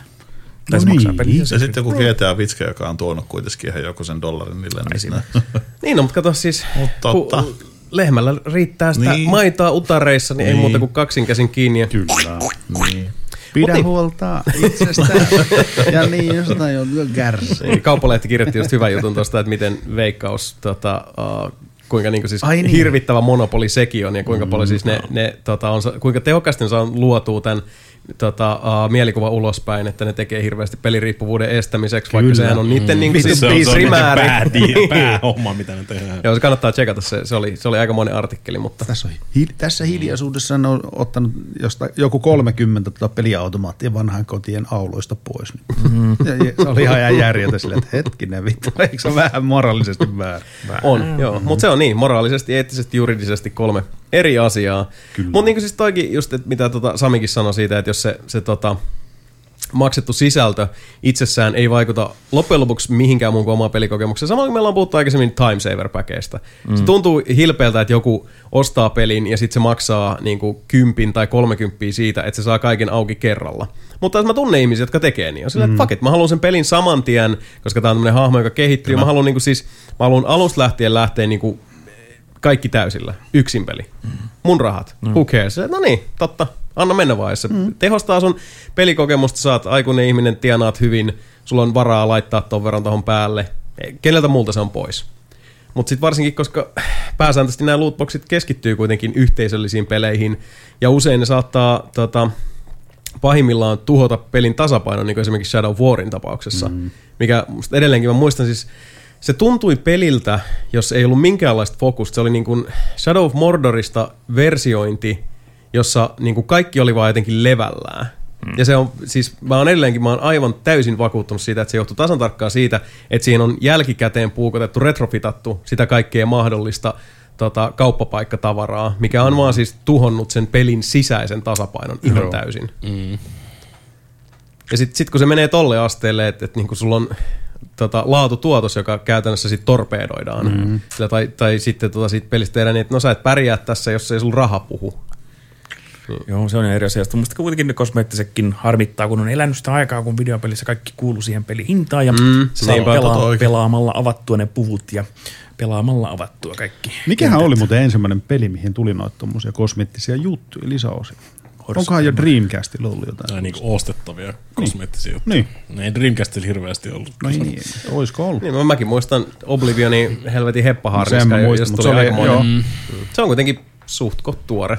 [SPEAKER 4] Ja sitten joku GTA-vitske, joka on tuonut kuitenkin ihan joku sen dollarin niille.
[SPEAKER 1] Niin, mutta kato siis, lehmällä riittää sitä maitaa utareissa, niin ei muuta kuin kaksin käsin kiinni.
[SPEAKER 5] Kyllä. Pidä huolta itsestään. Ja niin, jostain on kärsi.
[SPEAKER 1] Kauppalehti kirjoitti just hyvän jutun tuosta, että miten Veikkaus kuinka niinku siis hirvittävä monopoli sekin on ja kuinka paljon siis kuinka tehokkaasti ne saa luotua tämän mielikuva ulospäin, että ne tekee hirveästi peliriippuvuuden estämiseksi, vaikka sehän on niiden niinku siis primääri.
[SPEAKER 6] Päähomma, mitä ne tehdään.
[SPEAKER 1] Joo, se kannattaa tsekata, se oli aikamoinen artikkeli, mutta...
[SPEAKER 5] Tässä hiljaisuudessa ne on ottanut joku 30 peliautomaattia vanhaan kotien auloista pois. Se oli ihan järjetön silleen, että hetkinen vittu, eikö se ole vähän moraalisesti väärä?
[SPEAKER 1] On, joo, mutta se on niin, moraalisesti, eettisesti, juridisesti 3 eri asiaa. Mutta niin kuin siis toikin just, että mitä Samikin sanoi siitä, että jos se maksettu sisältö itsessään ei vaikuta loppujen lopuksi mihinkään muun kuin omaan pelikokemukseen. Samalla kuin meillä on puhuttu aikaisemmin Time Saver-päkeistä. Se tuntuu hilpeältä, että joku ostaa pelin ja sitten se maksaa niinku 10 tai 30 siitä, että se saa kaiken auki kerralla. Mutta jos mä tunnen ihmisiä, jotka tekee niin, on sillä, että fuck it, mä haluan sen pelin saman tien, koska tää on tämmönen hahmo, joka kehittyy. Mä haluan alusta lähteä niinku kaikki täysillä. Yksin peli. Mun rahat. Who cares? No niin, totta. Anna mennä vaan. Se tehostaa sun pelikokemusta, saat aikuinen ihminen, tienaat hyvin, sulla on varaa laittaa ton verran tohon päälle. Keneltä multa se on pois. Mutta sitten varsinkin, koska pääsääntöisesti nämä lootboxit keskittyy kuitenkin yhteisöllisiin peleihin, ja usein ne saattaa pahimmillaan tuhota pelin tasapainon, niin kuin esimerkiksi Shadow of Warin tapauksessa, mikä edelleenkin mä muistan siis, se tuntui peliltä, jos ei ollut minkäänlaista fokusta. Se oli niin kuin Shadow of Mordorista versiointi, jossa niin kuin kaikki oli vaan jotenkin levällään. Ja se on, siis mä oon aivan täysin vakuuttunut siitä, että se johtuu tasan tarkkaan siitä, että siihen on jälkikäteen puukotettu, retrofitattu sitä kaikkea mahdollista kauppapaikkatavaraa, mikä on vaan siis tuhonnut sen pelin sisäisen tasapainon ihan täysin. Ja sit kun se menee tolle asteelle, että niin kuin sulla on laatutuotos, joka käytännössä sitten torpeedoidaan. Tai sitten siitä pelistä tehdään niin, että no sä et pärjää tässä, jos ei sulla raha puhu.
[SPEAKER 3] Joo, se on eri asia. Musta kuitenkin ne kosmeettisetkin harmittaa, kun on elänyt sitä aikaa, kun videopelissä kaikki kuuluu siihen pelihintaan ja pelaamalla avattua ne puvut ja pelaamalla avattua kaikki.
[SPEAKER 5] Mikähän oli muuten ensimmäinen peli, mihin tuli noita tommosia kosmeettisia juttuja, lisäosia? Onkohan jo Dreamcastilla ollut jotain?
[SPEAKER 6] Tai niinku ostettavia kosmeettisia juttuja. Niin. Ei Dreamcastilla hirveästi ollut.
[SPEAKER 5] No niin, olisiko ollut?
[SPEAKER 1] Niin, mäkin muistan Oblivionin helvetin heppaharniska, josta tuli aikamoinen. Se on kuitenkin suht tuore.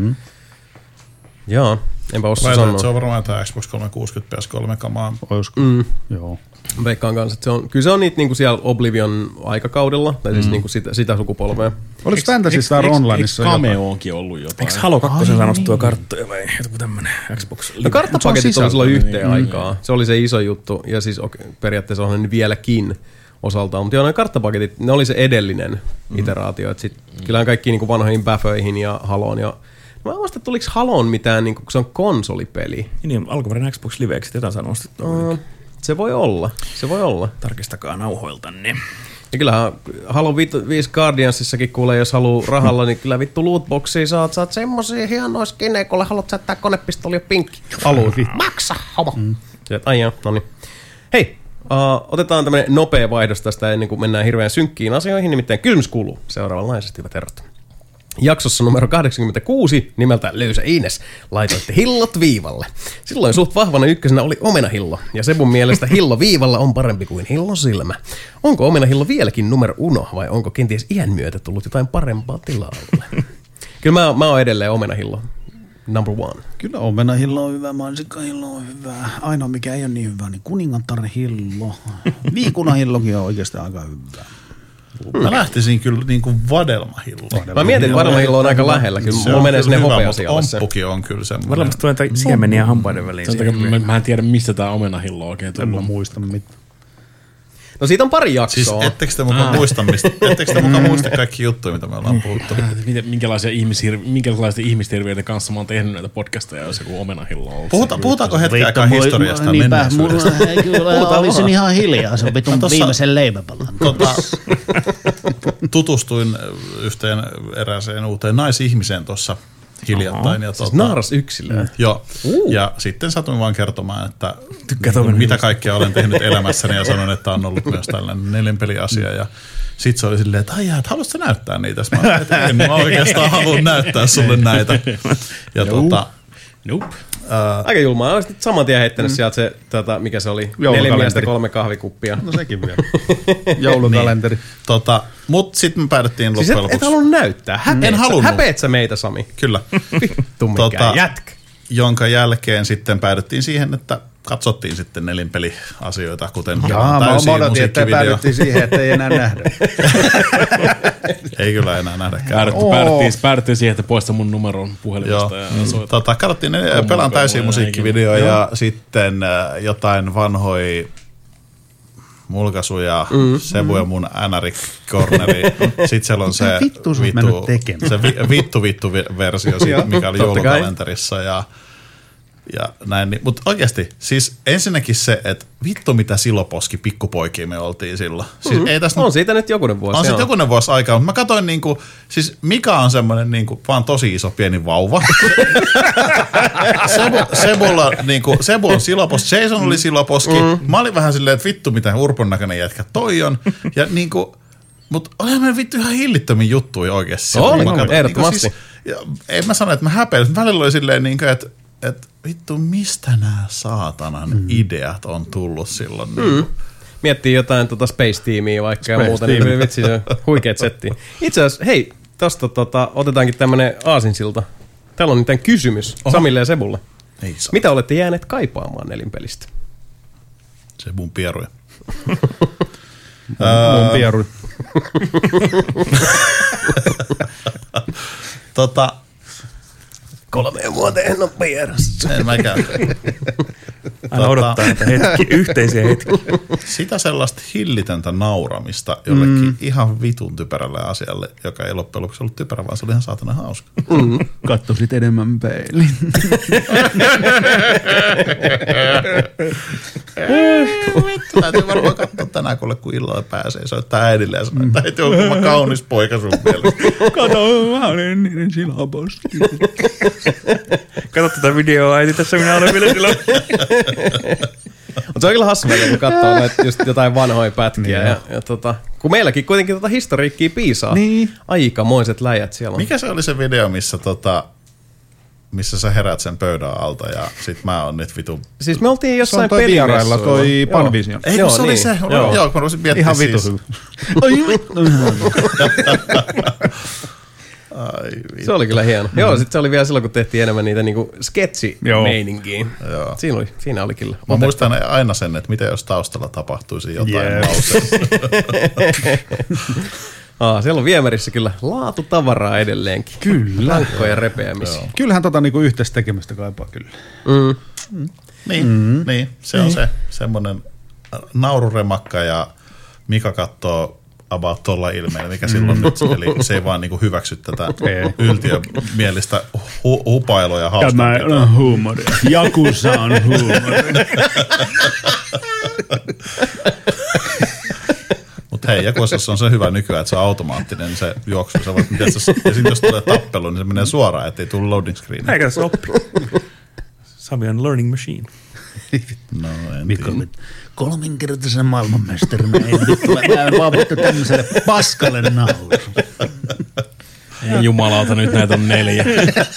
[SPEAKER 1] Joo, enpä osaa sanoa.
[SPEAKER 4] Se on varmaan tämä Xbox 360 PS3-kamaa.
[SPEAKER 5] Olisiko? Joo.
[SPEAKER 1] Veikkaan kanssa, että kyllä se on niitä niinku siellä Oblivion aikakaudella, tai siis niinku sitä sukupolvea.
[SPEAKER 5] Oliko Fantasy Star Onlineissa
[SPEAKER 6] jotain? Cameoonkin ollut jotain?
[SPEAKER 3] Eikö Halo 2 saanut tuo karttoja vai joku tämmönen Xbox?
[SPEAKER 1] No karttapaketit oli silloin yhteen aikaa. Se oli se iso juttu, ja siis periaatteessa on ne vieläkin osaltaan. Mutta joo, noin karttapaketit, ne oli se edellinen iteraatio. Että kyllähän kaikki niinku vanhoihin Bafföihin ja Haloon ja mä en muista, tuliko Haloon mitään, niin kun se on konsolipeli.
[SPEAKER 3] Niin, alkuperäinen Xbox Liveksi, jotain sanoa sitten.
[SPEAKER 1] Se voi olla.
[SPEAKER 3] Tarkistakaa nauhoiltanne.
[SPEAKER 1] Ja kyllähän Halo 5 Guardiansissakin kuulee, jos haluu rahalla, niin kyllä vittu lootboxia saat semmosia hienoja skinejä, kun haluat sättää konepistoli ja pinkki.
[SPEAKER 5] Haluut.
[SPEAKER 1] Maksa, homo. Ai joo, no niin. Hei, otetaan tämmönen nopea vaihdos tästä ennen kuin mennään hirveän synkkiin asioihin, nimittäin kysymys kuuluu seuraavanlaisesti, hyvät herrat. Jaksossa numero 86 nimeltä Löysä Ines laitoitte hillot viivalle. Silloin suht vahvana ykkösenä oli omenahillo, ja Sebun mielestä hillo viivalla on parempi kuin hillo silmä. Onko omenahillo vieläkin numero uno, vai onko kenties iän myötä tullut jotain parempaa tilalle? Kyllä mä oon edelleen omenahillo. Number one.
[SPEAKER 5] Kyllä omenahillo on hyvä, mansikkahillo on hyvä. Ainoa mikä ei ole niin hyvä, niin kuningattarhillo. Viikunahillokin on oikeastaan aika hyvä.
[SPEAKER 4] Mä lähtisin kyllä niinku vadelmahilloon.
[SPEAKER 1] Mä mietin, että vadelmahillo on aika lähellä. Kyllä mulla menee sinne hopeasialle se.
[SPEAKER 4] Omppukin on kyllä semmoinen.
[SPEAKER 3] Vadelmasta tulee näitä siemeniä hampaiden väliin.
[SPEAKER 6] Mä en tiedä, mistä tää omenahillo oikein tullut.
[SPEAKER 5] En mä muista mitään.
[SPEAKER 1] No siitä on pari jaksoa.
[SPEAKER 4] Siis ettekö te mukaan muista kaikki juttuja, mitä me ollaan puhuttu?
[SPEAKER 6] Minkälaisten ihmisterveyden kanssa mä oon tehnyt näitä podcasteja, jos joku omenahillo on ollut.
[SPEAKER 4] Puhutaanko hetken aikaa historiasta ja menneisyydestä?
[SPEAKER 5] Kyllä olisin ihan hiljaa, se on vitun viimeisen leipäpalan.
[SPEAKER 4] Tutustuin yhteen erääseen uuteen naisihmiseen tuossa hiljattain. Ja
[SPEAKER 1] siis naaras yksilöä.
[SPEAKER 4] Joo. Ja sitten satuin vaan kertomaan, että mitä kaikkea olen tehnyt elämässäni ja sanon, että on ollut myös tällainen nelinpeliasia. Ja sitten se oli silleen, että aijaa, että haluaisitko näyttää niitä? Mä sanoin, että en mä oikeastaan halua näyttää sulle näitä. Ja
[SPEAKER 6] Nope.
[SPEAKER 1] Aika julmaa. Olisit saman tien heittänyt sieltä se, mikä se oli? 4 miestä 3 kahvikuppia.
[SPEAKER 5] No sekin vielä. Joulukalenteri.
[SPEAKER 4] Mut sit me päädyttiin loppujen lopuksi.
[SPEAKER 1] Et halunnut näyttää.
[SPEAKER 4] En halunnut.
[SPEAKER 1] Häpeät sä meitä, Sami?
[SPEAKER 4] Kyllä.
[SPEAKER 1] Vittu mikään jätkä.
[SPEAKER 4] Jonka jälkeen sitten päädyttiin siihen, että katsottiin sitten nelinpeliasioita, kuten
[SPEAKER 5] täysiä musiikkivideo. Päädyttiin siihen, että ei enää nähdä.
[SPEAKER 4] Ei kyllä enää nähdäkään.
[SPEAKER 6] Päädyttiin siihen, että poista mun numeron puhelimesta ja soita.
[SPEAKER 4] Katsottiin pelaan täysiä musiikkivideoja ja sitten jotain vanhoja mulkaisuja, Sebu ja mun NR-corneri. Sitten siellä on se vittu-versio, mikä oli joulukalenterissa ja näin. Mutta oikeasti, siis ensinnäkin se, että vittu mitä siloposki pikkupoikia me oltiin silloin. Siis ei tästä
[SPEAKER 1] on siitä nyt jokunen vuosi.
[SPEAKER 4] On siitä jokunen vuosi aikaa, mutta mä katsoin niinku, siis Mika on semmoinen niinku vaan tosi iso pieni vauva. Sebu on siloposki, Jason oli siloposki. Mä olin vähän silleen, että vittu mitä urpon näköinen jätkä toi on. Ja niinku, mutta olihan meidän vittu ihan hillittömiä juttuja oikeasti.
[SPEAKER 1] Ehdottomasti.
[SPEAKER 4] Siis, en mä sano, että mä häpeilin. Välillä oli silleen niinku, että vittu, mistä nämä saatanan ideat on tullut silloin?
[SPEAKER 1] Miettii jotain Space-tiimiä vaikka ja muuta, niin vitsi, huikeet settiä. Itse asiassa, hei, tosta otetaankin tämmönen aasinsilta. Täällä on nyt kysymys Samille ja Sebulle. Mitä olette jääneet kaipaamaan nelinpelistä?
[SPEAKER 4] Sebun pieruja.
[SPEAKER 5] Mun pieruja.
[SPEAKER 1] 3 vuoteen en ole pierassa.
[SPEAKER 4] En mäkään.
[SPEAKER 3] Aina odottaa näitä yhteisiä hetkiä.
[SPEAKER 4] Sitä sellaista hillitöntä nauramista jollekin ihan vitun typerälle asialle, joka ei loppujen lopuksi ollut typerä, vaan se oli ihan saatana hauska.
[SPEAKER 5] Katsoisit enemmän peilin.
[SPEAKER 4] Vittu, täytyy varmaan katsoa tänään, kun illalla pääsee. Soittaa äidille ja sanoo, että äiti on kuma kaunis poika sun mielestä.
[SPEAKER 5] Kato, mä olen niiden silaposti.
[SPEAKER 3] Kato tätä videoa, äiti, tässä minä olen vielä silloin.
[SPEAKER 1] Mutta se on kyllä hassu, kun katsoo just jotain vanhoja pätkiä. Ja kun meilläkin kuitenkin historiikkiä piisaa. Niin. Aikamoiset läjät siellä on.
[SPEAKER 4] Mikä se oli se video, missä sä herät sen pöydän alta ja sit mä oon nyt vitu...
[SPEAKER 1] Siis me oltiin jossain
[SPEAKER 5] pelimessuilla. Se on toi vierailla, toi Panvision.
[SPEAKER 4] Ei, se oli se. Joo, mä ruusin miettiä
[SPEAKER 5] ihan vitu
[SPEAKER 4] siis.
[SPEAKER 1] Se oli kyllä hieno. Joo, sit se oli vielä silloin, kun tehtiin enemmän niitä niinku sketsi-meininkiä. Siinä oli kyllä.
[SPEAKER 4] Mä muistan aina sen, että mitä jos taustalla tapahtuisi jotain lauseessa.
[SPEAKER 1] Siellä on viemärissä kyllä laatutavaraa edelleenkin.
[SPEAKER 5] Kyllä.
[SPEAKER 1] Lankkoja repeämisiä.
[SPEAKER 5] Kyllähän niinku yhteistä tekemistä kaipaa kyllä.
[SPEAKER 4] Niin, se on se semmoinen naururemakka ja Mika katsoo about tolla ilmeellä, mikä silloin nyt, eli se ei vaan niinku hyväksy tätä yltiömielistä hupailua ja hauskaa.
[SPEAKER 5] Tämä on huumoria. Jakussa on huumoria.
[SPEAKER 4] Mutta hei, Jakussa on se hyvä nykyään, että se on automaattinen se juoksu. Ja sitten jos tulee tappelu, niin se menee suoraan, ettei tule loading screen.
[SPEAKER 3] Eikä se oppi. Sami on learning machine.
[SPEAKER 4] No, en
[SPEAKER 5] Mikko oli 3-kertaisen maailmanmestarina. Ei nyt tule vaan vittu tämmöiselle paskalle nauru.
[SPEAKER 6] Ei jumalauta, nyt näitä on 4.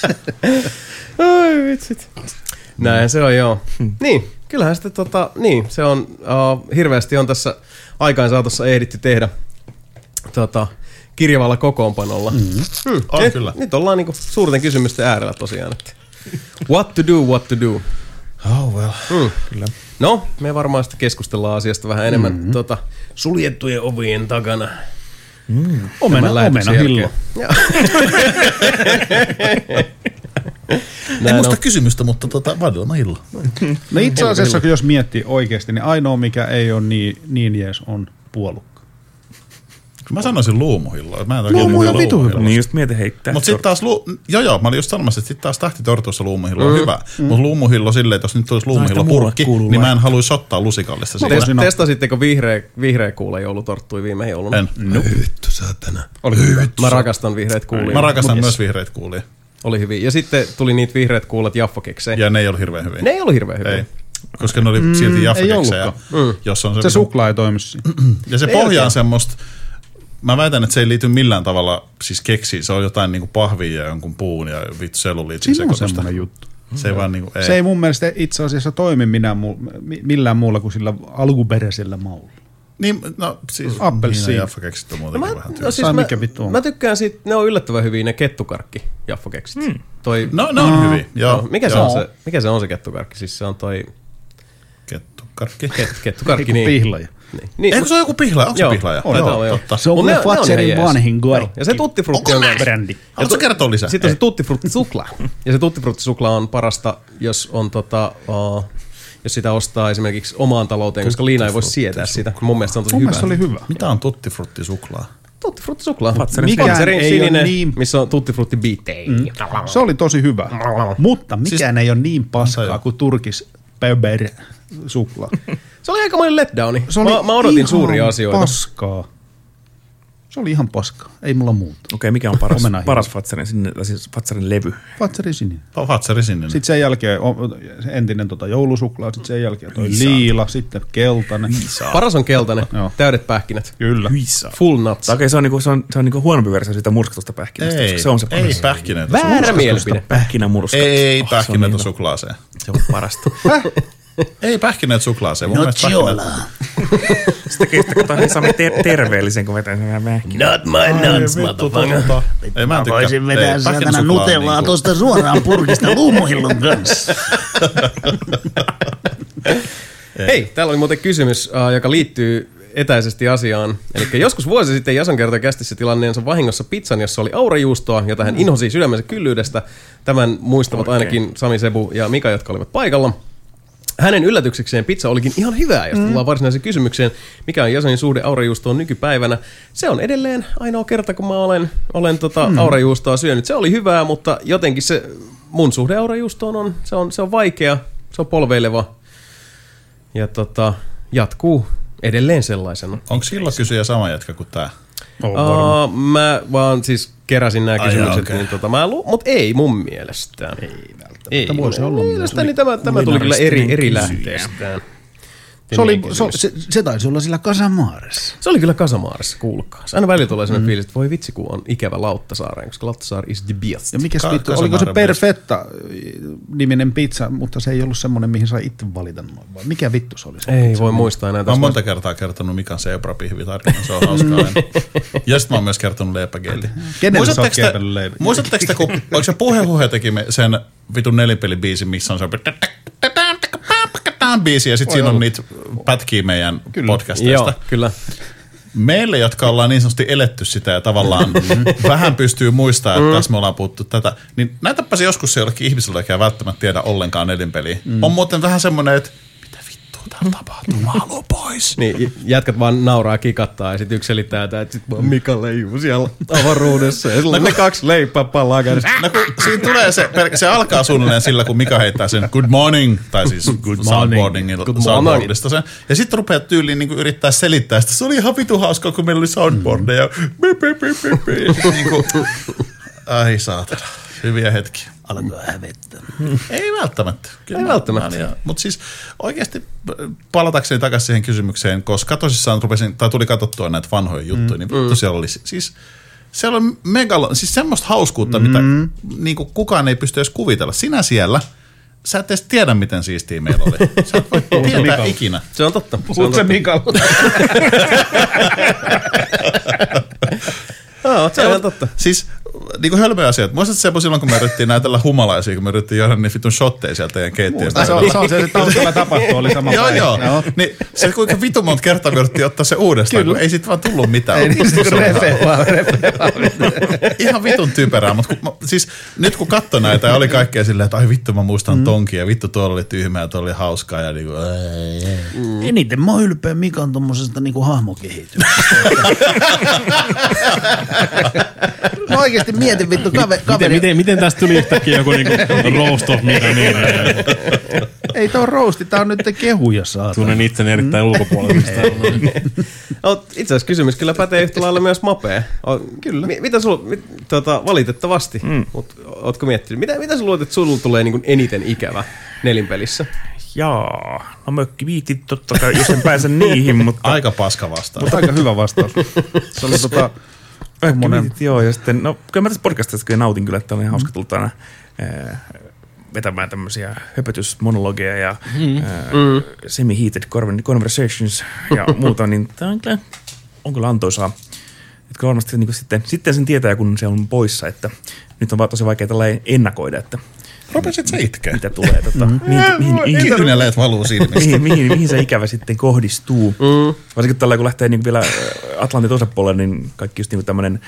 [SPEAKER 1] Ai vitsit. Näin se on, joo. Niin, kyllähän sitten niin, se on hirveästi on tässä aikaansaatossa ehditty tehdä kirjavalla kokoonpanolla.
[SPEAKER 4] On kyllä.
[SPEAKER 1] Nyt ollaan niinku suurten kysymysten äärellä tosiaan, että what to do.
[SPEAKER 4] Oh well.
[SPEAKER 1] Kyllä. No, me varmaan sitten keskustellaan asiasta vähän enemmän suljettujen ovien takana.
[SPEAKER 5] Omena hillo.
[SPEAKER 4] En muista kysymystä, mutta vadelma hillo.
[SPEAKER 5] No itse asiassa, jos miettii oikeasti, niin ainoa mikä ei ole niin jees on puolukka.
[SPEAKER 4] Mä sanoisin luumuhilloa.
[SPEAKER 5] Luumu on vitu hyvä.
[SPEAKER 3] Niin just mieti heittää.
[SPEAKER 4] Mutta sitten taas, mä olin just sanomassa, että sitten taas tähtitortuissa luumuhillo on hyvä. Mutta luumuhillo silleen, että jos nyt tulisi luumuhillo purkki, niin mä en haluaisi ottaa lusikallista siitä.
[SPEAKER 1] Testasitteko vihreä kuule joulutorttui viime jouluna?
[SPEAKER 4] En.
[SPEAKER 1] No. Vittu saatana. Oli hyvä. Mä rakastan vihreät kuulia.
[SPEAKER 4] Mä rakastan myös vihreät kuulia.
[SPEAKER 1] Oli hyvin. Ja sitten tuli niitä vihreät kuulet jaffakeksejä.
[SPEAKER 4] Ja ne ei ollut hirveän hyviä.
[SPEAKER 1] Ne ei ollut hirveän hyviä.
[SPEAKER 4] Koska ne oli silti jaffakeksejä.
[SPEAKER 5] Se suklaa ei toimi siinä.
[SPEAKER 4] Ja se pohja on semmoista. Mä väitän, että se ei liity millään tavalla siis keksiin. Se on jotain niinku pahvia ja jonkun puun ja vittu selluliitin
[SPEAKER 5] sekoitusta. Siinä on semmoinen juttu.
[SPEAKER 4] Se ei vaan niinku, ei.
[SPEAKER 5] Se ei mun mielestä itse asiassa toimi millään muulla kuin sillä alkuperäisellä maulla.
[SPEAKER 4] Niin, no siis
[SPEAKER 5] appelsiini.
[SPEAKER 4] Jaffakeksit on muutenkin vähän tyyliä.
[SPEAKER 1] Siis mä tykkään siitä, ne on yllättävän hyviä ne kettukarkki Jaffakeksit.
[SPEAKER 4] No ne on hyviä, joo.
[SPEAKER 1] Mikä se on se kettukarkki? Siis se on toi...
[SPEAKER 4] Kettukarkki?
[SPEAKER 1] Kettukarkki, niin.
[SPEAKER 5] Pihlaja.
[SPEAKER 1] Niin.
[SPEAKER 4] Eikö se ole joku pihlaja? Onko se pihlaja?
[SPEAKER 1] Totta.
[SPEAKER 5] Se on kuin Fatserin vanhin kaikki.
[SPEAKER 1] Ja se tuttifrutti on
[SPEAKER 5] brändi.
[SPEAKER 4] Haluatko kertoa lisää?
[SPEAKER 1] Sitten on se tuttifruttisuklaa. Ja se tuttifruttisuklaa on parasta, jos on jos sitä ostaa esimerkiksi omaan talouteen, koska Liina ei voi sietää sitä. Mun mielestä se on tosi hyvä.
[SPEAKER 5] Mun mielestä oli hyvä.
[SPEAKER 4] Mitä on tuttifruttisuklaa?
[SPEAKER 1] Tuttifruttisuklaa.
[SPEAKER 5] Mikään ei
[SPEAKER 1] sininen,
[SPEAKER 5] ole niin...
[SPEAKER 1] missä on tuttifruttibiittejä.
[SPEAKER 5] Se oli tosi hyvä. Mutta mikään ei ole niin paskaa kuin turkis pöber suklaa.
[SPEAKER 1] Se oli aikamoinen letdowni. Mä odotin suuria asioita.
[SPEAKER 5] Paskaa. Se oli ihan paskaa. Ei mulla muuta.
[SPEAKER 3] Okei, mikä on paras Fatserin sinne, siis Fatserin levy?
[SPEAKER 5] Fatserin sininen.
[SPEAKER 4] Fatserin sininen.
[SPEAKER 5] Sitten sen jälkeen entinen joulusuklaa, sitten sen jälkeen toi liila, sitten keltainen.
[SPEAKER 1] Paras on keltainen. Täydet pähkinät.
[SPEAKER 5] Kyllä.
[SPEAKER 1] Full nuts.
[SPEAKER 3] Okei, se on niinku huonompi versio siitä murskatusta pähkinästä.
[SPEAKER 4] Ei,
[SPEAKER 3] se on se paras.
[SPEAKER 4] Ei pähkinöitä.
[SPEAKER 1] Väärä mielipide.
[SPEAKER 3] Pähkinämurskattu.
[SPEAKER 4] Ei pähkinöitä suklaaseen.
[SPEAKER 3] Se on parasta.
[SPEAKER 4] Ei pähkinöitä suklaaseen.
[SPEAKER 5] No chiola.
[SPEAKER 3] Sitten katsotaan Sami terveellisen, kun vetää sen vähän pähkinää.
[SPEAKER 7] Not my nuts, motherfucker.
[SPEAKER 4] Ei, mä en tykkää.
[SPEAKER 7] Voisin vetää saatana nutellaa tosta suoraan purkista luumuhillun kanssa.
[SPEAKER 1] Hei, täällä oli muuten kysymys, joka liittyy etäisesti asiaan. Eli joskus vuosi sitten Jason kertoi kästissä tilanneensa vahingossa pizzan, jossa oli aurajuustoa, jota hän inhosi sydämensä kyllyydestä. Tämän muistavat ainakin Sami, Sebu ja Mika, jotka olivat paikalla. Hänen yllätyksekseen pizza olikin ihan hyvää, jos tullaan varsinaiseen kysymykseen, mikä on Jasonin suhde aurajuustoon nykypäivänä. Se on edelleen ainoa kerta, kun mä olen aurajuustoa syönyt. Se oli hyvää, mutta jotenkin se mun suhde aurajuustoon on, se on vaikea, se on polveileva ja jatkuu edelleen sellaisena.
[SPEAKER 4] Onko silloin kysyjä sama jätkä kuin tää?
[SPEAKER 1] Mä vaan siis keräsin nämä kysymykset, okay. Mutta ei mun mielestä.
[SPEAKER 5] Ei välttämättä.
[SPEAKER 1] Ei, voisi olla mielestäni tämä tuli kyllä eri lähteestään.
[SPEAKER 5] Se taisi olla sillä Casamaaressa.
[SPEAKER 1] Se oli kyllä Casamaaressa, kuulkaa. Aina välillä tulee sellainen fiilis, että voi vitsi, kun on ikävä Lauttasaareen, koska Lauttasaari is the best.
[SPEAKER 5] Ja mikäs vittu, oliko se Perfetta-niminen pizza, mutta se ei ollut semmoinen, mihin sai itse valita noin, vai mikä vittu se oli?
[SPEAKER 1] Ei pizza? Voi muistaa enää.
[SPEAKER 4] Mä oon monta kertaa kertonut Mikan zebrapihvitarina, se on hauskaa. Ja sitten mä oon myös kertonut leipäkeeli.
[SPEAKER 5] Kenelle sä oot kertonut leipäkeeli?
[SPEAKER 4] Muistatteko te, kun oliko se Puhehuhe teki sen vitun nelipelibiisin, missä on se biisi ja sitten siinä on niitä pätkiä meidän podcasteista.
[SPEAKER 1] Joo, kyllä.
[SPEAKER 4] Meille, jotka ollaan niin sanotusti eletty sitä ja tavallaan vähän pystyy muistamaan, että tässä me ollaan puhuttu tätä, niin näytäpä se joskus se jollekin ihmiselle, joka ei välttämättä tiedä ollenkaan nelinpeliä. On muuten vähän semmoinen, että mitä vittua täällä tapahtuu, mä haluan pois.
[SPEAKER 1] Niin, jätkät vaan nauraa, kikattaa ja sitten yksi selittää, että sit vaan Mika leijuu siellä avaruudessa ja sillä ne 2 leippää pallaa kädessä.
[SPEAKER 4] No kun siinä tulee se alkaa suunnilleen sillä, kun Mika heittää sen good morning, tai siis soundboardista sen. Ja sitten rupeaa tyyliin niin yrittää selittää sitä. Se oli ihan vitu hauskaa, kun meillä oli soundboardeja. Ai saatana, hyviä hetkiä.
[SPEAKER 7] Alkaa hävettää.
[SPEAKER 4] Ei välttämättä.
[SPEAKER 1] Ei välttämättä.
[SPEAKER 4] Mutta siis oikeasti palatakseni takaisin siihen kysymykseen, koska tosissaan tuli katsottua näitä vanhoja juttuja, niin vittu siellä oli siis siellä on siis semmoista hauskuutta, mitä niinku kukaan ei pysty edes kuvitella. Sinä siellä, sä et edes tiedä, miten siistiä meillä oli. Sä et voi tietää ikinä.
[SPEAKER 1] Se on totta.
[SPEAKER 5] Puhut se Mikalla.
[SPEAKER 1] Se on totta.
[SPEAKER 4] Siis niinku hölmöjä asioita. Muistatko Sebu silloin, kun me yritettiin näytellä humalaisia, kun me yritettiin juoda niin vitun shotteja sieltä teidän keittiöstä?
[SPEAKER 5] Se on se taustalla tapahtuu, oli sama päivä.
[SPEAKER 4] Joo. Niin se kuinka vitun monta kertaa me yritettiin ottaa se uudestaan, kun ei sit vaan tullut mitään.
[SPEAKER 5] Ei niistä kun repe vaan.
[SPEAKER 4] Ihan vitun typerää, mutta siis nyt kun katsoi näitä ja oli kaikkea silleen, että ai vittu mä muistan tonkin ja vittu tuolla oli tyhmää ja tuolla oli hauskaa ja niinku
[SPEAKER 7] Eniten mä oon ylpeä Mikan tommosesta niinku hahmokehityksestä.
[SPEAKER 5] Mä oikeesti mietin vittu kaveri.
[SPEAKER 6] Miten tästä tuli yhtäkkiä joku niinku roast of Mika niin?
[SPEAKER 5] Ei tää on roasti, tää on nyt kehuja saatana.
[SPEAKER 6] Tunnen itseni erittäin ulkopuolelta.
[SPEAKER 1] Itse asiassa kysymys kyllä pätee yhtä lailla myös Mapeen.
[SPEAKER 5] Kyllä.
[SPEAKER 1] Mitä sulla, valitettavasti, mutta ootko miettinyt, mitä sä luulet, että sulla tulee niin kuin eniten ikävä nelinpelissä?
[SPEAKER 3] Jaa, no mökkiviitit totta kai, jos en pääse niihin, mutta...
[SPEAKER 4] Aika paska vastaus.
[SPEAKER 5] Mutta aika hyvä vastaus. Se oli
[SPEAKER 3] mökkiviitit, joo, ja sitten, no kyllä mä tässä podcastista kyllä nautin kyllä, että oli hauska tullut aina vetämään tämmöisiä höpötysmonologeja ja semi-heated conversations ja muuta, niin tämä on kyllä antoisaa. Että varmasti niin sitten sen tietää, kun se on poissa, että nyt on vaan tosi vaikea tällainen ennakoida, että
[SPEAKER 4] Rupesit sä itkeä?
[SPEAKER 3] mitä tulee.
[SPEAKER 4] Kyyneleet valuu silmistä.
[SPEAKER 3] Mihin se ikävä sitten kohdistuu. Varsinkin tällä, kun lähtee niin vielä Atlantin toiselle puolelle, niin kaikki just niin tämmöinen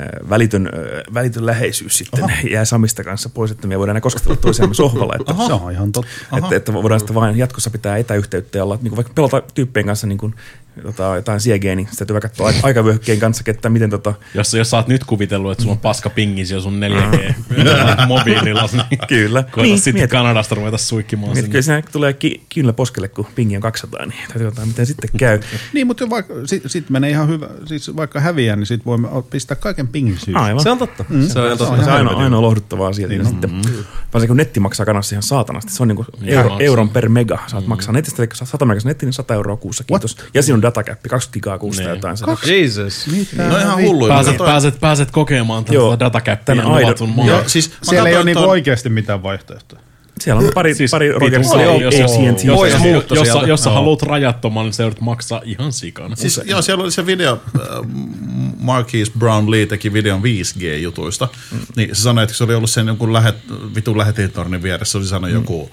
[SPEAKER 3] välitön läheisyys sitten jää Samista kanssa pois, että me voidaan enää kosketella toisiamme sohvalla. Että,
[SPEAKER 5] Se on ihan totta.
[SPEAKER 3] että voidaan sitten vain jatkossa pitää etäyhteyttä ja olla, niin vaikka pelata tyyppien kanssa niin kuin, jotain siegeä, niin sitä täytyy katsoa aikavyöhykkeen kanssa, että miten
[SPEAKER 6] Jos sä oot nyt kuvitellut, että sulla on paska pingis ja sun 4G mobiililla, niin
[SPEAKER 3] kyllä.
[SPEAKER 6] koeta sitten Kanadasta ruveta suikkimaan sinne.
[SPEAKER 3] Kyllä siinä tulee kyynellä poskelle, kun pingi on 200, niin täytyy katsoa, miten sitten käy.
[SPEAKER 5] Niin, mutta vaikka sit menee ihan hyvä, siis vaikka häviää, niin sit voimme pistää kaiken pingin syystä.
[SPEAKER 3] Aivan.
[SPEAKER 1] Se on totta. Se on totta.
[SPEAKER 3] Se on ainoa lohduttava asia. Niin sitten. Varsinkin kun netti maksaa Kanadassa ihan saatanasti. Se on niinku euron per mega. Saat maksaa netistä, eli 100 megas netti, niin 100 € kuussa. Kiitos. Ja siinä on datakäppi, 20 gigaa kuussa jotain.
[SPEAKER 1] Jesus.
[SPEAKER 4] No ihan hulluja.
[SPEAKER 6] Pääset kokemaan tätä datakäppiä luvatun maan.
[SPEAKER 4] Siis
[SPEAKER 5] Siellä ei ole niinku oikeasti mitään vaihtoehtoja.
[SPEAKER 3] Siellä on pari Rogersia AT&T.
[SPEAKER 6] Jos sä haluat rajattoman, niin sä joudut maksaa ihan sikana.
[SPEAKER 4] Siis, joo, siellä oli se video, Marquise Brownlee teki videon 5G-jutuista, niin se sanoi, että se oli ollut sen jonkun vitun lähetintornin vieressä, se oli sanonut joku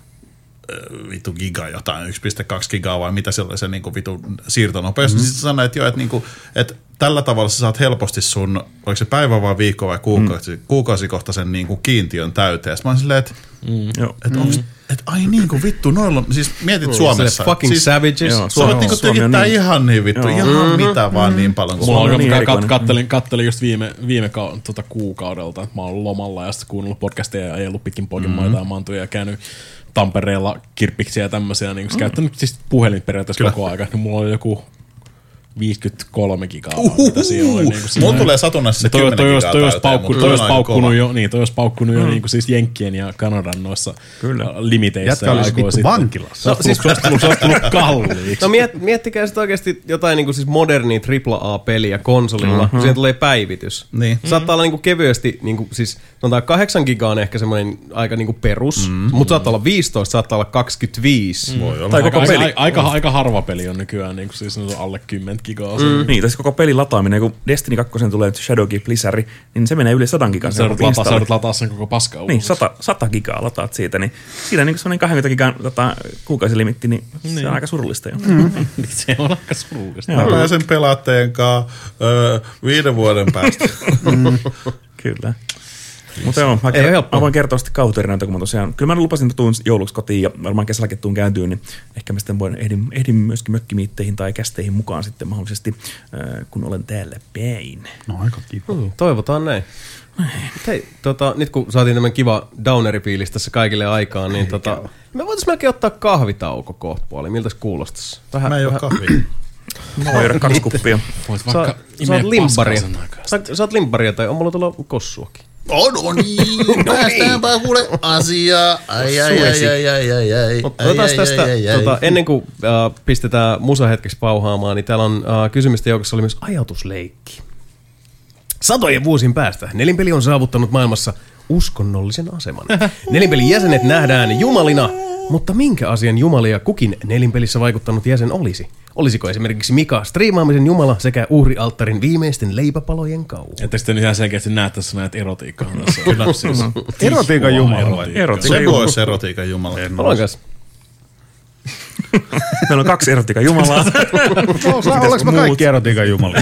[SPEAKER 4] vittu giga jotain, 1,2 gigaa vai mitä siellä oli se niinku vittu siirtonopeus. Sitten se sanoi, että joo, että niinku, että tällä tavalla sä saat helposti sun, oliko se päivä vai viikko vai kuukausikohtaisen niinku kiintiön täyteen. Sitten mä olin silleen, että onks, että ai niinku vittu, noilla, siis mietit Suomessa.
[SPEAKER 1] Fucking
[SPEAKER 4] siis,
[SPEAKER 1] savages.
[SPEAKER 4] Suomet niinku tykittää ihan niin vittu, ihan mitä vaan niin paljon.
[SPEAKER 6] Kattelin just viime kuukaudelta, että mä oon ollut lomalla ja sitten kuunnellut podcasteja ja ajellut pitkin Pokenmaita ja maantuja ja käynyt Tampereella kirppiksiä ja tämmöisiä, niin käyttänyt siis puhelin periaatteessa koko aika, niin mulla oli joku 53 gigaa.
[SPEAKER 4] Mulla tulee satunnaisesti se 10 gigaa
[SPEAKER 6] toi olisi paukkunut jo niin kuin siis Jenkkien ja Kanadan noissa limiteissä.
[SPEAKER 5] Jätkä olisi vittu vankilassa.
[SPEAKER 6] No, siis se olisi tullut kalliiksi.
[SPEAKER 1] No miettikää sitten oikeasti jotain niin kuin siis modernia AAA-peliä konsolilla, kun siihen tulee päivitys.
[SPEAKER 4] Niin.
[SPEAKER 1] Saattaa olla niin kuin kevyesti, niin kuin, siis 8 gigaa on ehkä semmoinen aika niin kuin perus, mutta saattaa olla 15, saattaa olla 25.
[SPEAKER 4] Voi olla.
[SPEAKER 3] Tai koko peli.
[SPEAKER 6] Aika harva peli on nykyään, niin kuin siis alle 10 gigaa.
[SPEAKER 3] Niin, tässä koko pelin lataaminen, kun Destiny 2 tulee Shadowkeep-lisäri, niin se menee yli 100 gigan.
[SPEAKER 6] Sä joudut lataa sen koko paskaa ulos.
[SPEAKER 3] Niin, 100 gigaa lataat siitä, niin siinä niin semmoinen 20 gigan kuukausilimitti, niin se on aika surullista jo.
[SPEAKER 6] Se on aika surullista.
[SPEAKER 4] Mä pääsen pelaateen kanssa 5 vuoden päästä.
[SPEAKER 3] Kyllä. Mutta joo, mä voin kertoa sitten kauhutarinoita, kun mä tosiaan, kyllä mä lupasin, että tuun jouluksi kotiin ja varmaan kesälläkin tuun kääntyyn, niin ehkä mä sitten ehdin myöskin mökkimiitteihin tai kästeihin mukaan sitten mahdollisesti, kun olen täällä päin.
[SPEAKER 5] No aika kiva.
[SPEAKER 1] Toivotaan näin. Hei, nyt kun saatiin tämän kiva downeri-fiilis tässä kaikille aikaan, niin me voitaisiin melkein ottaa kahvitauko kohtapuoli. Miltäs kuulostaisi?
[SPEAKER 4] Mä ei oo kahvia.
[SPEAKER 3] Mä voin juoda 2 kuppia.
[SPEAKER 1] Sä oot limpparia. Sä oot limpparia tai on mulla tulla kossuakin.
[SPEAKER 7] No niin, päästäänpä kuule asiaa. Ai.
[SPEAKER 1] Otetaan tästä, ennen kuin pistetään musa hetkeksi pauhaamaan, niin täällä on kysymysten joukossa oli myös ajatusleikki. Satojen vuosien päästä Nelinpeli on saavuttanut maailmassa uskonnollisen aseman. Nelinpelin jäsenet nähdään jumalina, mutta minkä asian jumalia kukin Nelinpelissä vaikuttanut jäsen olisi? Olisiko esimerkiksi Mika striimaamisen jumala sekä uhrialttarin viimeisten leipäpalojen kauhu?
[SPEAKER 6] Että sitten ihan selkeästi näet tässä näitä erotiikkaa.
[SPEAKER 4] Kyllä siis.
[SPEAKER 5] Erotiikan jumala.
[SPEAKER 4] Se voisi erotiikan jumala.
[SPEAKER 1] Olenkas.
[SPEAKER 3] Meillä on 2 erotiikan jumalaa.
[SPEAKER 5] Ollaanko me kaikki erotiikan jumalia?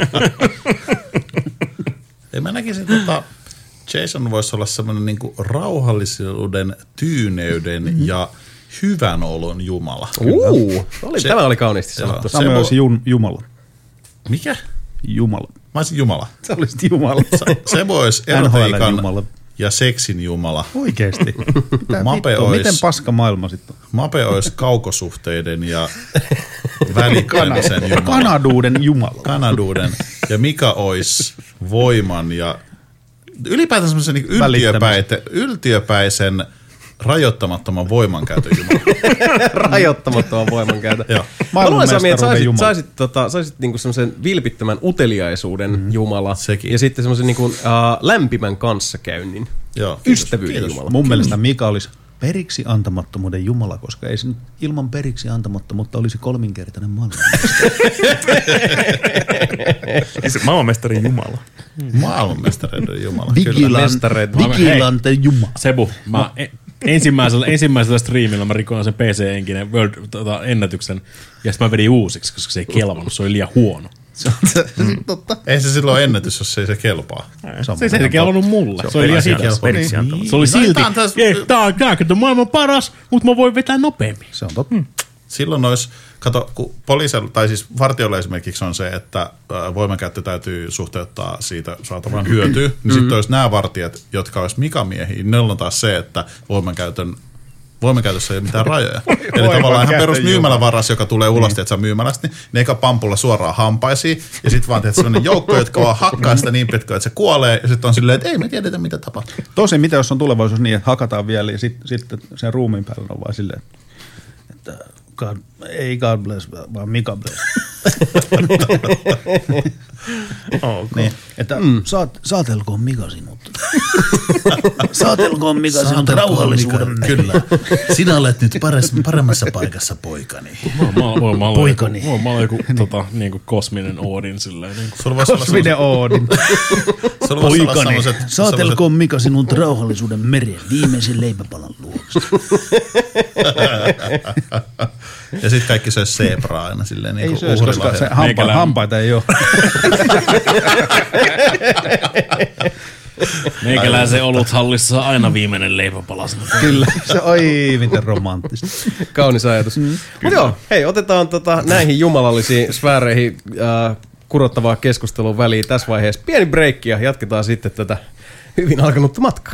[SPEAKER 4] Mä näkisin, Jason voisi olla semmoinen niinku rauhallisuuden, tyyneyden ja hyvän olon jumala.
[SPEAKER 1] Tämä oli kauniisti sanottu.
[SPEAKER 5] Tämä olisi Jumala.
[SPEAKER 4] Mikä?
[SPEAKER 5] Jumala.
[SPEAKER 4] Mä olisin Jumala.
[SPEAKER 5] Sä olisit Jumala.
[SPEAKER 4] Se voisi erotiikan ja seksin jumala.
[SPEAKER 5] Oikeesti. Miten paska maailma sitten on?
[SPEAKER 4] Mape olisi kaukosuhteiden ja välittämisen jumala.
[SPEAKER 5] Kanaduuden.
[SPEAKER 4] Ja Mika olisi voiman ja ylipäätään semmoisen niin yltiöpäisen rajoittamattoman voimankäytön Jumala.
[SPEAKER 1] Rajoittamattoman voimankäytön.
[SPEAKER 4] Joo.
[SPEAKER 1] Mä luulen, Sami, että saisit niinku semmoisen vilpittömän uteliaisuuden Jumala.
[SPEAKER 4] Sekin.
[SPEAKER 1] Ja sitten semmoisen niinku, lämpimän kanssakäynnin.
[SPEAKER 4] Joo.
[SPEAKER 1] Ystävyyden Jumala.
[SPEAKER 5] Mun mielestä Mika olisi periksi antamattomuuden Jumala, koska ei se nyt ilman periksi antamattomuutta olisi kolminkertainen maailmanmestari.
[SPEAKER 3] Maailmanmestarin Jumala.
[SPEAKER 4] Maailmanmestareiden Jumala.
[SPEAKER 5] Vigilante Jumala.
[SPEAKER 6] Sebu, mä ensimmäisellä striimillä mä rikoin sen PC-enkinen World-ennätyksen, ja sitten mä vedin uusiksi, koska se ei kelvannut, se oli liian huono.
[SPEAKER 5] Totta.
[SPEAKER 4] Ei se silloin ennätys, jos ei se kelpaa.
[SPEAKER 6] Se ei kelvannut mulle, se oli liian hidas. Se oli silti, tää on maailman paras, mutta mä voin vetää nopeammin.
[SPEAKER 5] Se on totta.
[SPEAKER 4] Silloin olisi, kato, kun poliisilla, tai siis vartijoilla esimerkiksi on se, että voimankäyttö täytyy suhteuttaa siitä saatavan hyötyä, niin sitten olisi nämä vartijat, jotka olisi Mika-miehiä, niin ne on taas se, että voimankäytössä ei ole mitään rajoja. Eli tavallaan ihan perus myymälävaras, joka tulee ulos, että myymälästä, niin ne eikä pampulla suoraan hampaisiin, ja sitten vaan teet sellainen joukko, jotka vaan hakkaa sitä niin pitkään, että se kuolee, ja sitten on silleen, että ei me tiedetä, mitä tapahtuu.
[SPEAKER 5] Tosin mitä jos on tulevaisuus niin, että hakataan vielä, ja sitten sen ruumiin päällä on vaan silleen, että ei God bless, vaan Mika bless. Niin, että saatelkoon Mika sinut. Saatelkoon Mika sinut rauhallisuuden.
[SPEAKER 7] Kyllä. Sinä olet nyt paremmassa paikassa, poikani.
[SPEAKER 6] Poikani. Mä olen joku niinku kosminen Oodin silleen.
[SPEAKER 5] Kosminen Oodin.
[SPEAKER 7] Poikani. Saatelkoon Mika sinut rauhallisuuden mereen viimeisen leipäpalan luokse.
[SPEAKER 4] Ja sitten kaikki söisi zebraa aina silleen niin kuin
[SPEAKER 5] ei koska se hampaita ei ole.
[SPEAKER 6] Meikäläisen oluthallissa aina viimeinen leipäpala.
[SPEAKER 5] Kyllä, se oi miten romanttista.
[SPEAKER 1] Kaunis ajatus. Mutta joo, hei, otetaan näihin jumalallisiin sfääreihin kurottavaa keskustelun väliin tässä vaiheessa. Pieni breikki ja jatketaan sitten tätä hyvin alkanutta matkaa.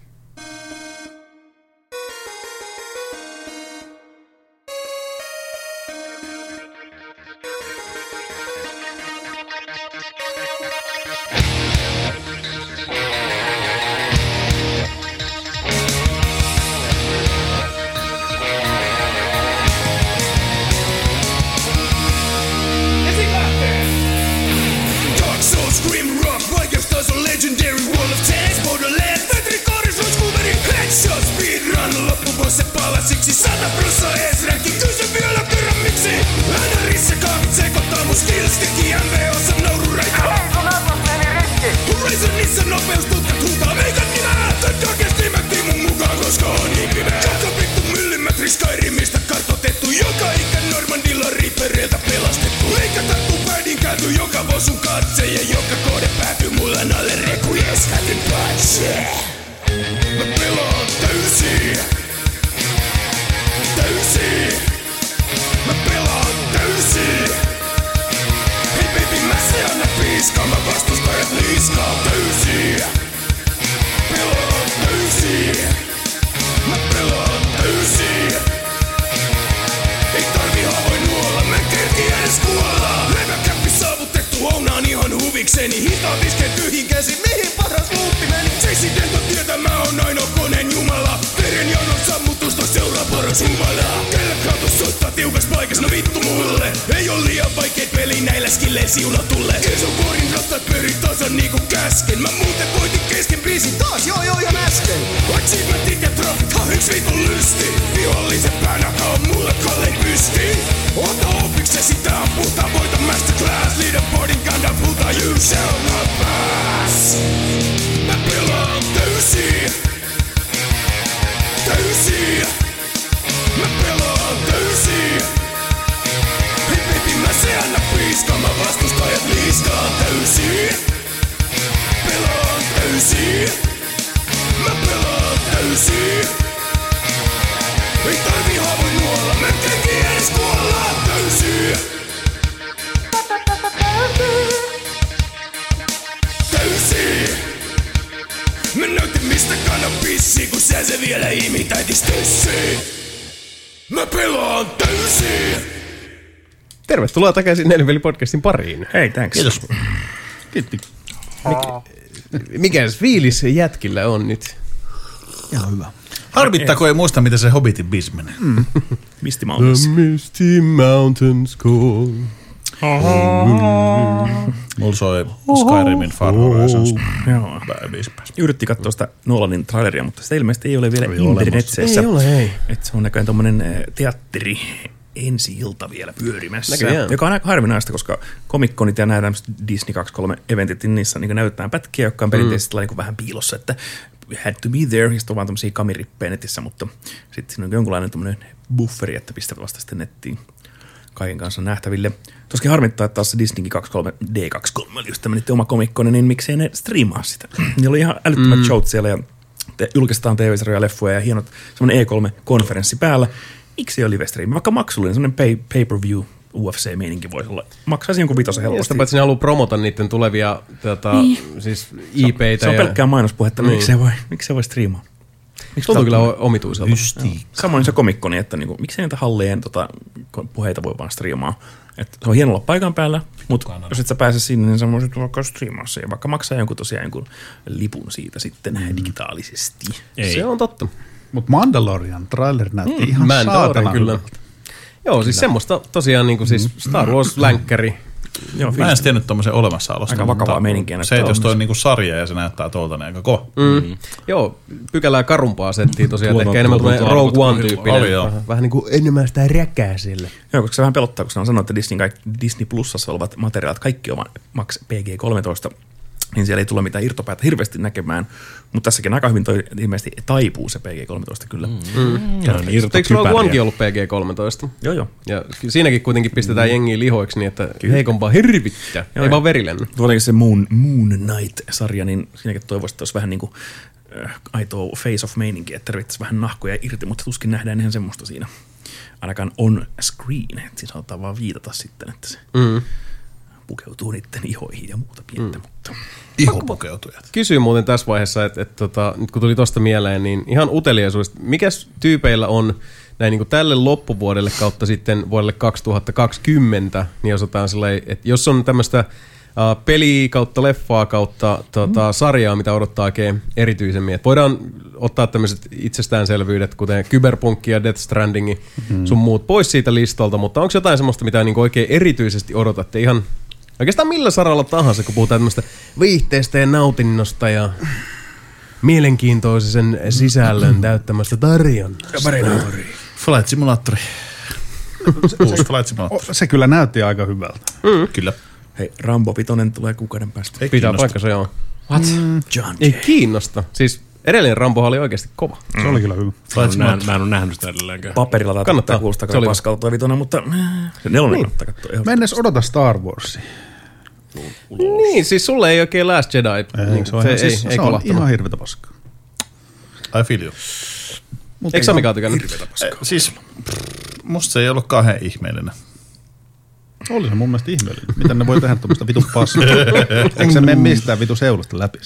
[SPEAKER 1] Tervetuloa takaisin Neliveli-podcastin pariin.
[SPEAKER 3] Hei, thanks.
[SPEAKER 4] Kiitos.
[SPEAKER 1] Mikä fiilis jätkillä on nyt?
[SPEAKER 5] Ihan hyvä.
[SPEAKER 4] Harmittaako ei muista, miten se Hobbitin biisi menee.
[SPEAKER 3] Misty Mountains.
[SPEAKER 1] The Misty Mountains call.
[SPEAKER 4] Mulla soi Skyrimin Far Horizons.
[SPEAKER 3] Joo. Yritti katsoa sitä Nolanin traileria, mutta sitä ilmeisesti ei ole vielä internetseissä.
[SPEAKER 1] Ei ole.
[SPEAKER 3] Että se on näköjään tommonen teatteri ensi-ilta vielä pyörimässä.
[SPEAKER 1] Näköjään.
[SPEAKER 3] Joka on aika harvinaista, koska Comic-Conit ja nämä tämmöiset Disney 23 eventit, niin niissä niin näytetään pätkiä, jotka on perinteisesti niin vähän piilossa, että had to be there, ja sitten on vaan tämmöisiä kamirippejä netissä, mutta sitten siinä on jonkunlainen tämmöinen bufferi, että pistävät vasta sitten nettiin kaiken kanssa nähtäville. Toskin harmittaa, että taas se Disney 23 D23 oli just tämmöinen oma Comic-Con, niin miksei ne striimaa sitä. Niillä oli ihan älyttömät showt siellä ja julkistetaan TV-sarjoja, leffoja ja hienot semmoinen E3-konferenssi päällä. Miksi ei ole live-striimi? Vaikka maksullinen, semmoinen pay-per-view UFC-meininki voisi olla. Maksaisi jonkun vitosen helposti.
[SPEAKER 1] Sitä paitsi ne haluaa promota niiden tulevia siis IP:itä.
[SPEAKER 3] Se on pelkkää mainospuhetta, miksi se voi striimaa?
[SPEAKER 1] Tuntuu kyllä omituiselta.
[SPEAKER 3] Samoin se Comic-Coni, että niinku, miksei näitä hallien puheita voi vaan striimaa. Et se on hieno olla paikan päällä, mutta jos et sä pääse sinne, niin sä voisit vaikka striimaa se ja vaikka maksaa jonkun lipun siitä sitten digitaalisesti.
[SPEAKER 1] Ei. Se on totta.
[SPEAKER 5] Mutta Mandalorian trailer näytti ihan saatana
[SPEAKER 1] kyllä. Joo, siis semmoista tosiaan niinku siis Star Wars-länkkäri.
[SPEAKER 4] Joo, mä en tiennyt tommosen olemassaolosta.
[SPEAKER 3] Aika vakavaa meininkiä.
[SPEAKER 4] Se, että jos toi on niinku sarja ja se näyttää tuolta, niin aika kova.
[SPEAKER 1] Joo, pykälää karumpaa settiä tosiaan. Ehkä enemmän tuollainen Rogue One-tyyppinen. Vähän niin kuin enemmän sitä räkää sille.
[SPEAKER 3] Joo, koska se vähän pelottaa, kun on sanonut, että Disney Plusassa olevat materiaalit, kaikki on Max PG-13, niin siellä ei tule mitään irtopäätä hirveästi näkemään. Mutta tässäkin aika hyvin toi ilmeisesti taipuu se PG-13 kyllä.
[SPEAKER 1] Eikö Rogue Onekin ollut PG-13?
[SPEAKER 3] Joo.
[SPEAKER 1] Ja siinäkin kuitenkin pistetään jengiä lihoiksi niin, että heikompaa hirvittää. Ei vaan veri lennä.
[SPEAKER 3] Tuollakin se Moon Knight-sarja, niin siinäkin toivoisi, että olisi vähän niin kuin aitoa face-off-meininki, että tarvittaisiin vähän nahkoja irti, mutta tuskin nähdään ihan semmoista siinä. Ainakaan on screen, että siinä saattaa vaan viitata sitten, että se pukeutuu niiden ihoihin ja muuta pientä. Mutta
[SPEAKER 4] ihopukeutujat.
[SPEAKER 1] Kysyin muuten tässä vaiheessa, että nyt kun tuli tosta mieleen, niin ihan uteliaisuudesta, mikäs tyypeillä on näin niin kuin tälle loppuvuodelle kautta sitten vuodelle 2020, niin osataan silleen, että jos on tämmöistä peliä kautta leffaa kautta sarjaa, mitä odottaa oikein erityisemmin. Että voidaan ottaa tämmöiset itsestäänselvyydet, kuten Cyberpunk ja Death Stranding sun muut pois siitä listalta, mutta onko jotain semmoista, mitä niin oikein erityisesti odotatte ihan oikeastaan millä saralla tahansa, kun puhutaan tämmöistä viihteestä ja nautinnosta ja mielenkiintoisen sisällön täyttämästä tarjonnasta.
[SPEAKER 4] Flight Simulator. Uusi Flight Simulator.
[SPEAKER 5] Se kyllä näytti aika hyvältä.
[SPEAKER 4] Kyllä.
[SPEAKER 3] Hei, Rambo 5 tulee kuukauden päästä.
[SPEAKER 1] Ei pitää paikkansa, joo.
[SPEAKER 3] What? John
[SPEAKER 1] Ei kiinnosta. Siis edellinen Rambo oli oikeasti kova.
[SPEAKER 5] Se oli kyllä hyvä.
[SPEAKER 6] Mä en ole nähnyt sitä edelleenkään.
[SPEAKER 3] Paperilla kannattaa kuulostaa kyllä paskalta toi 5, mutta se 4 kannattaa katsoa.
[SPEAKER 5] Mä en edes odota Star Warsia.
[SPEAKER 1] Niin, siis sulle ei oikein Last Jedi.
[SPEAKER 5] Se on ihan hirvetä paskaa.
[SPEAKER 4] I feel you.
[SPEAKER 1] Eikö Samikaan tykännyt?
[SPEAKER 4] Siis musta se ei ollut kauhean ihmeellinen.
[SPEAKER 5] Oli se mun mielestä ihmeellinen. Miten ne voi tehdä tuommoista vitun paskaa? Eikö se mene mistään vitu seulasta läpi?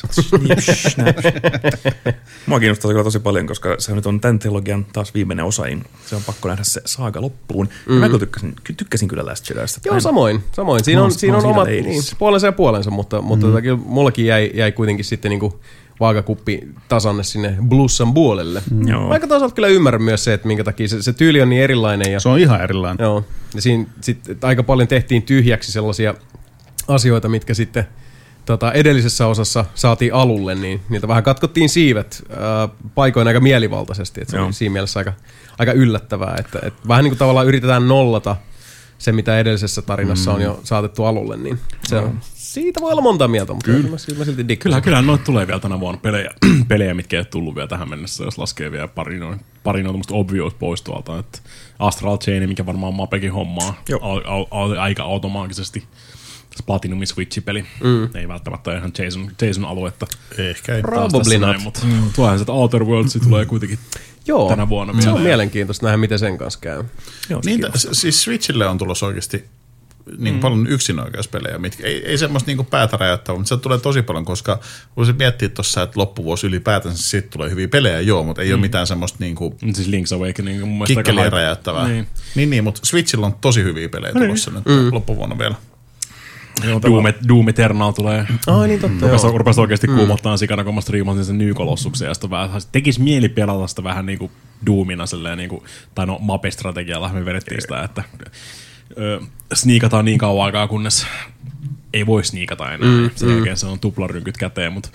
[SPEAKER 3] Mua kiinnostaa kyllä tosi paljon, koska se nyt on tämän trilogian taas viimeinen osa. Se on pakko nähdä se saaga loppuun. Mä tykkäsin kyllä Last Jedistä.
[SPEAKER 1] Joo, samoin. Siinä on omat puolensa ja puolensa, mutta mullakin jäi kuitenkin sitten niinku vaakakuppi tasanne sinne blussan puolelle. Aika toisaalta kyllä ymmärrän myös se, että minkä takia se tyyli on niin erilainen. Ja,
[SPEAKER 5] se on ihan erilainen.
[SPEAKER 1] Joo. Ja siinä sitten aika paljon tehtiin tyhjäksi sellaisia asioita, mitkä sitten edellisessä osassa saatiin alulle, niin niiltä vähän katkottiin siivet paikoin aika mielivaltaisesti. Että se oli siinä mielessä aika yllättävää, että vähän niin kuin tavallaan yritetään nollata se, mitä edellisessä tarinassa on jo saatettu alulle, niin se on. Siitä voi olla monta mieltä, mutta mä silti dikkasin.
[SPEAKER 6] Kyllä noita tulee vielä tänä vuonna pelejä, mitkä ei ole tullut vielä tähän mennessä, jos laskee vielä pari noita musta obvious pois tuolta. Että Astral Chain, mikä varmaan Mapekin hommaa aika automaattisesti. Platinum Switch-peli. Ei välttämättä ihan Jason aluetta.
[SPEAKER 4] Ehkä ei.
[SPEAKER 1] Probably not.
[SPEAKER 6] Mutta tuohan se, että Outer Worlds tulee kuitenkin tänä vuonna vielä.
[SPEAKER 1] Se on mielenkiintoista nähdä, miten sen kanssa käy.
[SPEAKER 4] Joo, niin, siis Switchille on tulossa oikeasti niin paljon yksinoikeuspelejä, mitkä ei semmoista niin päätä räjäyttävää, mutta se tulee tosi paljon, koska voisin miettiä tuossa, että loppuvuosi ylipäätänsä siitä tulee hyviä pelejä, mutta ei ole mitään semmoista niin kuin
[SPEAKER 6] siis Link's Awakening mun mielestä
[SPEAKER 4] kikkeliä räjäyttävää. Niin, mutta Switchillä on tosi hyviä pelejä tulossa nyt loppuvuonna vielä.
[SPEAKER 6] Doom Eternal tulee.
[SPEAKER 1] Ai niin totta,
[SPEAKER 6] Rupesi oikeasti kuumottaa sikana, kun mä striimasin sen New Colossuksen, ja sitten vähän tekisi mieli pelata sitä vähän niinku Doomina silleen, niinku, tai no mape-strategialla me vedettiin sitä, että sniikataan niin kauan aikaa, kunnes ei voi sniikata enää. Sen jälkeen se on tuplarynkyt käteen, mutta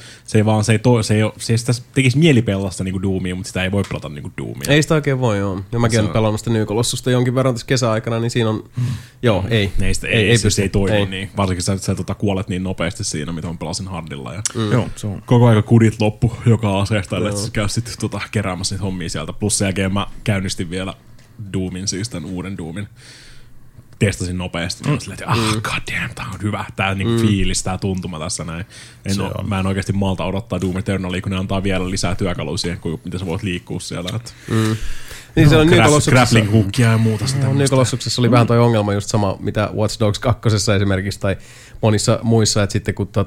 [SPEAKER 6] se tekisi mieli pelata sitä niinku Doomia, mutta sitä ei voi pelata niinku Doomia.
[SPEAKER 1] Ei sitä oikein voi, joo. Ja mäkin olen pelannut sitä New Colossusta jonkin verran tässä kesäaikana, niin siinä on, ei pysty.
[SPEAKER 6] Ei toimi niin. Varsinkin sä kuolet niin nopeasti siinä, mitä mä pelasin hardilla. Ja joo, se on. Koko aika kudit loppu joka aseesta, että sä käy sitten keräämässä niitä hommia sieltä. Plus sen jälkeen mä käynnistin vielä Doomin, siis tämän uuden Doomin. Testasin nopeasti. God damn, tää on hyvä. Tää niinku fiilis, tää tuntuma tässä näin. Mä en oikeasti malta odottaa Doom Eternalia, kun ne antaa vielä lisää työkaluja siihen, miten sä voit liikkua siellä.
[SPEAKER 1] Niin se on
[SPEAKER 6] grappling hookia ja muuta.
[SPEAKER 1] New Colossuksessa oli vähän toi ongelma just sama, mitä Watch Dogs 2 esimerkiksi, tai monissa muissa, että sitten kun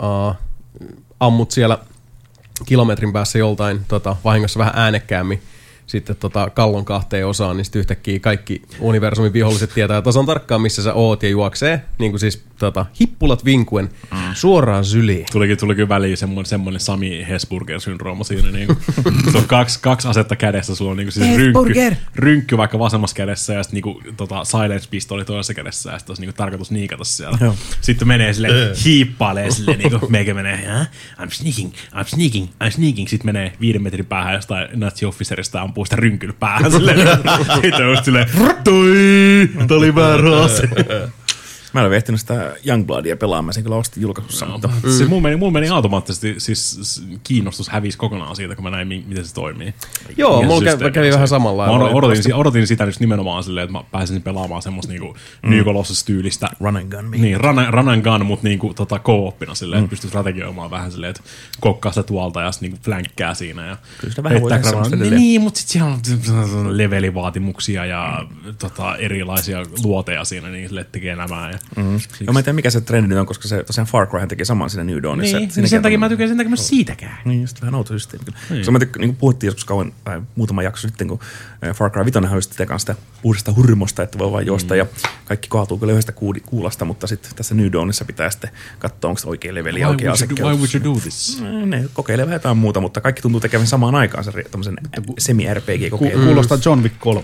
[SPEAKER 1] ammut siellä kilometrin päässä joltain vahingossa vähän äänekkäämmin, sitten kallon 2 osaan, niin sitten yhtäkkiä kaikki universumin viholliset tietää tasan tarkkaan, missä sä oot ja juoksee, niin kuin siis hippulat vinkuen suoraan syliin.
[SPEAKER 6] Tulikin väliin semmoinen Sami Hesburger-syndrooma siinä. Niin se on kaksi asetta kädessä, sulla on niin siis rynkky vaikka vasemmassa kädessä ja sitten niin silence-pistoli toisessa kädessä ja sitten olisi niin tarkoitus niikata siellä. Joo. Sitten menee silleen, hiippailee silleen, niin kuin meikä menee, I'm sneaking. Sitten menee 5 metrin päähän jostain Nazi-officerista ampuu sitä rynkyllä päähän silleen. Sitten on silleen, toi oli väärä ase.
[SPEAKER 3] Mä en ole ehtinyt sitä Youngblodia pelaamaan, sen kyllä ostin julkaisussa. Mutta
[SPEAKER 6] se mun meni automaattisesti, siis kiinnostus hävisi kokonaan siitä, kun mä näin, miten se toimii.
[SPEAKER 1] Joo, mulla kävi vähän samalla.
[SPEAKER 6] Mä odotin sitä nyt nimenomaan silleen, että mä pääsisin pelaamaan semmoista niinku New Colossus-tyylistä.
[SPEAKER 3] Run and gun.
[SPEAKER 6] Niin, run and gun, mutta niinku co-oppina silleen, että pystyy strategioimaan vähän silleen, että kokkaa sitä tuolta ja sitten niinku flankkää siinä. Ja
[SPEAKER 3] kyllä sitä vähän voi tehdä semmoista
[SPEAKER 6] niin, mutta sitten siellä on levelivaatimuksia ja erilaisia luoteja siinä, niin silleen tekee nämä.
[SPEAKER 3] Joo, mä en tiedä mikä se trendi nyt on, koska se tosiaan Far Cryhan teki saman siinä New Dawnissa.
[SPEAKER 6] Niin, sen takia mä tykkään myös siitäkään.
[SPEAKER 3] Niin, just vähän outo systeemi. Niin. Mä niin puhuttiin joskus kauan, muutama jakso sitten, kun Far Cry 5 olisi tekemään sitä uudesta hurmosta, että voi vaan juosta ja kaikki kaatuu kyllä yhdestä kuulasta, mutta sitten tässä New Dawnissa pitää sitten katsoa, onko se oikea leveli ja oikea asekelpoisuus.
[SPEAKER 6] Why would you do this?
[SPEAKER 3] Ne kokeilee vähän jotain muuta, mutta kaikki tuntuu tekevän samaan aikaan se tämmöisen semi-RPG-kokeilun.
[SPEAKER 5] Kuulostaa John Wick 3.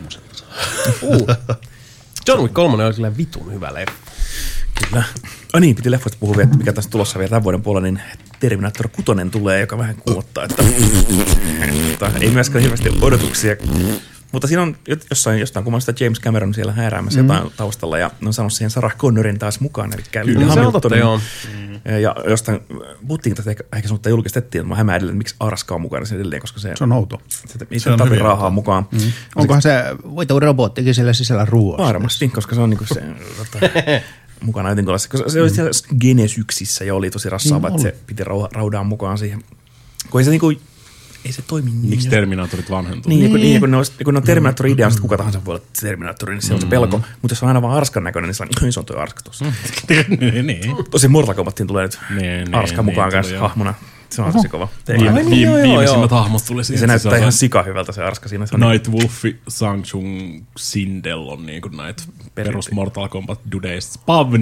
[SPEAKER 1] John Wick 3 oli kyllä vitun hyvä leffa.
[SPEAKER 3] Kyllä. Niin, piti leffoista puhua vielä, mikä tässä tulossa vielä tämän vuoden puolella, niin Terminator 6 tulee, joka vähän kuulottaa, että ei myöskään hirveästi odotuksia. Mutta siinä on jostain kumman sitä James Cameron siellä hääräämässä jotain taustalla, ja ne on saanut siihen Sarah Connorin taas mukaan, eli
[SPEAKER 1] kyllä, se on totta, joo.
[SPEAKER 3] Ja jostain, puhuttiin tästä ehkä sanottaa julkistettiin, että mä hämään edelleen, miksi Arska on mukana sen edelleen, koska se
[SPEAKER 5] on outo.
[SPEAKER 3] Se on tarvitse rahaa mukaan.
[SPEAKER 5] Onkohan se robottikin siellä sisällä ruoassa?
[SPEAKER 3] Varmasti, koska se on niinku se mukana jotenkin, koska se oli siellä Genesyksissä ja oli tosi rassaava, että se piti raudaan mukaan siihen. Kun ei se niinku, ei se toimi niin.
[SPEAKER 6] Miksi Terminaattorit vanhentuu?
[SPEAKER 3] Niin, kun ne on Terminaattori-idea, sitten kuka tahansa voi olla Terminaattori, niin se on se pelko. Mutta jos on aina vaan Arskan näköinen, niin se on tuo Arska tuossa.
[SPEAKER 6] Niin.
[SPEAKER 3] Tosi Mortal Kombattiin tulee nyt Arska mukaan kanssa hahmona. Se on tosi kova.
[SPEAKER 6] Viimeisimmät hahmot tuli siihen.
[SPEAKER 3] Se näyttää ihan sika hyvältä se Arska siinä.
[SPEAKER 6] Nightwolfi, Sang-Chung, Sindel on niinku näitä perus Mortal Kombat dudeista.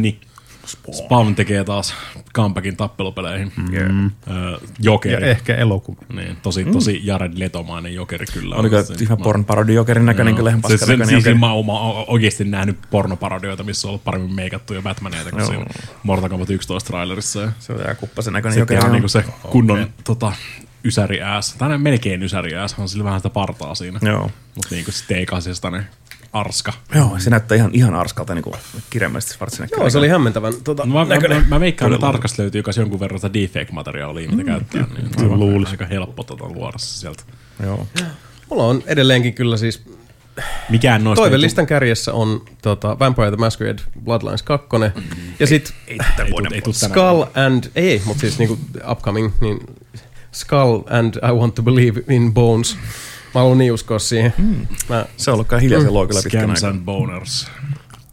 [SPEAKER 6] Spawn tekee taas comebackin tappelupeleihin. Jokeri.
[SPEAKER 5] Ja ehkä elokuva.
[SPEAKER 6] Niin, tosi Jared Letomainen Jokeri kyllä.
[SPEAKER 3] Oliko ihan pornoparodi Jokerin näköinen, kyllä ihan paskan näköinen Jokeri?
[SPEAKER 6] Mä oon oikeasti nähnyt pornoparodioita, missä on ollut paremmin meikattuja Batmaneita kuin siinä Mortal Kombat 11 trailerissa.
[SPEAKER 3] Se on ihan kuppasen näköinen Jokeri.
[SPEAKER 6] Sitten niinku se kunnon ysäri ääs. Tai melkein ysäri ääs, on sillä vähän sitä partaa siinä.
[SPEAKER 3] Joo.
[SPEAKER 6] Mutta niinku sitten ei kasista ne Arska.
[SPEAKER 3] Joo, se näyttää ihan Arskalta niin kirjaimellisesti Schwarzenegger.
[SPEAKER 1] Joo, se oli hämmentävän
[SPEAKER 6] mä veikkaan, että Tarkasta löytyy myös jonkun verran sitä deepfake-materiaalia, mitä käyttää. Niin se on aika helppo luoda se sieltä.
[SPEAKER 3] Joo.
[SPEAKER 1] Mulla on edelleenkin kyllä siis toivelistan kärjessä on Vampire the Masquerade Bloodlines 2. Ja sit Skull and... Ei, mutta siis niinku upcoming, niin Skull and I Want to Believe in Bones. Mä haluan niin uskoa siihen.
[SPEAKER 3] Se on ollutkaan hiljaisen loikilla pitkän aikaa.
[SPEAKER 6] Scams and Boners.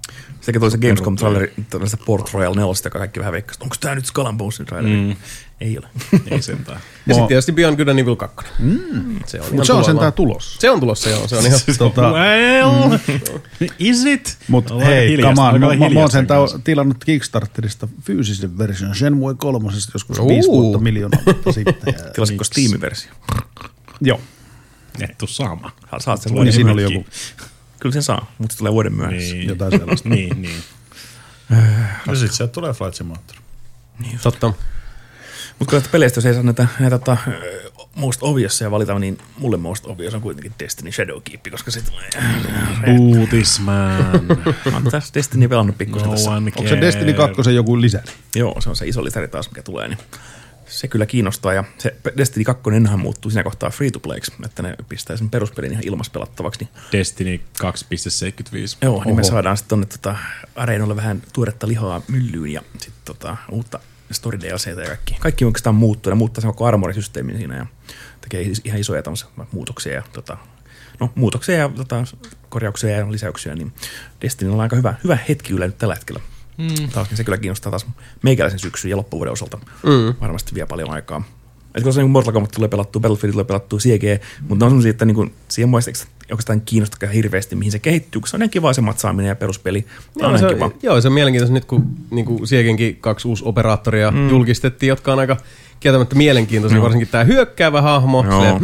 [SPEAKER 3] Sekä tuli se Gamescom-traileri tällaista Port Royal 4, joka kaikki vähän veikkasi, onko tämä nyt Skull and Bonesin traileri? Ei ole.
[SPEAKER 6] Ei sentään.
[SPEAKER 1] Ja sitten tietysti Beyond Good and Evil 2.
[SPEAKER 5] Mutta se on sentään tulossa.
[SPEAKER 1] Se on tulossa, joo. Se on ihan...
[SPEAKER 6] Well, is it?
[SPEAKER 5] Mutta hei, come on, mä oon sentään tilannut Kickstarterista fyysisen version Shenmue 3 joskus 5 miljoonaa vuotta sitten.
[SPEAKER 3] Tilasitko Steam-versio?
[SPEAKER 5] Joo.
[SPEAKER 6] Et tuu saamaan.
[SPEAKER 3] Saat sen
[SPEAKER 5] Niin siinä oli joku.
[SPEAKER 3] Kyllä sen saa, mutta se tulee vuoden myöhässä.
[SPEAKER 6] Niin.
[SPEAKER 5] Jotain sellaista.
[SPEAKER 6] niin.
[SPEAKER 4] Ja sit sieltä tulee Flight Simulator.
[SPEAKER 1] Niin, totta.
[SPEAKER 3] Mutta kun peleistä, jos ei saa näitä Most Obvious ja valita, niin mulle Most Obvious on kuitenkin Destiny Shadowkeep, koska se tulee...
[SPEAKER 6] Uutisman.
[SPEAKER 3] Mä oon tässä Destiny pelannut pikkusen tässä.
[SPEAKER 5] Onko se Destiny 2 joku lisäri?
[SPEAKER 3] Joo, se on se iso lisäri taas, mikä tulee, niin se kyllä kiinnostaa. Ja se Destiny 2 ennenhän muuttuu siinä kohtaa free-to-playksi, että ne pistää sen peruspelin ihan ilmaspelattavaksi. Niin
[SPEAKER 6] Destiny 2.75.
[SPEAKER 3] Joo, niin me saadaan sitten tuonne areenolle vähän tuoretta lihaa myllyyn ja sitten uutta story DLCtä ja kaikki oikeastaan muuttuu. Ne muuttaa sen koko armorisysteemin siinä ja tekee ihan isoja muutoksia ja muutoksia ja korjauksia ja lisäyksiä. Niin Destiny on aika hyvä hetki kyllä nyt tällä hetkellä. Taas, niin se kyllä kiinnostaa taas meikäläisen syksyn ja loppuvuoden osalta. Varmasti vie paljon aikaa. Et kun se niin Mortal Kombat tulee pelattua, Battlefield tulee pelattua, CG, mutta ne on sellaisia, että niin siihen muista oikeastaan kiinnostaa hirveästi, mihin se kehittyy, kun se on ihan kiva se matsaaminen ja peruspeli.
[SPEAKER 1] Joo, se on mielenkiintoista nyt, kun niinku CG:nkin 2 uusi operaattoria julkistettiin, jotka on aika kieltämättä mielenkiintoisia, varsinkin tämä hyökkäävä hahmo.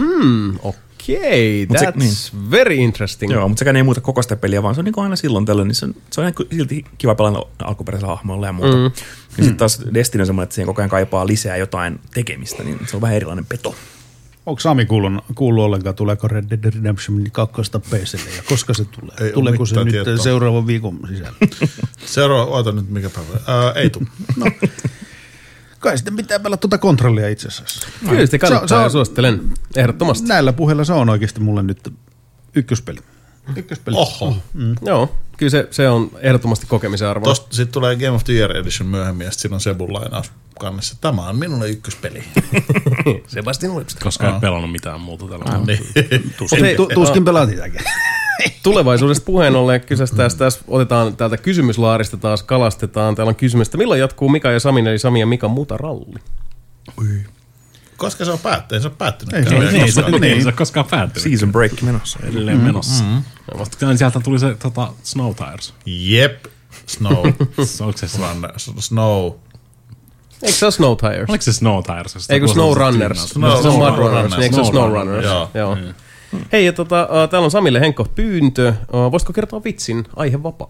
[SPEAKER 1] Okei, that's very interesting.
[SPEAKER 3] Joo, mutta sekään ei muuta koko sitä peliä, vaan se on niin aina silloin tällöin, niin se on silti kiva pelata alkuperäisellä hahmolla ja muuta. Ja sitten taas Destiny on semmoinen, että siihen koko ajan kaipaa lisää jotain tekemistä, niin se on vähän erilainen peto.
[SPEAKER 5] Onko Sami kuullut ollenkaan, tuleeko Red Dead Redemption 2 PC:lle ja koska se tulee?
[SPEAKER 4] Ei
[SPEAKER 5] tuleeko se nyt seuraavan viikon sisällä?
[SPEAKER 4] Oota nyt mikä päivä. Ei tule.
[SPEAKER 5] No. Kai sitten pitää pelata tuota kontrollia itse asiassa.
[SPEAKER 1] Kyllä sitten kannattaa ja suosittelen ehdottomasti.
[SPEAKER 5] Näillä puheilla se on oikeasti mulle nyt ykköspeli.
[SPEAKER 4] Oho.
[SPEAKER 1] Joo, kyllä se on ehdottomasti kokemisen arvoa.
[SPEAKER 4] Sitten tulee Game of the Year Edition myöhemmin ja sitten siinä on Sebun lainaus kannessa. Tämä on minulle ykköspeli.
[SPEAKER 1] Sebastian Webster.
[SPEAKER 6] Koska ei pelannut mitään muuta tällä
[SPEAKER 5] Tuskin pelaat sitäkin.
[SPEAKER 1] Tulevaisuudesta puheen ollen kyseessä tässä otetaan täältä kysymyslaarista taas, kalastetaan. Täällä on kysymys, että milloin jatkuu Mika ja Samin, eli Sami ja Mikan mutaralli?
[SPEAKER 4] Koska se on päättynyt. Se on päättynyt.
[SPEAKER 6] Ei se ole koskaan päättynyt.
[SPEAKER 3] Season break menossa.
[SPEAKER 6] Edelleen menossa. Vasta sieltä tuli se Snow Tires.
[SPEAKER 4] Jep. Snow. Snow.
[SPEAKER 1] Eikö se ole Snow Tires?
[SPEAKER 6] Oliko se Snow Tires?
[SPEAKER 1] Eikö Snow Runners? Se on Mud Runners. Eikö se ole Snow Runners? Joo. Hei, ja täällä on Samille Henkko pyyntö. Voisiko kertoa vitsin? Aihe vapaa.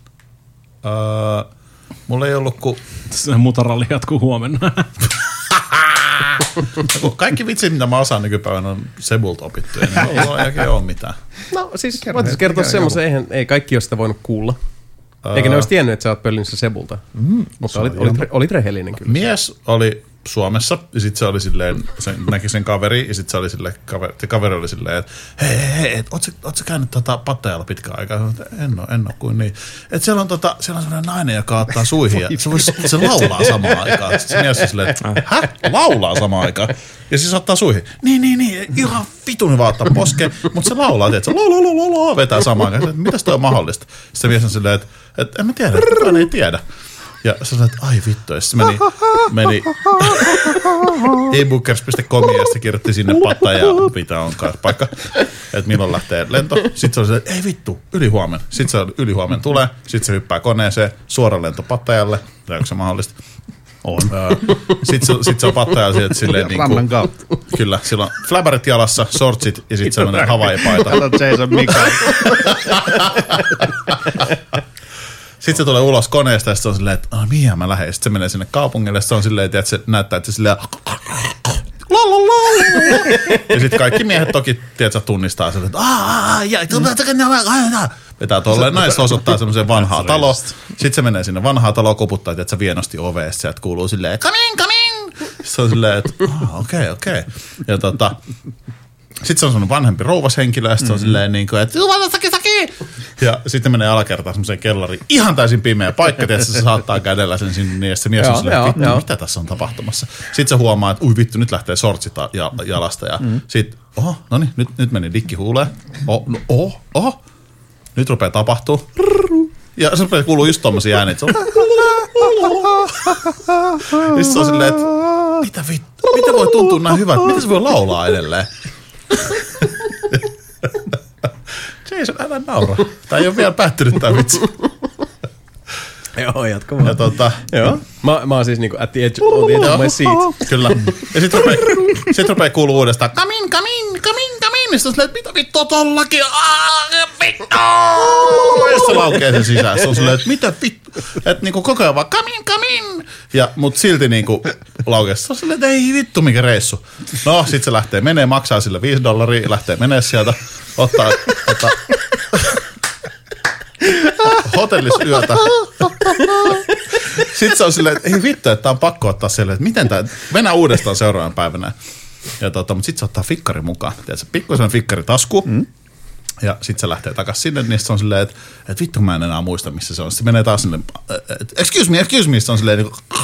[SPEAKER 4] Mulla ei ollut
[SPEAKER 6] mutaralli jatkuu huomenna.
[SPEAKER 4] Kaikki vitsit, mitä mä osaan nykypäivänä, on Sebulta opittuja. Niin mulla ei oikein ole mitään.
[SPEAKER 1] No siis voitaisiin kertoa semmoisen, ei kaikki ole sitä voinut kuulla. Eikä ne olisi tiennyt, että sä oot pöllinyt se Sebulta. Mutta olit rehellinen kyllä.
[SPEAKER 4] Mies oli Suomessa, ja sitten se oli silleen, näki sen kaveri, ja sitten se oli silleen, kaveri oli silleen, että hei, oot sä käynyt Pattajalla pitkään aikaa? En oo kuin niin. Että siellä on sellainen nainen, joka ottaa suihin, ja se laulaa samaan aikaan. Sitten se mies on silleen, että laulaa samaan aikaan. Ja siis ottaa suihin. Niin, ihan vitun hyvä ottaa poskeen, mutta se laulaa, tiedätkö, vetää samaan aikaan. Mitäs toi on mahdollista? Sitten se mies on silleen, että en mä tiedä, kukaan ei tiedä. Ja sä sanoit, että ai vittu, ja se meni ebookers.com ja sitten kirjoitti sinne Pattaja, mitä on paikka, että milloin lähtee lento. Sitten se oli se, että ei vittu, ylihuomenna. Sitten se ylihuomenna tulee, sitten se hyppää koneeseen, suora lento Pattajalle, tai onko se mahdollista? On. Sitten se on Pattajalla sieltä silleen niin kuin, kyllä, sillä on flabarit jalassa, shortsit ja sitten semmoinen Hawaii-paita.
[SPEAKER 5] Jason Mika.
[SPEAKER 4] Sitten se tulee ulos koneesta ja se on silleen, että mihin mä lähden. Sitten se menee sinne kaupungille ja se on silleen, että se näyttää, että se silleen ja sitten kaikki miehet toki, tiedätkö, tunnistaa sen, että vetää tolleen näin, se osoittaa semmoiseen vanhaa taloa. Sitten se menee sinne vanhaa taloa, koputtaa, että vienosti oveessa, sieltä kuuluu silleen, come in. Sitten se on silleen, että okei. Ja sitten se on semmoinen vanhempi rouvashenkilö, ja sitten se on silleen niin kuin, että saki. Ja sitten menee alakertaan semmoiseen kellariin. Ihan täysin pimeä paikka, että se saattaa kädellä sen sinne, niin se mies on silleen, vittu, mitä tässä on tapahtumassa. Sitten se huomaa, että vittu, nyt lähtee sortsit jalasta. Ja sitten, no niin, nyt meni dikki huuleen. Nyt rupeaa tapahtuu. Ja se kuuluu just tommosia ääniä, se on... Ja sit se on silleen, että mitä voi tuntua näin hyvältä? Miten se voi laulaa edelleen? Jason, älä naura. Tää ei ole vielä päättynyt tää vitsi.
[SPEAKER 1] Joo, jatko vaan.
[SPEAKER 4] Ja
[SPEAKER 1] joo. Mä oon siis niinku at the edge of my seat.
[SPEAKER 4] Kyllä. Ja sit rupee kuuluu uudestaan, come in. Ja sit on silleen, että mitä vittua tollakin? Vittu! Ja se laukee sen sisään. Se on silleen, että mitä vittu? Että niinku koko ajan vaan, come in. Ja mut silti niinku laukee. Se on silleen, että ei vittu mikä reissu. No, sit se lähtee menee, maksaa sille $5, lähtee menee sieltä, ottaa hotellissa yötä. Sitten se on silleen, että ei vittu, että tää on pakko ottaa silleen, että miten tää, mennään uudestaan seuraavan päivänä. Ja mutta sitten se ottaa fikkari mukaan. Tiedätkö, pikkuisen fikkari tasku. Ja sitten se lähtee takas sinne, niin se on silleen, että vittu mä en enää muista, missä se on. Sitten menee taas sinne, excuse me, se on silleen,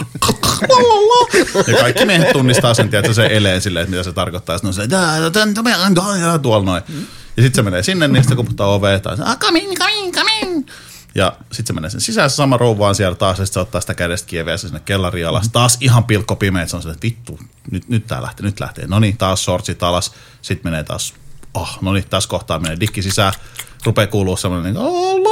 [SPEAKER 4] ja kaikki miehet tunnistaa sen, tiedätkö, se eleen silleen, että mitä se tarkoittaa. Sitten on silleen, tuolla noin. Ja sitten se menee sinne, niin sitten koputtaa oveen, come in. Ja sitten se menee sen sisään, se sama rouva on siellä taas, ja sitten se ottaa sitä kädestä kieveä sinne kellariin alas. Taas ihan pilkko pimeä, että se on silleen, että vittu, nyt lähtee. No niin, taas shortsit alas, sitten menee taas, no niin, tässä kohtaa menee dikki sisään, rupeaa kuulua semmoinen, niin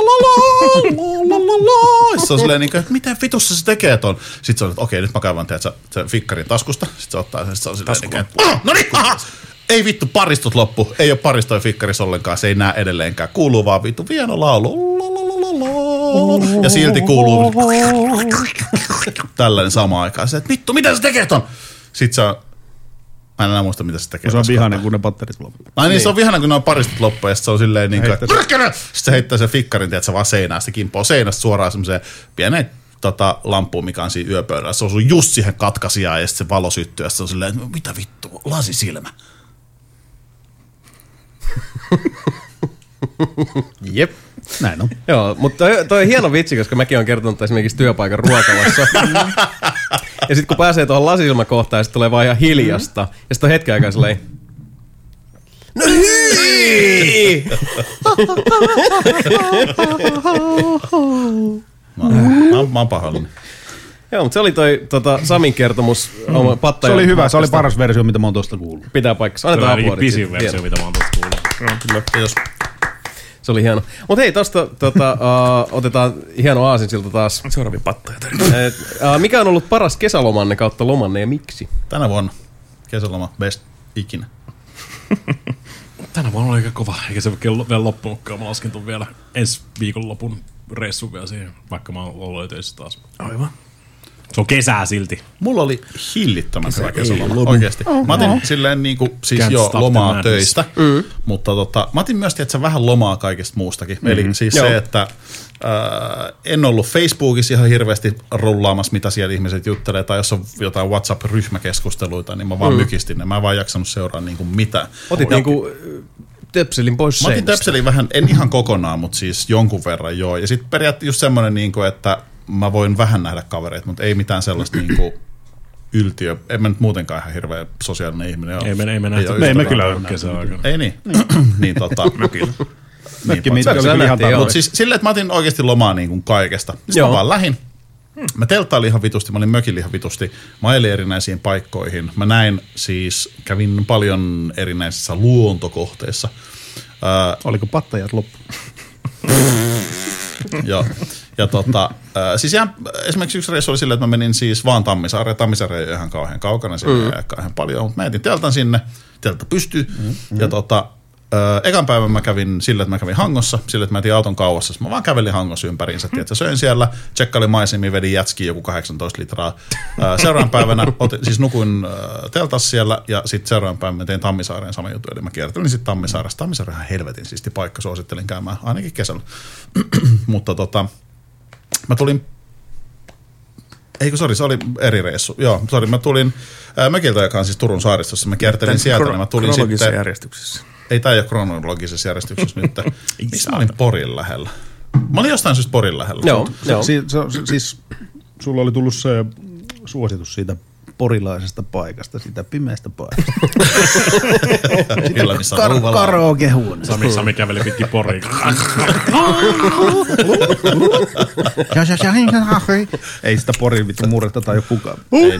[SPEAKER 4] se on silleen, että miten vitussa se tekee ton? Sitten se on, että okei, nyt mä kaivan sen fikkarin taskusta, sitten se ottaa sen, sitten se on silleen, että no niin, ei vittu, paristot loppu, ei ole paristoja fikkarissa ollenkaan, se ei näe edelleenkään, kuuluu vaan vittu vieno laulu, ja silti kuuluu tällainen sama aikaan. Se, että vittu, mitä se tekee ton? Sitten se on, mä en enää muista, mitä se tekee.
[SPEAKER 5] Se on vihainen, kun ne patterit loppuvat.
[SPEAKER 4] Ai niin, se on vihainen, kun ne on paristot loppuja, ja sitten se on silleen niin kuin, että sitten se heittää sen fikkarin, tiedät, se vaan seinään, se kimpoo seinästä suoraan semmoiseen pieneen lampuun, mikä on siinä yöpöydällä. Se osuu just siihen katkaisijaan, ja sitten se valo syttyy, ja se on silleen, että mitä vittu, lasisilmä.
[SPEAKER 1] Jep.
[SPEAKER 5] Näin on.
[SPEAKER 1] Joo, mutta toi on hieno vitsi, koska mäkin olen kertonut esimerkiksi työpaikan ruokalassa. Ja sitten kun pääsee tuohon lasisilmäkohtaan, ja sitten tulee vaan ihan hiljasta. Ja sitten on hetken aikaa silleen, no hyi!
[SPEAKER 4] Mä oon pahoillani.
[SPEAKER 1] Joo, mutta se oli toi Samin kertomus.
[SPEAKER 5] Se oli hyvä, se oli paras versio, mitä mä oon tosta kuullut.
[SPEAKER 1] Pitää paikkansa. Annetaan aplodit.
[SPEAKER 6] Se oli pisin versio, mitä mä oon tosta kuullut.
[SPEAKER 4] Kyllä, kiitos.
[SPEAKER 1] Se oli hieno. Mutta hei, tosta otetaan hieno aasinsilta taas.
[SPEAKER 3] Seuraavia pattoja.
[SPEAKER 1] Mikä on ollut paras kesälomanne kautta lomanne ja miksi?
[SPEAKER 4] Tänä vuonna kesäloma best ikinä.
[SPEAKER 3] Tänä vuonna oli aika kova, eikä se vielä loppunutkaan. Mä laskin ton vielä ensi viikonlopun reissun vielä siihen, vaikka mä oon ollut töissä taas. Aivan. Se on kesää silti.
[SPEAKER 4] Mulla oli hillittömän hyvä kesäloma, oikeesti. Mä otin silleen niinku, siis jo lomaa töistä, mutta mä otin myös, tiedätkö, vähän lomaa kaikesta muustakin. Eli siis se, että en ollut Facebookissa ihan hirveästi rullaamassa, mitä siellä ihmiset juttelee, tai jos on jotain WhatsApp-ryhmäkeskusteluita, niin mä vaan mykistin ne. Mä en vaan jaksanut seuraa niinku mitään.
[SPEAKER 1] Otit niinku töpselin pois
[SPEAKER 4] seinästä. Mä otin töpselin vähän, en ihan kokonaan, mutta siis jonkun verran joo. Ja sitten periaatteessa just semmoinen, niinku, että mä voin vähän nähdä kavereita, mutta ei mitään sellaista niinku yltiö. En mä nyt muutenkaan ihan hirveä sosiaalinen ihminen ole.
[SPEAKER 3] Ei me kyllä ole kesäaikana.
[SPEAKER 4] Ei niin. Niin
[SPEAKER 3] Mökillä.
[SPEAKER 4] Mutta siis silleen, että mä otin oikeasti lomaa niin kuin kaikesta. Sitten mä vaan lähin. Mä telttailin ihan vitusti, mä olin mökillä ihan vitusti. Mä ajelin erinäisiin paikkoihin. Mä kävin paljon erinäisissä luontokohteissa.
[SPEAKER 5] Oliko pattajat loppu?
[SPEAKER 4] Joo. Ja siis esimerkiksi yksi reissu oli silleen, että mä menin siis vaan Tammisaareen. Tammisaare ei ole ihan kauhean kaukana, siinä ei kauhean paljon, mutta mä etin teltan sinne, teltta pystyy. Ja ekan päivän mä kävin sillä, että mä kävin Hangossa, sillä, että mä etin auton kauassa. Mä vaan kävelin Hangossa ympäriinsä, että söin siellä, tsekkailin maisemia, vedin jätskiä joku 18 litraa. Seuraavan päivänä siis nukuin teltassa siellä, ja sitten seuraavan päivän mä tein Tammisaareen sama juttu, eli mä kiertelin sitten Tammisaaressa. Tammisaare on ihan helvetin siisti paikka, suosittelin käymään ainakin kesällä. Mutta mä tulin, se oli eri reissu. Joo, mä tulin mökiltä, joka on siis Turun saaristossa. Mä kiertelin sieltä, niin mä tulin
[SPEAKER 3] kronologisessa järjestyksessä.
[SPEAKER 4] Ei tää ei ole kronologisessa järjestyksessä nyt. Missä mä olin Porin lähellä? Mä olin jostain syystä Porin lähellä.
[SPEAKER 5] Joo. Siis sulla oli tullut se suositus siitä porilaisesta paikasta, sitä pimeästä paikasta.
[SPEAKER 4] Kyllä, missä on
[SPEAKER 5] karaokehuone.
[SPEAKER 6] Sami käveli pitkin Poriin.
[SPEAKER 5] Ei sitä Porin vittu murretta tai kukaan.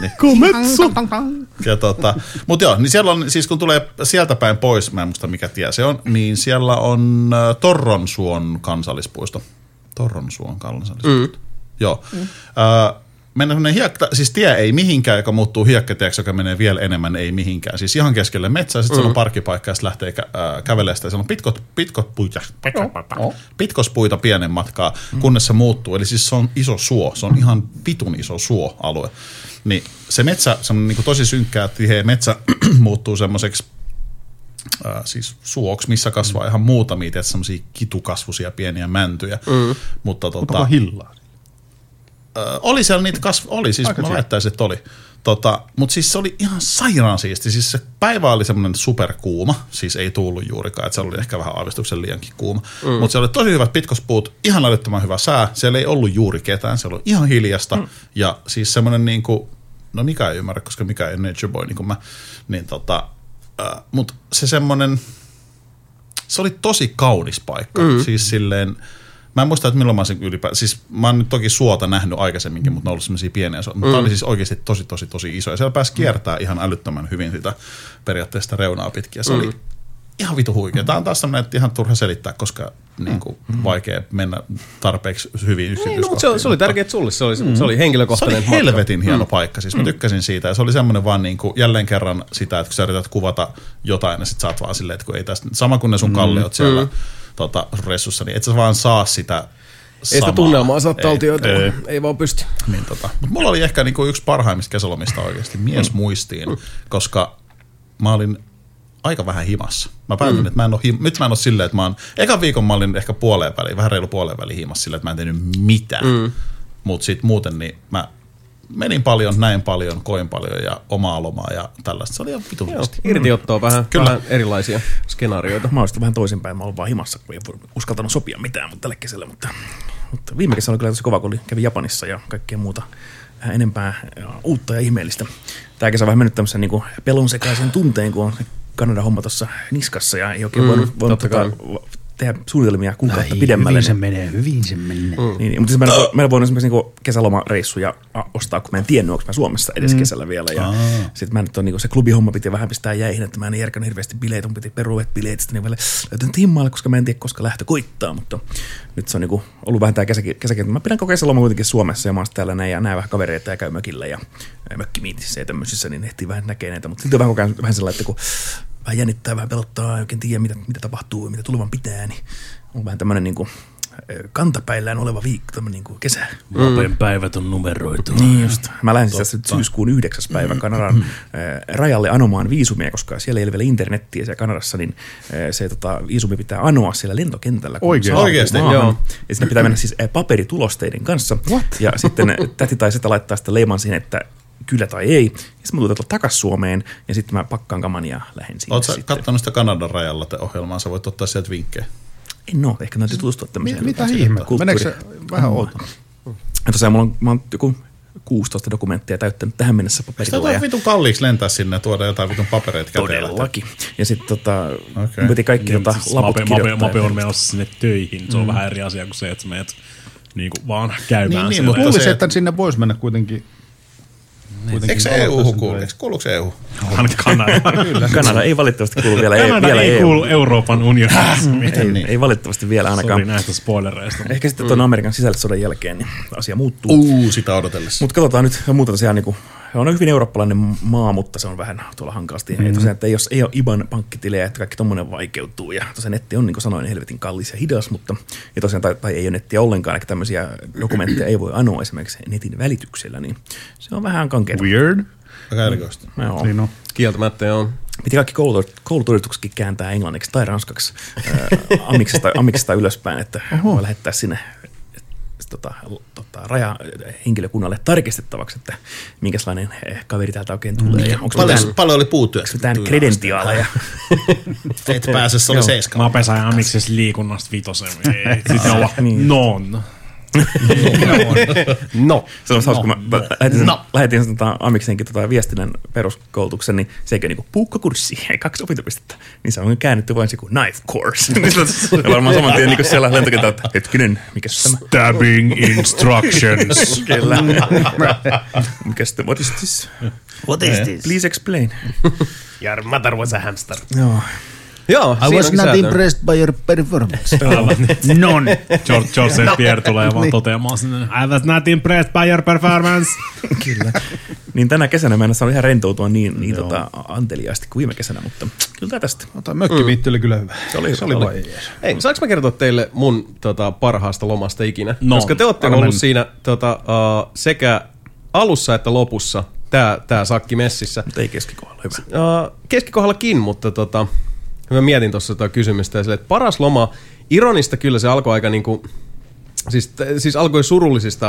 [SPEAKER 4] Mutta joo, niin siellä on, siis kun tulee sieltä päin pois, mä en muista mikä tie se on, niin siellä on Torronsuon kansallispuisto. Torronsuon kansallispuisto. Joo. Mennään semmoinen siis tie ei mihinkään, joka muuttuu hiekkatieksi, joka menee vielä enemmän ei mihinkään. Siis ihan keskelle metsää, sitten siellä on parkkipaikka ja sitten lähtee kävelemään sitä. Siellä on pitkospuita pienen matkaa, kunnes se muuttuu. Eli siis se on iso suo, se on ihan vitun iso suoalue. Niin se metsä, semmoinen niin kuin tosi synkkää, tiheä metsä muuttuu semmoiseksi siis suoksi, missä kasvaa ihan muutamia, tietysti semmoisia kitukasvuisia pieniä mäntyjä. Mutta
[SPEAKER 5] onko hillaa?
[SPEAKER 4] Oli siellä niitä oli siis mä väittäisin, että oli. Mutta siis se oli ihan sairaan siisti. Siis se päivä oli semmoinen superkuuma, siis ei tullut juurikaan, että se oli ehkä vähän aavistuksen liiankin kuuma. Mutta se oli tosi hyvät pitkospuut, ihan älyttömän hyvä sää, siellä ei ollut juuri ketään, se oli ihan hiljasta. Ja siis semmoinen niinku, no mikä ei ymmärrä, koska mikä ei nature boy niin kuin mä, niin mutta se semmoinen, se oli tosi kaunis paikka, siis silleen, mä en muista, että milloin mä olisin ylipäätään, siis mä oon nyt toki suota nähnyt aikaisemminkin, mutta ne on ollut semmosia pieniä suota, mutta tää oli siis oikeasti tosi iso, ja siellä pääsi kiertämään ihan älyttömän hyvin sitä periaatteessa reunaa pitkin, ja se oli ihan vitu huikea. Tää on taas semmoinen, että ihan turha selittää, koska niinku vaikea mennä tarpeeksi hyvin yksityiskohtiin.
[SPEAKER 1] Niin, mutta se oli tärkeää sulle, se oli henkilökohtainen
[SPEAKER 4] matka. Se oli helvetin hieno paikka, siis mä tykkäsin siitä, ja se oli semmoinen vaan niinku jälleen kerran sitä, että kun sä yrität kuvata jotain, ja sit sä oot vaan silleen, että kun ei tästä, sama kuin ne sun kalliot siellä ressussa, niin et sä vaan saa sitä samaa.
[SPEAKER 1] Ei sitä tunnelmaa saa taltioitua, ei vaan pysty.
[SPEAKER 4] Niin, mutta mulla oli ehkä niinku yksi parhaimmista kesälomista oikeasti miesmuistiin, koska mä olin aika vähän himassa. Mä päätin, että nyt mä en ole silleen, että mä oon, ekan viikon mä olin ehkä vähän reilu puoleen väliin himassa silleen, että mä en tehnyt mitään. Mutta sit muuten niin mä menin paljon, näin paljon, koin paljon ja omaa lomaa ja tällaista. Se oli ihan vitullisesti.
[SPEAKER 1] Irtiottoa vähän erilaisia skenaarioita.
[SPEAKER 3] Mä olisin vähän toisinpäin. Mä olin vaan himassa, kun ei uskaltanut sopia mitään tälle kesälle. Mutta viime kesä oli kyllä tosi kova, kun kävin Japanissa ja kaikkea muuta vähän enempää uutta ja ihmeellistä. Tää kesä on vähän mennyt tämmöisen niin pelonsekaisen tunteen, kun on Kanadan homma tuossa niskassa ja ei oikein voinut tehdä suunnitelmia kuukautta pidemmälle.
[SPEAKER 7] Hyvin se menee.
[SPEAKER 3] Niin, mutta siis mä en voinut esimerkiksi niinku kesälomareissuja ostaa, kun mä en tiennyt, onko mä Suomessa edes kesällä vielä. Ja sitten mä nyt on niinku se klubihomma piti vähän pistää jäihin, että mä en järkännyt hirveästi bileitä, mun piti peruet bileet, sitten niin vielä löytän himmaille, koska mä en tiedä, koska lähtö koittaa. Mutta nyt se on niinku ollut vähän tää kesäkin. Mä pidän koko kesäloma kuitenkin Suomessa ja mä oon täällä näin ja näen vähän kavereita ja käy mökillä ja mökkimiitissä ja tämmöisissä, niin ehtii vähän näkee näitä. Mutta silti on vähän sellainen, että kun vähän jännittää, vähän pelottaa, oikein tiedä, mitä tapahtuu, mitä tulevan pitää, niin on vähän tämmöinen niin kuin kantapäillään oleva viikko, tämmöinen niin kuin kesä.
[SPEAKER 7] Vapen päivät on numeroitu.
[SPEAKER 3] Niin just. Mä lähdin siis tässä syyskuun 9. päivä Kanadan rajalle anomaan viisumia, koska siellä ei ole vielä internettiä siellä Kanadassa, niin se viisumi pitää anoa siellä lentokentällä.
[SPEAKER 4] Oikeasti?
[SPEAKER 3] Joo. Ja sinne pitää mennä siis paperitulosteiden kanssa. What? Ja sitten täti tai setä laittaa sitä leiman siihen, että kyllä tai ei. Ja sitten mä tulen takaisin Suomeen ja sitten mä pakkaan kaman ja lähden sinne.
[SPEAKER 4] Oletko katsonut sitä Kanadan rajalla ohjelmaa? Sä voit ottaa sieltä vinkkejä.
[SPEAKER 3] En ole. Ehkä täytyy tutustua tämmöiseen.
[SPEAKER 5] Mitä ihmettä? Meneekö se vähän outoa?
[SPEAKER 3] Tosiaan mä oon joku 16 dokumenttia täyttänyt tähän mennessä paperilla.
[SPEAKER 4] Sitä on vitun kalliiksi lentää sinne ja tuoda jotain vitun papereita käteen.
[SPEAKER 3] Todellakin. Ja sitten piti kaikki laput kirjoittaa.
[SPEAKER 6] Mape on menossa sinne töihin. Se on vähän eri asia kuin se, että sä menet niinku vaan käymään
[SPEAKER 5] siellä. Mutta luulisin, että sinne voisi mennä kuitenkin.
[SPEAKER 4] Eikö se EU kuulu? Kuuluuko se EU?
[SPEAKER 3] Kanada ei valitettavasti kuulu vielä.
[SPEAKER 6] Kanada ei kuulu Euroopan
[SPEAKER 3] unionissa. Ei valitettavasti vielä ainakaan.
[SPEAKER 6] Sori näistä spoilereista.
[SPEAKER 3] Ehkä sitten tuon Amerikan sisällissodan jälkeen niin asia muuttuu.
[SPEAKER 4] Sitä odotellessa.
[SPEAKER 3] Mutta katsotaan nyt muuta tosiaan. Niin on hyvin eurooppalainen maa, mutta se on vähän tuolla hankalasti. Tosiaan, että ei ole IBAN pankkitilejä, että kaikki tommoinen vaikeutuu. Ja tosiaan netti on, niin kuin sanoin, helvetin kallis ja hidas, mutta ja tosiaan, tai ei ole nettiä ollenkaan, eikä tämmöisiä dokumentteja ei voi anoa esimerkiksi netin välityksellä, niin se on vähän kankeeta.
[SPEAKER 5] Weird.
[SPEAKER 4] Aika erikoista.
[SPEAKER 5] Niin on.
[SPEAKER 1] Kieltämättä joo.
[SPEAKER 3] Piti kaikki koulut kääntää englanniksi tai ranskaksi amiksesta ylöspäin, että voi lähettää sinne rajahenkilökunnalle tarkistettavaksi, että minkälainen kaveri täältä oikein tulee. Ja
[SPEAKER 4] paljon oli puutyöksi.
[SPEAKER 3] Mitään kredentiaaleja.
[SPEAKER 4] Et pääse, se oli 7.
[SPEAKER 6] Mape sai amiksessa liikunnasta 5. Sitten on non.
[SPEAKER 1] No.
[SPEAKER 3] Se on hauska, kun mä lähetin amiksenkin viestinnän peruskoulutuksen, niin se eikä niinku puukkokurssi, 2 opintopistettä. Niin se on käännetty vain se kuin knife course. Ja varmaan saman tien niinku siellä lentokentältä, että hetkinen, mikä tämä?
[SPEAKER 6] Stabbing instructions.
[SPEAKER 3] Kyllä. Mikä sitten, what is this?
[SPEAKER 7] What is this?
[SPEAKER 3] Please explain.
[SPEAKER 1] Your mother was a hamster.
[SPEAKER 3] Joo.
[SPEAKER 1] Joo,
[SPEAKER 7] I was not impressed by your performance.
[SPEAKER 6] None. George St. Pierre tulee vaan toteamaan sinne. I was not impressed by your performance.
[SPEAKER 3] Kyllä. Niin tänä kesänä mä en saanut ihan rentoutua niin anteliaasti kuin viime kesänä, mutta kyllä tää tästä.
[SPEAKER 5] Mökkimiitti oli kyllä hyvä.
[SPEAKER 3] Se oli
[SPEAKER 5] vaan
[SPEAKER 1] Hei, saanko mä kertoa teille mun parhaasta lomasta ikinä?
[SPEAKER 6] No,
[SPEAKER 1] koska te ootte ollut siinä sekä alussa että lopussa tää sakki messissä.
[SPEAKER 3] Mutta ei keskikohdalla, hyvä.
[SPEAKER 1] Keskikohdallakin, mutta mä mietin tuossa kysymystä ja silleen, että paras loma, ironista kyllä se alkoi aika niinku, siis alkoi surullisista,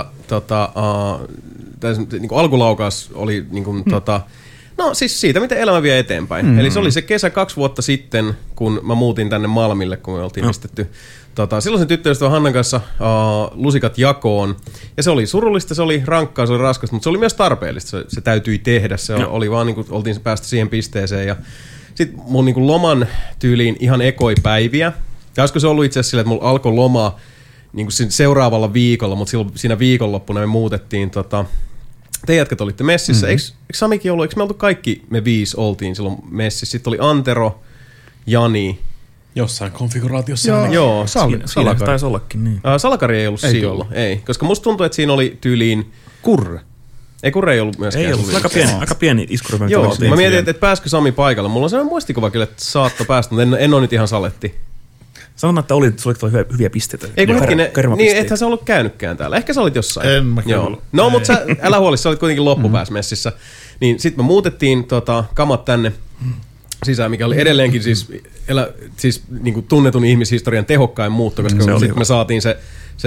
[SPEAKER 1] niinku alkulaukaus oli niinku, no siis siitä, miten elämä vie eteenpäin. Eli se oli se kesä 2 vuotta sitten, kun mä muutin tänne Malmille, kun me oltiin pistetty silloisen tyttöystävän Hannan kanssa lusikat jakoon. Ja se oli surullista, se oli rankkaa, se oli raskasta, mutta se oli myös tarpeellista. Se täytyi tehdä, se oli vaan niinku, oltiin päästä siihen pisteeseen ja sitten mun niinku loman tyyliin ihan ekoipäiviä. Ja olisiko se ollut itse asiassa sillä, että mulla alkoi loma niinku seuraavalla viikolla, mutta siinä viikonloppuna me muutettiin. Te jätkät olitte messissä. Eikö Samikin ollut? Eikö me oltu kaikki me 5 oltiin silloin messissä? Sitten oli Antero, Jani.
[SPEAKER 6] Jossain konfiguraatiossa.
[SPEAKER 1] Joo.
[SPEAKER 3] Siinä taisi ollakin, niin.
[SPEAKER 1] Salakari ei ollut silloin. Ei, koska musta tuntuu, että siinä oli tyyliin
[SPEAKER 5] Kurre.
[SPEAKER 1] Ei Kurre ei ollut myöskään.
[SPEAKER 3] Ei ollut, aika pieni iskuryhmä.
[SPEAKER 1] Joo, mä mietin, että pääskö Sami paikalle. Mulla on sellainen muistikuva kyllä, että saattoi päästä, mutta en ole nyt ihan saletti.
[SPEAKER 3] Sanotaan, että sulla oli hyviä pisteitä.
[SPEAKER 1] Ei kun niin ethän sä ollut käynytkään täällä. Ehkä sä olit jossain.
[SPEAKER 4] En mä kyllä.
[SPEAKER 1] No, mutta älä huoli, sä olit kuitenkin loppupäässä messissä. Niin sit me muutettiin kamat tänne sisään, mikä oli edelleenkin siis niin kuin tunnetun ihmishistorian tehokkain muutto, koska sitten me saatiin se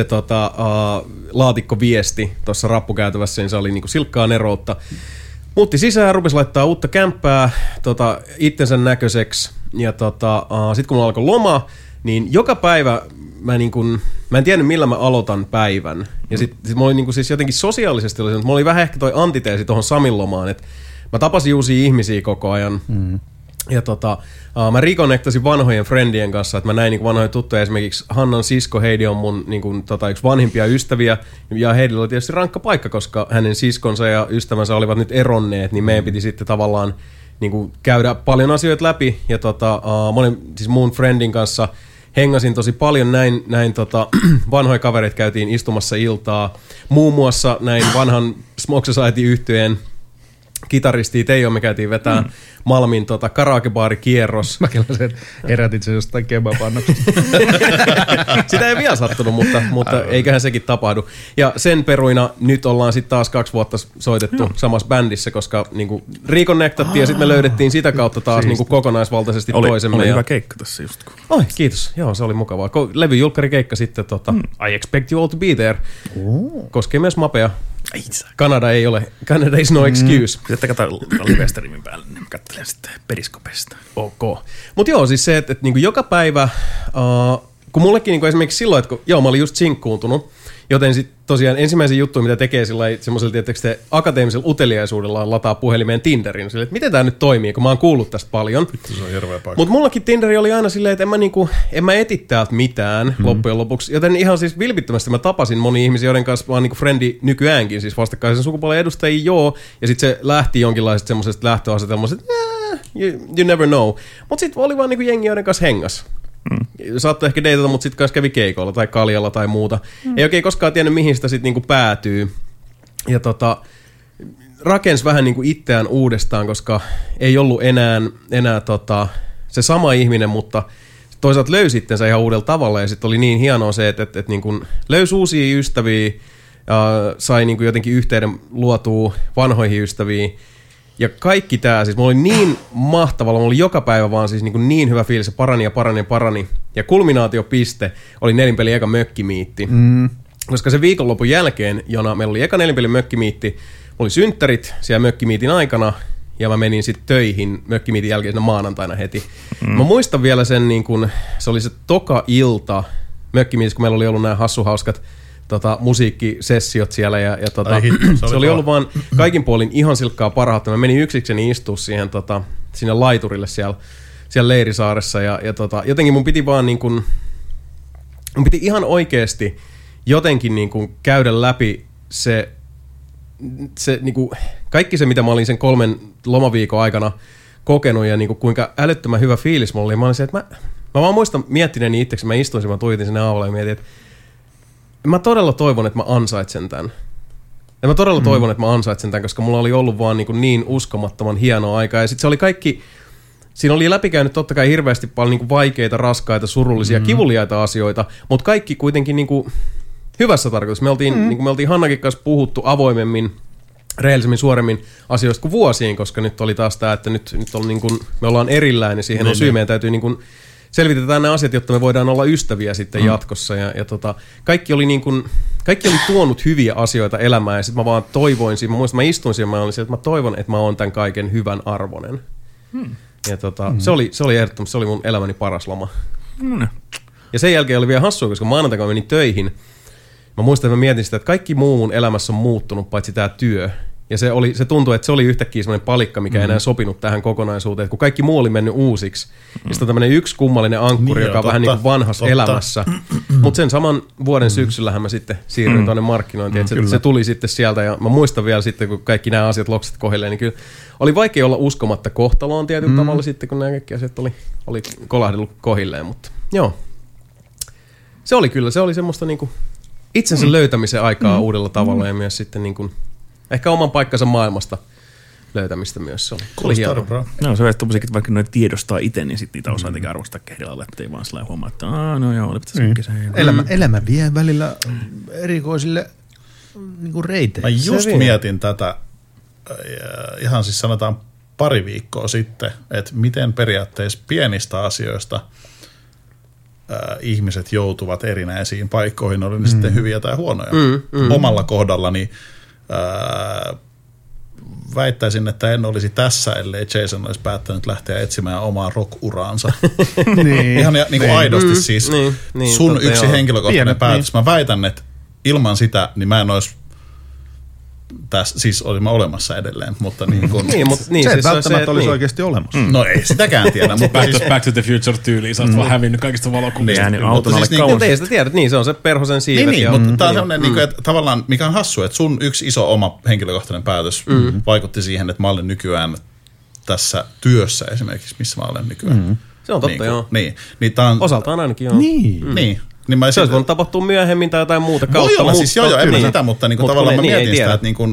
[SPEAKER 1] laatikkoviesti tuossa rappukäytävässä, niin se oli niin kuin silkkaa neroutta. Muutti sisään, rupesi laittaa uutta kämppää itsensä näköiseksi, ja sitten kun mulla alkoi loma, niin joka päivä mä en tiennyt millä mä aloitan päivän. Ja sit mä olin niinku siis jotenkin sosiaalisesti, mä olin vähän ehkä toi antiteesi tuohon Samin lomaan, että mä tapasin uusia ihmisiä koko ajan. Ja mä reconnectasin vanhojen friendien kanssa, että mä näin niinku vanhoja tuttuja, esimerkiksi Hannan sisko Heidi on mun niinku, yksi vanhimpia ystäviä, ja Heidillä oli tietysti rankka paikka, koska hänen siskonsa ja ystävänsä olivat nyt eronneet, niin meidän piti sitten tavallaan niinku käydä paljon asioita läpi, ja siis mun friendin kanssa hengasin tosi paljon, näin vanhoja kavereita käytiin istumassa iltaa, muun muassa näin vanhan Smoke Society-yhtyeen kitaristi Teijo, me käytiin vetää Malmin karaokebaarikierros.
[SPEAKER 5] Mä kelasin, että herätit sen jostain kebapannoksesta.
[SPEAKER 1] Sitä ei vielä sattunut, mutta eiköhän sekin tapahdu. Ja sen peruina nyt ollaan sitten taas 2 vuotta soitettu samassa bändissä, koska niinku reconnectattiin ja sitten me löydettiin sitä kautta taas niinku kokonaisvaltaisesti toisemme.
[SPEAKER 3] Oli hyvä keikka tässä just.
[SPEAKER 1] Oi, kiitos. Joo, se oli mukavaa. Levyjulkkarikeikka sitten I Expect You All To Be There. Koskee myös Mapea. Kanada ei ole, Canada is no excuse.
[SPEAKER 3] Pitää katsoa live-streamin päälle, niin mä katselen sitten periskopesta.
[SPEAKER 1] Ok. Mutta joo, siis se, että niinku joka päivä, kun mullekin niinku esimerkiksi silloin, että mä olin just sinkkuuntunut, joten sitten tosiaan ensimmäisen juttu, mitä tekee semmoisella tietysti akateemisella uteliaisuudella lataa puhelimeen Tinderin. Sille, että miten tämä nyt toimii, kun mä oon kuullut tästä paljon.
[SPEAKER 4] Se on hirveä paikka.
[SPEAKER 1] Mutta mullakin Tinderi oli aina silleen, että en mä eti täältä mitään loppujen lopuksi. Joten ihan siis vilpittömästi mä tapasin monia ihmisiä, joiden kanssa mä oon niinku friendi nykyäänkin, siis vastakkaisen sukupuolen edustajia, joo. Ja sitten se lähti jonkinlaisesta semmoisesta lähtöasetelmasta, että you never know. Mutta sitten oli vaan niinku jengi, joiden kanssa hengas. Saattoi ehkä deitata, mutta sitten kanssa kävi keikoilla tai kaljalla tai muuta. Ei oikein koskaan tiennyt, mihin sitä sitten niinku päätyy. Ja rakensi vähän niinku itseään uudestaan, koska ei ollut enää se sama ihminen, mutta toisaalta löysi itsensä ihan uudella tavalla. Ja sitten oli niin hienoa se, että niinku löysi uusia ystäviä ja sai niinku jotenkin yhteyden luotua vanhoihin ystäviin. Ja kaikki tää, siis mulla oli niin mahtavalla, mulla oli joka päivä vaan siis niin hyvä fiilis, se parani. Ja kulminaatiopiste oli Nelinpelin eka mökkimiitti. Koska se viikonlopun jälkeen, jona meillä oli eka Nelinpelin mökkimiitti, mulla oli synttärit siellä mökkimiitin aikana, ja mä menin sitten töihin mökkimiitin jälkeisenä maanantaina heti. Mä muistan vielä sen, se oli se toka ilta mökkimiitissä, kun meillä oli ollut nämä hassuhauskat musiikkisessiot siellä ja se oli ollut vaan kaikin puolin ihan silkkaa parhautta. Mä menin yksikseni istua siihen sinne laiturille siellä Leirisaaressa ja jotenkin mun piti vaan niin kuin, mun piti ihan oikeasti jotenkin niin kuin käydä läpi se niin kuin, kaikki se, mitä mä olin sen 3 lomaviikon aikana kokenut ja niin kuin, kuinka älyttömän hyvä fiilis mulla oli. Mä olin se, että mä vaan muistan miettineeni itseksi, mä istuin, mä tuijotin sinne aavalle ja mietin, että mä todella toivon, että mä ansaitsen tämän. Ja mä todella toivon, että mä ansaitsen tämän, koska mulla oli ollut vaan niin uskomattoman hienoa aikaa. Ja sit se oli kaikki, siinä oli läpikäynyt totta kai hirveästi paljon niin kuin vaikeita, raskaita, surullisia, kivuliaita asioita, mutta kaikki kuitenkin niin kuin hyvässä tarkoituksessa. Me oltiin Hannakin kanssa puhuttu avoimemmin, rehellisemmin, suoremmin asioista kuin vuosiin, koska nyt oli taas tämä, että nyt on niin kuin, me ollaan erillään ja siihen on syy, meidän täytyy niin kuin selvitetään nämä asiat, jotta me voidaan olla ystäviä sitten jatkossa. Kaikki oli tuonut hyviä asioita elämään ja sitten mä vaan toivoin siinä. Mä muistan, mä istuin siinä, mä olin siellä, että mä toivon, että mä oon tämän kaiken hyvän arvoinen. Ja se oli ehdottomasti, se oli mun elämäni paras loma. Ja sen jälkeen oli vielä hassua, koska maanantaina menin töihin. Mä muistan, että mä mietin sitä, että kaikki muu mun elämässä on muuttunut, paitsi tämä työ. Ja se tuntui, että se oli yhtäkkiä semmoinen palikka, mikä ei enää sopinut tähän kokonaisuuteen. Että kun kaikki muu oli mennyt uusiksi, ja sitten on tämmöinen yksi kummallinen ankkuri, joka on vähän niin kuin vanhassa elämässä. Mutta sen saman vuoden syksyllähän mä sitten siirryin tuonne markkinointiin. Että se tuli sitten sieltä, ja mä muistan vielä sitten, kun kaikki nämä asiat lokset kohdilleen, niin kyllä oli vaikea olla uskomatta kohtaloon tietyllä tavalla sitten, kun nämä kaikki asiat oli kolahdellut kohdilleen. Mutta joo, se oli semmoista niinku itsensä löytämisen aikaa uudella tavalla ja myös sitten niin kuin ehkä oman paikkansa maailmasta löytämistä myös. Se oli hienoa.
[SPEAKER 3] No se on tommosia, vaikka noita tiedostaa itse, niin sitten niitä osaa jotenkin arvostaa kehdillä, ettei vaan sellainen huomaa, että no joo, oli pitäisi kesä.
[SPEAKER 5] Elämä vie välillä erikoisille niin reiteille.
[SPEAKER 4] Mä just mietin tätä, ihan siis sanotaan pari viikkoa sitten, että miten periaatteessa pienistä asioista ihmiset joutuvat erinäisiin paikkoihin, oli ne sitten hyviä tai huonoja. Omalla kohdallani väittäisin, että en olisi tässä, ellei Jason olisi päättänyt lähteä etsimään omaa rock-uraansa. Ihan niin kuin aidosti siis sun yksi henkilökohtainen päätös. Mä väitän, että ilman sitä niin mä en olisi tässä, siis olimme olemassa edelleen, mutta niin kuin
[SPEAKER 5] se ei välttämättä olisi oikeasti olemassa.
[SPEAKER 4] No ei sitäkään tiedä. Mutta
[SPEAKER 6] Back to the Future -tyyliin, sä oot vaan hävinnyt kaikista valokuvista.
[SPEAKER 3] Niin, auton alle
[SPEAKER 1] kauan. Ei sitä tiedä, niin se on se perhosen siivet.
[SPEAKER 4] Niin, mutta tää on sellainen, että tavallaan mikä on hassu, että sun yksi iso oma henkilökohtainen päätös vaikutti siihen, että mä olen nykyään tässä työssä esimerkiksi, missä mä olen nykyään.
[SPEAKER 1] Se on totta, joo.
[SPEAKER 4] Niin,
[SPEAKER 1] osaltaan ainakin, joo.
[SPEAKER 4] Niin.
[SPEAKER 1] Se olisi voinut tapahtua myöhemmin tai jotain muuta kautta.
[SPEAKER 4] Voi olla, siis en mä sitä, mutta niinku tavallaan mä mietin sitä, että niinku,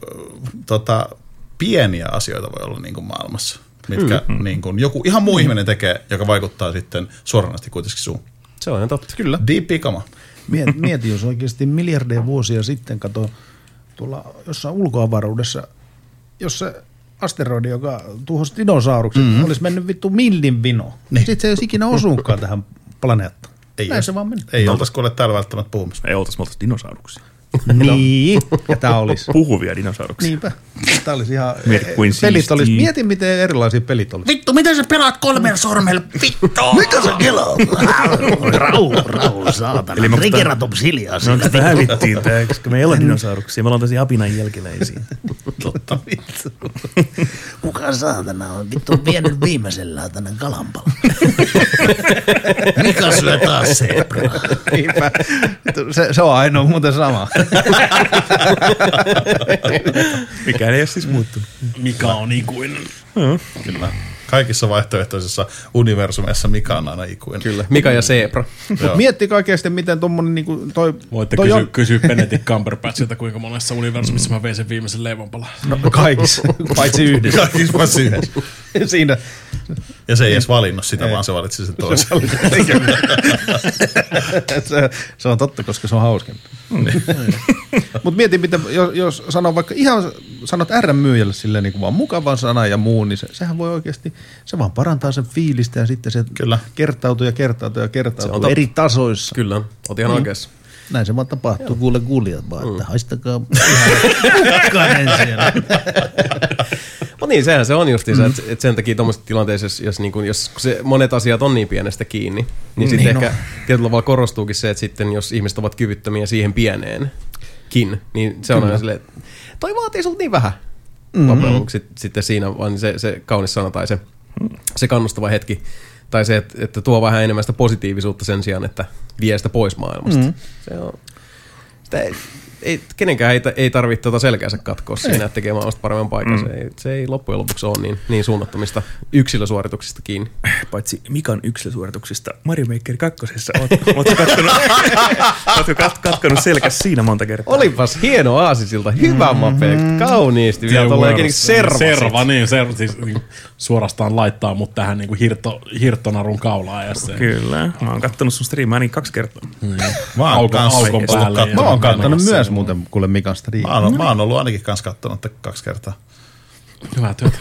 [SPEAKER 4] pieniä asioita voi olla niinku maailmassa, mitkä niinku, joku ihan muu ihminen tekee, joka vaikuttaa sitten suoranaisesti kuitenkin suun.
[SPEAKER 1] Se on ihan totta.
[SPEAKER 5] Kyllä.
[SPEAKER 4] Deep kama.
[SPEAKER 5] Mieti, jos oikeasti miljardeja vuosia sitten kato tuolla jossain ulkoavaruudessa, jos se asteroidi, joka tuhosi dinosaurukset, olisi mennyt vittu millin vino. Niin. Sitten se ei olisi ikinä osunutkaan tähän planeettaan. Näin se vaan meni.
[SPEAKER 4] Ei oltaisi kuule täällä välttämättä puhumassa.
[SPEAKER 3] Ei oltaisi, me oltaisiin dinosauruksia.
[SPEAKER 5] Niin, ja tää olisi.
[SPEAKER 3] Puhuvia dinosauruksia.
[SPEAKER 5] Niinpä. Tää olisi ihan, pelit olisi, mieti miten erilaisia pelit olisi.
[SPEAKER 7] Vittu, miten sä pelaat 3 sormella? Vittu! Mitä sä kelaat? Rauhu, saatana. Triceratops hiljaa.
[SPEAKER 3] No onko sitä hävittiin tää, koska me ei ole dinosauruksia, me ollaan tosi apinan jälkeläisiä.
[SPEAKER 5] Totta vittu.
[SPEAKER 7] Kuka saatana on vittu vienyt viimeisellä tänne kalanpalan? Mika syö taas zebraa.
[SPEAKER 5] Niinpä. Se on ainoa muuten sama.
[SPEAKER 3] Mikään ei ole siis muuttunut.
[SPEAKER 6] Mika on ikuinen.
[SPEAKER 4] Kyllä. Kaikissa vaihtoehtoisissa universumeissa Mika on aina ikuinen.
[SPEAKER 1] Kyllä, Mika ja zebra.
[SPEAKER 5] Miettikää oikeasti, miten tommonen niinku toi...
[SPEAKER 6] Voitte kysyä Benedict Cumberbatchilta, kuinka monessa universumissa mä vein sen viimeisen leivonpalan.
[SPEAKER 5] No kaikissa, paitsi yhdessä.
[SPEAKER 4] Kaikissa paitsi yhdessä.
[SPEAKER 5] Siinä.
[SPEAKER 4] Ja se ei edes valinnut sitä, vaan se valitsi sen toisen.
[SPEAKER 5] Se on totta, koska se on hauskempi. Mutta mieti, miten, jos sanoo vaikka ihan, sanot R-myyjälle silleen niin kuin vaan mukavan sana ja muu, niin sehän voi oikeasti, se vaan parantaa sen fiilistä ja sitten se kertautuu eri tasoissa.
[SPEAKER 1] Kyllä, oot ihan oikeassa.
[SPEAKER 5] Näin se vaan tapahtuu, kuulijat vaan, että haistakaa ihan siellä.
[SPEAKER 1] niin, sehän se on justiinsa, että sen takia tuommoisessa tilanteessa, jos se monet asiat on niin pienestä kiinni, niin sitten ehkä tietyllä tavalla korostuukin se, että sitten jos ihmiset ovat kyvyttömiä siihen pieneenkin, niin se on aina silleen, toi vaatii sulta niin vähän vapailua, sitten siinä vaan se kaunis sana tai se kannustava hetki, tai se, että tuo vähän enemmän sitä positiivisuutta sen sijaan, että vie sitä pois maailmasta. Se on... Kenenkään ei tarvitse selkäänsä katkoa siinä, että tekee maailmasta paremman paikan. Se ei loppujen lopuksi ole niin suunnattomista yksilösuorituksista kiinni.
[SPEAKER 3] Paitsi Mikan yksilösuorituksista Mario Maker 2. Oletko katkonut selkäs siinä monta kertaa?
[SPEAKER 1] Olipas hieno aasisilta. Hyvä Mape. Kauniisti. Vielä tuolla
[SPEAKER 6] serva, niin siis suorastaan laittaa mut tähän niinku hirttonarun kaulaan.
[SPEAKER 3] Kyllä. Mä oon kattonut sun striimaa niin 2 kertaa.
[SPEAKER 6] Aukon päälle.
[SPEAKER 5] Mä oon kattonut myös muuten kuule Mikan striimaa.
[SPEAKER 4] Mä oon ollut ainakin kans kattonut 2 kertaa.
[SPEAKER 6] Hyvää työtä.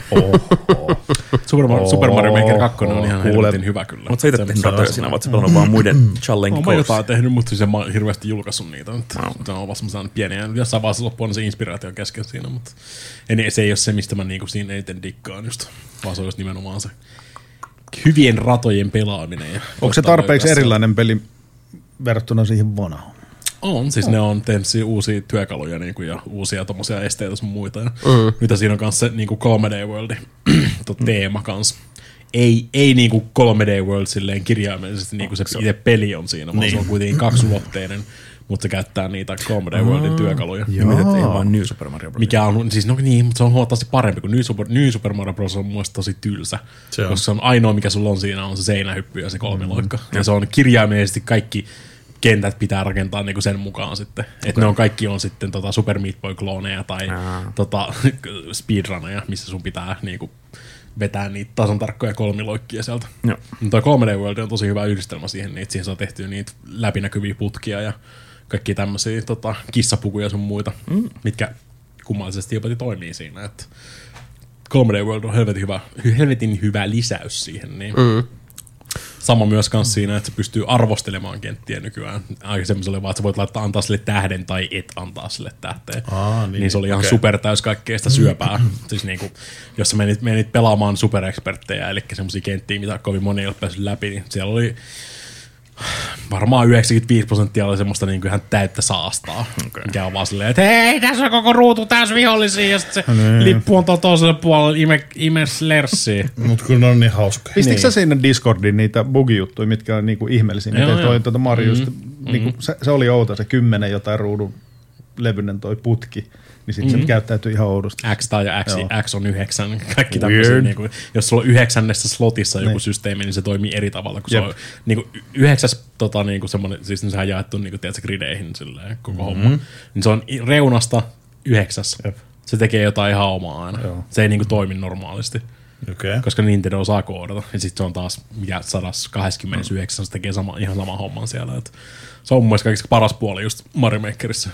[SPEAKER 6] Super Mario Maker 2 on ihan helvetin hyvä kyllä.
[SPEAKER 3] Mutta sä itse tehnyt ratoja siinä, oot sä pelannut vaan muiden challenge.
[SPEAKER 6] Mä jotain tehnyt, mutta siis en mä hirveästi julkaissut niitä. Se on vaan semmoinen pieniä. Jossain vaiheessa loppuun se inspiraatio kesken siinä, mutta se ei ole se, mistä mä niinku siinä eniten dikkaan just. Vaan se olisi nimenomaan se hyvien ratojen pelaaminen.
[SPEAKER 5] Onko se tarpeeksi erilainen peli verrattuna siihen vanhaan?
[SPEAKER 6] On, siis ne on tehnyt uusia työkaluja niinku, ja uusia tommosia esteitä sun muita. Mitä siinä on kanssa se niinku 3D World teema kanssa. Ei niinku 3D World silleen kirjaimellisesti niinku se itse peli on siinä, vaan se on kuitenkin 2-ulotteinen, mutta se käyttää niitä 3D Worldin työkaluja.
[SPEAKER 3] Joo. Ei vaan New Super Mario Bros.
[SPEAKER 6] Mikä on, siis no niin, mutta se on huomattavasti parempi, kun New Super Mario Bros. On mun mielestä tosi tylsä. Koska se on ainoa, mikä sulla on siinä, on se seinähyppy ja se 3-loikka. Ja se on kirjaimellisesti kaikki kentät pitää rakentaa niinku sen mukaan sitten. Että ne on kaikki on sitten Super Meat Boy-klooneja tai speedruneja, missä sun pitää niinku vetää niitä tasan tarkkoja 3-loikkia sieltä. Toi 3D World on tosi hyvä yhdistelmä siihen, että siihen saa tehtyä niitä läpinäkyviä putkia ja kaikkia tämmöisiä kissapukuja sun muita, mitkä kummallisesti jopa toimii siinä. Että 3D World on helvetin hyvä lisäys siihen. Niin. Sama myös kans siinä, että se pystyy arvostelemaan kenttiä nykyään. Aikaisemmin se oli vaan, että sä voit antaa sille tähden tai et antaa sille tähteen. Niin se oli ihan super täys kaikkea sitä syöpää. Siis niinku, jos sä menit pelaamaan supereksperttejä, eli semmosia kenttiä, mitä kovin moni ei ole päässyt läpi, niin siellä oli varmaan 95% oli semmoista niinku ihan täyttä saastaa. Mikä on vaan silleen, että hei, tässä on koko ruutu täys vihollisia, ja sit se lippu on toiselle puolelle ime slerssiä.
[SPEAKER 4] Mut kyllä ne on niin hauskoja.
[SPEAKER 5] Pistikö sä sinne Discordiin niitä bugi-juttuja, mitkä on niinku ihmeellisiä? Miten toi Mario, niinku, se oli outo, se 10 jotain ruudun levyinen toi putki. Niin sitten se käyttäytyy ihan oudosti.
[SPEAKER 6] X tai X on 9. Kaikki tämmöisiä. Niinku, jos sulla on 9. slotissa joku systeemi, niin se toimii eri tavalla. Kun se on niinku, 9. Niinku, semmoinen, siis sehän on jaettu niinku, grideihin silleen, koko homma. Niin se on reunasta 9. Se tekee jotain ihan omaa aina. Se ei niinku, toimi normaalisti. Koska Nintendo osaa koodata. Ja sitten se on taas 129. Se tekee ihan sama homman siellä. Et se on mun mielestä kaikista paras puoli just Mario Makerissa.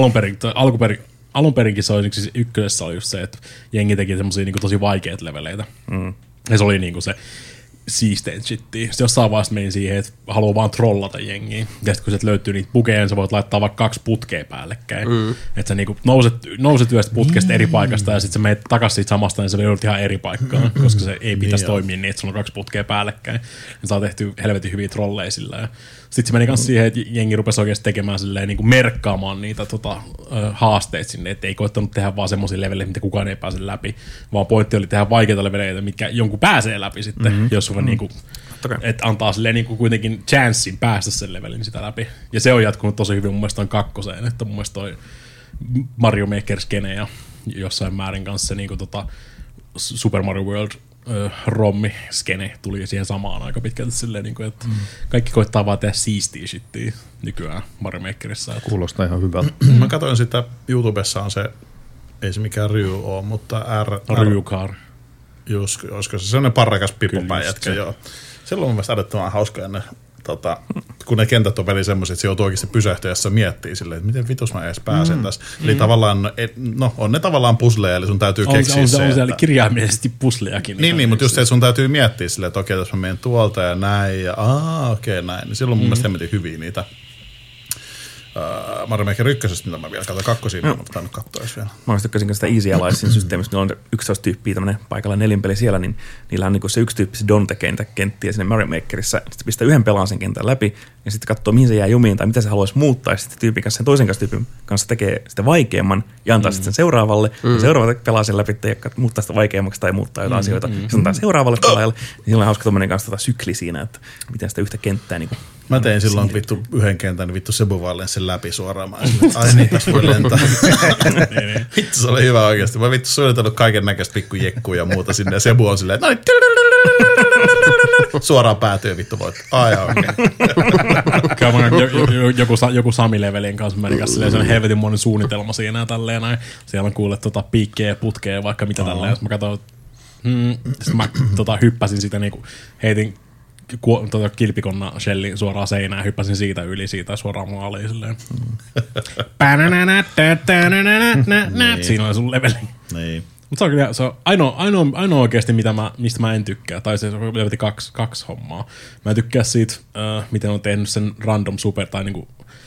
[SPEAKER 6] Alun perinkin se oli, siis ykkösessä oli just se, että jengi teki semmosia niinku tosi vaikeat leveleitä. Ja se oli niinku se siistein shittiä. Sitten jossain vaiheessa menin siihen, että haluaa vaan trollata jengiä. Ja sitten kun sieltä löytyy niitä pukeja, niin sä voit laittaa vaikka 2 putkea päällekkäin. Että sä niinku nouset yhdestä putkesta eri paikasta ja sitten sä menet takas siitä samasta, niin sä joudut ihan eri paikkaan. Koska se ei pitäisi toimia niin, että sulla on 2 putkea päällekkäin. Ja saa tehty helvetin hyviä trolleja sillä. Ja sitten se meni kanssa siihen, että jengi rupesi oikeasti tekemään silleen, niin kuin merkkaamaan niitä haasteita sinne, että ei koittanut tehdä vaan semmoisia leveleitä, mitä kukaan ei pääse läpi, vaan pointti oli tehdä vaikeita leveleitä, mitkä jonkun pääsee läpi sitten, jos sulla niinku, että antaa silleen niinku kuitenkin chanssin päästä sen levelin sitä läpi. Ja se on jatkunut tosi hyvin mun mielestä on 2, että mun mielestä toi Mario Maker-skene ja jossain määrin kanssa se niinku Super Mario World rommi-skene tuli siihen samaan aika pitkälti silleen, niin kuin, että kaikki koittaa vaan tehdä siistiä shittiä nykyään Mario Makerissa.
[SPEAKER 5] Kuulostaa ihan hyvältä.
[SPEAKER 4] Mä katsoin sitä, YouTubessa on se, ei se mikään Ryu ole, mutta
[SPEAKER 6] Ryukar.
[SPEAKER 4] Just, olisiko se sellainen parrakas pipopäin jätkä, joo. Silloin mun mielestä älyttömän hauska ennen, kun ne kentät on väliin semmoiset, että se joutuu oikeasti pysähtyä, jos se miettii silleen, että miten vitus mä edes pääsen tässä. Eli tavallaan, on ne tavallaan pusleja, eli sun täytyy keksiä se.
[SPEAKER 6] On siellä kirjaimellisesti puslejakin.
[SPEAKER 4] Niin, mutta just se, että sun täytyy miettiä silleen, että okei, jos mä menen tuolta ja näin, ja okei, näin. Niin silloin mun mielestä hemmetin hyviä niitä Mario Maker 1, mitä mä vielä katsoin 2, mutta tainnut katsoa edes vielä.
[SPEAKER 3] Mä tykkäsin sitä Easy Alliancein systeemistä, millä on 11 tyyppiä tämmöinen paikalla 4 peli siellä, niin niillä on niinku se yksi tyyppi, se Don tekee niitä kenttiä sinne Mario Makerissa, sitten pistää yhden pelaan sen kentän läpi, ja sitten katsoo, mihin se jää jumiin tai mitä se haluaisi muuttaa, ja sitten tyypin kanssa, sen toisen kanssa tyypin kanssa tekee sitä vaikeamman, ja antaa sitten sen seuraavalle, ja seuraava pelaa sen läpi, ja muuttaa sitä vaikeammaksi tai muuttaa jotain asioita, ja se antaa seuraavalle pelaajalle, niin sillä on hauska tommoinen kanssa sykli siinä, että miten sitä yhtä kenttää niinku.
[SPEAKER 4] Mä tein silloin vittu yhden kentän, niin vittu Sebu vaan lensi sen läpi suoraan. Mä olin, ai niin, tässä voi lentää. Vittu, se oli hyvä oikeasti. Mä vittu suunnitellut kaiken näköistä pikkujekkuja ja muuta sinne. Ja Sebu on silleen, että suoraan päätyy vittu voit. Ai oikein.
[SPEAKER 6] Joku Sami-levelin kanssa meni kanssa. Se on helvetin monen suunnitelma siinä ja tälleen näin. Siellä on kuullut piikkejä ja putkeja ja vaikka mitä tälleen. Mä katsoin, sitten mä hyppäsin sitä niinku, heitin kilpikonna shellin suoraan seinään, hyppäsin siitä yli siitä suoraan maaliin silleen. Siinä oli sun leveli.
[SPEAKER 4] Niin.
[SPEAKER 6] Mutta se on kyllä se on ainoa oikeasti, mistä mä en tykkää. Tai se on leveli kaksi hommaa. Mä en tykkää siitä, miten on tehnyt sen random super tai niinku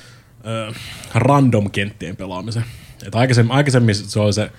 [SPEAKER 6] random kenttien pelaamisen. Et aikaisemmin se oli se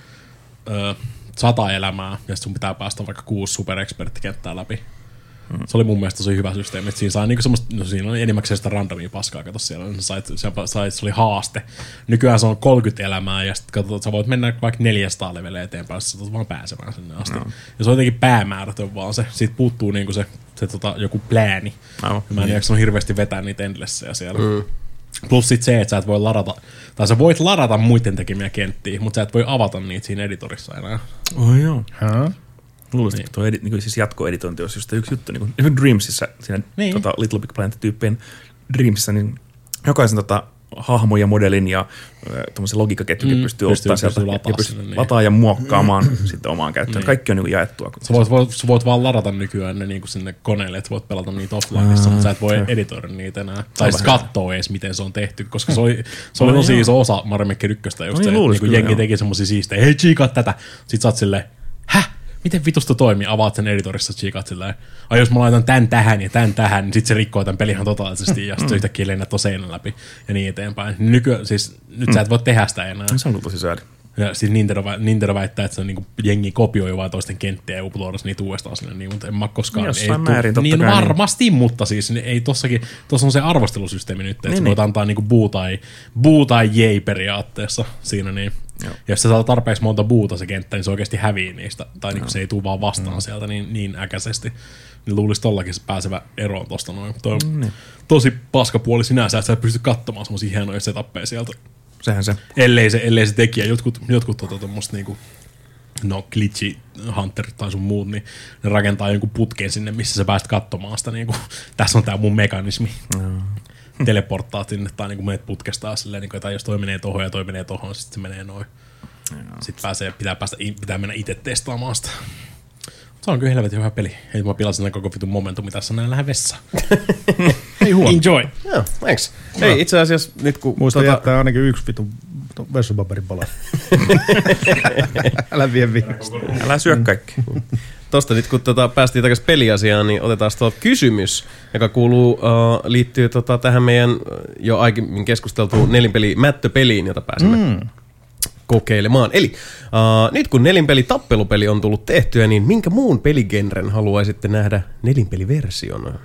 [SPEAKER 6] 100 elämää ja sun pitää päästä vaikka 6 super-experttikenttää läpi. Se oli mun mielestä tosi hyvä systeemi, että siinä sai niinku semmoista, no siinä on enimmäkseen sitä randomia paskaa, kato siellä, se oli haaste. Nykyään se on 30 elämää ja sitten katsotaan, että sä voit mennä vaikka 400 leveleen eteenpäin, sä tulet vaan pääsemään sinne asti. Ja se on jotenkin päämäärätön vaan se, siitä puuttuu niinku se joku plääni. Mä en jaksanut hirveästi vetää niitä endlessejä siellä. Plus sit se, että sä et voi ladata, tai sä voit ladata muiden tekemiä kenttiä, mutta sä et voi avata niitä siinä editorissa enää.
[SPEAKER 3] Oh joo. Luulisin, että tuo siis jatkoeditointi olisi just yksi juttu. Niin kuin Dreamsissa, siinä Little Big Planet-tyyppien Dreamsissa, niin jokaisen hahmon ja modelin ja tuommoisen logiikkaketjukin pystyy ottaa sieltä ja pystyy lataa ja muokkaamaan sitten omaan käyttöön. Niin. Kaikki on niin jaettua.
[SPEAKER 6] Sä voit vaan ladata nykyään ne niin sinne koneelle, että voit pelata niitä offlineissa, mutta sä et voi editoida niitä enää. Tai siis katsoa edes, miten se on tehty, koska se oli tosi iso osa Mario Maker 1. Just se, niin jengi teki semmosia siistejä, hei tsiikaa tätä. Sitten sä oot silleen, miten vitusta toimii? Avaat sen editorissa, tsiikat silleen, jos mä laitan tän tähän ja tän tähän, niin sit se rikkoo tämän pelin ihan totaalisesti ja sit se yhtäkkiä lennät ton seinän läpi ja niin eteenpäin. Nyt sä et voi tehdä sitä enää.
[SPEAKER 3] Se on tosi sääli.
[SPEAKER 6] Ja siis Nintendo väittää, että se on niinku jengi kopioi vaan toisten kenttiä ja uploadas niitä uudestaan sinne, niin, mutta en mä koskaan.
[SPEAKER 3] Jossain määrin totta
[SPEAKER 6] niin
[SPEAKER 3] kai.
[SPEAKER 6] Varmasti, mutta siis ei tuossa on se arvostelusysteemi nyt, että niin, voit antaa niinku buu tai jei periaatteessa siinä niin. Joo. Ja jos sä saa tarpeeksi monta buuta se kenttä, niin se oikeasti hävii niistä, tai niin se ei tule vaan vastaan sieltä niin äkäisesti. Niin luulisi tollakin pääsevä eroon tosta noin. Toi on tosi paskapuoli sinänsä, että sä et pysty katsomaan semmosia hienoja setappeja sieltä.
[SPEAKER 3] Sehän se.
[SPEAKER 6] Ellei se tekijä, jotkut tommoista niinku, glitchy hunterit tai sun muut, niin ne rakentaa jonkun putken sinne, missä sä pääset katsomaan sitä niinku, tässä on tää mun mekanismi. Teleporttaat sinne tai niinku menet putkestaan silleen, niinku, että jos toi menee tohon ja toi menee tohon, sit se menee noin. Sitten pitää mennä itse testaamaan sitä. Se on kyllä helvetin hyvä peli. Hei, mä pilasin tämän koko vitun momentumi tässä, näin lähden vessaan.
[SPEAKER 5] Ei huono.
[SPEAKER 6] Enjoy.
[SPEAKER 1] Joo, thanks. Hei, itse asiassa nyt kun...
[SPEAKER 5] Muista jättää ainakin yksi vitun vessapaperin pala. Älä vie viimeistä.
[SPEAKER 3] Älä syö kaikki.
[SPEAKER 1] Tosta nyt kun päästiin takaisin peliasiaan, niin otetaan tuolta kysymys, joka liittyy tähän meidän jo aiemmin keskusteltuun nelinpeli-mättöpeliin, jota pääsimme kokeilemaan. Eli nyt kun nelinpeli-tappelupeli on tullut tehtyä, niin minkä muun peligenren haluaisitte nähdä nelinpeliversion?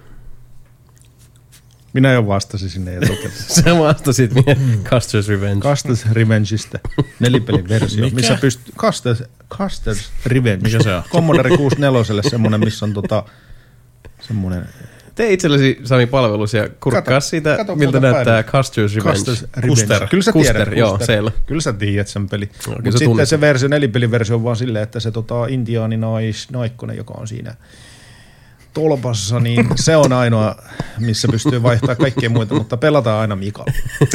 [SPEAKER 5] Minä jo vastasin sinne etukäteen.
[SPEAKER 1] Sä vastasit Custer's Revenge.
[SPEAKER 5] Custer's Revengeistä. Nelipeliversio. Missä pystyy... Custer's Revenge.
[SPEAKER 4] Mikä se on?
[SPEAKER 5] Commodore 64 semmonen, missä on semmonen...
[SPEAKER 1] Tee itsellesi, Sami, palvelus ja kurkkaa siitä, miltä näyttää Custer's Revenge.
[SPEAKER 5] Custer. Kyllä sä tiedät.
[SPEAKER 1] Joo, siellä.
[SPEAKER 5] Kyllä sä tiedät sen peli. Mutta sitten se versio, nelipeliversio on vaan silleen, että se intiaaninaikkonen, joka on siinä tolpassa, niin se on ainoa, missä pystyy vaihtamaan kaikkea muita, mutta pelataan aina Mikalla.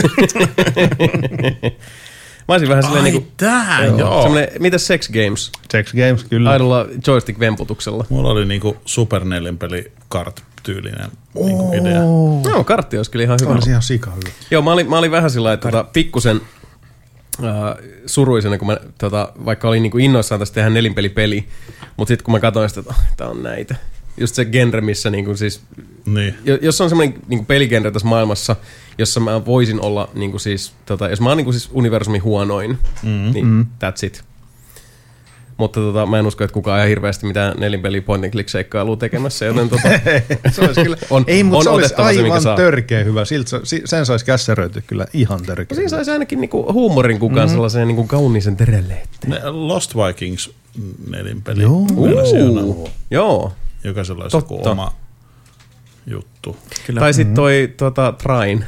[SPEAKER 1] Mä olisin vähän silleen niinku...
[SPEAKER 3] tähän, joo.
[SPEAKER 1] Semmoinen, mitäs Sex Games?
[SPEAKER 5] Sex Games, kyllä.
[SPEAKER 1] Aidolla joystick-vemputuksella.
[SPEAKER 4] Mulla oli niinku Super Nelinpeli kart-tyylinen niinku idea.
[SPEAKER 1] No, kartti olisi kyllä ihan hyvä.
[SPEAKER 5] Olisi ihan sika hyvä.
[SPEAKER 1] Joo, mä olin vähän sillä lailla, pikkusen suruisena, kun mä vaikka olin niinku innoissaan tästä tehdä nelinpelipeli, mutta sitten kun mä katsoin sitä, että tää on näitä. just se genre, missä niinku siis,
[SPEAKER 4] niin.
[SPEAKER 1] Jos on semmoinen niinku peligenre tässä maailmassa, jossa mä voisin olla niinku siis, jos mä oon niinku siis universumin huonoin, niin that's it. Mutta mä en usko, että kukaan ihan hirveästi mitään nelinpeliä point and click -seikkailua tekemässä, joten
[SPEAKER 5] se olisi kyllä, se olisi aivan törkeä hyvä. Sen saisi kässäröityä kyllä ihan törkeä.
[SPEAKER 1] No siinä saisi ainakin niinku huumorin kukaan sellaiseen niinku kauniisen terelleetteen.
[SPEAKER 4] Lost Vikings nelinpeli.
[SPEAKER 1] Joo.
[SPEAKER 4] Jokaisella olisi joku oma juttu.
[SPEAKER 1] Kyllä. Tai sitten toi Trine.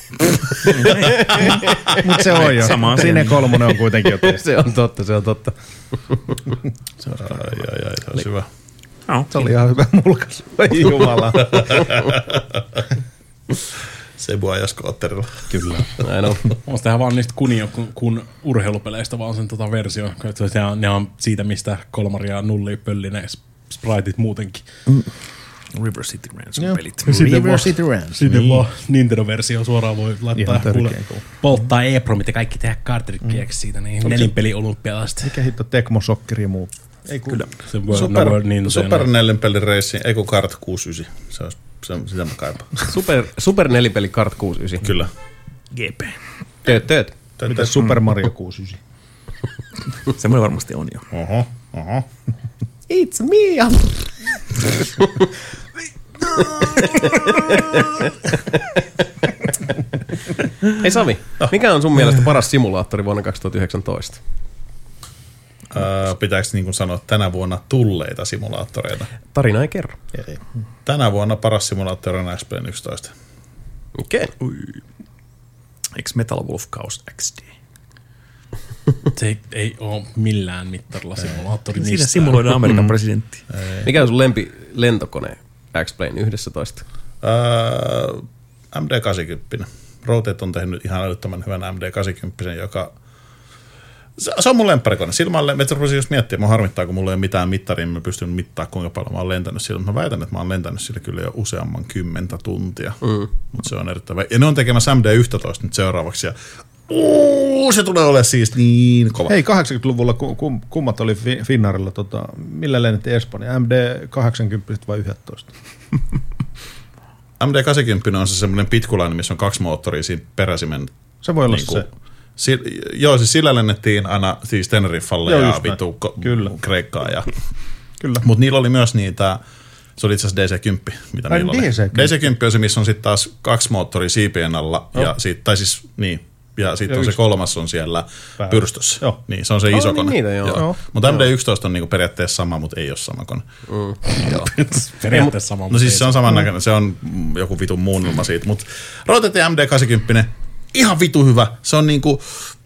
[SPEAKER 5] Mutta se on jo. Sinne 3 on kuitenkin jo tehty.
[SPEAKER 1] Se on totta.
[SPEAKER 4] Se olisi hyvä.
[SPEAKER 5] Se oli ihan hyvä mulkaisu. Ai jumala.
[SPEAKER 4] Sebu ajas kootterilla.
[SPEAKER 1] Kyllä. Näin on.
[SPEAKER 6] Onko tehdä vaan niistä kun urheilupeleistä vaan sen versio. Ne on siitä, mistä Kolmari ja Nulli pölli ne spriteit muutenkin.
[SPEAKER 3] River City Ransom pelit.
[SPEAKER 5] River City Ransom.
[SPEAKER 6] Sitten vaan Nintendo-versio suoraan voi laittaa polttaa EPROMit ja kaikki tehdä cartridgeiksi siitä, niin nelinpeli olympialaista.
[SPEAKER 5] Mikä hitto Tecmo Soccer ja muu?
[SPEAKER 6] Ei kyllä.
[SPEAKER 4] Super nelinpeli reissi, ei kun Kart 69. Sitä mä kaipaan.
[SPEAKER 1] Super nelipeli Kart 69.
[SPEAKER 4] Kyllä.
[SPEAKER 3] GP.
[SPEAKER 1] Tööt.
[SPEAKER 5] Mitä Super Mario 69?
[SPEAKER 3] Semmoinen varmasti on jo.
[SPEAKER 4] Oho.
[SPEAKER 1] It's me. Hei Savi, mikä on sun mielestä paras simulaattori vuonna 2019?
[SPEAKER 4] Pitääkö niin kuin sanoa tänä vuonna tulleita simulaattoreita?
[SPEAKER 1] Tarina ei kerro.
[SPEAKER 4] Ei. Tänä vuonna paras simulaattori on X-Plane 11.
[SPEAKER 1] Okei.
[SPEAKER 3] Eikö Metal Wolf Chaos XD?
[SPEAKER 6] Se ei ole millään mittarilla simulaattori.
[SPEAKER 3] Siinä simuloidaan Amerikan presidentti.
[SPEAKER 1] Mikä on sun lempi lentokone X-Plane 11?
[SPEAKER 4] MD-80. Rotate on tehnyt ihan älyttömän hyvän MD-80, joka... Se on mun lempparikone. Silmälle, mä rupesin just miettiä, mä harmittaa, kun mulla ei ole mitään mittaria, mä pystyn mittaamaan, kuinka paljon mä oon lentänyt sillä. Mä väitän, että mä oon lentänyt sillä kyllä jo useamman 10 tuntia. Mutta se on erittäin... Ja ne on tekemässä MD-11 nyt seuraavaksi. Ja se tulee olemaan siis niin kova.
[SPEAKER 5] Hei, 80-luvulla kummat oli Finnairilla, millä lennettiin Espanja? MD-80 vai 11?
[SPEAKER 4] MD-80 on se semmoinen pitkulainen, missä on 2 moottoria siinä peräsimen.
[SPEAKER 5] Se voi olla se.
[SPEAKER 4] Joo, siis sillä lennettiin aina siis Teneriffalle ja vitu Kreikkaan.
[SPEAKER 5] Kyllä.
[SPEAKER 4] Mutta niillä oli myös niitä, se oli itse asiassa DC-10, mitä niillä oli. DC-10 on se, missä on sitten taas 2 moottoria siipien alla, ja sitten on se 3 on siellä pyrstössä. Joo. Niin, se on se iso kone. Mutta MD-11 on niinku periaatteessa sama, mutta ei ole sama kone.
[SPEAKER 6] Periaatteessa sama.
[SPEAKER 4] No siis se on samannäköinen, se on joku vitun muunnelma siitä. Mutta Rotate MD-80, ihan vitu hyvä. Se on niinku...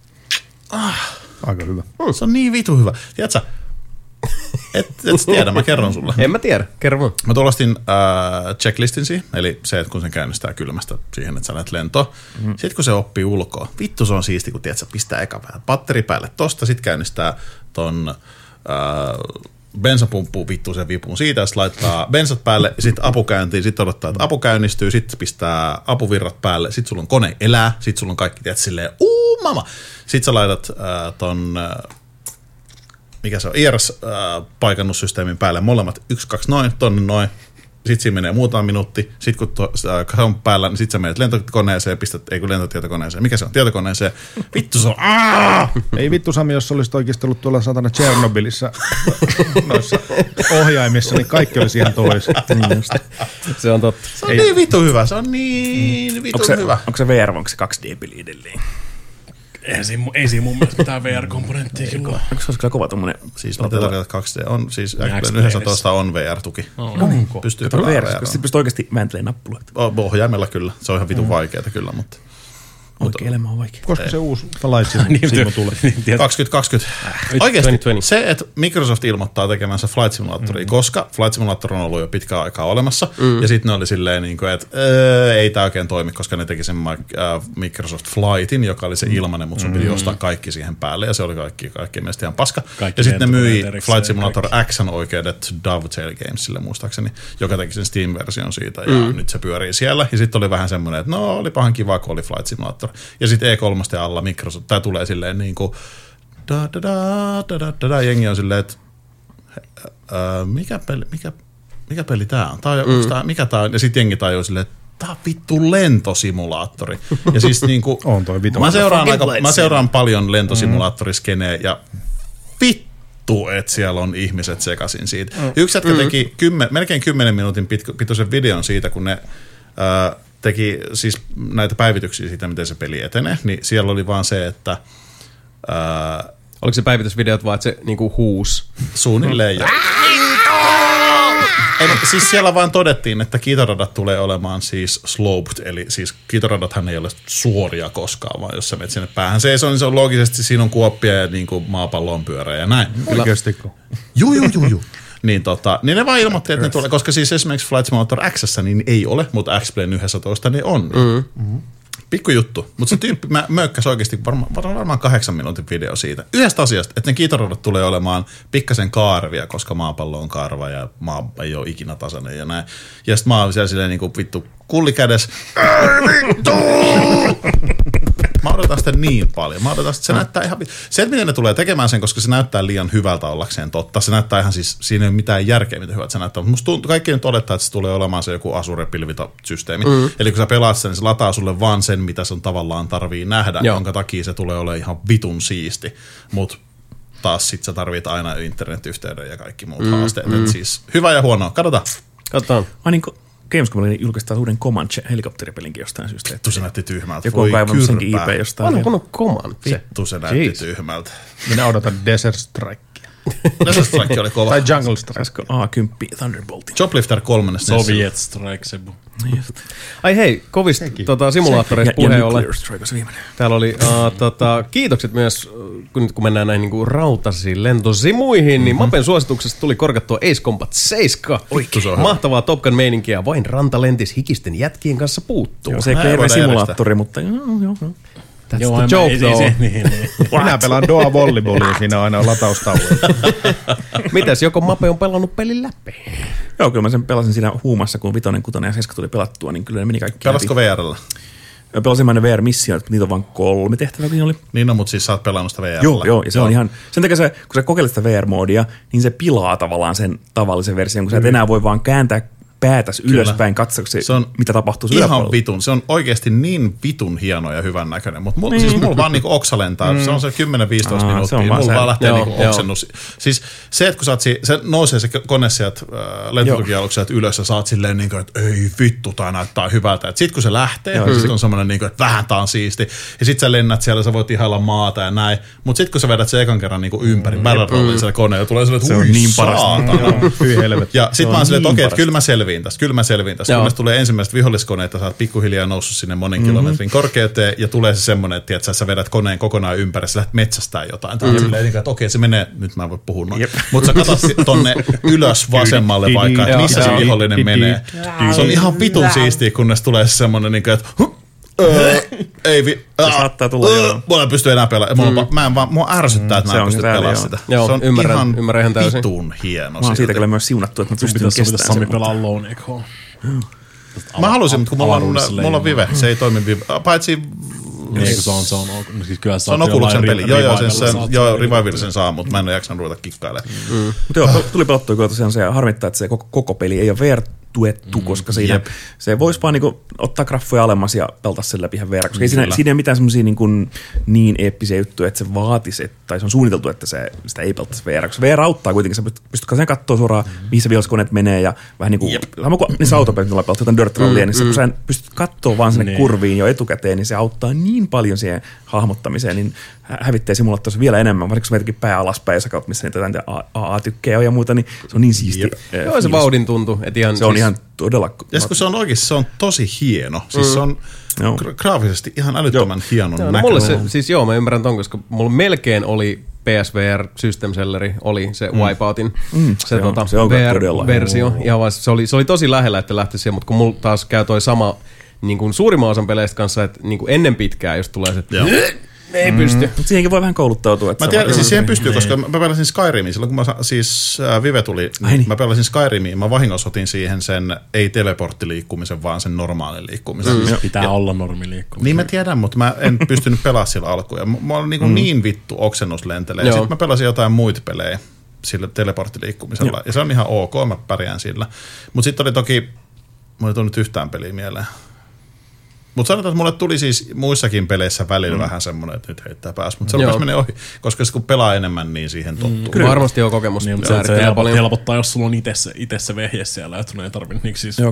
[SPEAKER 5] Aika hyvä.
[SPEAKER 4] Se on niin vitu hyvä. Tiedätkö, et tiedä, mä kerron sulle.
[SPEAKER 1] En mä tiedä, kerro mun.
[SPEAKER 4] Mä tulostin checklistin siihen, eli se, että kun sen käynnistää kylmästä siihen, että sä lähdet lentoon. Sitten kun se oppii ulkoa, vittu se on siisti, kun tiedät, pistää eka vähän batteri päälle tosta, sit käynnistää ton bensapumppuun vittu sen vipun siitä, sitten laittaa bensat päälle, sitten apu käyntiin, sitten odottaa, että apu käynnistyy, sitten pistää apuvirrat päälle, sitten sulla on kone elää, sitten sulla on kaikki, tiedät, silleen, mama. Sitten sä laitat ton... mikä se on, IRS-paikannussysteemin päälle, molemmat 1, 2, noin, tonne noin. Sitten siinä menee muutama minuutti. Sitten kun se on päällä, niin sitten sä menet lentokoneeseen, lentotietokoneeseen. Mikä se on? Tietokoneeseen. Vittu se on.
[SPEAKER 5] Ei vittu Sami, jos olisit oikeasti ollut tuolla satana Tchernobylissa noissa ohjaimissa, niin kaikki olisi ihan toisin.
[SPEAKER 1] Se on totta.
[SPEAKER 4] Se on niin vittu hyvä. Se on niin vittu hyvä.
[SPEAKER 3] Onko se VR, onko se 2D-peli edelleen?
[SPEAKER 6] Ei siinä mun mielestä mitään VR-komponenttia kyllä.
[SPEAKER 3] Onko se olisi kyllä kova tommonen?
[SPEAKER 4] Siis mä tarkoitan 2D. On, siis X11 on VR-tuki.
[SPEAKER 5] Onko?
[SPEAKER 4] Pystyy pelaamaan VR.
[SPEAKER 3] Sitten pystyy oikeasti vääntelemään nappuloita.
[SPEAKER 4] Ohjaimella kyllä. Se on ihan vitun vaikeaa kyllä, mutta...
[SPEAKER 3] Oikein elämä on vaikea.
[SPEAKER 5] Koska se uusi Flight Simulator tulee?
[SPEAKER 4] 2020. Oikeasti se, että Microsoft ilmoittaa tekemänsä Flight Simulatoria, koska Flight Simulator on ollut jo pitkään aikaa olemassa, ja sitten ne oli silleen, että ei tämä oikein toimi, koska ne teki sen Microsoft Flightin, joka oli se ilmanen, mutta sun piti ostaa kaikki siihen päälle, ja se oli kaikki mielestä ihan paska. Ja sitten ne myi Flight Simulator X:n oikeudet Dovetail Gamesille muistaakseni, joka teki sen Steam-version siitä, ja nyt se pyörii siellä. Ja sitten oli vähän semmoinen, että no olipahan kiva, kun oli Flight Simulator. Ja sitten E3 alla Microsoft, tää tulee silleen niin kuin jengi on silleen, että mikä peli tää on? Mikä tää on? Ja sit jengi tajuu silleen, että tää on vittu lentosimulaattori. Ja siis niinku,
[SPEAKER 5] on toi vittu.
[SPEAKER 4] Mä seuraan paljon lentosimulaattoriskeneä ja vittu, että siellä on ihmiset sekaisin siitä. Yksi jätkä teki melkein 10 minuutin pituisen videon siitä, kun ne teki siis näitä päivityksiä siitä, miten se peli etenee, niin siellä oli vaan se, että
[SPEAKER 1] oliko se päivitysvideot vaan, että se niinku huusi?
[SPEAKER 4] Suunnilleen jo. Siis siellä vaan todettiin, että kiitoradat tulee olemaan siis sloped, eli siis kiitoradathan ei ole suoria koskaan, vaan jos sä menet sinne päähän seisoo, niin se on loogisesti, siinä on kuoppia ja niin kuin maapallo on pyörä ja näin.
[SPEAKER 5] Oikeastiko?
[SPEAKER 4] Juu. Niin, niin ne vaan ilmoitti, että ne tulee, koska siis esimerkiksi Flight Simulator X:ssä niin ei ole, mutta X-Plane 11 niin on. Pikku juttu, mutta se tyyppi mökkäsi oikeasti varmaan 8 minuutin video siitä. Yhdestä asiasta, että ne kiitoradat tulee olemaan pikkasen kaarvia, koska maapallo on karva ja maa ei ole ikinä tasainen ja näin. Ja sitten mä oon siellä silleen niinku vittu kulli kädessä. Vittu! Mä odotan sitä niin paljon. Mä odotan, että se näyttää ihan... Se, että miten ne tulee tekemään sen, koska se näyttää liian hyvältä ollakseen totta. Se näyttää ihan siis... Siinä ei ole mitään järkeä, mitä hyvältä se näyttää. Mutta musta tuntuu, kaikki nyt odottaa, että se tulee olemaan se joku Azure-pilvitasysteemi. Eli kun sä pelaat sen, niin se lataa sulle vaan sen, mitä sun tavallaan tarvii nähdä, jonka takia se tulee olemaan ihan vitun siisti. Mutta taas sit sä tarvit aina internetyhteyden ja kaikki muut haasteet. Et siis hyvä ja huono. Katsotaan.
[SPEAKER 3] Gamescomille julkaistaan uuden Comanche-helikopteripelinkin jostain syystä.
[SPEAKER 4] Vittu se näytti tyhmältä.
[SPEAKER 3] Joku on kaivannut senkin IP jostain.
[SPEAKER 1] Vanha Comanche.
[SPEAKER 4] Vittu se näytti tyhmältä.
[SPEAKER 5] Minä odotan Desert Strike.
[SPEAKER 4] Desert Strike oli kova.
[SPEAKER 5] Tai Jungle Strike.
[SPEAKER 3] A10 Thunderboltin.
[SPEAKER 4] Shoplifter 3.
[SPEAKER 6] Soviet Strike, Sebu.
[SPEAKER 1] Ai hei, kovista simulaattoreista puheen ollen. Täällä oli kiitokset myös, kun mennään näihin niinku rautaisiin lentosimuihin, niin Mapen suosituksesta tuli korkattua Ace Combat 7. Mahtavaa Top Gun -meininkiä, vain rantalentis hikisten jätkien kanssa puuttuu.
[SPEAKER 3] Se ei ole simulaattori, mutta joo.
[SPEAKER 1] That's the joke, though.
[SPEAKER 5] Minä pelaan Doa volleyballia, siinä aina on lataustauolla.
[SPEAKER 1] Mitäs, joko Mape on pelannut pelin läpi?
[SPEAKER 3] Joo, kyllä mä sen pelasin siinä huumassa, kun 5, 6 ja 7 tuli pelattua, niin kyllä ne meni kaikki.
[SPEAKER 4] Pelasko VR:llä?
[SPEAKER 3] Pelasin mä ne VR-missioon, että niitä on vain 3 tehtävää, kun oli.
[SPEAKER 4] Niin on, mutta siis sä oot pelannut sitä VR:llä.
[SPEAKER 3] Joo, ja se on ihan, sen takia kun sä kokeilet sitä VR-moodia, niin se pilaa tavallaan sen tavallisen version, kun sä et enää voi vaan kääntää päätäs ylöspäin katsoksi, se on mitä tapahtuu
[SPEAKER 4] ihan vitun. Se on oikeasti niin vitun hieno ja hyvän näköinen. Mutta siis mulla vaan niinku oksa lentää. Se on se 10-15 minuuttia. Mulla vaan lähtee niinku oksennus. Siis se, että kun sä oot se nousee se kone sieltä lentotukialukselta ylös ja sä oot silleen niinku, että ei vittu, tää näyttää hyvältä. Et sit kun se lähtee, niin sit on semmoinen niinku, että vähän tää on siisti. Ja sit sä lennät siellä, sä voit ihailla maata ja näin. Mut sit kun sä vedät se ekan kerran niinku ympäri barrel rollin siellä koneella, tulee silleen, että
[SPEAKER 3] se on niin parasta.
[SPEAKER 4] Ja sit mä oon silleen, että okei, että kyllä mä selviin tästä. Kunnes tulee ensimmäiset viholliskoneet, sä oot pikkuhiljaa noussut sinne monen kilometrin korkeuteen ja tulee se semmoinen, että sä vedät koneen kokonaan ympäri, sä lähdet metsästään jotain. Silleen, että okei, se menee, nyt mä en voi puhua noin. Mutta sä katsot tonne ylös vasemmalle vaikka, että missä se vihollinen menee. Se on ihan vitun siistiä, kunnes tulee se semmoinen, että
[SPEAKER 3] se saattaa tulla joo.
[SPEAKER 4] Mulla ei pysty enää pelaamaan. Mua ärsyttää, että mä en pysty pelaamaan sitä.
[SPEAKER 1] Joo, se on
[SPEAKER 4] ymmärrän
[SPEAKER 1] ihan täysin.
[SPEAKER 4] Vitun hieno.
[SPEAKER 3] Mä oon siitä kyllä myös siunattu, että mä pystyn kestämään sen.
[SPEAKER 6] Sami pelaa Lone Echo.
[SPEAKER 4] Mä haluaisin, mutta kun mulla on Vive, se ei toimi Vive. Paitsi...
[SPEAKER 6] Se
[SPEAKER 4] on Oculus'en peli. Joo, Revival sen saa, mutta mä en ole jaksanut ruveta kikkailemaan.
[SPEAKER 3] Mutta joo, tuli pelattua kyllä tosiaan se harmittaa, että se koko peli ei ole VR-tuettu, koska se voisi vaan niinku ottaa graffoja alemmas ja pelata sen läpi ihan VR, koska siinä ei ole mitään semmoisia niin eeppisiä juttuja, että se vaatisi, tai se on suunniteltu, että sitä ei peltaisi VR, koska VR auttaa kuitenkin, sä pystyt sen katsoa suoraan, mihin se viholliskoneet menee ja vähän niin kuin, sama kuin niissä autopelit, joilla pelataan jotain Dirt Rallia, niin kun sä pystyt katsoa vaan sinne kurviin jo etukäteen, niin se auttaa niin paljon siihen hahmottamiseen, niin hävittää simulaattorissa vielä enemmän, vaikka se jotenkin pää alaspäin ja sä kaut, missä niitä AA-tykkejä on ja muuta, niin se on niin siisti.
[SPEAKER 1] Joo, se vauhdin tuntuu.
[SPEAKER 3] Se on ihan todella...
[SPEAKER 4] Ja kun se on oikeasti, se on tosi hieno. Siis se on graafisesti ihan älyttömän hienon näköinen.
[SPEAKER 1] Mulle se, siis joo, mä ymmärrän ton, koska mulla melkein oli PSVR System Selleri, oli se Wipeoutin se VR-versio. Ja se oli tosi lähellä, että lähtisi siihen, mutta kun mulla taas käy toi sama niin kuin suurimman osan peleistä kanssa, että niin kuin ennen pitkää just tulee se, että ei pysty.
[SPEAKER 3] Mutta siihenkin voi vähän kouluttautua.
[SPEAKER 4] Mä tiedän, siis siihen pystyy, koska mä pelasin Skyrimiin. Silloin kun Vive tuli, niin mä pelasin Skyrimiin. Mä vahingossa otin siihen sen ei teleporttiliikkumisen, vaan sen normaalin liikkumisen.
[SPEAKER 6] Pitää olla normiliikkumisen.
[SPEAKER 4] Niin mä tiedän, mutta mä en pystynyt pelaamaan sillä alkuun. Ja mä olin niin vittu oksennus lentelee. Sitten mä pelasin jotain muita pelejä. sillä teleporttiliikkumisella. Ja se on ihan ok, mä pärjään sillä. Mutta sitten oli toki, mulla ei tullut yhtään peliä mieleen. Mutta sanotaan, että mulle tuli siis muissakin peleissä välillä vähän semmoinen, että nyt heittää päässä, mutta se rupesi menee ohi, koska kun pelaa enemmän, niin siihen tottuu.
[SPEAKER 1] Kyllä varmasti on kokemus.
[SPEAKER 6] Niin, se helpottaa, jos sulla on itse se vehje siellä, että sun ei tarvitse niin siis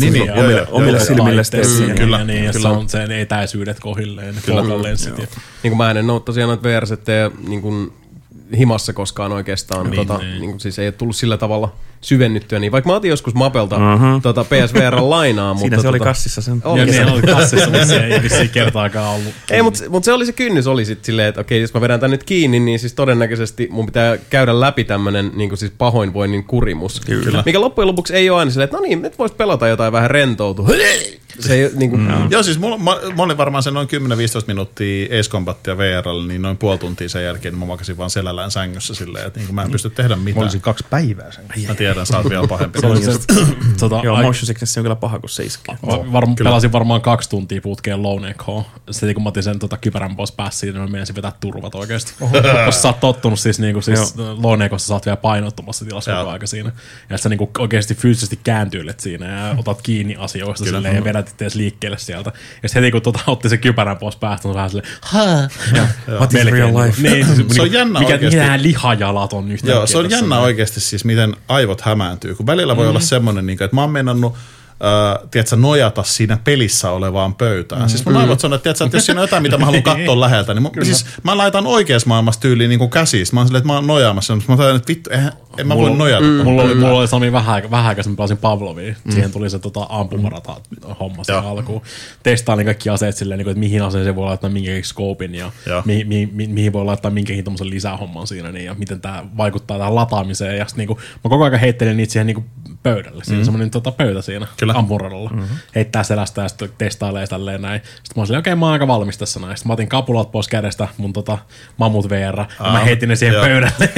[SPEAKER 3] omille silmille tehdä.
[SPEAKER 6] Kyllä. Niin, se on sen etäisyydet kohilleen, focal-lenssit.
[SPEAKER 1] Niin kuin mä en ole tosiaan noita VR-settejä niin kuin himassa koskaan oikeastaan. Niin siis ei ole tullut sillä tavalla syvennyttyä. Niin vaikka mä otin joskus Mapelta PSVR-lainaa.
[SPEAKER 3] Siinä se oli kassissa sen.
[SPEAKER 6] Se oli kassissa, mutta se ei vissiin kertaakaan ollut.
[SPEAKER 1] Ei, mutta se oli se kynnys oli sitten silleen, että okei, jos mä vedän tän nyt kiinni, niin siis todennäköisesti mun pitää käydä läpi tämmönen niin kuin siis pahoinvoinnin kurimus. Kyllä. Mikä loppujen lopuksi ei ole aina silleen, että no niin, nyt vois pelata jotain vähän rentoutua. Se ei niin kuin...
[SPEAKER 4] Joo, siis mä olin varmaan se noin 10-15 minuuttia Ace Combatia VR:llä, niin noin puoli tuntia sen jälkeen mä makasin vaan selällään sängyssä silleen, että niin mä en pysty tehdä mitään.
[SPEAKER 5] Mä olisin 2 päivää sen.
[SPEAKER 4] Mä tiedän, sä oot vielä pahempi.
[SPEAKER 3] Joo, motion sickness on kyllä paha, kun se iskee.
[SPEAKER 6] Pelasin varmaan 2 tuntia putkeen Lone Echo. Sitten kun mä otin sen kypärän pois päässä siitä, niin menisin vetää turvat oikeesti. Koska sä oot tottunut siis Lone Echossa sä oot vielä painottomassa tilassa koko aika siinä. Ja sä niinku oikeesti fyysisesti kääntyilet siinä ja otat kiinni asioista silleen ja vedät ittees liikkeelle sieltä. Ja sitten heti kun otti se kypärän pois päästä, on vähän silleen
[SPEAKER 3] what is real life?
[SPEAKER 6] Niin,
[SPEAKER 4] se on jännä oikeesti.
[SPEAKER 6] Mikä lihajalat on yhtäkkiä.
[SPEAKER 4] Joo, se on jännä oikeesti siis, miten aivot hämääntyy. Kun välillä voi olla semmoinen, että mä oon meinannut tiedätkö, nojata siinä pelissä olevaan pöytään. Siis mun aivot sanoo, että jos siinä on jotain, mitä mä haluan katsoa läheltä, niin siis mä laitan oikeassa maailmassa tyyliin niin kuin käsissä. Mä oon silleen, että mä oon nojaamassa. Mä oon että vittu, en mä voi nojata.
[SPEAKER 6] Mulla oli Sami vähän aikaisemmin pelasin Pavlovia. Siihen tuli se ampumarata homma siihen alkuun. Testailin kaikki aseet silleen, että mihin aseeseen voi laittaa minkäkin scoopin ja mihin voi laittaa minkäkin tommosen lisähomman siinä ja miten tää vaikuttaa tähän lataamiseen. Ja sitten mä koko ajan heittelin niitä siihen pöydälle. Siinä on semmoinen pöytä siinä. Ampuradalla. Heittää selästä ja sitten testailee tälleen näin. Sitten mä oon silleen, okei, mä oon aika valmis tässä näin. Sitten mä otin kapulat pois kädestä, mun Mammut VR, ja mä heitin ne siihen pöydälle.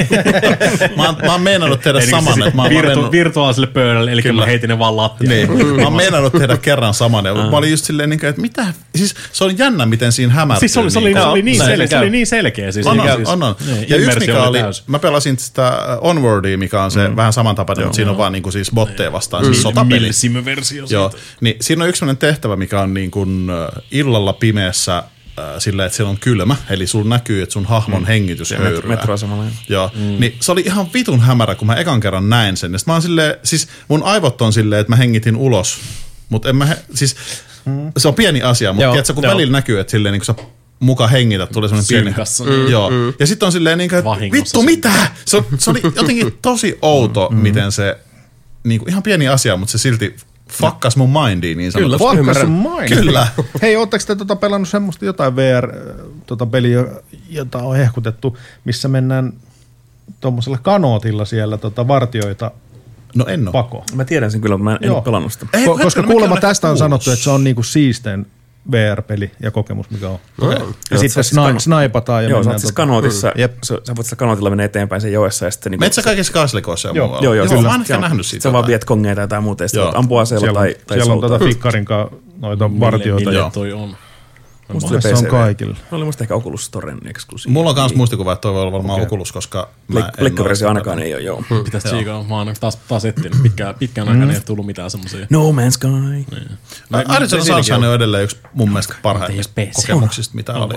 [SPEAKER 4] mä oon meinannut tehdä saman.
[SPEAKER 6] Virtuaaliselle pöydälle, eli mä heitin ne vaan lattialle.
[SPEAKER 4] Niin. Mä oon meinannut tehdä kerran saman. Ja mä olin just silleen, että mitä? Siis se oli jännä, miten siinä hämärtyy.
[SPEAKER 6] Siis se oli niin selkeä. Siis
[SPEAKER 4] on. Ja yksi mikä oli, mä pelasin sitä Onwardia, mikä on se vähän samantapainen, mutta siinä on vaan siis botteja vastaan, siis sotapeli. Joo, niin siinä on yksi sellainen tehtävä, mikä on niin kuin illalla pimeässä silleen, että siellä on kylmä, eli sulla näkyy, että sun hahmon hengitys höyryää.
[SPEAKER 3] Metroasemalla.
[SPEAKER 4] Joo, niin se oli ihan vitun hämärä, kun mä ekan kerran näin sen. Ja sit mä oon silleen, siis mun aivot on silleen, että mä hengitin ulos, mutta en mä, siis se on pieni asia, mutta tiedätkö, kun välillä näkyy, että silleen, niin kun sä muka hengität, tulee semmoinen pieni. Joo, ja sitten on silleen, että vittu mitä? Se oli jotenkin tosi outo, miten se, niin kuin ihan pieni asia, mutta se silti fakkas mun mindiin niin sanotusti.
[SPEAKER 5] Kyllä, fakkas sun mindiin.
[SPEAKER 4] Kyllä.
[SPEAKER 5] Hei, ootteko te pelannut semmoista jotain VR-peliä, jota on hehkutettu, missä mennään tuommoisella kanootilla siellä vartioita
[SPEAKER 4] No en ole.
[SPEAKER 5] Pako.
[SPEAKER 3] Mä tiedän sen kyllä, mutta mä en ole pelannut sitä.
[SPEAKER 5] Koska kuulemma tästä on sanottu, että se on niinku siistein VR-peli ja kokemus, mikä on. Okay. Ja sitten snaipataan ja
[SPEAKER 3] joo, mennään. Joo, siis kanootissa. Sä voit sitä kanootilla mennä eteenpäin sen joessa.
[SPEAKER 4] Menet sä kaikissa kaslikoissa ja muualla?
[SPEAKER 3] Joo,
[SPEAKER 4] kyllä. Mä oon ehkä nähnyt siitä.
[SPEAKER 3] Sä vaan viet kongeita tai jotain muuta, ja sitten ampuu aseella tai
[SPEAKER 5] siellä on fikkarinkaan noita vartioita.
[SPEAKER 6] Mille toi on?
[SPEAKER 5] Se on kaikilla.
[SPEAKER 3] Se oli musta ehkä Oculus Storen eksklusiivi.
[SPEAKER 4] Mulla on kans muistikuva, että toi voi olla varmaan Oculus, koska
[SPEAKER 3] Pleikkaversio ainakaan ei ole, joo.
[SPEAKER 6] Pitäis tsiikaa. Mä oon taas etsinyt. Pitkään aikaan ei ole tullut mitään semmosia.
[SPEAKER 3] No Man's Sky.
[SPEAKER 4] Arizona Sunshine on edelleen yksi mun mielestä parhaimmista kokemuksista, mitä oli.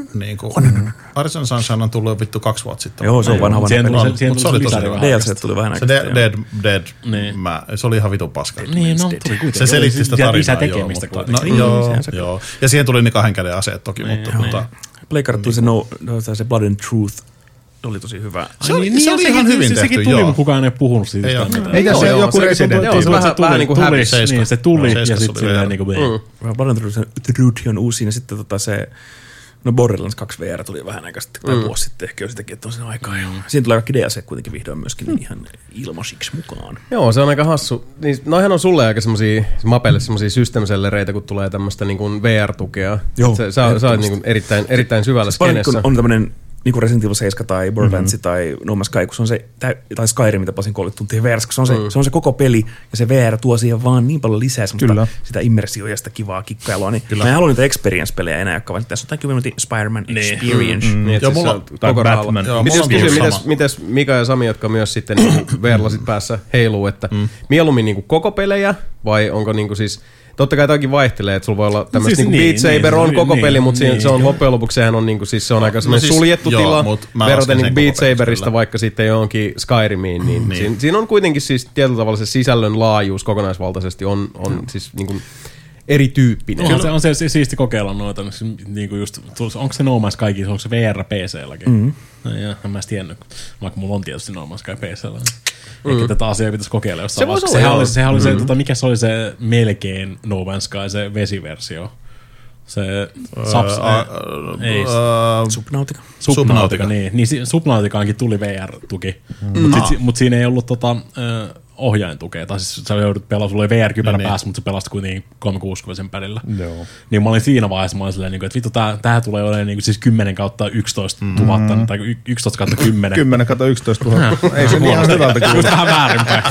[SPEAKER 4] Arizona Sunshine on tullut vittu 2 vuotta sitten.
[SPEAKER 3] Joo, se on vanha
[SPEAKER 6] peli.
[SPEAKER 4] Mutta se oli tosi hyvä.
[SPEAKER 3] DLC tuli vähän
[SPEAKER 4] aikaa. Dead, se oli ihan vitun paska.
[SPEAKER 6] Niin, no tuli kuitenkin.
[SPEAKER 4] Se selitti sitä tarinaa.
[SPEAKER 6] Lisää tekemistä kuitenkin.
[SPEAKER 4] Joo. Ja siihen tuli niin 2 käden aseet toki, mutta
[SPEAKER 3] Pleikkarit tuli se Blood and Truth. Oli tosi hyvä.
[SPEAKER 4] Se oli ihan hyvin tehty,
[SPEAKER 6] sekin tuli, mutta kukaan ei puhunut siitä.
[SPEAKER 5] Ei tässä joku Resident
[SPEAKER 1] Evil. Se vähän niin kuin hävisi.
[SPEAKER 6] Niin, se tuli ja sitten silleen niin kuin
[SPEAKER 3] Blood and Truth on uusi ja sitten se Borderlands 2 VR tuli vähän aikaa sitten, tai vuosi sitten ehkä jo sitäkin, että on sen aikaa. Siinä tulee kaikki DLC kuitenkin vihdoin myöskin ihan ilmaisiksi mukaan.
[SPEAKER 1] Joo, se on aika hassu. Niin, noihän on sulle aika semmosia, Mapelle semmosia system-sellereitä, kun tulee tämmöstä niin kuin VR-tukea.
[SPEAKER 3] Joo.
[SPEAKER 1] Sä oot niin kuin erittäin syvällä skenessä.
[SPEAKER 3] On tämmönen niin kuin Resident Evil 7 tai Borderlands tai No Man's Sky, kun se on se, tai Skyrim, mitä pasin 30 tuntia VR, kun se on se koko peli, ja se VR tuo siihen vaan niin paljon lisää sitä immersioa ja sitä kivaa kikkailua, niin mä en halua niitä experience-pelejä enää, jotka vaan tässä on 10 minuutin Spider-Man experience.
[SPEAKER 1] Joo, mulla on Batman. Mites Mika ja Sami, jotka myös sitten VR-lasit päässä heiluu, että mieluummin niinku koko pelejä, vai onko niinku siis... Totta kai toki vaihtelee, että sulla voi olla tämmöistä siis Beat Saber on koko peli, mutta se on loppujen lopuksi sehän on niinku siis se on aika semmoinen suljettu tila verraten niinku Beat Saberista vaikka sitten johonkin Skyrimiin, niin siinä on kuitenkin siis tietyllä tavalla se sisällön laajuus kokonaisvaltaisesti on siis niinku erityyppinen.
[SPEAKER 6] On se siisti kokeilla noita, niinku just onko se No Man's Sky, onko se VR PC-lläkin? Ja en mä tiennyt, vaikka mulla on tietysti No Man's Sky PC-llä. Ehkä tätä asiaa pitäisi kokeilla jossain vaiheessa. Sehän oli se, mikä se oli se melkein No Man's Sky, se vesiversio. Se Subnautica, niin Subnauticaankin tuli VR-tuki, mutta siinä ei ollut ohjaintukea, tai siis sä joudut pelaamaan, sulla oli VR-kypärä päässä, mutta se pelasti kuitenkin 360 padilla. Niin mä olin siinä vaiheessa, mä olin silleen, että vittu, tää tulee olemaan siis 10/11 000, tai 11/10.
[SPEAKER 5] 10/11 000. Ei se niin ihan hyvältä kuulu.
[SPEAKER 6] Just vähän väärinpäin.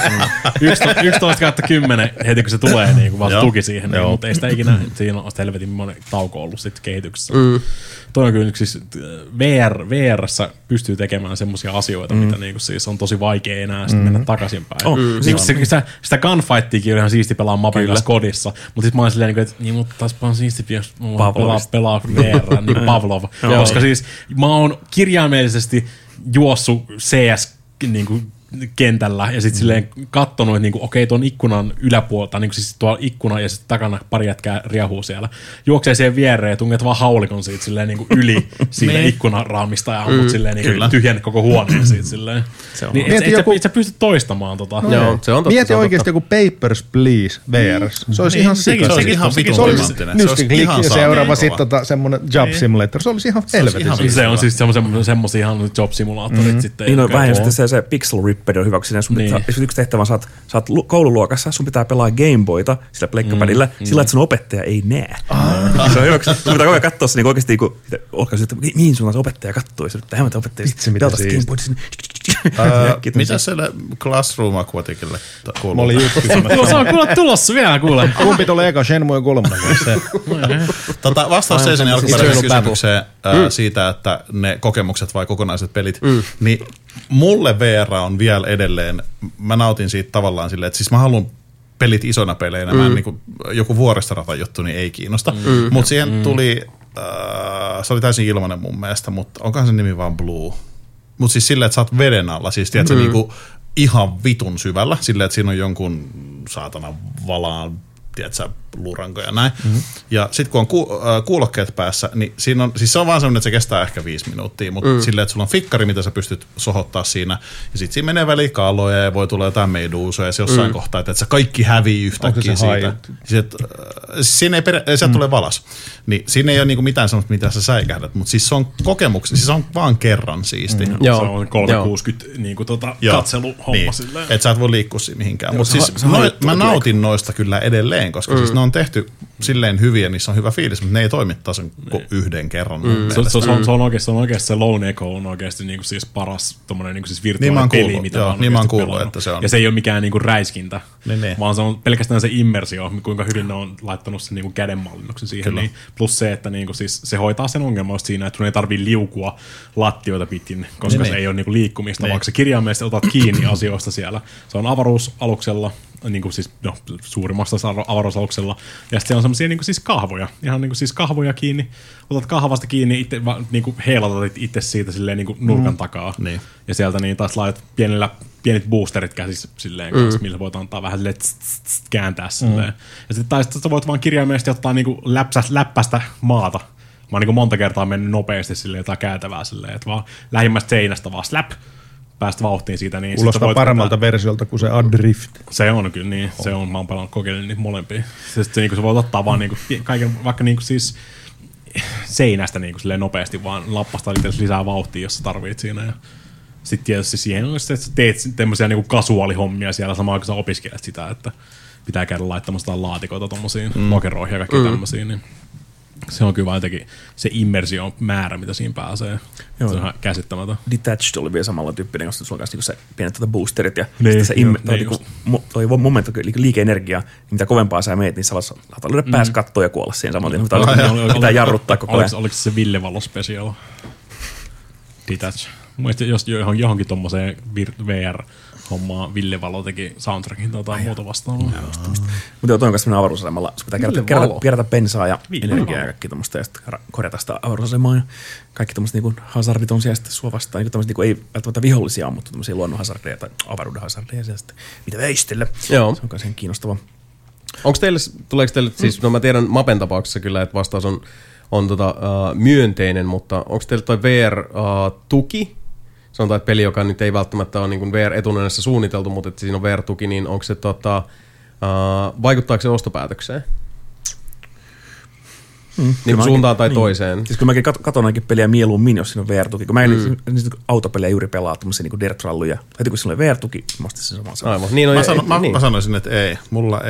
[SPEAKER 6] 11/10 heti kun se tulee, niin vaan tuki siihen, mutta ei sitä ikinä, siinä on helvetin monen tauko ollut sitten kehityksessä. Toi on kyllä siis VR:ssä pystyy tekemään semmoisia asioita, mitä niinku siis on tosi vaikea enää sitten mennä takaisinpäin. Sitä gunfightiakin on ihan siisti pelaa mapen kanssa kodissa, mutta sitten mä oon silleen, että niin, mutta taas on siisti, jos pelaa VR, niin kuin Pavlov. Koska siis mä oon kirjaimellisesti juossut CS niinku kentällä ja sitten silleen kattonut, että niinku, okei, tuon ikkunan yläpuolta, niinku siis tuolla ikkuna ja sitten takana pari jätkää riahuu siellä. Juoksee siihen viereen ja tunget vaan haulikon siitä silleen niinku yli siitä ikkunaraamista ja ammut silleen niinku tyhjän koko huoneen siitä silleen. Niin et sä pysty toistamaan tota.
[SPEAKER 1] Joo, se on totta.
[SPEAKER 5] Mieti oikeesti joku Papers, Please VR:ssä. Se olisi ihan sika.
[SPEAKER 4] Se olisi ihan vitumanttinen.
[SPEAKER 5] Se olisi ihan seuraava sitten semmonen Job Simulator. Se olisi ihan helvetin.
[SPEAKER 6] Se on siis semmosia ihan Job Simulaattorit sitten.
[SPEAKER 3] Niin on vähän sitten se Pixel Ripper on hyväksi. Jos yksi tehtävä sä oot koululuokassa, sun pitää pelaa Gameboyta sillä pleikkapadilla, sillä että sun opettaja ei näe. Se on hyväksi. Sun pitää koko ajan katsoa se niin oikeasti, että mihin suuntaan se opettaja kattoo. Ja se pitää hämätä opettaja.
[SPEAKER 5] Vitsi, mitä siistiä.
[SPEAKER 4] Mitä siellä Classroom Aquaticille kuuluu?
[SPEAKER 5] Mä olin just kysymässä.
[SPEAKER 6] Se on kuule tulossa vielä kuule.
[SPEAKER 5] Kumpi tulee eka, Shenmue 3?
[SPEAKER 4] Vastaus Seisonin alkuperäiseen kysymykseen siitä, että ne kokemukset vai kokonaiset pelit, niin mulle VR on vielä edelleen, mä nautin siitä tavallaan silleen, että siis mä haluan pelit isona peleinä, mä en niin kuin, joku vuoristorata juttu niin ei kiinnosta, mutta siihen tuli, se oli täysin ilmainen mun mielestä, mutta onkohan se nimi vaan Blue? Mutta siis silleen, että sä oot veden alla, siis tiedätkö, niinku ihan vitun syvällä, silleen, että siinä on jonkun saatana valaan, tiedätkö, luuranko ja näin. Ja sitten kun on kuulokkeet päässä, niin siinä on, siis se on vaan semmoinen, että se kestää ehkä 5 minuuttia, mutta silleen, että sulla on fikkari, mitä sä pystyt sohottaa siinä, ja sitten siinä menee väliin kaaloja ja voi tulla jotain meiduusoja, ja se jossain kohtaa, että sä kaikki hävii yhtäkkiä siitä. Siinä ei sieltä tulee valas. Niin siinä ei ole niinku mitään semmoista, mitä sä säikähdät, mutta siis se on kokemuksia, siis on vaan kerran siisti.
[SPEAKER 6] Se on 360 niinku katseluhomma niin. Silleen.
[SPEAKER 4] Että sä et voi liikkua siinä mihinkään. Mutta siis mä nautin noista kyllä edelleen, koska siis ne on tehty silleen hyviä, niissä on hyvä fiilis, mutta ne ei toimi taas yhden kerran.
[SPEAKER 6] Se on oikeasti se Lone Echo on oikeasti niinku siis paras tommonen niinku siis virtuaalinen peli, mitä on
[SPEAKER 4] niin mä oon kuullut, että se on.
[SPEAKER 6] Ja se ei ole mikään niinku räiskintä, vaan se on pelkästään se immersio, kuinka hyvin ne on laittanut sen niinku kädenmallinnuksen siihen. Niin, plus se, että niinku siis se hoitaa sen ongelman siinä, että sun ei tarvii liukua lattioita pitkin, koska se ei ole niinku liikkumista, vaan se kirjaimellisesti otat kiinni asioista siellä. Se on avaruusaluksella, niinku siis suurimmassa avaruusaluksella, ja sitten on semmosia niinku siis kahvoja, ihan niinku siis kahvoja kiinni, otat kahvasta kiinni, itse niinku heilatat itse siitä silleen niinku nurkan takaa, ja sieltä niin taas laitat pienet boosterit käsissä silleen kanssa, millä voit antaa vähän silleen kääntää silleen. Ja sitten taas sä voit vaan kirjaimellisesti ottaa niinku läppästä maata. Mä oon niinku monta kertaa mennyt nopeasti silleen jotain käytävää silleen, että vaan lähimmästä seinästä vaan slap, päästä vauhtiin siitä. Niin
[SPEAKER 5] kuulostaa paremmalta versiolta kuin se Adrift.
[SPEAKER 6] Se on kyllä niin, se on, mä oon pelannut kokeillut niitä molempia. Se niinku, sä voit ottaa vaan niinku, kaiken, vaikka niinku siis seinästä niinku silleen nopeasti vaan lappasta lisää vauhtia, jos sä tarvit siinä. Ja sitten tietysti siihen on se, että sä teet tämmöisiä niinku kasuaalihommia siellä samaan, kun sä opiskelet sitä, että pitää käydä laittamassa laatikoita tommosiin lokeroihin ja kaikki tämmöisiin. Niin Se on kyllä jotenkin se immersion määrä, mitä siinä pääsee. Joo. Se on ihan käsittämätön.
[SPEAKER 3] Detached oli vielä samalla tyyppinen, koska sulla on myös se pienet boosterit ja
[SPEAKER 6] niin,
[SPEAKER 3] se toi momentti, liike-energia, niin mitä kovempaa sä meet, niin sä saat löydä päässä kattoa ja kuolla siihen samalla. Pitää jarruttaa koko ajan.
[SPEAKER 6] Oliko se Ville Valo special? Detached. Mielestäni jos johonkin tommoseen VR-hommaan Ville Valo teki soundtrackin tai muuta vastaavaa.
[SPEAKER 3] Mutta toi on myös avaruusasemalla. Se pitää kerätä bensaa ja energiaa ja kaikki tommoista ja sitten korjata sitä avaruusasemaa. Ja kaikki tommoset niinku hazardit on siellä sitten sua vastaan. Niinku tommoset niinku ei välttämättä vihollisia, mutta tommosia luonnon hazardeja tai avaruuden hazardeja siellä sitten. Mitä väistellä. Joo. Se on myös ihan kiinnostavaa.
[SPEAKER 1] Tuleeko teille, siis no mä tiedän Mapen tapauksessa kyllä, että vastaus on myönteinen, mutta onko teille toi VR-tuki? Sanotaan, että peli, joka nyt ei välttämättä ole niin VR-etunenässä suunniteltu, mutta että siinä on VR-tuki, niin onko se, vaikuttaako se ostopäätökseen? Niin suuntaan tai toiseen.
[SPEAKER 3] Siis kun mäkin katon ainakin peliä mieluummin, jos siinä on VR-tuki. Kun mä en autopelejä juuri pelaa tuommoisia niin dirt-ralluja. Heti kun siinä on VR-tuki, mä ostin sen saman.
[SPEAKER 1] Aivan. Niin,
[SPEAKER 4] mä sanoisin, että ei. Mulla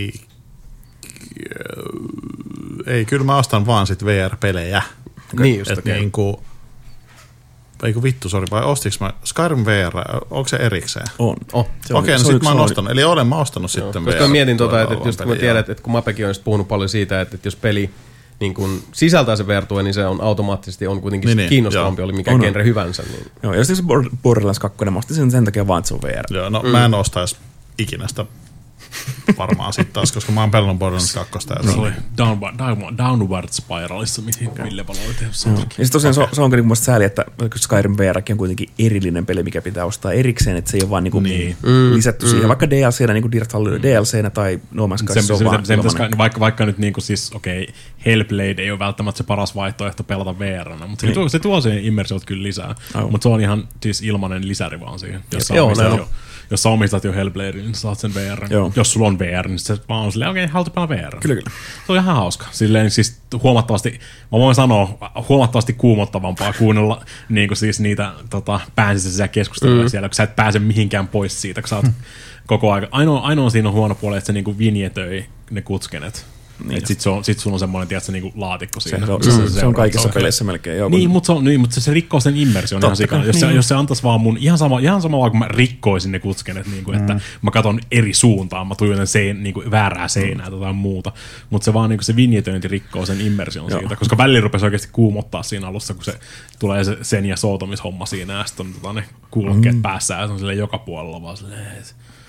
[SPEAKER 4] ei, kyllä mä ostan vaan sit VR-pelejä.
[SPEAKER 1] Niin just
[SPEAKER 4] niinku, eikö vittu, sori, vai ostiks mä Skyrim VR, onko se erikseen?
[SPEAKER 3] On.
[SPEAKER 4] Okei, no sit mä oon ostanut, eli olen mä ostanut sitten VR.
[SPEAKER 1] Koska mietin että just kun mä tiedän, että kun Mapekin on just puhunut paljon siitä, että jos peli niin kun sisältää se VR-tuen, niin se on automaattisesti kuitenkin kiinnostavampi, oli mikä genre hyvänsä. Niin.
[SPEAKER 3] Joo, jos se Borderlands 2, mä ostin sen takia vaan, että se on VR.
[SPEAKER 4] Joo, no mä en ostais ikinä sitä varmaan sitten taas, koska mä oon pelannut Borderlands 2.
[SPEAKER 6] Se oli Downward Spiralissa, mihin Ville valoitiin.
[SPEAKER 3] Ja sitten tosiaan se onkin mun sääli, että Skyrim VRkin on kuitenkin erillinen peli, mikä pitää ostaa erikseen, että se ei ole vaan lisätty siihen, vaikka DLCnä, niin kuin Dirt Rally DLCnä tai No Man's Sky, se on vaan
[SPEAKER 6] vaikka nyt niin kuin siis, Hellblade ei ole välttämättä se paras vaihtoehto pelata VR:nä, mutta se tuo siihen immersiot kyllä lisää. Mutta se on ihan siis ilmainen lisäri vaan siihen. Jos sä omistat jo Hellblade, niin saat sen VR. Jos sulla on VR, niin se vaan on silleen, okei, haluat pelaa VR.
[SPEAKER 3] Kyllä.
[SPEAKER 6] Se on ihan hauska. Silleen siis huomattavasti, mä voin sanoa, huomattavasti kuumottavampaa kuunnella niin kuin siis niitä pääsisäisiä keskusteluja siellä, kun sä et pääse mihinkään pois siitä, kun sä oot koko ajan. Ainoa siinä on huono puoli, että se niinku vinjetöi ne kutskenet. Niin sit sulla on semmoinen, tiedätkö, niinku laatikko siinä.
[SPEAKER 3] Se on kaikissa peleissä melkein. Joo,
[SPEAKER 6] niin, mutta se rikkoo sen immersion ihan sikana. Jos se antaisi vaan mun, ihan samalla kun mä rikkoisin ne kutskenet, niin että mä katon eri suuntaan, mä tuijotan niinku väärää seinää tai jotain muuta. Mutta se vaan niinku se vinjetöinti rikkoo sen immersion siitä, koska välillä rupesi oikeasti kuumottaa siinä alussa, kun se tulee se sen ja soutamishomma siinä, ja sitten on ne kuulokkeet päässä, ja se on silleen joka puolella vaan silleen.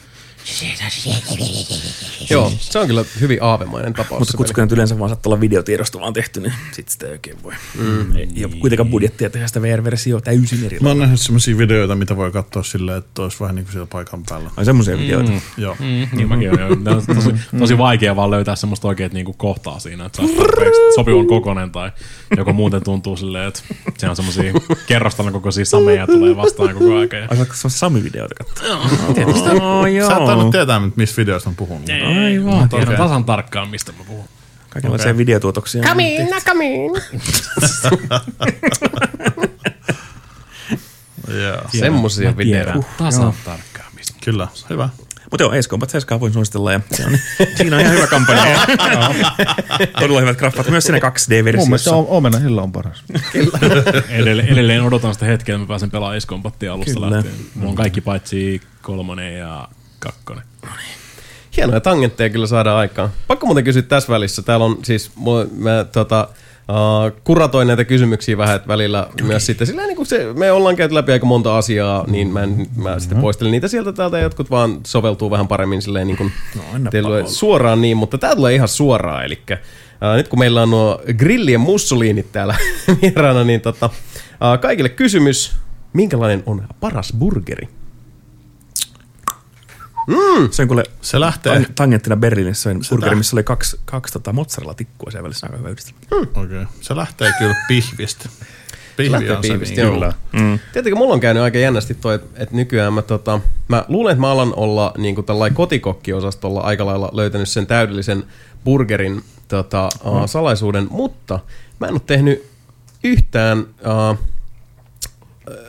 [SPEAKER 1] Joo, se on kyllä hyvin aavemainen tapaus.
[SPEAKER 3] Mutta kutsukenet yleensä vaan saattaa olla videotiedosto vaan tehty, niin sit sitä ei oikein voi. Ei ole kuitenkaan budjettia tehdä sitä VR-versioa täysin erilaista.
[SPEAKER 4] Mä oon nähnyt semmosia videoita, mitä voi katsoa silleen, että olisi vähän niin kuin siellä paikan päällä.
[SPEAKER 3] Ai semmosia videoita?
[SPEAKER 4] Joo.
[SPEAKER 6] Niin mäkin on. Tosi vaikea vaan löytää semmoista oikeet niinku kohtaa siinä, että se on sopivan kokoinen tai joko muuten tuntuu silleen, että se on semmosia kerrostalon kokoisia sameja tulee vastaan koko aika.
[SPEAKER 3] Ai saatko semmosia sami-videoita katsoa?
[SPEAKER 6] Tietysti.
[SPEAKER 4] Sä et tainnut tietää, mistä videoista on puhunut.
[SPEAKER 6] Aivan, tiedän tasan tarkkaan, mistä mä puhun.
[SPEAKER 3] Kaikenlaisia videotuotoksia.
[SPEAKER 1] Come in. Semmosia videoita.
[SPEAKER 6] Tasan tarkkaan, mistä.
[SPEAKER 4] Kyllä, hyvä.
[SPEAKER 3] Mutta joo, Ace Combat 7 voin suositella ja siinä on ihan hyvä kampanja. Todella hyvät graffat. Myös siinä 2D-versiossa.
[SPEAKER 5] Mun mielestä Omena Hilla on paras.
[SPEAKER 6] Edelleen odotan sitä hetkeä, että mä pääsen pelaamaan Ace Combatia alusta lähtien. Mulla on kaikki paitsi 3 ja 2.
[SPEAKER 1] Hienoja tangentteja kyllä saadaan aikaan. Pakko muuten kysyä tässä välissä. Täällä on siis, kuratoin näitä kysymyksiä vähän, että välillä myös sitten sillä niin kuin me ollaan käyty läpi aika monta asiaa, niin mä sitten poistelin niitä sieltä täältä ja jotkut vaan soveltuu vähän paremmin silleen niin kuin suoraan niin, mutta tää tulee ihan suoraan, eli nyt kun meillä on nuo grillien mussoliinit täällä vieraana, niin kaikille kysymys, minkälainen on paras burgeri?
[SPEAKER 3] Se on kuule,
[SPEAKER 4] se lähtee
[SPEAKER 3] tangenttina Berliinissä on burgeri, missä oli kaksi mozzarella-tikkua siellä välissä, aika hyvä yhdistelmä.
[SPEAKER 4] Okei. Se lähtee kyllä pihvistä.
[SPEAKER 1] Pihvi on se, kyllä. Tiedätkö, mulla on käynyt aika jännästi toi, että nykyään mä luulen, että mä alan olla niin kuin tällainen kotikokkiosastolla aika lailla löytänyt sen täydellisen burgerin salaisuuden, mutta mä en ole tehnyt yhtään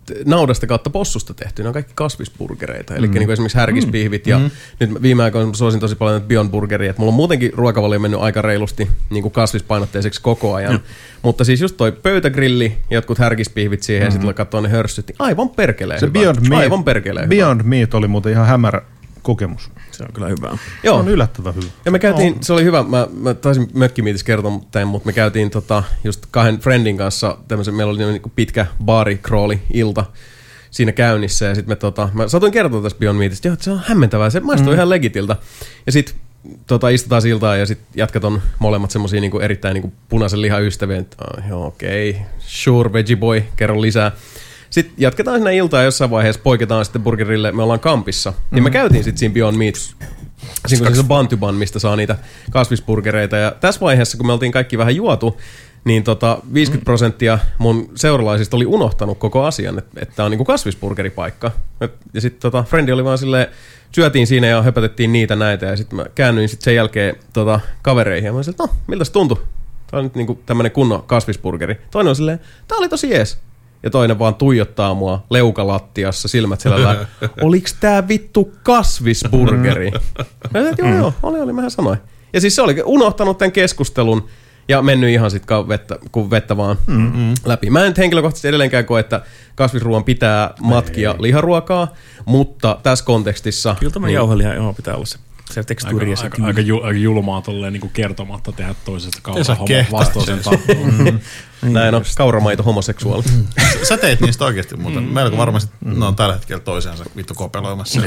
[SPEAKER 1] naudasta kautta possusta tehty. Ne on kaikki kasvisburgereita. Eli niin kuin esimerkiksi härkispihvit. Ja nyt viime aikoina suosin tosi paljon Beyond Burgeria. Mulla on muutenkin ruokavalio mennyt aika reilusti niin kuin kasvispainotteiseksi koko ajan. Mutta siis just toi pöytägrilli, jotkut härkispihvit siihen ja sitten katsoa ne hörssyt. Niin aivan perkeleen
[SPEAKER 5] se
[SPEAKER 1] hyvä.
[SPEAKER 5] Beyond Meat oli muuten ihan hämärä kokemus.
[SPEAKER 3] Se on kyllä hyvä.
[SPEAKER 5] Se on yllättävän hyvä.
[SPEAKER 1] Ja me käytiin, se oli hyvä, mä taisin mökkimiitissä kertoa tämän, mutta me käytiin just 2 friendin kanssa, meillä oli niin pitkä baarikrooli-ilta siinä käynnissä, ja sitten mä satuin kertoa tästä Beyond Meatista, että se on hämmentävää, se maistuu ihan legitiltä. Ja sitten istutaan siltaan, ja sitten jätkät on molemmat semmosia niinku erittäin niinku punaisen lihan ystäviä, että okei, sure, veggie boy, kerro lisää. Sitten jatketaan sinne iltaan ja jossain vaiheessa poiketaan sitten burgerille, me ollaan kampissa. Niin me käytiin sitten siinä Beyond Meat, siinä kun se on Bantuban, mistä saa niitä kasvisburgereita. Ja tässä vaiheessa, kun me oltiin kaikki vähän juotu, niin 50% mun seuralaisista oli unohtanut koko asian, että tää on niinku kasvisburgeripaikka. Ja sitten friendi oli vaan silleen, syötiin siinä ja höpätettiin niitä näitä. Ja sitten mä käännyin sitten sen jälkeen kavereihin ja mä olin silleen, että miltä se tuntui? Tää on nyt niinku tämmönen kunnon kasvisburgeri. Toinen on silleen, tää oli tosi jees. Ja toinen vaan tuijottaa mua leukalattiassa, silmät selällään. Oliks tää vittu kasvisburgeri? Mä sanoin, joo, oli, mähän sanoin. Ja siis se oli unohtanut tämän keskustelun ja mennyt ihan sit kuin vettä vaan läpi. Mä en nyt henkilökohtaisesti edelleenkään koe, että kasvisruoan pitää matkia liharuokaa, mutta tässä kontekstissa...
[SPEAKER 3] Kyllä tämä jauheliha pitää olla se tekstuuri ja se
[SPEAKER 6] aika julmaa tolleen niin kuin kertomatta tehdä toisesta vastoisen tahtoon.
[SPEAKER 1] Näin on, kauramaito homoseksuaali.
[SPEAKER 4] Sä teit niistä oikeasti, mutta melko varmasti ne on tällä hetkellä toisiansa vittu kopeloimassa.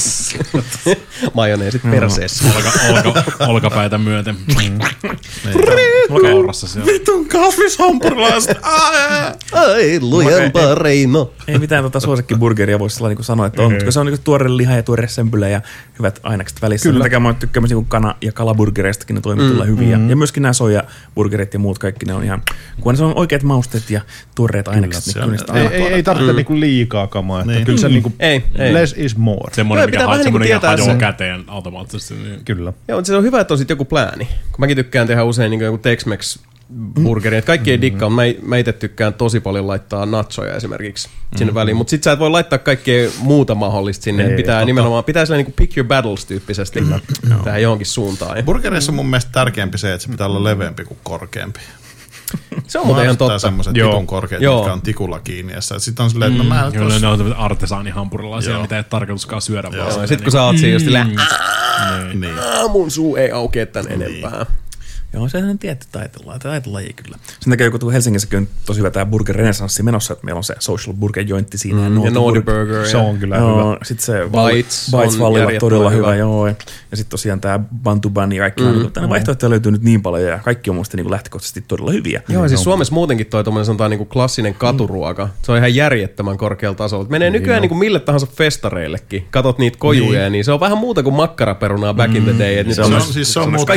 [SPEAKER 1] Majoneesit perseessä.
[SPEAKER 6] Olkapäitä myöten. Kaurassa siellä.
[SPEAKER 4] Vitun kasvishampurilaiset.
[SPEAKER 1] Ai, lujempaa Reino.
[SPEAKER 3] Ei mitään suosikkiburgeria voisi sellainen sanoa, että on. Koska se on niin tuore liha ja tuore sempylä ja hyvät ainekset välissä. Kyllä. Takia mä tykkään myös kana- ja kalaburgereistakin, ne toimii tulla hyviä. Ja myöskin nämä sojaburgerit ja muut kaikki, ne on ihan... Kun se on oikeat mausteet ja tuoreet ainekset, niin kyllä
[SPEAKER 5] ei tarvitse niinku liikaa kamaa. Että kyllä se niinku less is more.
[SPEAKER 6] Semmoinen, mikä hajoaa käteen automaattisesti. Niin.
[SPEAKER 5] Kyllä.
[SPEAKER 1] Joo, se on hyvä, että on sitten joku plääni. Kun mäkin tykkään tehdä usein niin joku Tex-Mex burgeri. Että kaikki ei dikkaa. Mä itse tykkään tosi paljon laittaa nachoja esimerkiksi sinne väliin. Mutta sit sä et voi laittaa kaikkea muuta mahdollista sinne. Ei, pitää nimenomaan niin pick your battles tyyppisesti tähän johonkin suuntaan.
[SPEAKER 4] Burgerissa on mun mielestä tärkeämpi se, että se pitää olla leveämpi kuin korkeampi.
[SPEAKER 1] Se on muuten ihan totta.
[SPEAKER 4] Semmoiset tikun korkeat, jotka on tikulla kiinni. Ja sitten on silleen, että mä
[SPEAKER 6] ne on artesaanihampurilaisia, mitä ei tarkoituskaan syödä.
[SPEAKER 1] Ja sitten kun sä oot siinä just silleen, mun suu ei aukea tän enempää.
[SPEAKER 3] Joo, se on tietty taitolaji kyllä. Sen takia kun Helsingissäkin on tosi hyvä tämä burger renesanssi menossa, että meillä on se social burger jointti siinä.
[SPEAKER 1] Ja Naughty Burger.
[SPEAKER 5] Se on kyllä hyvä.
[SPEAKER 3] Sitten se Bites Vallilla todella hyvä. Joo. Ja sitten tosiaan tämä Bantuban ja kaikki. Tänne vaihtoehtoja löytyy nyt niin paljon ja kaikki on musta niin lähtökohtaisesti todella hyviä.
[SPEAKER 1] Joo, siis Suomessa muutenkin toi tommoinen sanotaan niin kuin klassinen katuruoka. Se on ihan järjettömän korkealla tasolla. Menee nykyään niin kuin mille tahansa festareillekin. Katot niitä kojuja, niin se on vähän muuta kuin makkaraperunaa back in the day.
[SPEAKER 4] Se on muuta.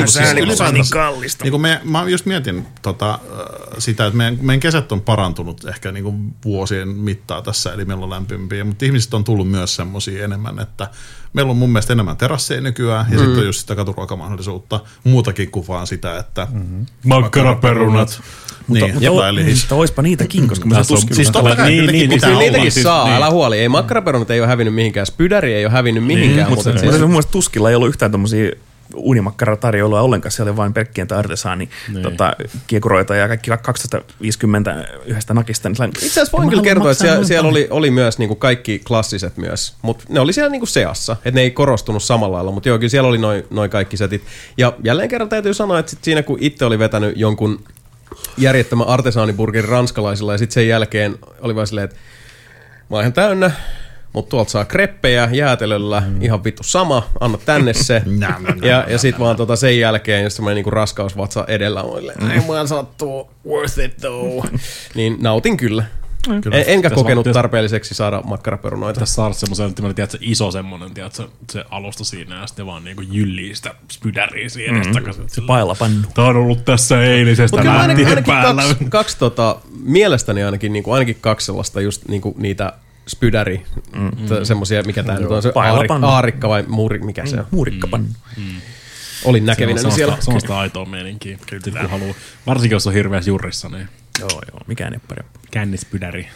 [SPEAKER 4] Mä just mietin sitä, että meidän kesät on parantunut ehkä niin kuin vuosien mittaa tässä, eli meillä on lämpimpiä, mutta ihmiset on tullut myös semmoisia enemmän, että meillä on mun mielestä enemmän terasseja nykyään, ja sitten on just sitä katuruokamahdollisuutta, muutakin kuin vaan sitä, että
[SPEAKER 6] makkaraperunat.
[SPEAKER 3] Mutta oispa niitäkin, koska mä
[SPEAKER 4] siis totta kai
[SPEAKER 1] niitäkin saa, älä huoli. Ei makkaraperunat ei ole hävinnyt mihinkään, spydäri ei ole hävinnyt mihinkään.
[SPEAKER 3] Mutta mun mielestä tuskilla ei ollut yhtään tommosia uunimakkaratarjoilua ollenkaan, siellä oli vain pelkkien tai artesaani kiekuroita ja kaikki 1250 yhdestä nakista. Niin
[SPEAKER 1] itse asiassa voin kyllä kertoa, että siellä oli myös niinku kaikki klassiset myös, mutta ne oli siellä niinku seassa, että ne ei korostunut samalla lailla, mutta joo, kyllä siellä oli noi kaikki setit. Ja jälleen kerran täytyy sanoa, että sit siinä kun itse oli vetänyt jonkun järjettömän artesaaniburgerin ranskalaisilla ja sitten sen jälkeen oli vaan silleen, että mä oon ihan täynnä, mutta tuolta saa kreppejä jäätelöllä, ihan vittu sama, anna tänne se. Ja sit vaan sen jälkeen, jos semmoinen niinku raskausvatsa edellä on, ei mua sattuu, worth it though. Niin nautin kyllä. Enkä kokenut tarpeelliseksi saada makkaraperunoita.
[SPEAKER 6] Tässä saada semmoisen, tiedätkö, iso semmoinen, se alusta siinä ja sitten vaan niinku jyllii sitä spydäriä siihen.
[SPEAKER 3] Se pailapannu.
[SPEAKER 6] Tää on ollut tässä eilisestä lähtien päällä.
[SPEAKER 1] Kaksi mielestäni ainakin kaksi sellaista just niinku niitä spydäri, semmosia, mikä tää nyt on, se aarikka vai mikä se on?
[SPEAKER 3] Muurikkapannu.
[SPEAKER 1] Olin näkevinä siellä.
[SPEAKER 6] Semmoista aitoa meininkiä, kun haluaa. Varsinkin jos on hirveässä jurrissa, niin...
[SPEAKER 3] Joo, mikään ei parempi.
[SPEAKER 6] Kännispydäri.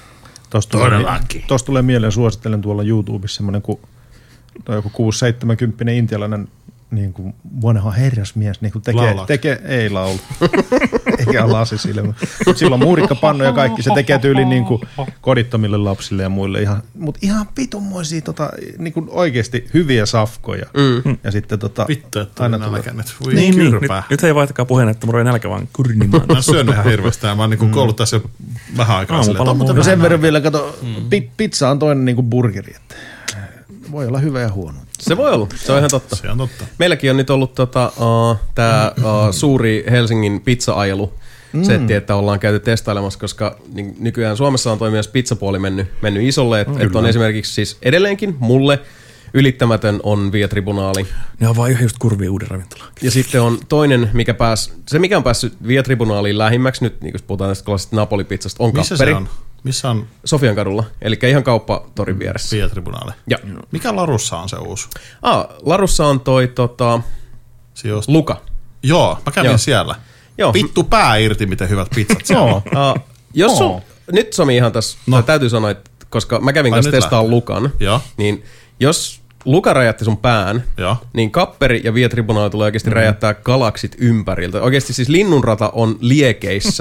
[SPEAKER 5] Tuosta tulee mieleen, suosittelen tuolla YouTubessa semmoinen kuin joku 6-70 intialainen niin kuin vanha herrasmies niin kuin tekee ei laulu. Eikä ole lasisilmä. Mutta silloin muurikkapannu ja kaikki, se tekee tyyliin niin kuin kodittomille lapsille ja muille. Mutta ihan vitunmoisia niin kuin oikeasti hyviä safkoja. Ja sitten
[SPEAKER 4] vittu, että aina nälkä nyt.
[SPEAKER 3] Niin. Nyt ei vaihtakaa puheen, että mulla ei nälkä vaan kurnimaan.
[SPEAKER 4] Mä oon syönyt ihan hirveästi. Mä oon niin kouluttaa se vähän aikaa silleen.
[SPEAKER 5] No sen verran vielä, kato, pizza on toinen niin kuin burgeri. Että voi olla hyvä ja huono.
[SPEAKER 1] Se voi olla, se on ihan totta.
[SPEAKER 4] Se on totta.
[SPEAKER 1] Meilläkin on nyt ollut tämä suuri Helsingin pizza-ajelu setti, että ollaan käyty testailemassa, koska nykyään Suomessa on toi myös pizzapuoli mennyt isolle. Että on esimerkiksi siis edelleenkin mulle ylittämätön on Via Tribunaali.
[SPEAKER 3] Ne on vaan ihan just kurvia uuden ravintolaan.
[SPEAKER 1] Ja sitten on toinen, mikä on päässyt Via Tribunaaliin lähimmäksi, nyt niin kun puhutaan tästä klassista Napoli-pizzasta, on
[SPEAKER 4] missä
[SPEAKER 1] Kapperi.
[SPEAKER 4] Se on? Missä on?
[SPEAKER 1] Sofian kadulla, eli ihan kauppatorin vieressä.
[SPEAKER 4] Via Tribunaali.
[SPEAKER 1] Ja.
[SPEAKER 4] Mikä Larussa on se uusi?
[SPEAKER 1] Larussa on toi Luka.
[SPEAKER 4] Joo, mä kävin siellä. Joo. Vittu pää irti, miten hyvät pizzat siellä on.
[SPEAKER 1] Nyt Sami ihan tässä, täytyy sanoa, että koska mä kävin kanssa testaa Lukan, niin jos Luka räjätti sun pään, niin Kapperi ja Via Tribunaali tulee oikeasti räjättää galaksit ympäriltä. Oikeasti siis linnunrata on liekeissä.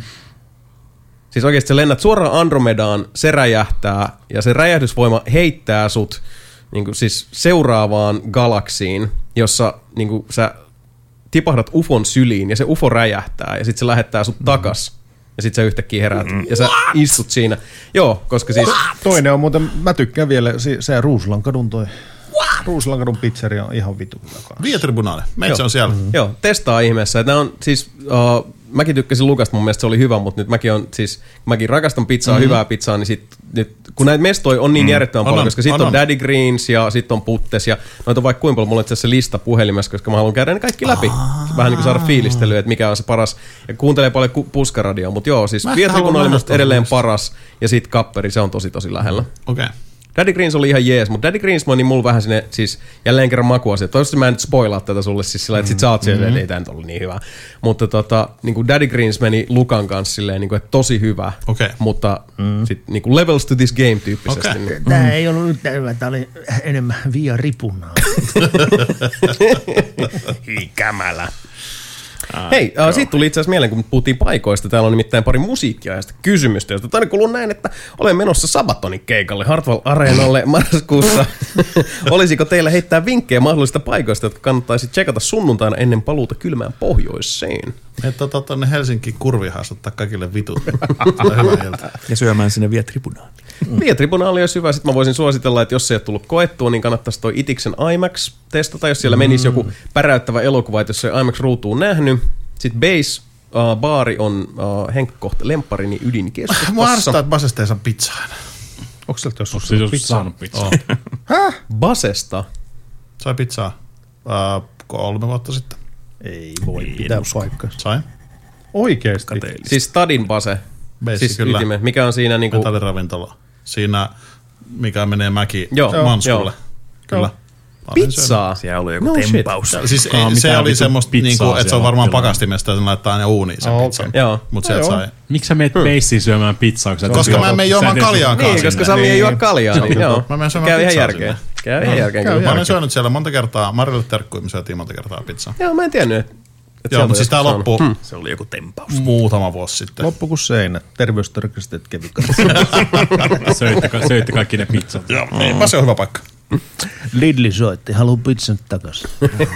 [SPEAKER 1] Siis oikeasti sä lennät suoraan Andromedaan, se räjähtää ja se räjähdysvoima heittää sut niin kuin siis seuraavaan galaksiin, jossa niin kuin sä tipahdat UFOn syliin ja se UFO räjähtää ja sitten se lähettää sut takas. Ja sit sä yhtäkkiä heräät ja sä istut siinä. Joo, koska siis...
[SPEAKER 5] Toinen on muuten, mä tykkään vielä, se Ruusulankadun Ruusulankadun pizzeria on ihan vitu hyvä kanssa.
[SPEAKER 4] Via Tribunaali, meitä on siellä.
[SPEAKER 1] Joo, testaa ihmeessä. Nämä on siis... mäkin tykkäsin Lukasta, mun mielestä se oli hyvä, mutta nyt mäkin rakastan pizzaa, hyvää pizzaa, niin nyt, kun näitä mestoja on niin järjettömän paljon, koska sitten on Daddy Greens ja sitten on Puttes ja noita on vaikka kuinka paljon, mulla on itse asiassa lista puhelimessa, koska mä haluan käydä ne kaikki läpi. Vähän niin kuin saada fiilistelyä, että mikä on se paras. Ja kuuntelee paljon puskaradioa, mutta joo, siis Via Tribunaali oli musta edelleen paras ja sitten Kapperi, se on tosi lähellä.
[SPEAKER 4] Okei.
[SPEAKER 1] Daddy Greens oli ihan jees, mutta Daddy Greens moni mulla vähän sinne, siis jälleen kerran makuasia. Toivottavasti mä en nyt spoilaa tätä sulle siis sillä, että sit sä oot siellä, että ei tää nyt ollut niin hyvä. Mutta niin kuin Daddy Greens meni Lukan kanssa silleen, niin kuin, että tosi hyvä, mutta sit niin kuin levels to this game tyyppisesti.
[SPEAKER 7] Okay. Niin. Tää ei ollut nyt hyvä, tää oli enemmän Via Ripunaa.
[SPEAKER 1] Kämälä. Hei, siitä tuli itse asiassa mieleen, kun puhuttiin paikoista. Täällä on nimittäin pari musiikkia ja kysymystä, josta tänne kuuluu näin, että olen menossa Sabatonin keikalle Hartwall Areenalle marraskuussa. Olisiko teillä heittää vinkkejä mahdollisista paikoista, jotka kannattaisi tsekata sunnuntaina ennen paluuta kylmään pohjoiseen?
[SPEAKER 4] Että tuonne Helsinkiin kurviin haastuttaa kaikille vitut. Hyvä ilta.
[SPEAKER 3] Ja syömään sinne Via Tribunaali.
[SPEAKER 1] Via Tribunaali olisi hyvä. Sitten mä voisin suositella, että jos ei ole tullut koettua, niin kannattaisi toi Itiksen IMAX testata, jos siellä menisi joku päräyttävä elokuva, että jos ei IMAX-ruutuun nähnyt. Sitten Base baari on Henkka kohta lempparini ydinkeskustassa.
[SPEAKER 4] Mua harrastaa, että Basesta ei saa pizzaa aina.
[SPEAKER 5] Onko sieltä joskus
[SPEAKER 6] saanut pizzaa?
[SPEAKER 1] Häh? Basesta?
[SPEAKER 4] Sai pizzaa 3 vuotta sitten.
[SPEAKER 5] Ei voi pitää paikkaa.
[SPEAKER 4] Sai?
[SPEAKER 5] Oikeesti?
[SPEAKER 1] Siis Stadin Base.
[SPEAKER 4] Base,
[SPEAKER 1] siis
[SPEAKER 4] kyllä.
[SPEAKER 1] Ytime. Mikä on siinä niinku...
[SPEAKER 4] Metalliravintola. Siinä, mikä menee Manskulle. Kyllä.
[SPEAKER 1] Pizzaa?
[SPEAKER 3] Siellä oli joku tempaus.
[SPEAKER 4] Siis se oli semmoista, niinku, että se on varmaan pakastimesta ja sen laittaa aina uuniin sen pizzan. Mutta sieltä sai.
[SPEAKER 6] Miksi sä meet Baseen syömään pizzaa?
[SPEAKER 4] Koska mä en mene juomaan kaljaakaan.
[SPEAKER 1] Niin, koska Sami ei juo kaljaa. Mä
[SPEAKER 4] menen syömään
[SPEAKER 1] pizzaa sinne. Käy ihan järkeen.
[SPEAKER 4] Mä olen syönyt siellä monta kertaa. Marille terkkuja me syötiin monta kertaa pizzaa.
[SPEAKER 1] Joo, mä en tiennyt.
[SPEAKER 4] Joo, mutta siis tää loppuu.
[SPEAKER 3] Se oli joku tempaus.
[SPEAKER 4] Muutama vuosi sitten.
[SPEAKER 5] Loppu kuin seinä. Terveystarkastajat kävi
[SPEAKER 6] Söitte kaikki ne pizzat.
[SPEAKER 4] Joo, eipä se on hyvä paikka.
[SPEAKER 7] Lidli soitti, haluu pizzan takaisin.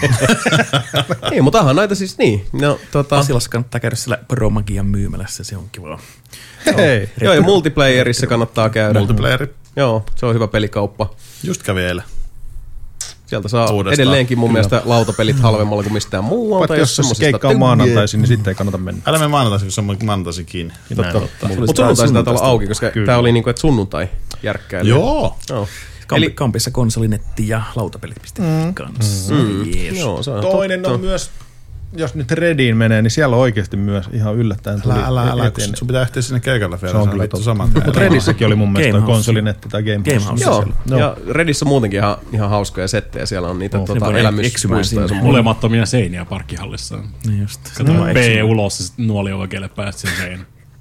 [SPEAKER 1] Ei, mutta onhan näitä siis niin. No,
[SPEAKER 3] Pasilassa kannattaa käydä siellä Promagian myymälässä, se on kiva.
[SPEAKER 1] Hei. Joo, ja multiplayerissa kannattaa käydä.
[SPEAKER 4] Multiplayeri.
[SPEAKER 1] Joo, se on hyvä pelikauppa.
[SPEAKER 4] Just kävi eilen.
[SPEAKER 1] Sieltä saa edelleenkin mun mielestä lautapelit halvemmalla kuin mistään muualta.
[SPEAKER 5] Paitsi jos keikka on maanantaisin, niin sitten ei kannata mennä.
[SPEAKER 4] Älä mene maanantaisin, jos on maanantaisin kiinni.
[SPEAKER 1] Mutta sunnuntaisi taitaa olla auki, koska tää oli niinku, että sunnuntai järkkäily.
[SPEAKER 4] Joo.
[SPEAKER 3] Eli Kampissa konsolinetti ja lautapelit.fi kanssa.
[SPEAKER 1] Joo, se on
[SPEAKER 5] toinen on myös, jos nyt Rediin menee, niin siellä oikeasti myös ihan yllättäen tuli.
[SPEAKER 4] Älä, sun pitää ehtiä sinne keikalle vielä.
[SPEAKER 5] Se on kyllä totta. Mutta Redissäkin oli mun mielestä konsolinetti tai Game House.
[SPEAKER 1] Joo, ja Redissä on muutenkin ihan hauskoja settejä. Siellä on niitä elämyspuistoja.
[SPEAKER 6] Olemattomia seiniä parkkihallissa.
[SPEAKER 3] Niin just.
[SPEAKER 6] Kato B ulos ja sitten nuoli oikealle päästä sen seinään.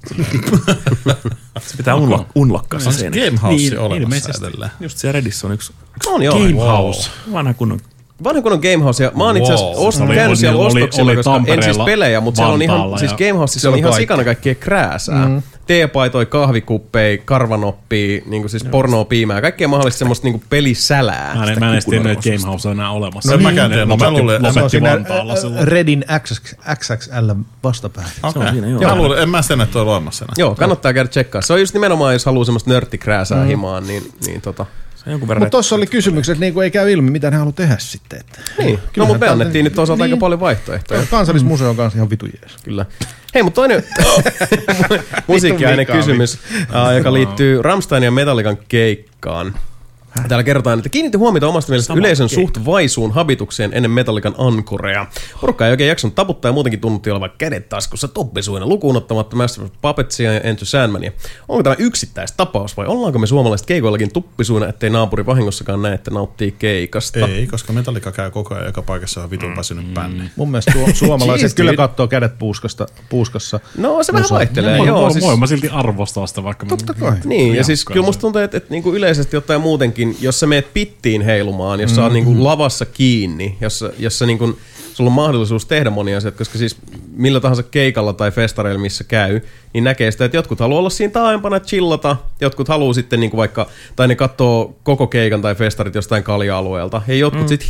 [SPEAKER 3] Se pitää unlockkaa se seinä.
[SPEAKER 4] Gamehouse olemassa edelleen.
[SPEAKER 3] Just siellä Redissä on yksi
[SPEAKER 6] Gamehouse.
[SPEAKER 3] Vanha kunnon
[SPEAKER 1] Gamehouse, ja mä oon itse asiassa käynyt siellä ostoksilla, koska en siis pelejä, mutta siellä on ihan, siis Gamehouse on ihan sikana kaikkea krääsää. Teepaitoja, kahvikuppeja, karvanoppia, niinku siis pornoa, piimää, kaikkea mahdollista semmoista niinku pelisälää.
[SPEAKER 6] Mä en edes tiennyt, että Gamehouse on enää olemassa.
[SPEAKER 4] No mäkään tiedän, mä luulen,
[SPEAKER 5] lopetti Vantaalla silloin. Redin XXL vastapäätä.
[SPEAKER 4] Okei. Mä luulen, en mä sen, että toi on olemassa enää.
[SPEAKER 1] Joo, kannattaa käydä tsekkaa. Se on just nimenomaan, jos haluaa semmoista nörttikrääsää himaan, niin
[SPEAKER 5] Mutta tuossa oli kysymykset, niin kuin ei käy ilmi, mitä ne haluaa tehdä sitten. Että.
[SPEAKER 1] Niin, no mutta me annettiin nyt osalta aika paljon vaihtoehtoja.
[SPEAKER 5] Kansallismuseo on kanssa ihan vitu jees.
[SPEAKER 1] Kyllä. Hei, mutta toinen musiikkiainen kysymys, joka liittyy Rammsteinin ja Metallican keikkaan. Täällä kerrotaan, että kiinnitti huomiota omasta mielestä yleisön suht vaisuun habitukseen ennen Metallican ankorea. Porukka ei oikein jaksanut taputtaa ja muutenkin tunnutti olevan kädet taskussa toppisuina lukuun ottamatta Master of Puppetsia ja Enter Sandmania. Onko tämä yksittäistapaus vai ollaanko me suomalaiset keikoillakin tuppisuina, ettei naapuri vahingossakaan näe, että nauttii keikasta?
[SPEAKER 4] Ei, koska Metallica käy koko ajan joka paikassa on vitun väsynyt bändi.
[SPEAKER 5] Mun mielestä suomalaiset kyllä katsoo kädet puuskassa.
[SPEAKER 1] No se vähän vaihtelee.
[SPEAKER 6] Voin mä silti arvostaa sitä vaikka.
[SPEAKER 5] Totta kai.
[SPEAKER 1] Niin, ja siis kyllä musta tuntuu, että niinku yleisesti ottaen muutenkin, jos sä meet pittiin heilumaan, jos sä oot niinku lavassa kiinni, jos sä niinku, sulla on mahdollisuus tehdä monia asioita, koska siis millä tahansa keikalla tai festareilla, missä käy, niin näkee sitä, että jotkut haluaa olla siinä taaempana, chillata, jotkut haluaa sitten niinku vaikka, tai ne katsoo koko keikan tai festarit jostain kalja-alueelta, ja jotkut sitten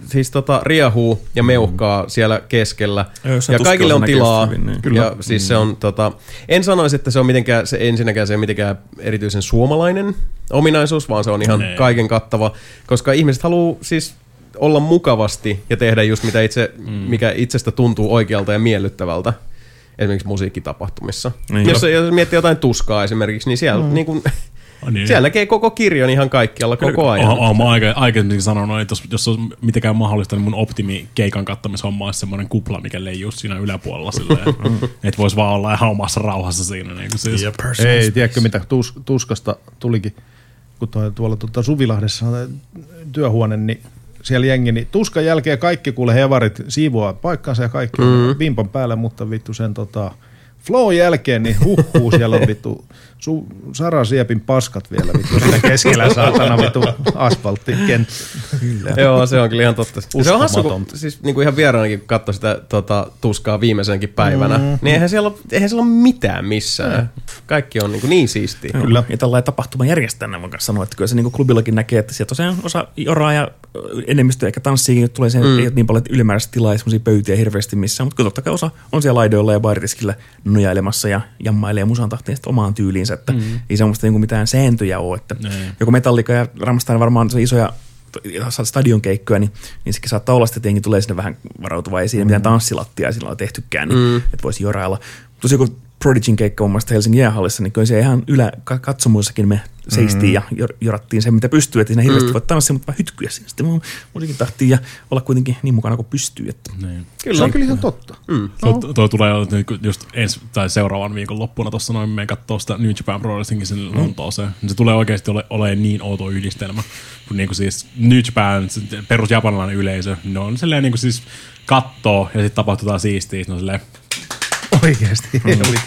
[SPEAKER 1] riehuu ja meuhkaa siellä keskellä, ja kaikille on tilaa, niin. Ja siis se on, en sanoisi, että se on mitenkään, ensinnäkään se ei mitenkään erityisen suomalainen ominaisuus, vaan se on ihan kaiken kattava, koska ihmiset haluaa siis olla mukavasti ja tehdä just mikä itsestä tuntuu oikealta ja miellyttävältä. Esimerkiksi musiikkitapahtumissa. Niin jos miettii jotain tuskaa esimerkiksi, niin siellä, siellä näkee koko kirjon ihan kaikkialla koko ajan.
[SPEAKER 6] Olen aikaisemmin sanonut, että jos on mitenkään mahdollista, niin mun optimi keikan kattamishomma olisi semmoinen kupla, mikä leijuu siinä yläpuolella. Että voisi vaan olla ihan omassa rauhassa siinä. Niin siis.
[SPEAKER 5] Ei, tiedätkö mitä tuskasta tulikin, kun tuolla Suvilahdessa on työhuone, niin siellä jengi, niin tuskan jälkeen kaikki kuule hevarit siivoaa paikkansa ja kaikki vimpan päällä, mutta vittu sen flow jälkeen niin huhuu, siellä on vittu Sarasiepin paskat vielä vittu siinä keskellä saatana vittu asfalttikenttä.
[SPEAKER 1] Joo, se on kyllä ihan totta. Se on hassu, kun siis niinku ihan vieraanakin katsoi sitä tuskaa viimeisenkin päivänä, niin eihän siellä ole mitään missään. Kaikki on niin siistiä.
[SPEAKER 3] Kyllä. Ja tällainen tapahtuman järjestäjänä voin kanssa sanoa, että kyllä se niinku klubillakin näkee, että siellä tosiaan osa joraa ja enemmistö eikä tanssiikin, tulee sen, ei ole niin paljon ylimääräistä tilaa ja semmoisia pöytiä hirveästi missään, mutta totta kai osa on siellä laidoilla ja baaritiskillä nojailemassa ja jammailee musan tahtiin omaan tyyliinsä, että ei semmoista niinku mitään sääntöjä ole, että joku Metallica ja Rammstein varmaan se isoja stadionkeikkoja, niin sekin saattaa olla, että jengi tulee sinne vähän varautuva, ei siinä mitään tanssilattia sillä on tehtykään, niin että voisi jorailla. Tosiaan kun Prodigyn keikka muun muassa Helsingin jäähallissa, niin kyllä se ihan katsomuissakin me seistiin ja jorattiin sen, mitä pystyy, että siinä hirveästi voi tanssia, mutta vähän hytkyä siinä sitten musiikin tahtiin ja olla kuitenkin niin mukana kuin pystyy. Että.
[SPEAKER 5] Kyllä, se on kyllä ihan totta.
[SPEAKER 6] Tuo tulee just tai seuraavan viikon loppuna tuossa noin, me katsoo sitä New Japan Pro Wrestlingin sinne Lontooseen. Se tulee oikeasti olemaan niin outo yhdistelmä, kun niinku siis New Japan, perus japanilainen yleisö, ne on silleen niinku siis kattoo ja sitten tapahtuu siistiä, ne on silleen
[SPEAKER 5] oikeesti.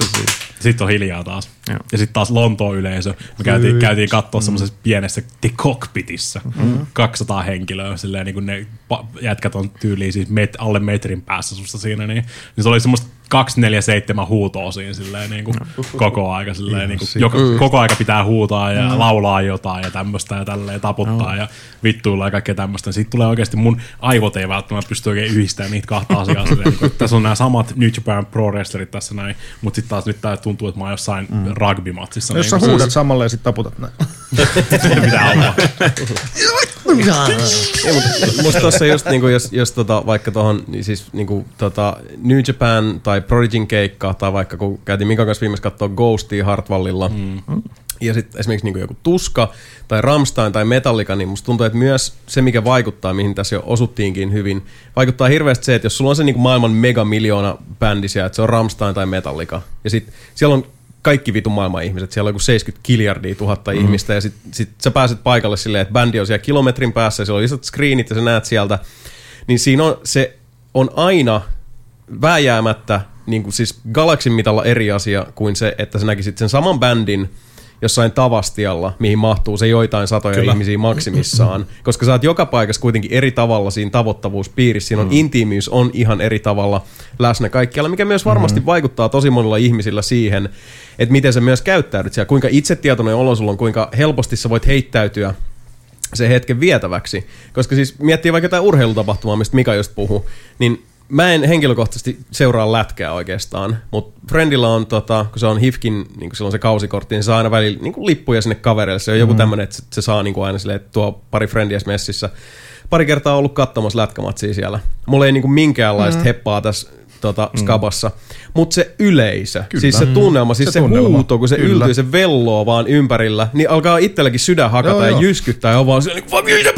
[SPEAKER 6] Sitten on hiljaa taas. Joo. Ja sitten taas Lontoon yleisö. Me käytiin katsoa semmoisessa pienessä The Cockpitissa. 200 henkilöä. Silleen, niin kun ne jätkät on tyyliin siis alle metrin päässä susta siinä. Niin se oli semmoista 247 huutoa siinä silleen, niin kuin koko aika. Silleen, niin kuin, koko aika pitää huutaa ja laulaa jotain ja tämmöistä ja tälleen taputtaa ja vittuilla ja kaikkea tämmöistä. Sitten tulee oikeasti mun aivot ei välttämättä pysty oikein yhdistämään niitä kahta asiaa. Silleen, niin tässä on nämä samat New Japan Pro Wrestlerit tässä näin, mutta sitten taas nyt tää tuntuu, että mä oon jossain rugby-matsissa.
[SPEAKER 5] Jos sä huudat samalla ja sit taputat näin.
[SPEAKER 6] Pitää olla.
[SPEAKER 1] Musta tossa just niinku, jos vaikka tohon, siis niinku New Japan tai Prodigyn keikka, tai vaikka kun käytiin Mikan kanssa viimeksi katsoa Ghostia Hartwallilla, ja sitten esimerkiksi niinku joku Tuska, tai Rammstein, tai Metallica, niin musta tuntuu, että myös se, mikä vaikuttaa, mihin tässä jo osuttiinkin hyvin, vaikuttaa hirveästi se, että jos sulla on se niinku maailman megamiljoona bändisiä, että se on Rammstein tai Metallica, ja sitten siellä on kaikki vitun maailman ihmiset, siellä on joku 70 miljardia tuhatta ihmistä, ja sit sä pääset paikalle silleen, että bändi on siellä kilometrin päässä, ja siellä on isot screenit, ja sä näet sieltä, niin siinä on, se on aina vääjäämättä niin kuin siis galaksin mitalla eri asia kuin se, että sä näkisit sen saman bändin jossain Tavastialla, mihin mahtuu se joitain satoja ihmisiä maksimissaan, koska sä oot joka paikassa kuitenkin eri tavalla siinä tavoittavuuspiirissä, siinä on intiimiys on ihan eri tavalla läsnä kaikkialla, mikä myös varmasti vaikuttaa tosi monilla ihmisillä siihen, että miten sä myös käyttäydyt siellä, kuinka itsetietoinen olo sulla on, kuinka helposti sä voit heittäytyä se hetken vietäväksi, koska siis miettii vaikka jotain urheilutapahtumaa, mistä Mika just puhui, niin mä en henkilökohtaisesti seuraa lätkää oikeastaan, mutta Friendillä on, kun se on HIFKin, niin silloin se kausikortti, niin se saa aina välillä niin lippuja sinne kavereille. Se on joku tämmöinen, että se saa niin aina silleen, että tuo pari Friendies messissä. Pari kertaa on ollut katsomassa lätkämatsia siellä. Mulla ei niin minkäänlaista heppaa tässä skabassa, mutta se yleisö, kyllä. Siis se tunnelma, siis se huuto, kun se yltyy, se velloo vaan ympärillä, niin alkaa itselläkin sydän hakata ja jyskyttää ja on vaan niin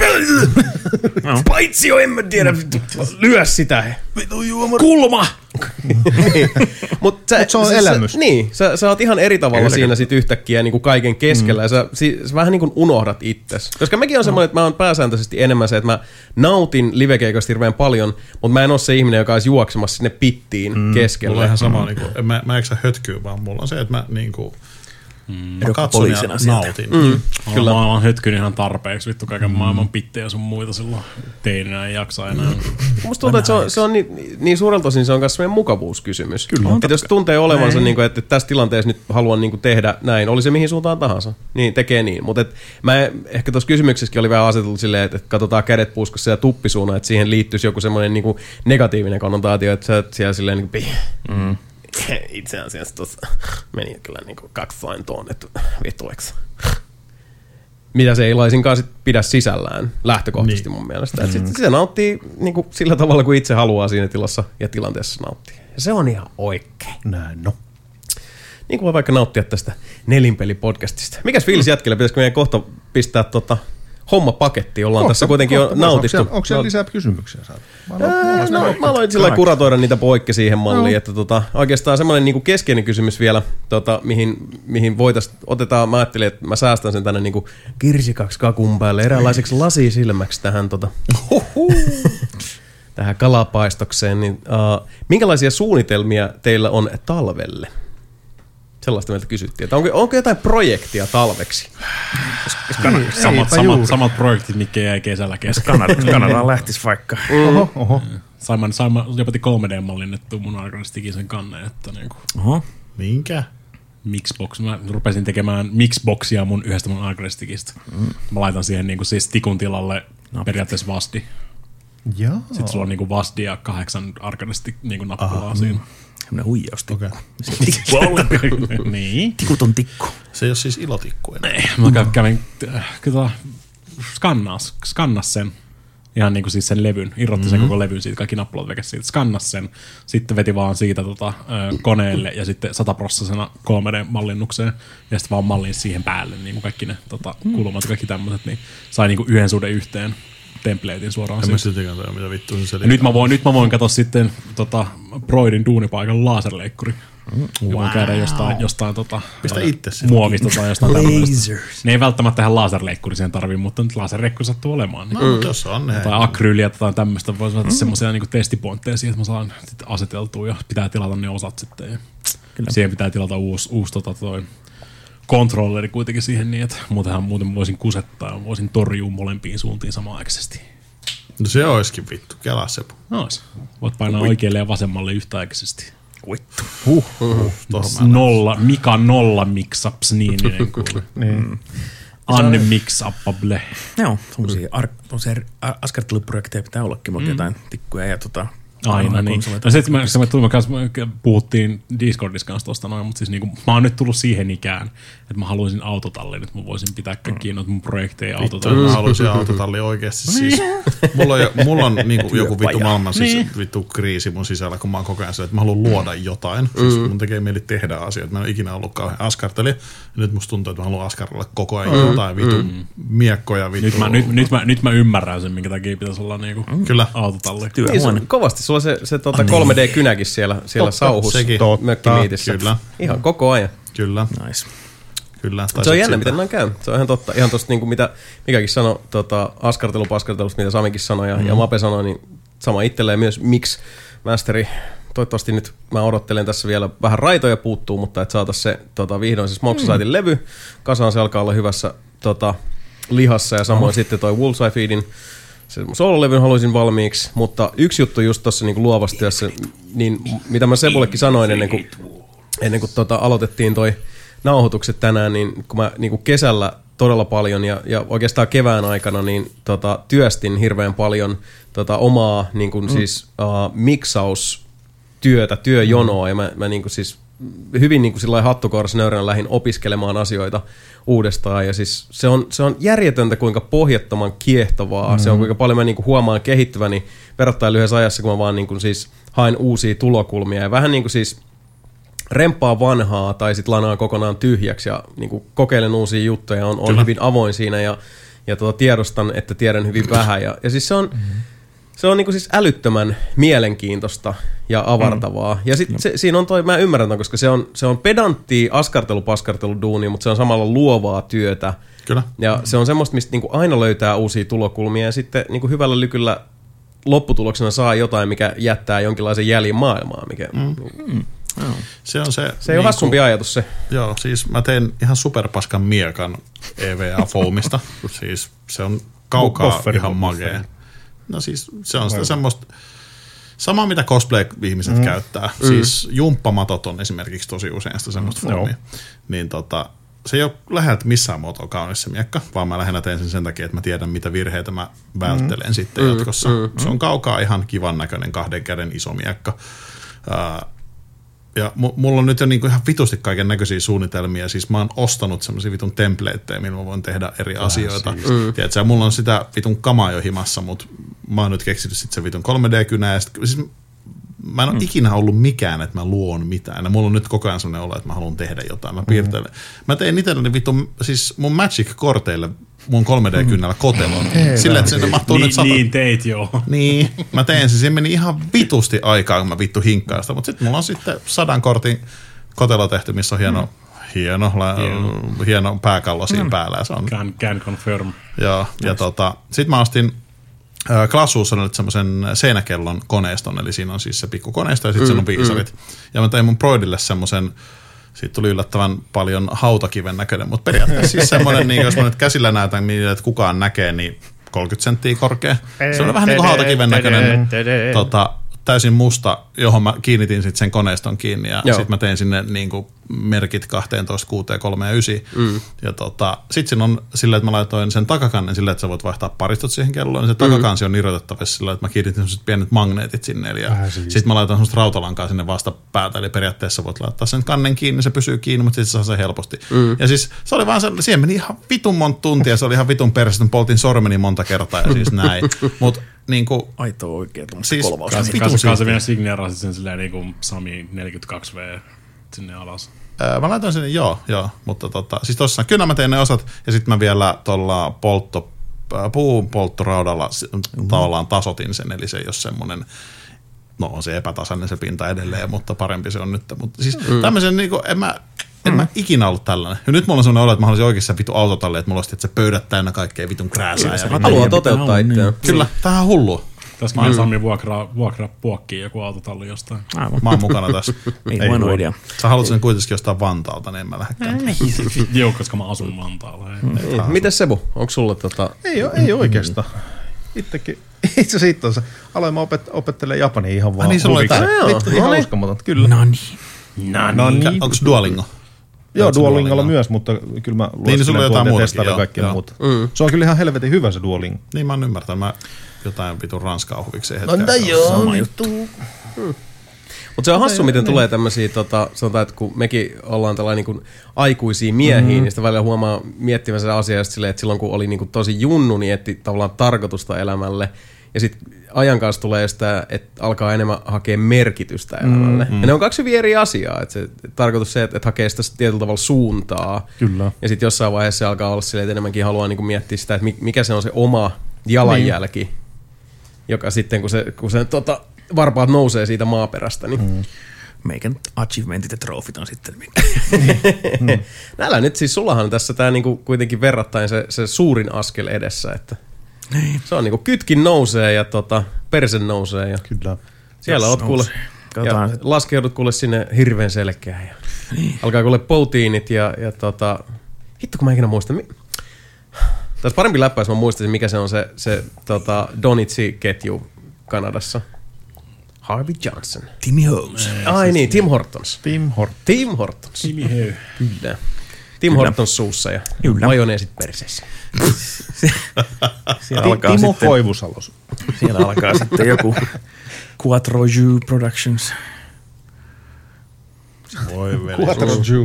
[SPEAKER 1] kuin paitsi jo, en mä tiedä, lyö sitä. Kulma! Niin. Mut se on elämys. Niin, sä oot ihan eri tavalla siinä sit yhtäkkiä niin kuin kaiken keskellä ja sä vähän niin kuin unohdat itsesi. Koska mäkin on semmoinen, että mä oon pääsääntöisesti enemmän se, että mä nautin livekeikoista hirveän paljon, mutta mä en ole se ihminen, joka olisi juoksemassa sinne pittiin keskelle.
[SPEAKER 4] Mulla on ihan sama, niin kuin, mä eksä hötkyä, vaan mulla on se, että mä niin kuin, mä katson ja nautin.
[SPEAKER 6] Kyllä. Mä oon hötkyn ihan tarpeeksi, vittu kaiken maailman pittejä sun muita silloin teininä ei jaksa enää.
[SPEAKER 1] Musta tuntuu, että se on niin suurelta osin se on myös semmoinen mukavuuskysymys. Kyllä. Että jos tuntee olevansa, niin kuin, että tässä tilanteessa nyt haluan niin kuin tehdä näin, oli se mihin suuntaan tahansa, niin tekee niin. Mutta mä ehkä tuossa kysymyksessäkin oli vähän aseteltu silleen, että katsotaan kädet puuskossa ja tuppisuuna, että siihen liittyisi joku semmoinen niin kuin negatiivinen konnotaatio, että sä siellä silleen niin kuin itse asiassa tuossa meni kyllä niinku 2 sain tuon, että vitueksi. Mitä se ei laisinkaan sit pidä sisällään lähtökohtaisesti mun mielestä. Sitten se nauttii niinku sillä tavalla, kuin itse haluaa siinä tilassa ja tilanteessa nauttii. Ja se on ihan oikein.
[SPEAKER 5] Näin, no.
[SPEAKER 1] Niin kuin voi vaikka nauttia tästä Nelinpeli-podcastista. Mikäs fiilis jätkellä? Pitäisikö meidän kohta pistää homma paketti, ollaan tässä kuitenkin jo nautittu.
[SPEAKER 5] Onko siellä lisää kysymyksiä?
[SPEAKER 1] Mä aloin sillä kuratoida niitä poikki siihen malliin, että oikeastaan semmoinen niinku keskeinen kysymys vielä, mihin voitaisiin, otetaan, mä ajattelin, että mä säästän sen tänne niinku kirsikaksi kakun päälle, eräänlaiseksi lasisilmäksi tähän tähän kalapaistokseen, niin minkälaisia suunnitelmia teillä on talvelle? Sellaista meiltä kysyttiin, että onko jotain projektia talveksi?
[SPEAKER 6] Samat projektit, mitkä jäi kesällä kesken.
[SPEAKER 3] Kanadaan lähtisi vaikka.
[SPEAKER 6] Oho. Saimme jopa 3D-mallinnettua mun Argonistikisen kannen.
[SPEAKER 3] Oho.
[SPEAKER 4] Minkä?
[SPEAKER 6] Mixbox. Mä rupesin tekemään Mixboxia mun yhdestä mun Argonistikista. Mä laitan siihen niinku siis tikun tilalle periaatteessa VASDI.
[SPEAKER 5] Jaa.
[SPEAKER 6] Sitten sulla on niinku VASDI ja 8 Argonistik niinku nappulaa siinä.
[SPEAKER 3] Semmoinen huijaustikku.
[SPEAKER 4] Okay.
[SPEAKER 3] Tikku ollenkaan.
[SPEAKER 6] Niin.
[SPEAKER 3] Tikuton tikku.
[SPEAKER 4] Se ei ole siis ilotikku enää.
[SPEAKER 6] Ei, mä kävin skannas sen. Ihan niinku siis sen levyn. Irrotti sen koko levyn siitä, kaikki nappulat vekäs siitä. Skannas sen. Sitten veti vaan siitä koneelle ja sitten 100% 3D-mallinnukseen. Ja sitten vaan mallin siihen päälle. Niinku kaikki ne kulmat ja kaikki tämmöiset. Niin sai niinku 1:1 templatein suoraan
[SPEAKER 4] siitä. Mitä vittu se
[SPEAKER 6] nyt mä voin katsoa sitten Broidin duunipaikan laserleikkuri. Ja voin käydä jostain
[SPEAKER 4] pistä itse
[SPEAKER 6] muovista tai jostain tämmöistä. Ne ei välttämättä tähän laserleikkuri siihen tarvii, mutta nyt laserleikkuri sattuu olemaan. Niin.
[SPEAKER 4] Jos on ne.
[SPEAKER 6] Tai akryyliä tai tämmöistä. Voisi saada semmoisia niinku testipointteja siihen, että mä saan sitten aseteltua ja pitää tilata ne osat sitten. Ja siihen pitää tilata uusi kontrolleri kuitenkin siihen niin, että muuten voisin kusettaa ja voisin torjua molempiin suuntiin samanaikaisesti.
[SPEAKER 4] No se olisikin vittu, kelaa se.
[SPEAKER 6] Nois. Voit painaa oikealle ja vasemmalle yhtäaikaisesti.
[SPEAKER 3] Vittu.
[SPEAKER 6] Mika nolla mix-ups niin kuin. Anne mix-uppable.
[SPEAKER 3] Joo, tommosia askarteluprojekteja pitää ollakin, mutta jotain tikkuja ja
[SPEAKER 6] aina niin. No se, että me puhuttiin Discordissa kanssa tuosta noin, mutta siis niinku, mä oon nyt tullut siihen ikään, että mä haluaisin autotallin, että mä voisin pitää kaikkiin noita mun projekteja autotallin.
[SPEAKER 4] Mä haluaisin autotalli oikeasti. Siis, mulla on niinku joku vittu maailman vittu kriisi mun sisällä, kun mä oon koko ajan se, että mä haluan luoda jotain. Siis mun tekee mieli tehdä asioita. Mä en ole ikinä ollut kauhean askartelija. Nyt musta tuntuu, että mä haluan askartella koko ajan jotain vittu miekkoja. Vittu.
[SPEAKER 6] Nyt mä ymmärrän sen, minkä takia pitäisi olla niinku autotalli.
[SPEAKER 1] Niin, kovasti sulla se 3D-kynäkin siellä sauhussa mökkimiitissä.
[SPEAKER 4] Kyllä.
[SPEAKER 1] Ihan koko ajan.
[SPEAKER 4] Kyllä.
[SPEAKER 3] Nice.
[SPEAKER 4] Kyllä.
[SPEAKER 1] Se on jännä, miten näin käy. Se on ihan totta. Ihan tosta, niin mitä Mikäkin sanoi askartelupaskartelusta, mitä Samikin sanoi ja Mape sanoi, niin sama itselleen myös Mix Masteri toivottavasti nyt mä odottelen tässä vielä vähän raitoja puuttuu, mutta että saataisiin se vihdoin se Smoke Societyn levy kasaan, se alkaa olla hyvässä lihassa ja samoin sitten toi Wolves I Feedin se soololevyn haluaisin valmiiksi, mutta yksi juttu just tuossa niinku luovassa työssä, niin mitä mä Sebullekin sanoin ennen kuin aloitettiin toi nauhoitukset tänään, niin kun mä niinku kesällä todella paljon ja oikeastaan kevään aikana niin työstin hirveän paljon omaa niinku siis miksaustyötä, työjonoa ja mä niinku siis hyvin niinku sillai hattukourassa nöyränä lähdin opiskelemaan asioita uudestaan ja siis se on järjetöntä kuinka pohjattoman kiehtovaa, se on kuinka paljon mä niinku huomaan kehittyväni verrattain lyhyessä ajassa, kun mä vaan niinku siis haen uusia tulokulmia ja vähän niinku siis remppaa vanhaa tai sit lanaa kokonaan tyhjäksi ja niinku kokeilen uusia juttuja, on hyvin avoin siinä ja tiedostan, että tiedän hyvin vähän ja siis se on niinku siis älyttömän mielenkiintoista ja avartavaa. Ja sit siinä on mä ymmärrän ton, koska se on pedanttia askartelu duunia, mutta se on samalla luovaa työtä.
[SPEAKER 4] Kyllä.
[SPEAKER 1] Ja se on semmoista, mistä niinku aina löytää uusia tulokulmia ja sitten niinku hyvällä lykyllä lopputuloksena saa jotain, mikä jättää jonkinlaisen jäljen maailmaan.
[SPEAKER 4] Se
[SPEAKER 1] ei ole hassumpi ajatus se.
[SPEAKER 4] Joo, siis mä teen ihan superpaskan miekan EVA-foamista. Siis se on kaukaa ihan magea. No siis se on sitä semmoista, samaa mitä cosplay-ihmiset käyttää. Siis jumppamatot on esimerkiksi tosi usein sitä semmoista foamia. Niin se ei ole läheltä missään muotoa kaunis se miekka, vaan mä lähinnä teen sen takia, että mä tiedän mitä virheitä mä välttelen sitten jatkossa. Se on kaukaa ihan kivan näköinen 2 käden iso miekka. Ja mulla on nyt jo niinku ihan vitusti kaiken näköisiä suunnitelmia. Siis mä oon ostanut semmosia vitun templateja, millä mä voin tehdä eri asioita. Tiedätkö, mulla on sitä vitun kamaa jo himassa, mutta mä oon nyt keksinyt sit se vitun 3D-kynä. Siis mä en ole ikinä ollut mikään, että mä luon mitään. Ja mulla on nyt koko ajan semmoinen olo, että mä haluan tehdä jotain. Mä piirtelen. Mä tein itselleni vitun, siis mun Magic-korteille mun 3D-kynnällä kotelon. Sillä, että sinne mahtuu nyt 100.
[SPEAKER 6] Niin teit, joo.
[SPEAKER 4] Niin, mä tein sen. Siinä meni ihan vitusti aikaa, kun mä vittu hinkkaan sitä. Mutta sitten mulla on sitten 100 kortin kotelo tehty, missä on hieno pääkallo siinä päällä. Ja se on,
[SPEAKER 6] can confirm.
[SPEAKER 4] Joo, ja sitten mä ostin Klassuussa nyt semmoisen seinäkellon koneiston, eli siinä on siis se pikkukoneisto ja sitten siinä on viisarit. Ja mä tein mun Broidille semmoisen, siitä tuli yllättävän paljon hautakiven näköinen, mutta periaatteessa siis semmoinen, niin jos mä nyt käsillä näytän, että kukaan näkee, niin 30 senttiä korkea. Se on vähän niin kuin hautakiven näköinen, täysin musta, johon mä kiinnitin sitten sen koneiston kiinni ja sitten mä tein sinne niin kuin merkit 12, 6, 3 ja 9. Ja sitten siinä on silleen, että mä laitoin sen takakannen silleen, että sä voit vaihtaa paristot siihen kelloon. Se takakansi on irrotettavissa silleen, että mä kiinnitin sellaiset pienet magneetit sinne. Ja sitten mä laitoin semmoista rautalankaa sinne vastapäätä. Eli periaatteessa voit laittaa sen kannen kiinni, se pysyy kiinni, mutta sitten saa se helposti. Ja siis se oli vaan siihen meni ihan vitun monta tuntia, se oli ihan vitun perästä, poltin sormeni monta kertaa ja siis näin. Mut niinku
[SPEAKER 3] aito oikein
[SPEAKER 4] siis
[SPEAKER 6] kanssa vielä signeerasit sen silleen niinku Sami 42V sinne alas.
[SPEAKER 4] Mä laitoin sinne, joo, mutta siis tossa, kyllä mä tein ne osat ja sitten mä vielä tuolla puun polttoraudalla tavallaan tasotin sen, eli se ei ole semmoinen, no on se epätasainen se pinta edelleen, mutta parempi se on nyt. Mutta siis tämmöisen niinku, en mä ikinä ollut tällainen. Ja nyt mulla on semmoinen olo, että mä haluaisin oikeassa vitun autotalle, että mulla olisi se pöydät täynnä kaikkea vitun krääsää.
[SPEAKER 1] Haluaa toteuttaa itseään.
[SPEAKER 4] Kyllä, tämähän on hullua.
[SPEAKER 6] Tässä meidän Sami vuokraa puokkiin joku autotalli jostain.
[SPEAKER 4] Mä oon mukana tässä.
[SPEAKER 3] Ei huono idea.
[SPEAKER 4] Sä haluat sen kuitenkin jostain Vantaalta, niin en mä lähdekään.
[SPEAKER 6] Joo, koska mä asun Vantaalla.
[SPEAKER 1] Mites Sebu, onko sulle
[SPEAKER 5] Ei oikeastaan. Itse asiassa aloin mä opettelemaan japania ihan vaan.
[SPEAKER 4] Niin sulla oli tää.
[SPEAKER 5] Ihan uskomatonta, kyllä.
[SPEAKER 3] No niin.
[SPEAKER 4] Onko Duolingo?
[SPEAKER 5] Joo, Duolingolla myös, mutta kyllä mä lueskelen puolta ja testailen kaikkia muuta. Se on kyllä ihan helvetin hyvä se Duolingo.
[SPEAKER 4] Niin mä oon ymmärtänyt. Mä jotain vitun ranskaa huvikseen
[SPEAKER 7] hetken. No joo, vittu.
[SPEAKER 1] Mutta se on hassu, miten tulee tämmöisiä, sanotaan, että kun mekin ollaan tällainen niin aikuisia miehiä, niin sitä välillä huomaa miettimänsä asiaa silleen, että silloin kun oli niin kuin tosi junnu, niin etti tavallaan tarkoitusta elämälle. Ja sitten ajan kanssa tulee sitä, että alkaa enemmän hakea merkitystä elämälle. Ja ne on kaksi hyvin eri asiaa. Että se tarkoitus se, että hakee sitä tietyllä tavalla suuntaa.
[SPEAKER 5] Kyllä.
[SPEAKER 1] Ja sitten jossain vaiheessa se alkaa olla silleen, että enemmänkin haluaa niin kuin miettiä sitä, että mikä se on se oma jalanjälki, joka sitten kun se varpaat nousee siitä maaperästä. Niin.
[SPEAKER 3] Meikän achievementit ja trofit on sitten.
[SPEAKER 1] Näillä nyt siis sullahan tässä tämä niinku kuitenkin verrattain se suurin askel edessä, että se on niinku kytkin nousee ja perse nousee ja
[SPEAKER 5] kyllä.
[SPEAKER 1] Siellä oot kuule
[SPEAKER 3] Katsotaan.
[SPEAKER 1] Ja laskeudut kuule sinne hirveän selkeään. Ja alkaa kuule poutiinit ja hitto kun mä ikinä muistan. Tässä parempi läppä, jos mä muistaisin, mikä se on se Donitsi-ketju Kanadassa. Harvey Johnson.
[SPEAKER 3] Timmy Holmes.
[SPEAKER 1] Ai niin, Tim Hortons.
[SPEAKER 5] Tim
[SPEAKER 1] Hortons.
[SPEAKER 6] Timmy Höy.
[SPEAKER 1] Kyllä. Tim Hortons suussa ja majoneesit perseessä.
[SPEAKER 5] Timo Koivusalos.
[SPEAKER 3] Siellä alkaa sitten joku Quattro Jus Productions.
[SPEAKER 4] Voi veli.
[SPEAKER 5] Quattro Jus.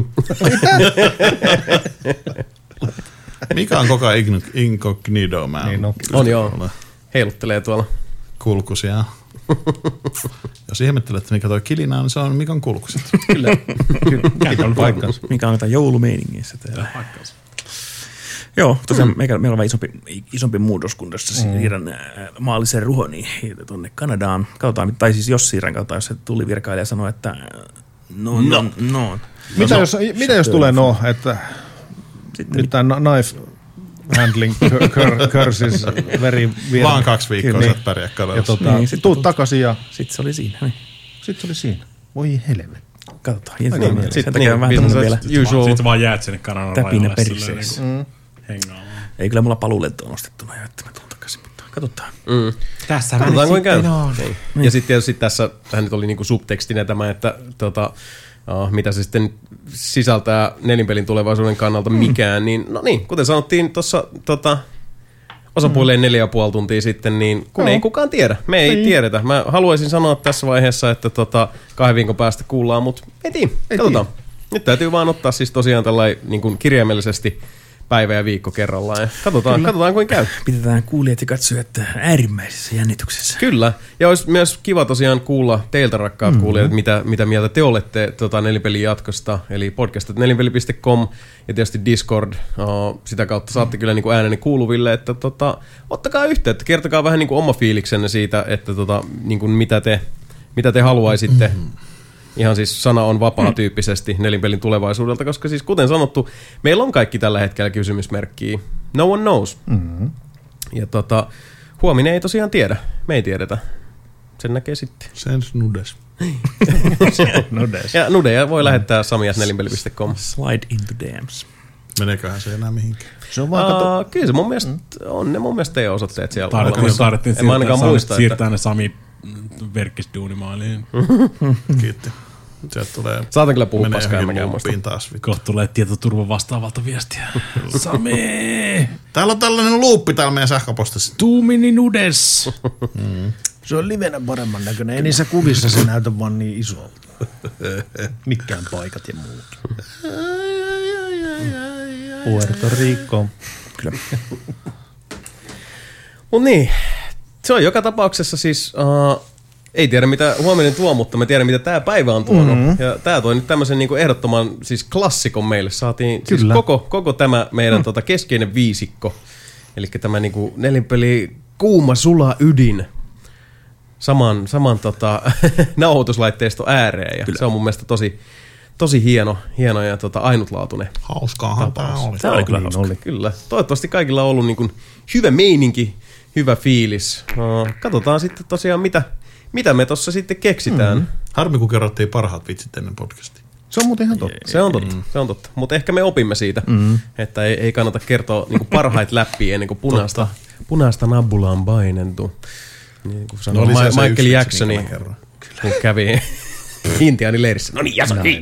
[SPEAKER 4] Mikä on koko incognito?
[SPEAKER 5] Niin
[SPEAKER 1] on joo. Heiluttelee tuolla.
[SPEAKER 4] Kulkusia. Jos ihmettelet, että mikä toi kilina on, niin se on Mikan kulkuset.
[SPEAKER 1] Kyllä.
[SPEAKER 3] Mikä on joulumeiningeissä täällä. Joo, tosiaan meillä on vähän isompi muutos kuin tuossa siirrän maallisen ruhoni tuonne Kanadaan. Katsotaan, tai siis jos siirrän, katsotaan, jos se tuli virkailija sanoo, että no.
[SPEAKER 5] Mitä jos tulee että sitten nyt tämä knife handling curses very weird.
[SPEAKER 4] Vaan 2 viikkoa sä et pärjää Kanadassa.
[SPEAKER 5] Ja tuut takaisin ja
[SPEAKER 3] sitten se oli siinä. Niin.
[SPEAKER 5] Sitten se oli siinä. Voi helvetti.
[SPEAKER 3] Katsotaan.
[SPEAKER 1] Sitten vielä.
[SPEAKER 6] Sitten vaan jäät sinne Kanadan
[SPEAKER 3] täpinä
[SPEAKER 6] rajalle.
[SPEAKER 3] perseessä. Ei kyllä mulla paluulento on ostettuna ja että mä tuun takaisin, mutta katsotaan.
[SPEAKER 6] Tässä
[SPEAKER 1] katsotaan kuinka käy. Ja sitten tietysti tässä nyt oli niinku subtekstinä tämä, että mitä se sitten sisältää nelinpelin tulevaisuuden kannalta mikään, niin no niin, kuten sanottiin tuossa osapuilleen 4,5 tuntia sitten, niin kun ei kukaan tiedä. Me ei tiedetä. Mä haluaisin sanoa tässä vaiheessa, että 2 viikon päästä kuullaan, mutta ei tiedä. Katsotaan. Nyt täytyy vaan ottaa siis tosiaan tällainen niin kuin kirjaimellisesti päivä ja viikko kerrallaan. Ja katsotaan kuinka käy.
[SPEAKER 3] Pidetään kuulijat ja katsojat äärimmäisessä jännityksessä.
[SPEAKER 1] Kyllä. Ja olisi myös kiva tosiaan kuulla teiltä, rakkaat kuulijat, mitä mieltä te olette Nelinpelin jatkosta. Eli podcast.nelinpeli.com ja tietysti Discord. Sitä kautta saatte kyllä niin kuin ääneni kuuluville, että ottakaa yhteyttä. Kertokaa vähän niin kuin oma fiiliksenne siitä, että niin kuin mitä te haluaisitte. Ihan siis sana on vapaa tyyppisesti nelinpelin tulevaisuudelta, koska siis kuten sanottu, meillä on kaikki tällä hetkellä kysymysmerkkiä. No one knows. Ja huominen ei tosiaan tiedä. Me ei tiedetä. Sen näkee sitten.
[SPEAKER 4] Sen nudes.
[SPEAKER 1] Ja nudeja voi lähettää sami@nelinpeli.com.
[SPEAKER 3] Slide into DMs.
[SPEAKER 4] Meneeköhän se enää mihinkään?
[SPEAKER 5] Se on vaan
[SPEAKER 1] kyllä se mun mielestä on ne mun mielestä teidän osoitteet siellä.
[SPEAKER 6] Taidettiin siirtää ne Sami verkkisduunimaaliin.
[SPEAKER 4] Kiitti. Sieltä tulee.
[SPEAKER 1] Saatan kyllä puhua paskaa, en mäkään muista.
[SPEAKER 6] Kohta tulee tietoturvan vastaavalta viestiä. Sami!
[SPEAKER 4] Täällä on tällainen luuppi täällä meidän sähköpostissa.
[SPEAKER 6] Tuumini nudes.
[SPEAKER 5] Se on livenä paremman näköinen. Ei niissä kuvissa se näytä vaan niin isolta. Mikään paikat ja muut. Puerto Rico. Kyllä.
[SPEAKER 1] Mut niin, se on joka tapauksessa siis... ei tiedä mitä huominen tuo, mutta me tiedän mitä tämä päivä on tuonut. Ja tämä toi nyt tämmöisen niinku ehdottoman siis klassikon meille. Saatiin siis koko tämä meidän keskeinen viisikko. Eli tämä niinku nelinpeli kuuma sula ydin saman nauhoituslaitteisto ääreen. Ja se on mun mielestä tosi hieno ja ainutlaatuinen.
[SPEAKER 4] Hauskaahan tämä oli.
[SPEAKER 1] Tämä oli kyllä hauska. Kyllä. Toivottavasti kaikilla on ollut niinku hyvä meininki, hyvä fiilis. Katsotaan sitten tosiaan mitä me tossa sitten keksitään.
[SPEAKER 4] Harmi, kun kerrottiin parhaat vitsit ennen podcastia.
[SPEAKER 5] Se on muuten ihan totta.
[SPEAKER 1] Se on totta. Mutta ehkä me opimme siitä, että ei kannata kertoa niinku parhaita läppiä ennen kuin punaista nabbulaa on paineltu. Niin kuin sanoi Michael Jacksoni, kun kävi intiaanileirissä. No niin, Jasoni!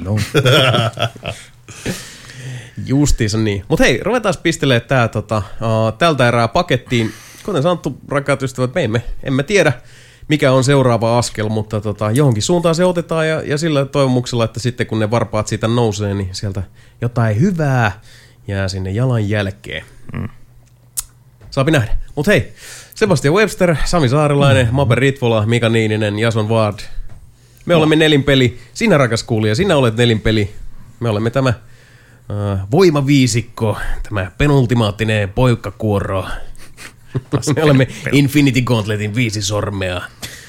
[SPEAKER 1] Justiinsa niin. Mutta hei, ruvetaan pistelee tää tältä erää pakettiin. Kuten sanottu, rakkaat ystävät, me emme tiedä, mikä on seuraava askel, mutta johonkin suuntaan se otetaan ja sillä toivomuksella, että sitten kun ne varpaat siitä nousee, niin sieltä jotain hyvää jää sinne jalan jälkeen. Saapi nähdä. Mutta hei, Sebastian Webster, Sami Saarilainen, Mabe Ritvola, Mika Niininen, Jason Ward. Me olemme Nelinpeli. Sinä, rakas kuulija, sinä olet Nelinpeli. Me olemme tämä voimaviisikko, tämä penultimaattinen poikkakuoro. Me olemme Infinity Gauntletin 5 sormea.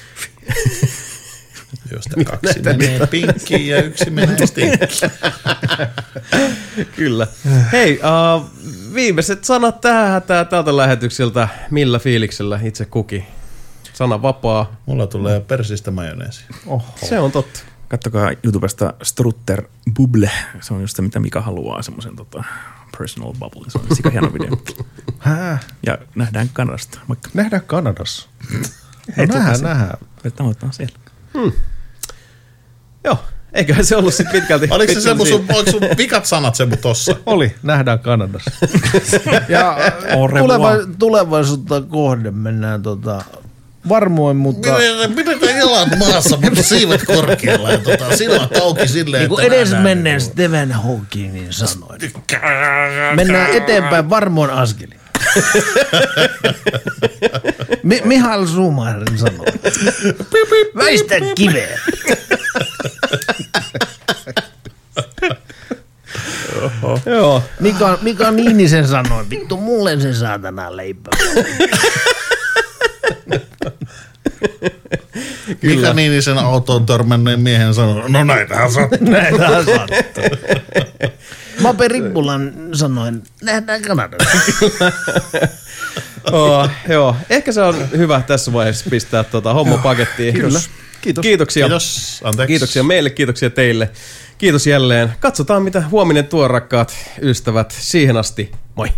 [SPEAKER 4] Josta 2 menee pinkkiin ja 1 menee stinkkiin.
[SPEAKER 1] Kyllä. Hei, viimeiset sanat tältä lähetykseltä. Millä fiiliksellä itse kuki? sana vapaa.
[SPEAKER 4] Mulla tulee persistä majoneesi.
[SPEAKER 1] Se on totta.
[SPEAKER 3] Kattokaa YouTubesta Strutter Bubble. Se on just se, mitä Mika haluaa, semmoisen personal bubble. Se on sika hieno video. Ja nähdään Kanadasta.
[SPEAKER 5] Nähdään Kanadassa. Nähdään.
[SPEAKER 3] Tavoitetaan siellä.
[SPEAKER 1] Joo, eiköhän se ollut sitten pitkälti.
[SPEAKER 4] Oliko se oliko sun vikat sanat semmo tossa?
[SPEAKER 5] Oli, nähdään Kanadassa. Ja tulevaisuutta kohden mennään varmoin, mutta...
[SPEAKER 4] Pidetään jalat maassa, mutta siivet korkealla ja silmät auki silleen,
[SPEAKER 7] niin kuin edesmenneen Stephen Hawkingin sanoi. Mennään eteenpäin varmoin askelin. Mihail Schumacherin sanoi. Väistä kiveä.
[SPEAKER 1] Joo.
[SPEAKER 7] Mika Niinisen sanoi, vittu mulle se saatana leipä.
[SPEAKER 4] Mika Niinisen autoon törmänneen miehen sanoi, no näitähän sattuu.
[SPEAKER 7] Näitähän sattuu. Mape Rippulan sanoin, nähdään Kanadassa.
[SPEAKER 1] Joo, ehkä se on hyvä tässä vaiheessa pistää homma pakettiin.
[SPEAKER 5] Kyllä.
[SPEAKER 1] Kiitoksia.
[SPEAKER 4] Kiitos. Anteeksi.
[SPEAKER 1] Kiitoksia meille, kiitoksia teille. Kiitos jälleen. Katsotaan, mitä huominen tuo, rakkaat ystävät. Siihen asti, moi.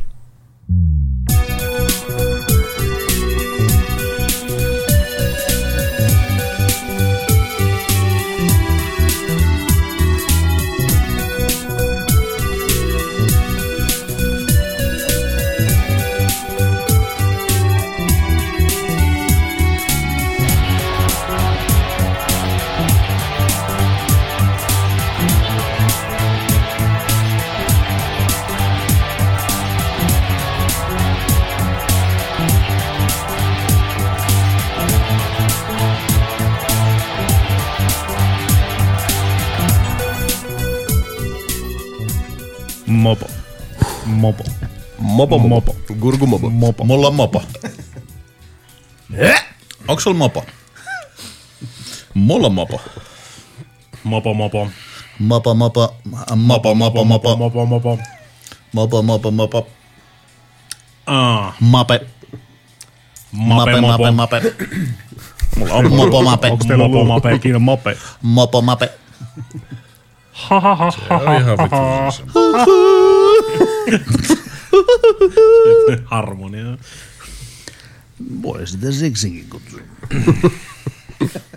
[SPEAKER 1] Mopo. Gurgu mopo.
[SPEAKER 4] Mulla on mopo. Onks sulla mopo? Mulla on mopo.
[SPEAKER 6] Mopo.
[SPEAKER 4] Mopo. Mape.
[SPEAKER 6] Mulla on
[SPEAKER 4] mopo.
[SPEAKER 6] Onks teillä ollut mope ikinä mope?
[SPEAKER 4] Mopo.
[SPEAKER 6] Se on ihan harmonia.
[SPEAKER 7] Voi sitä siksikin kutsua.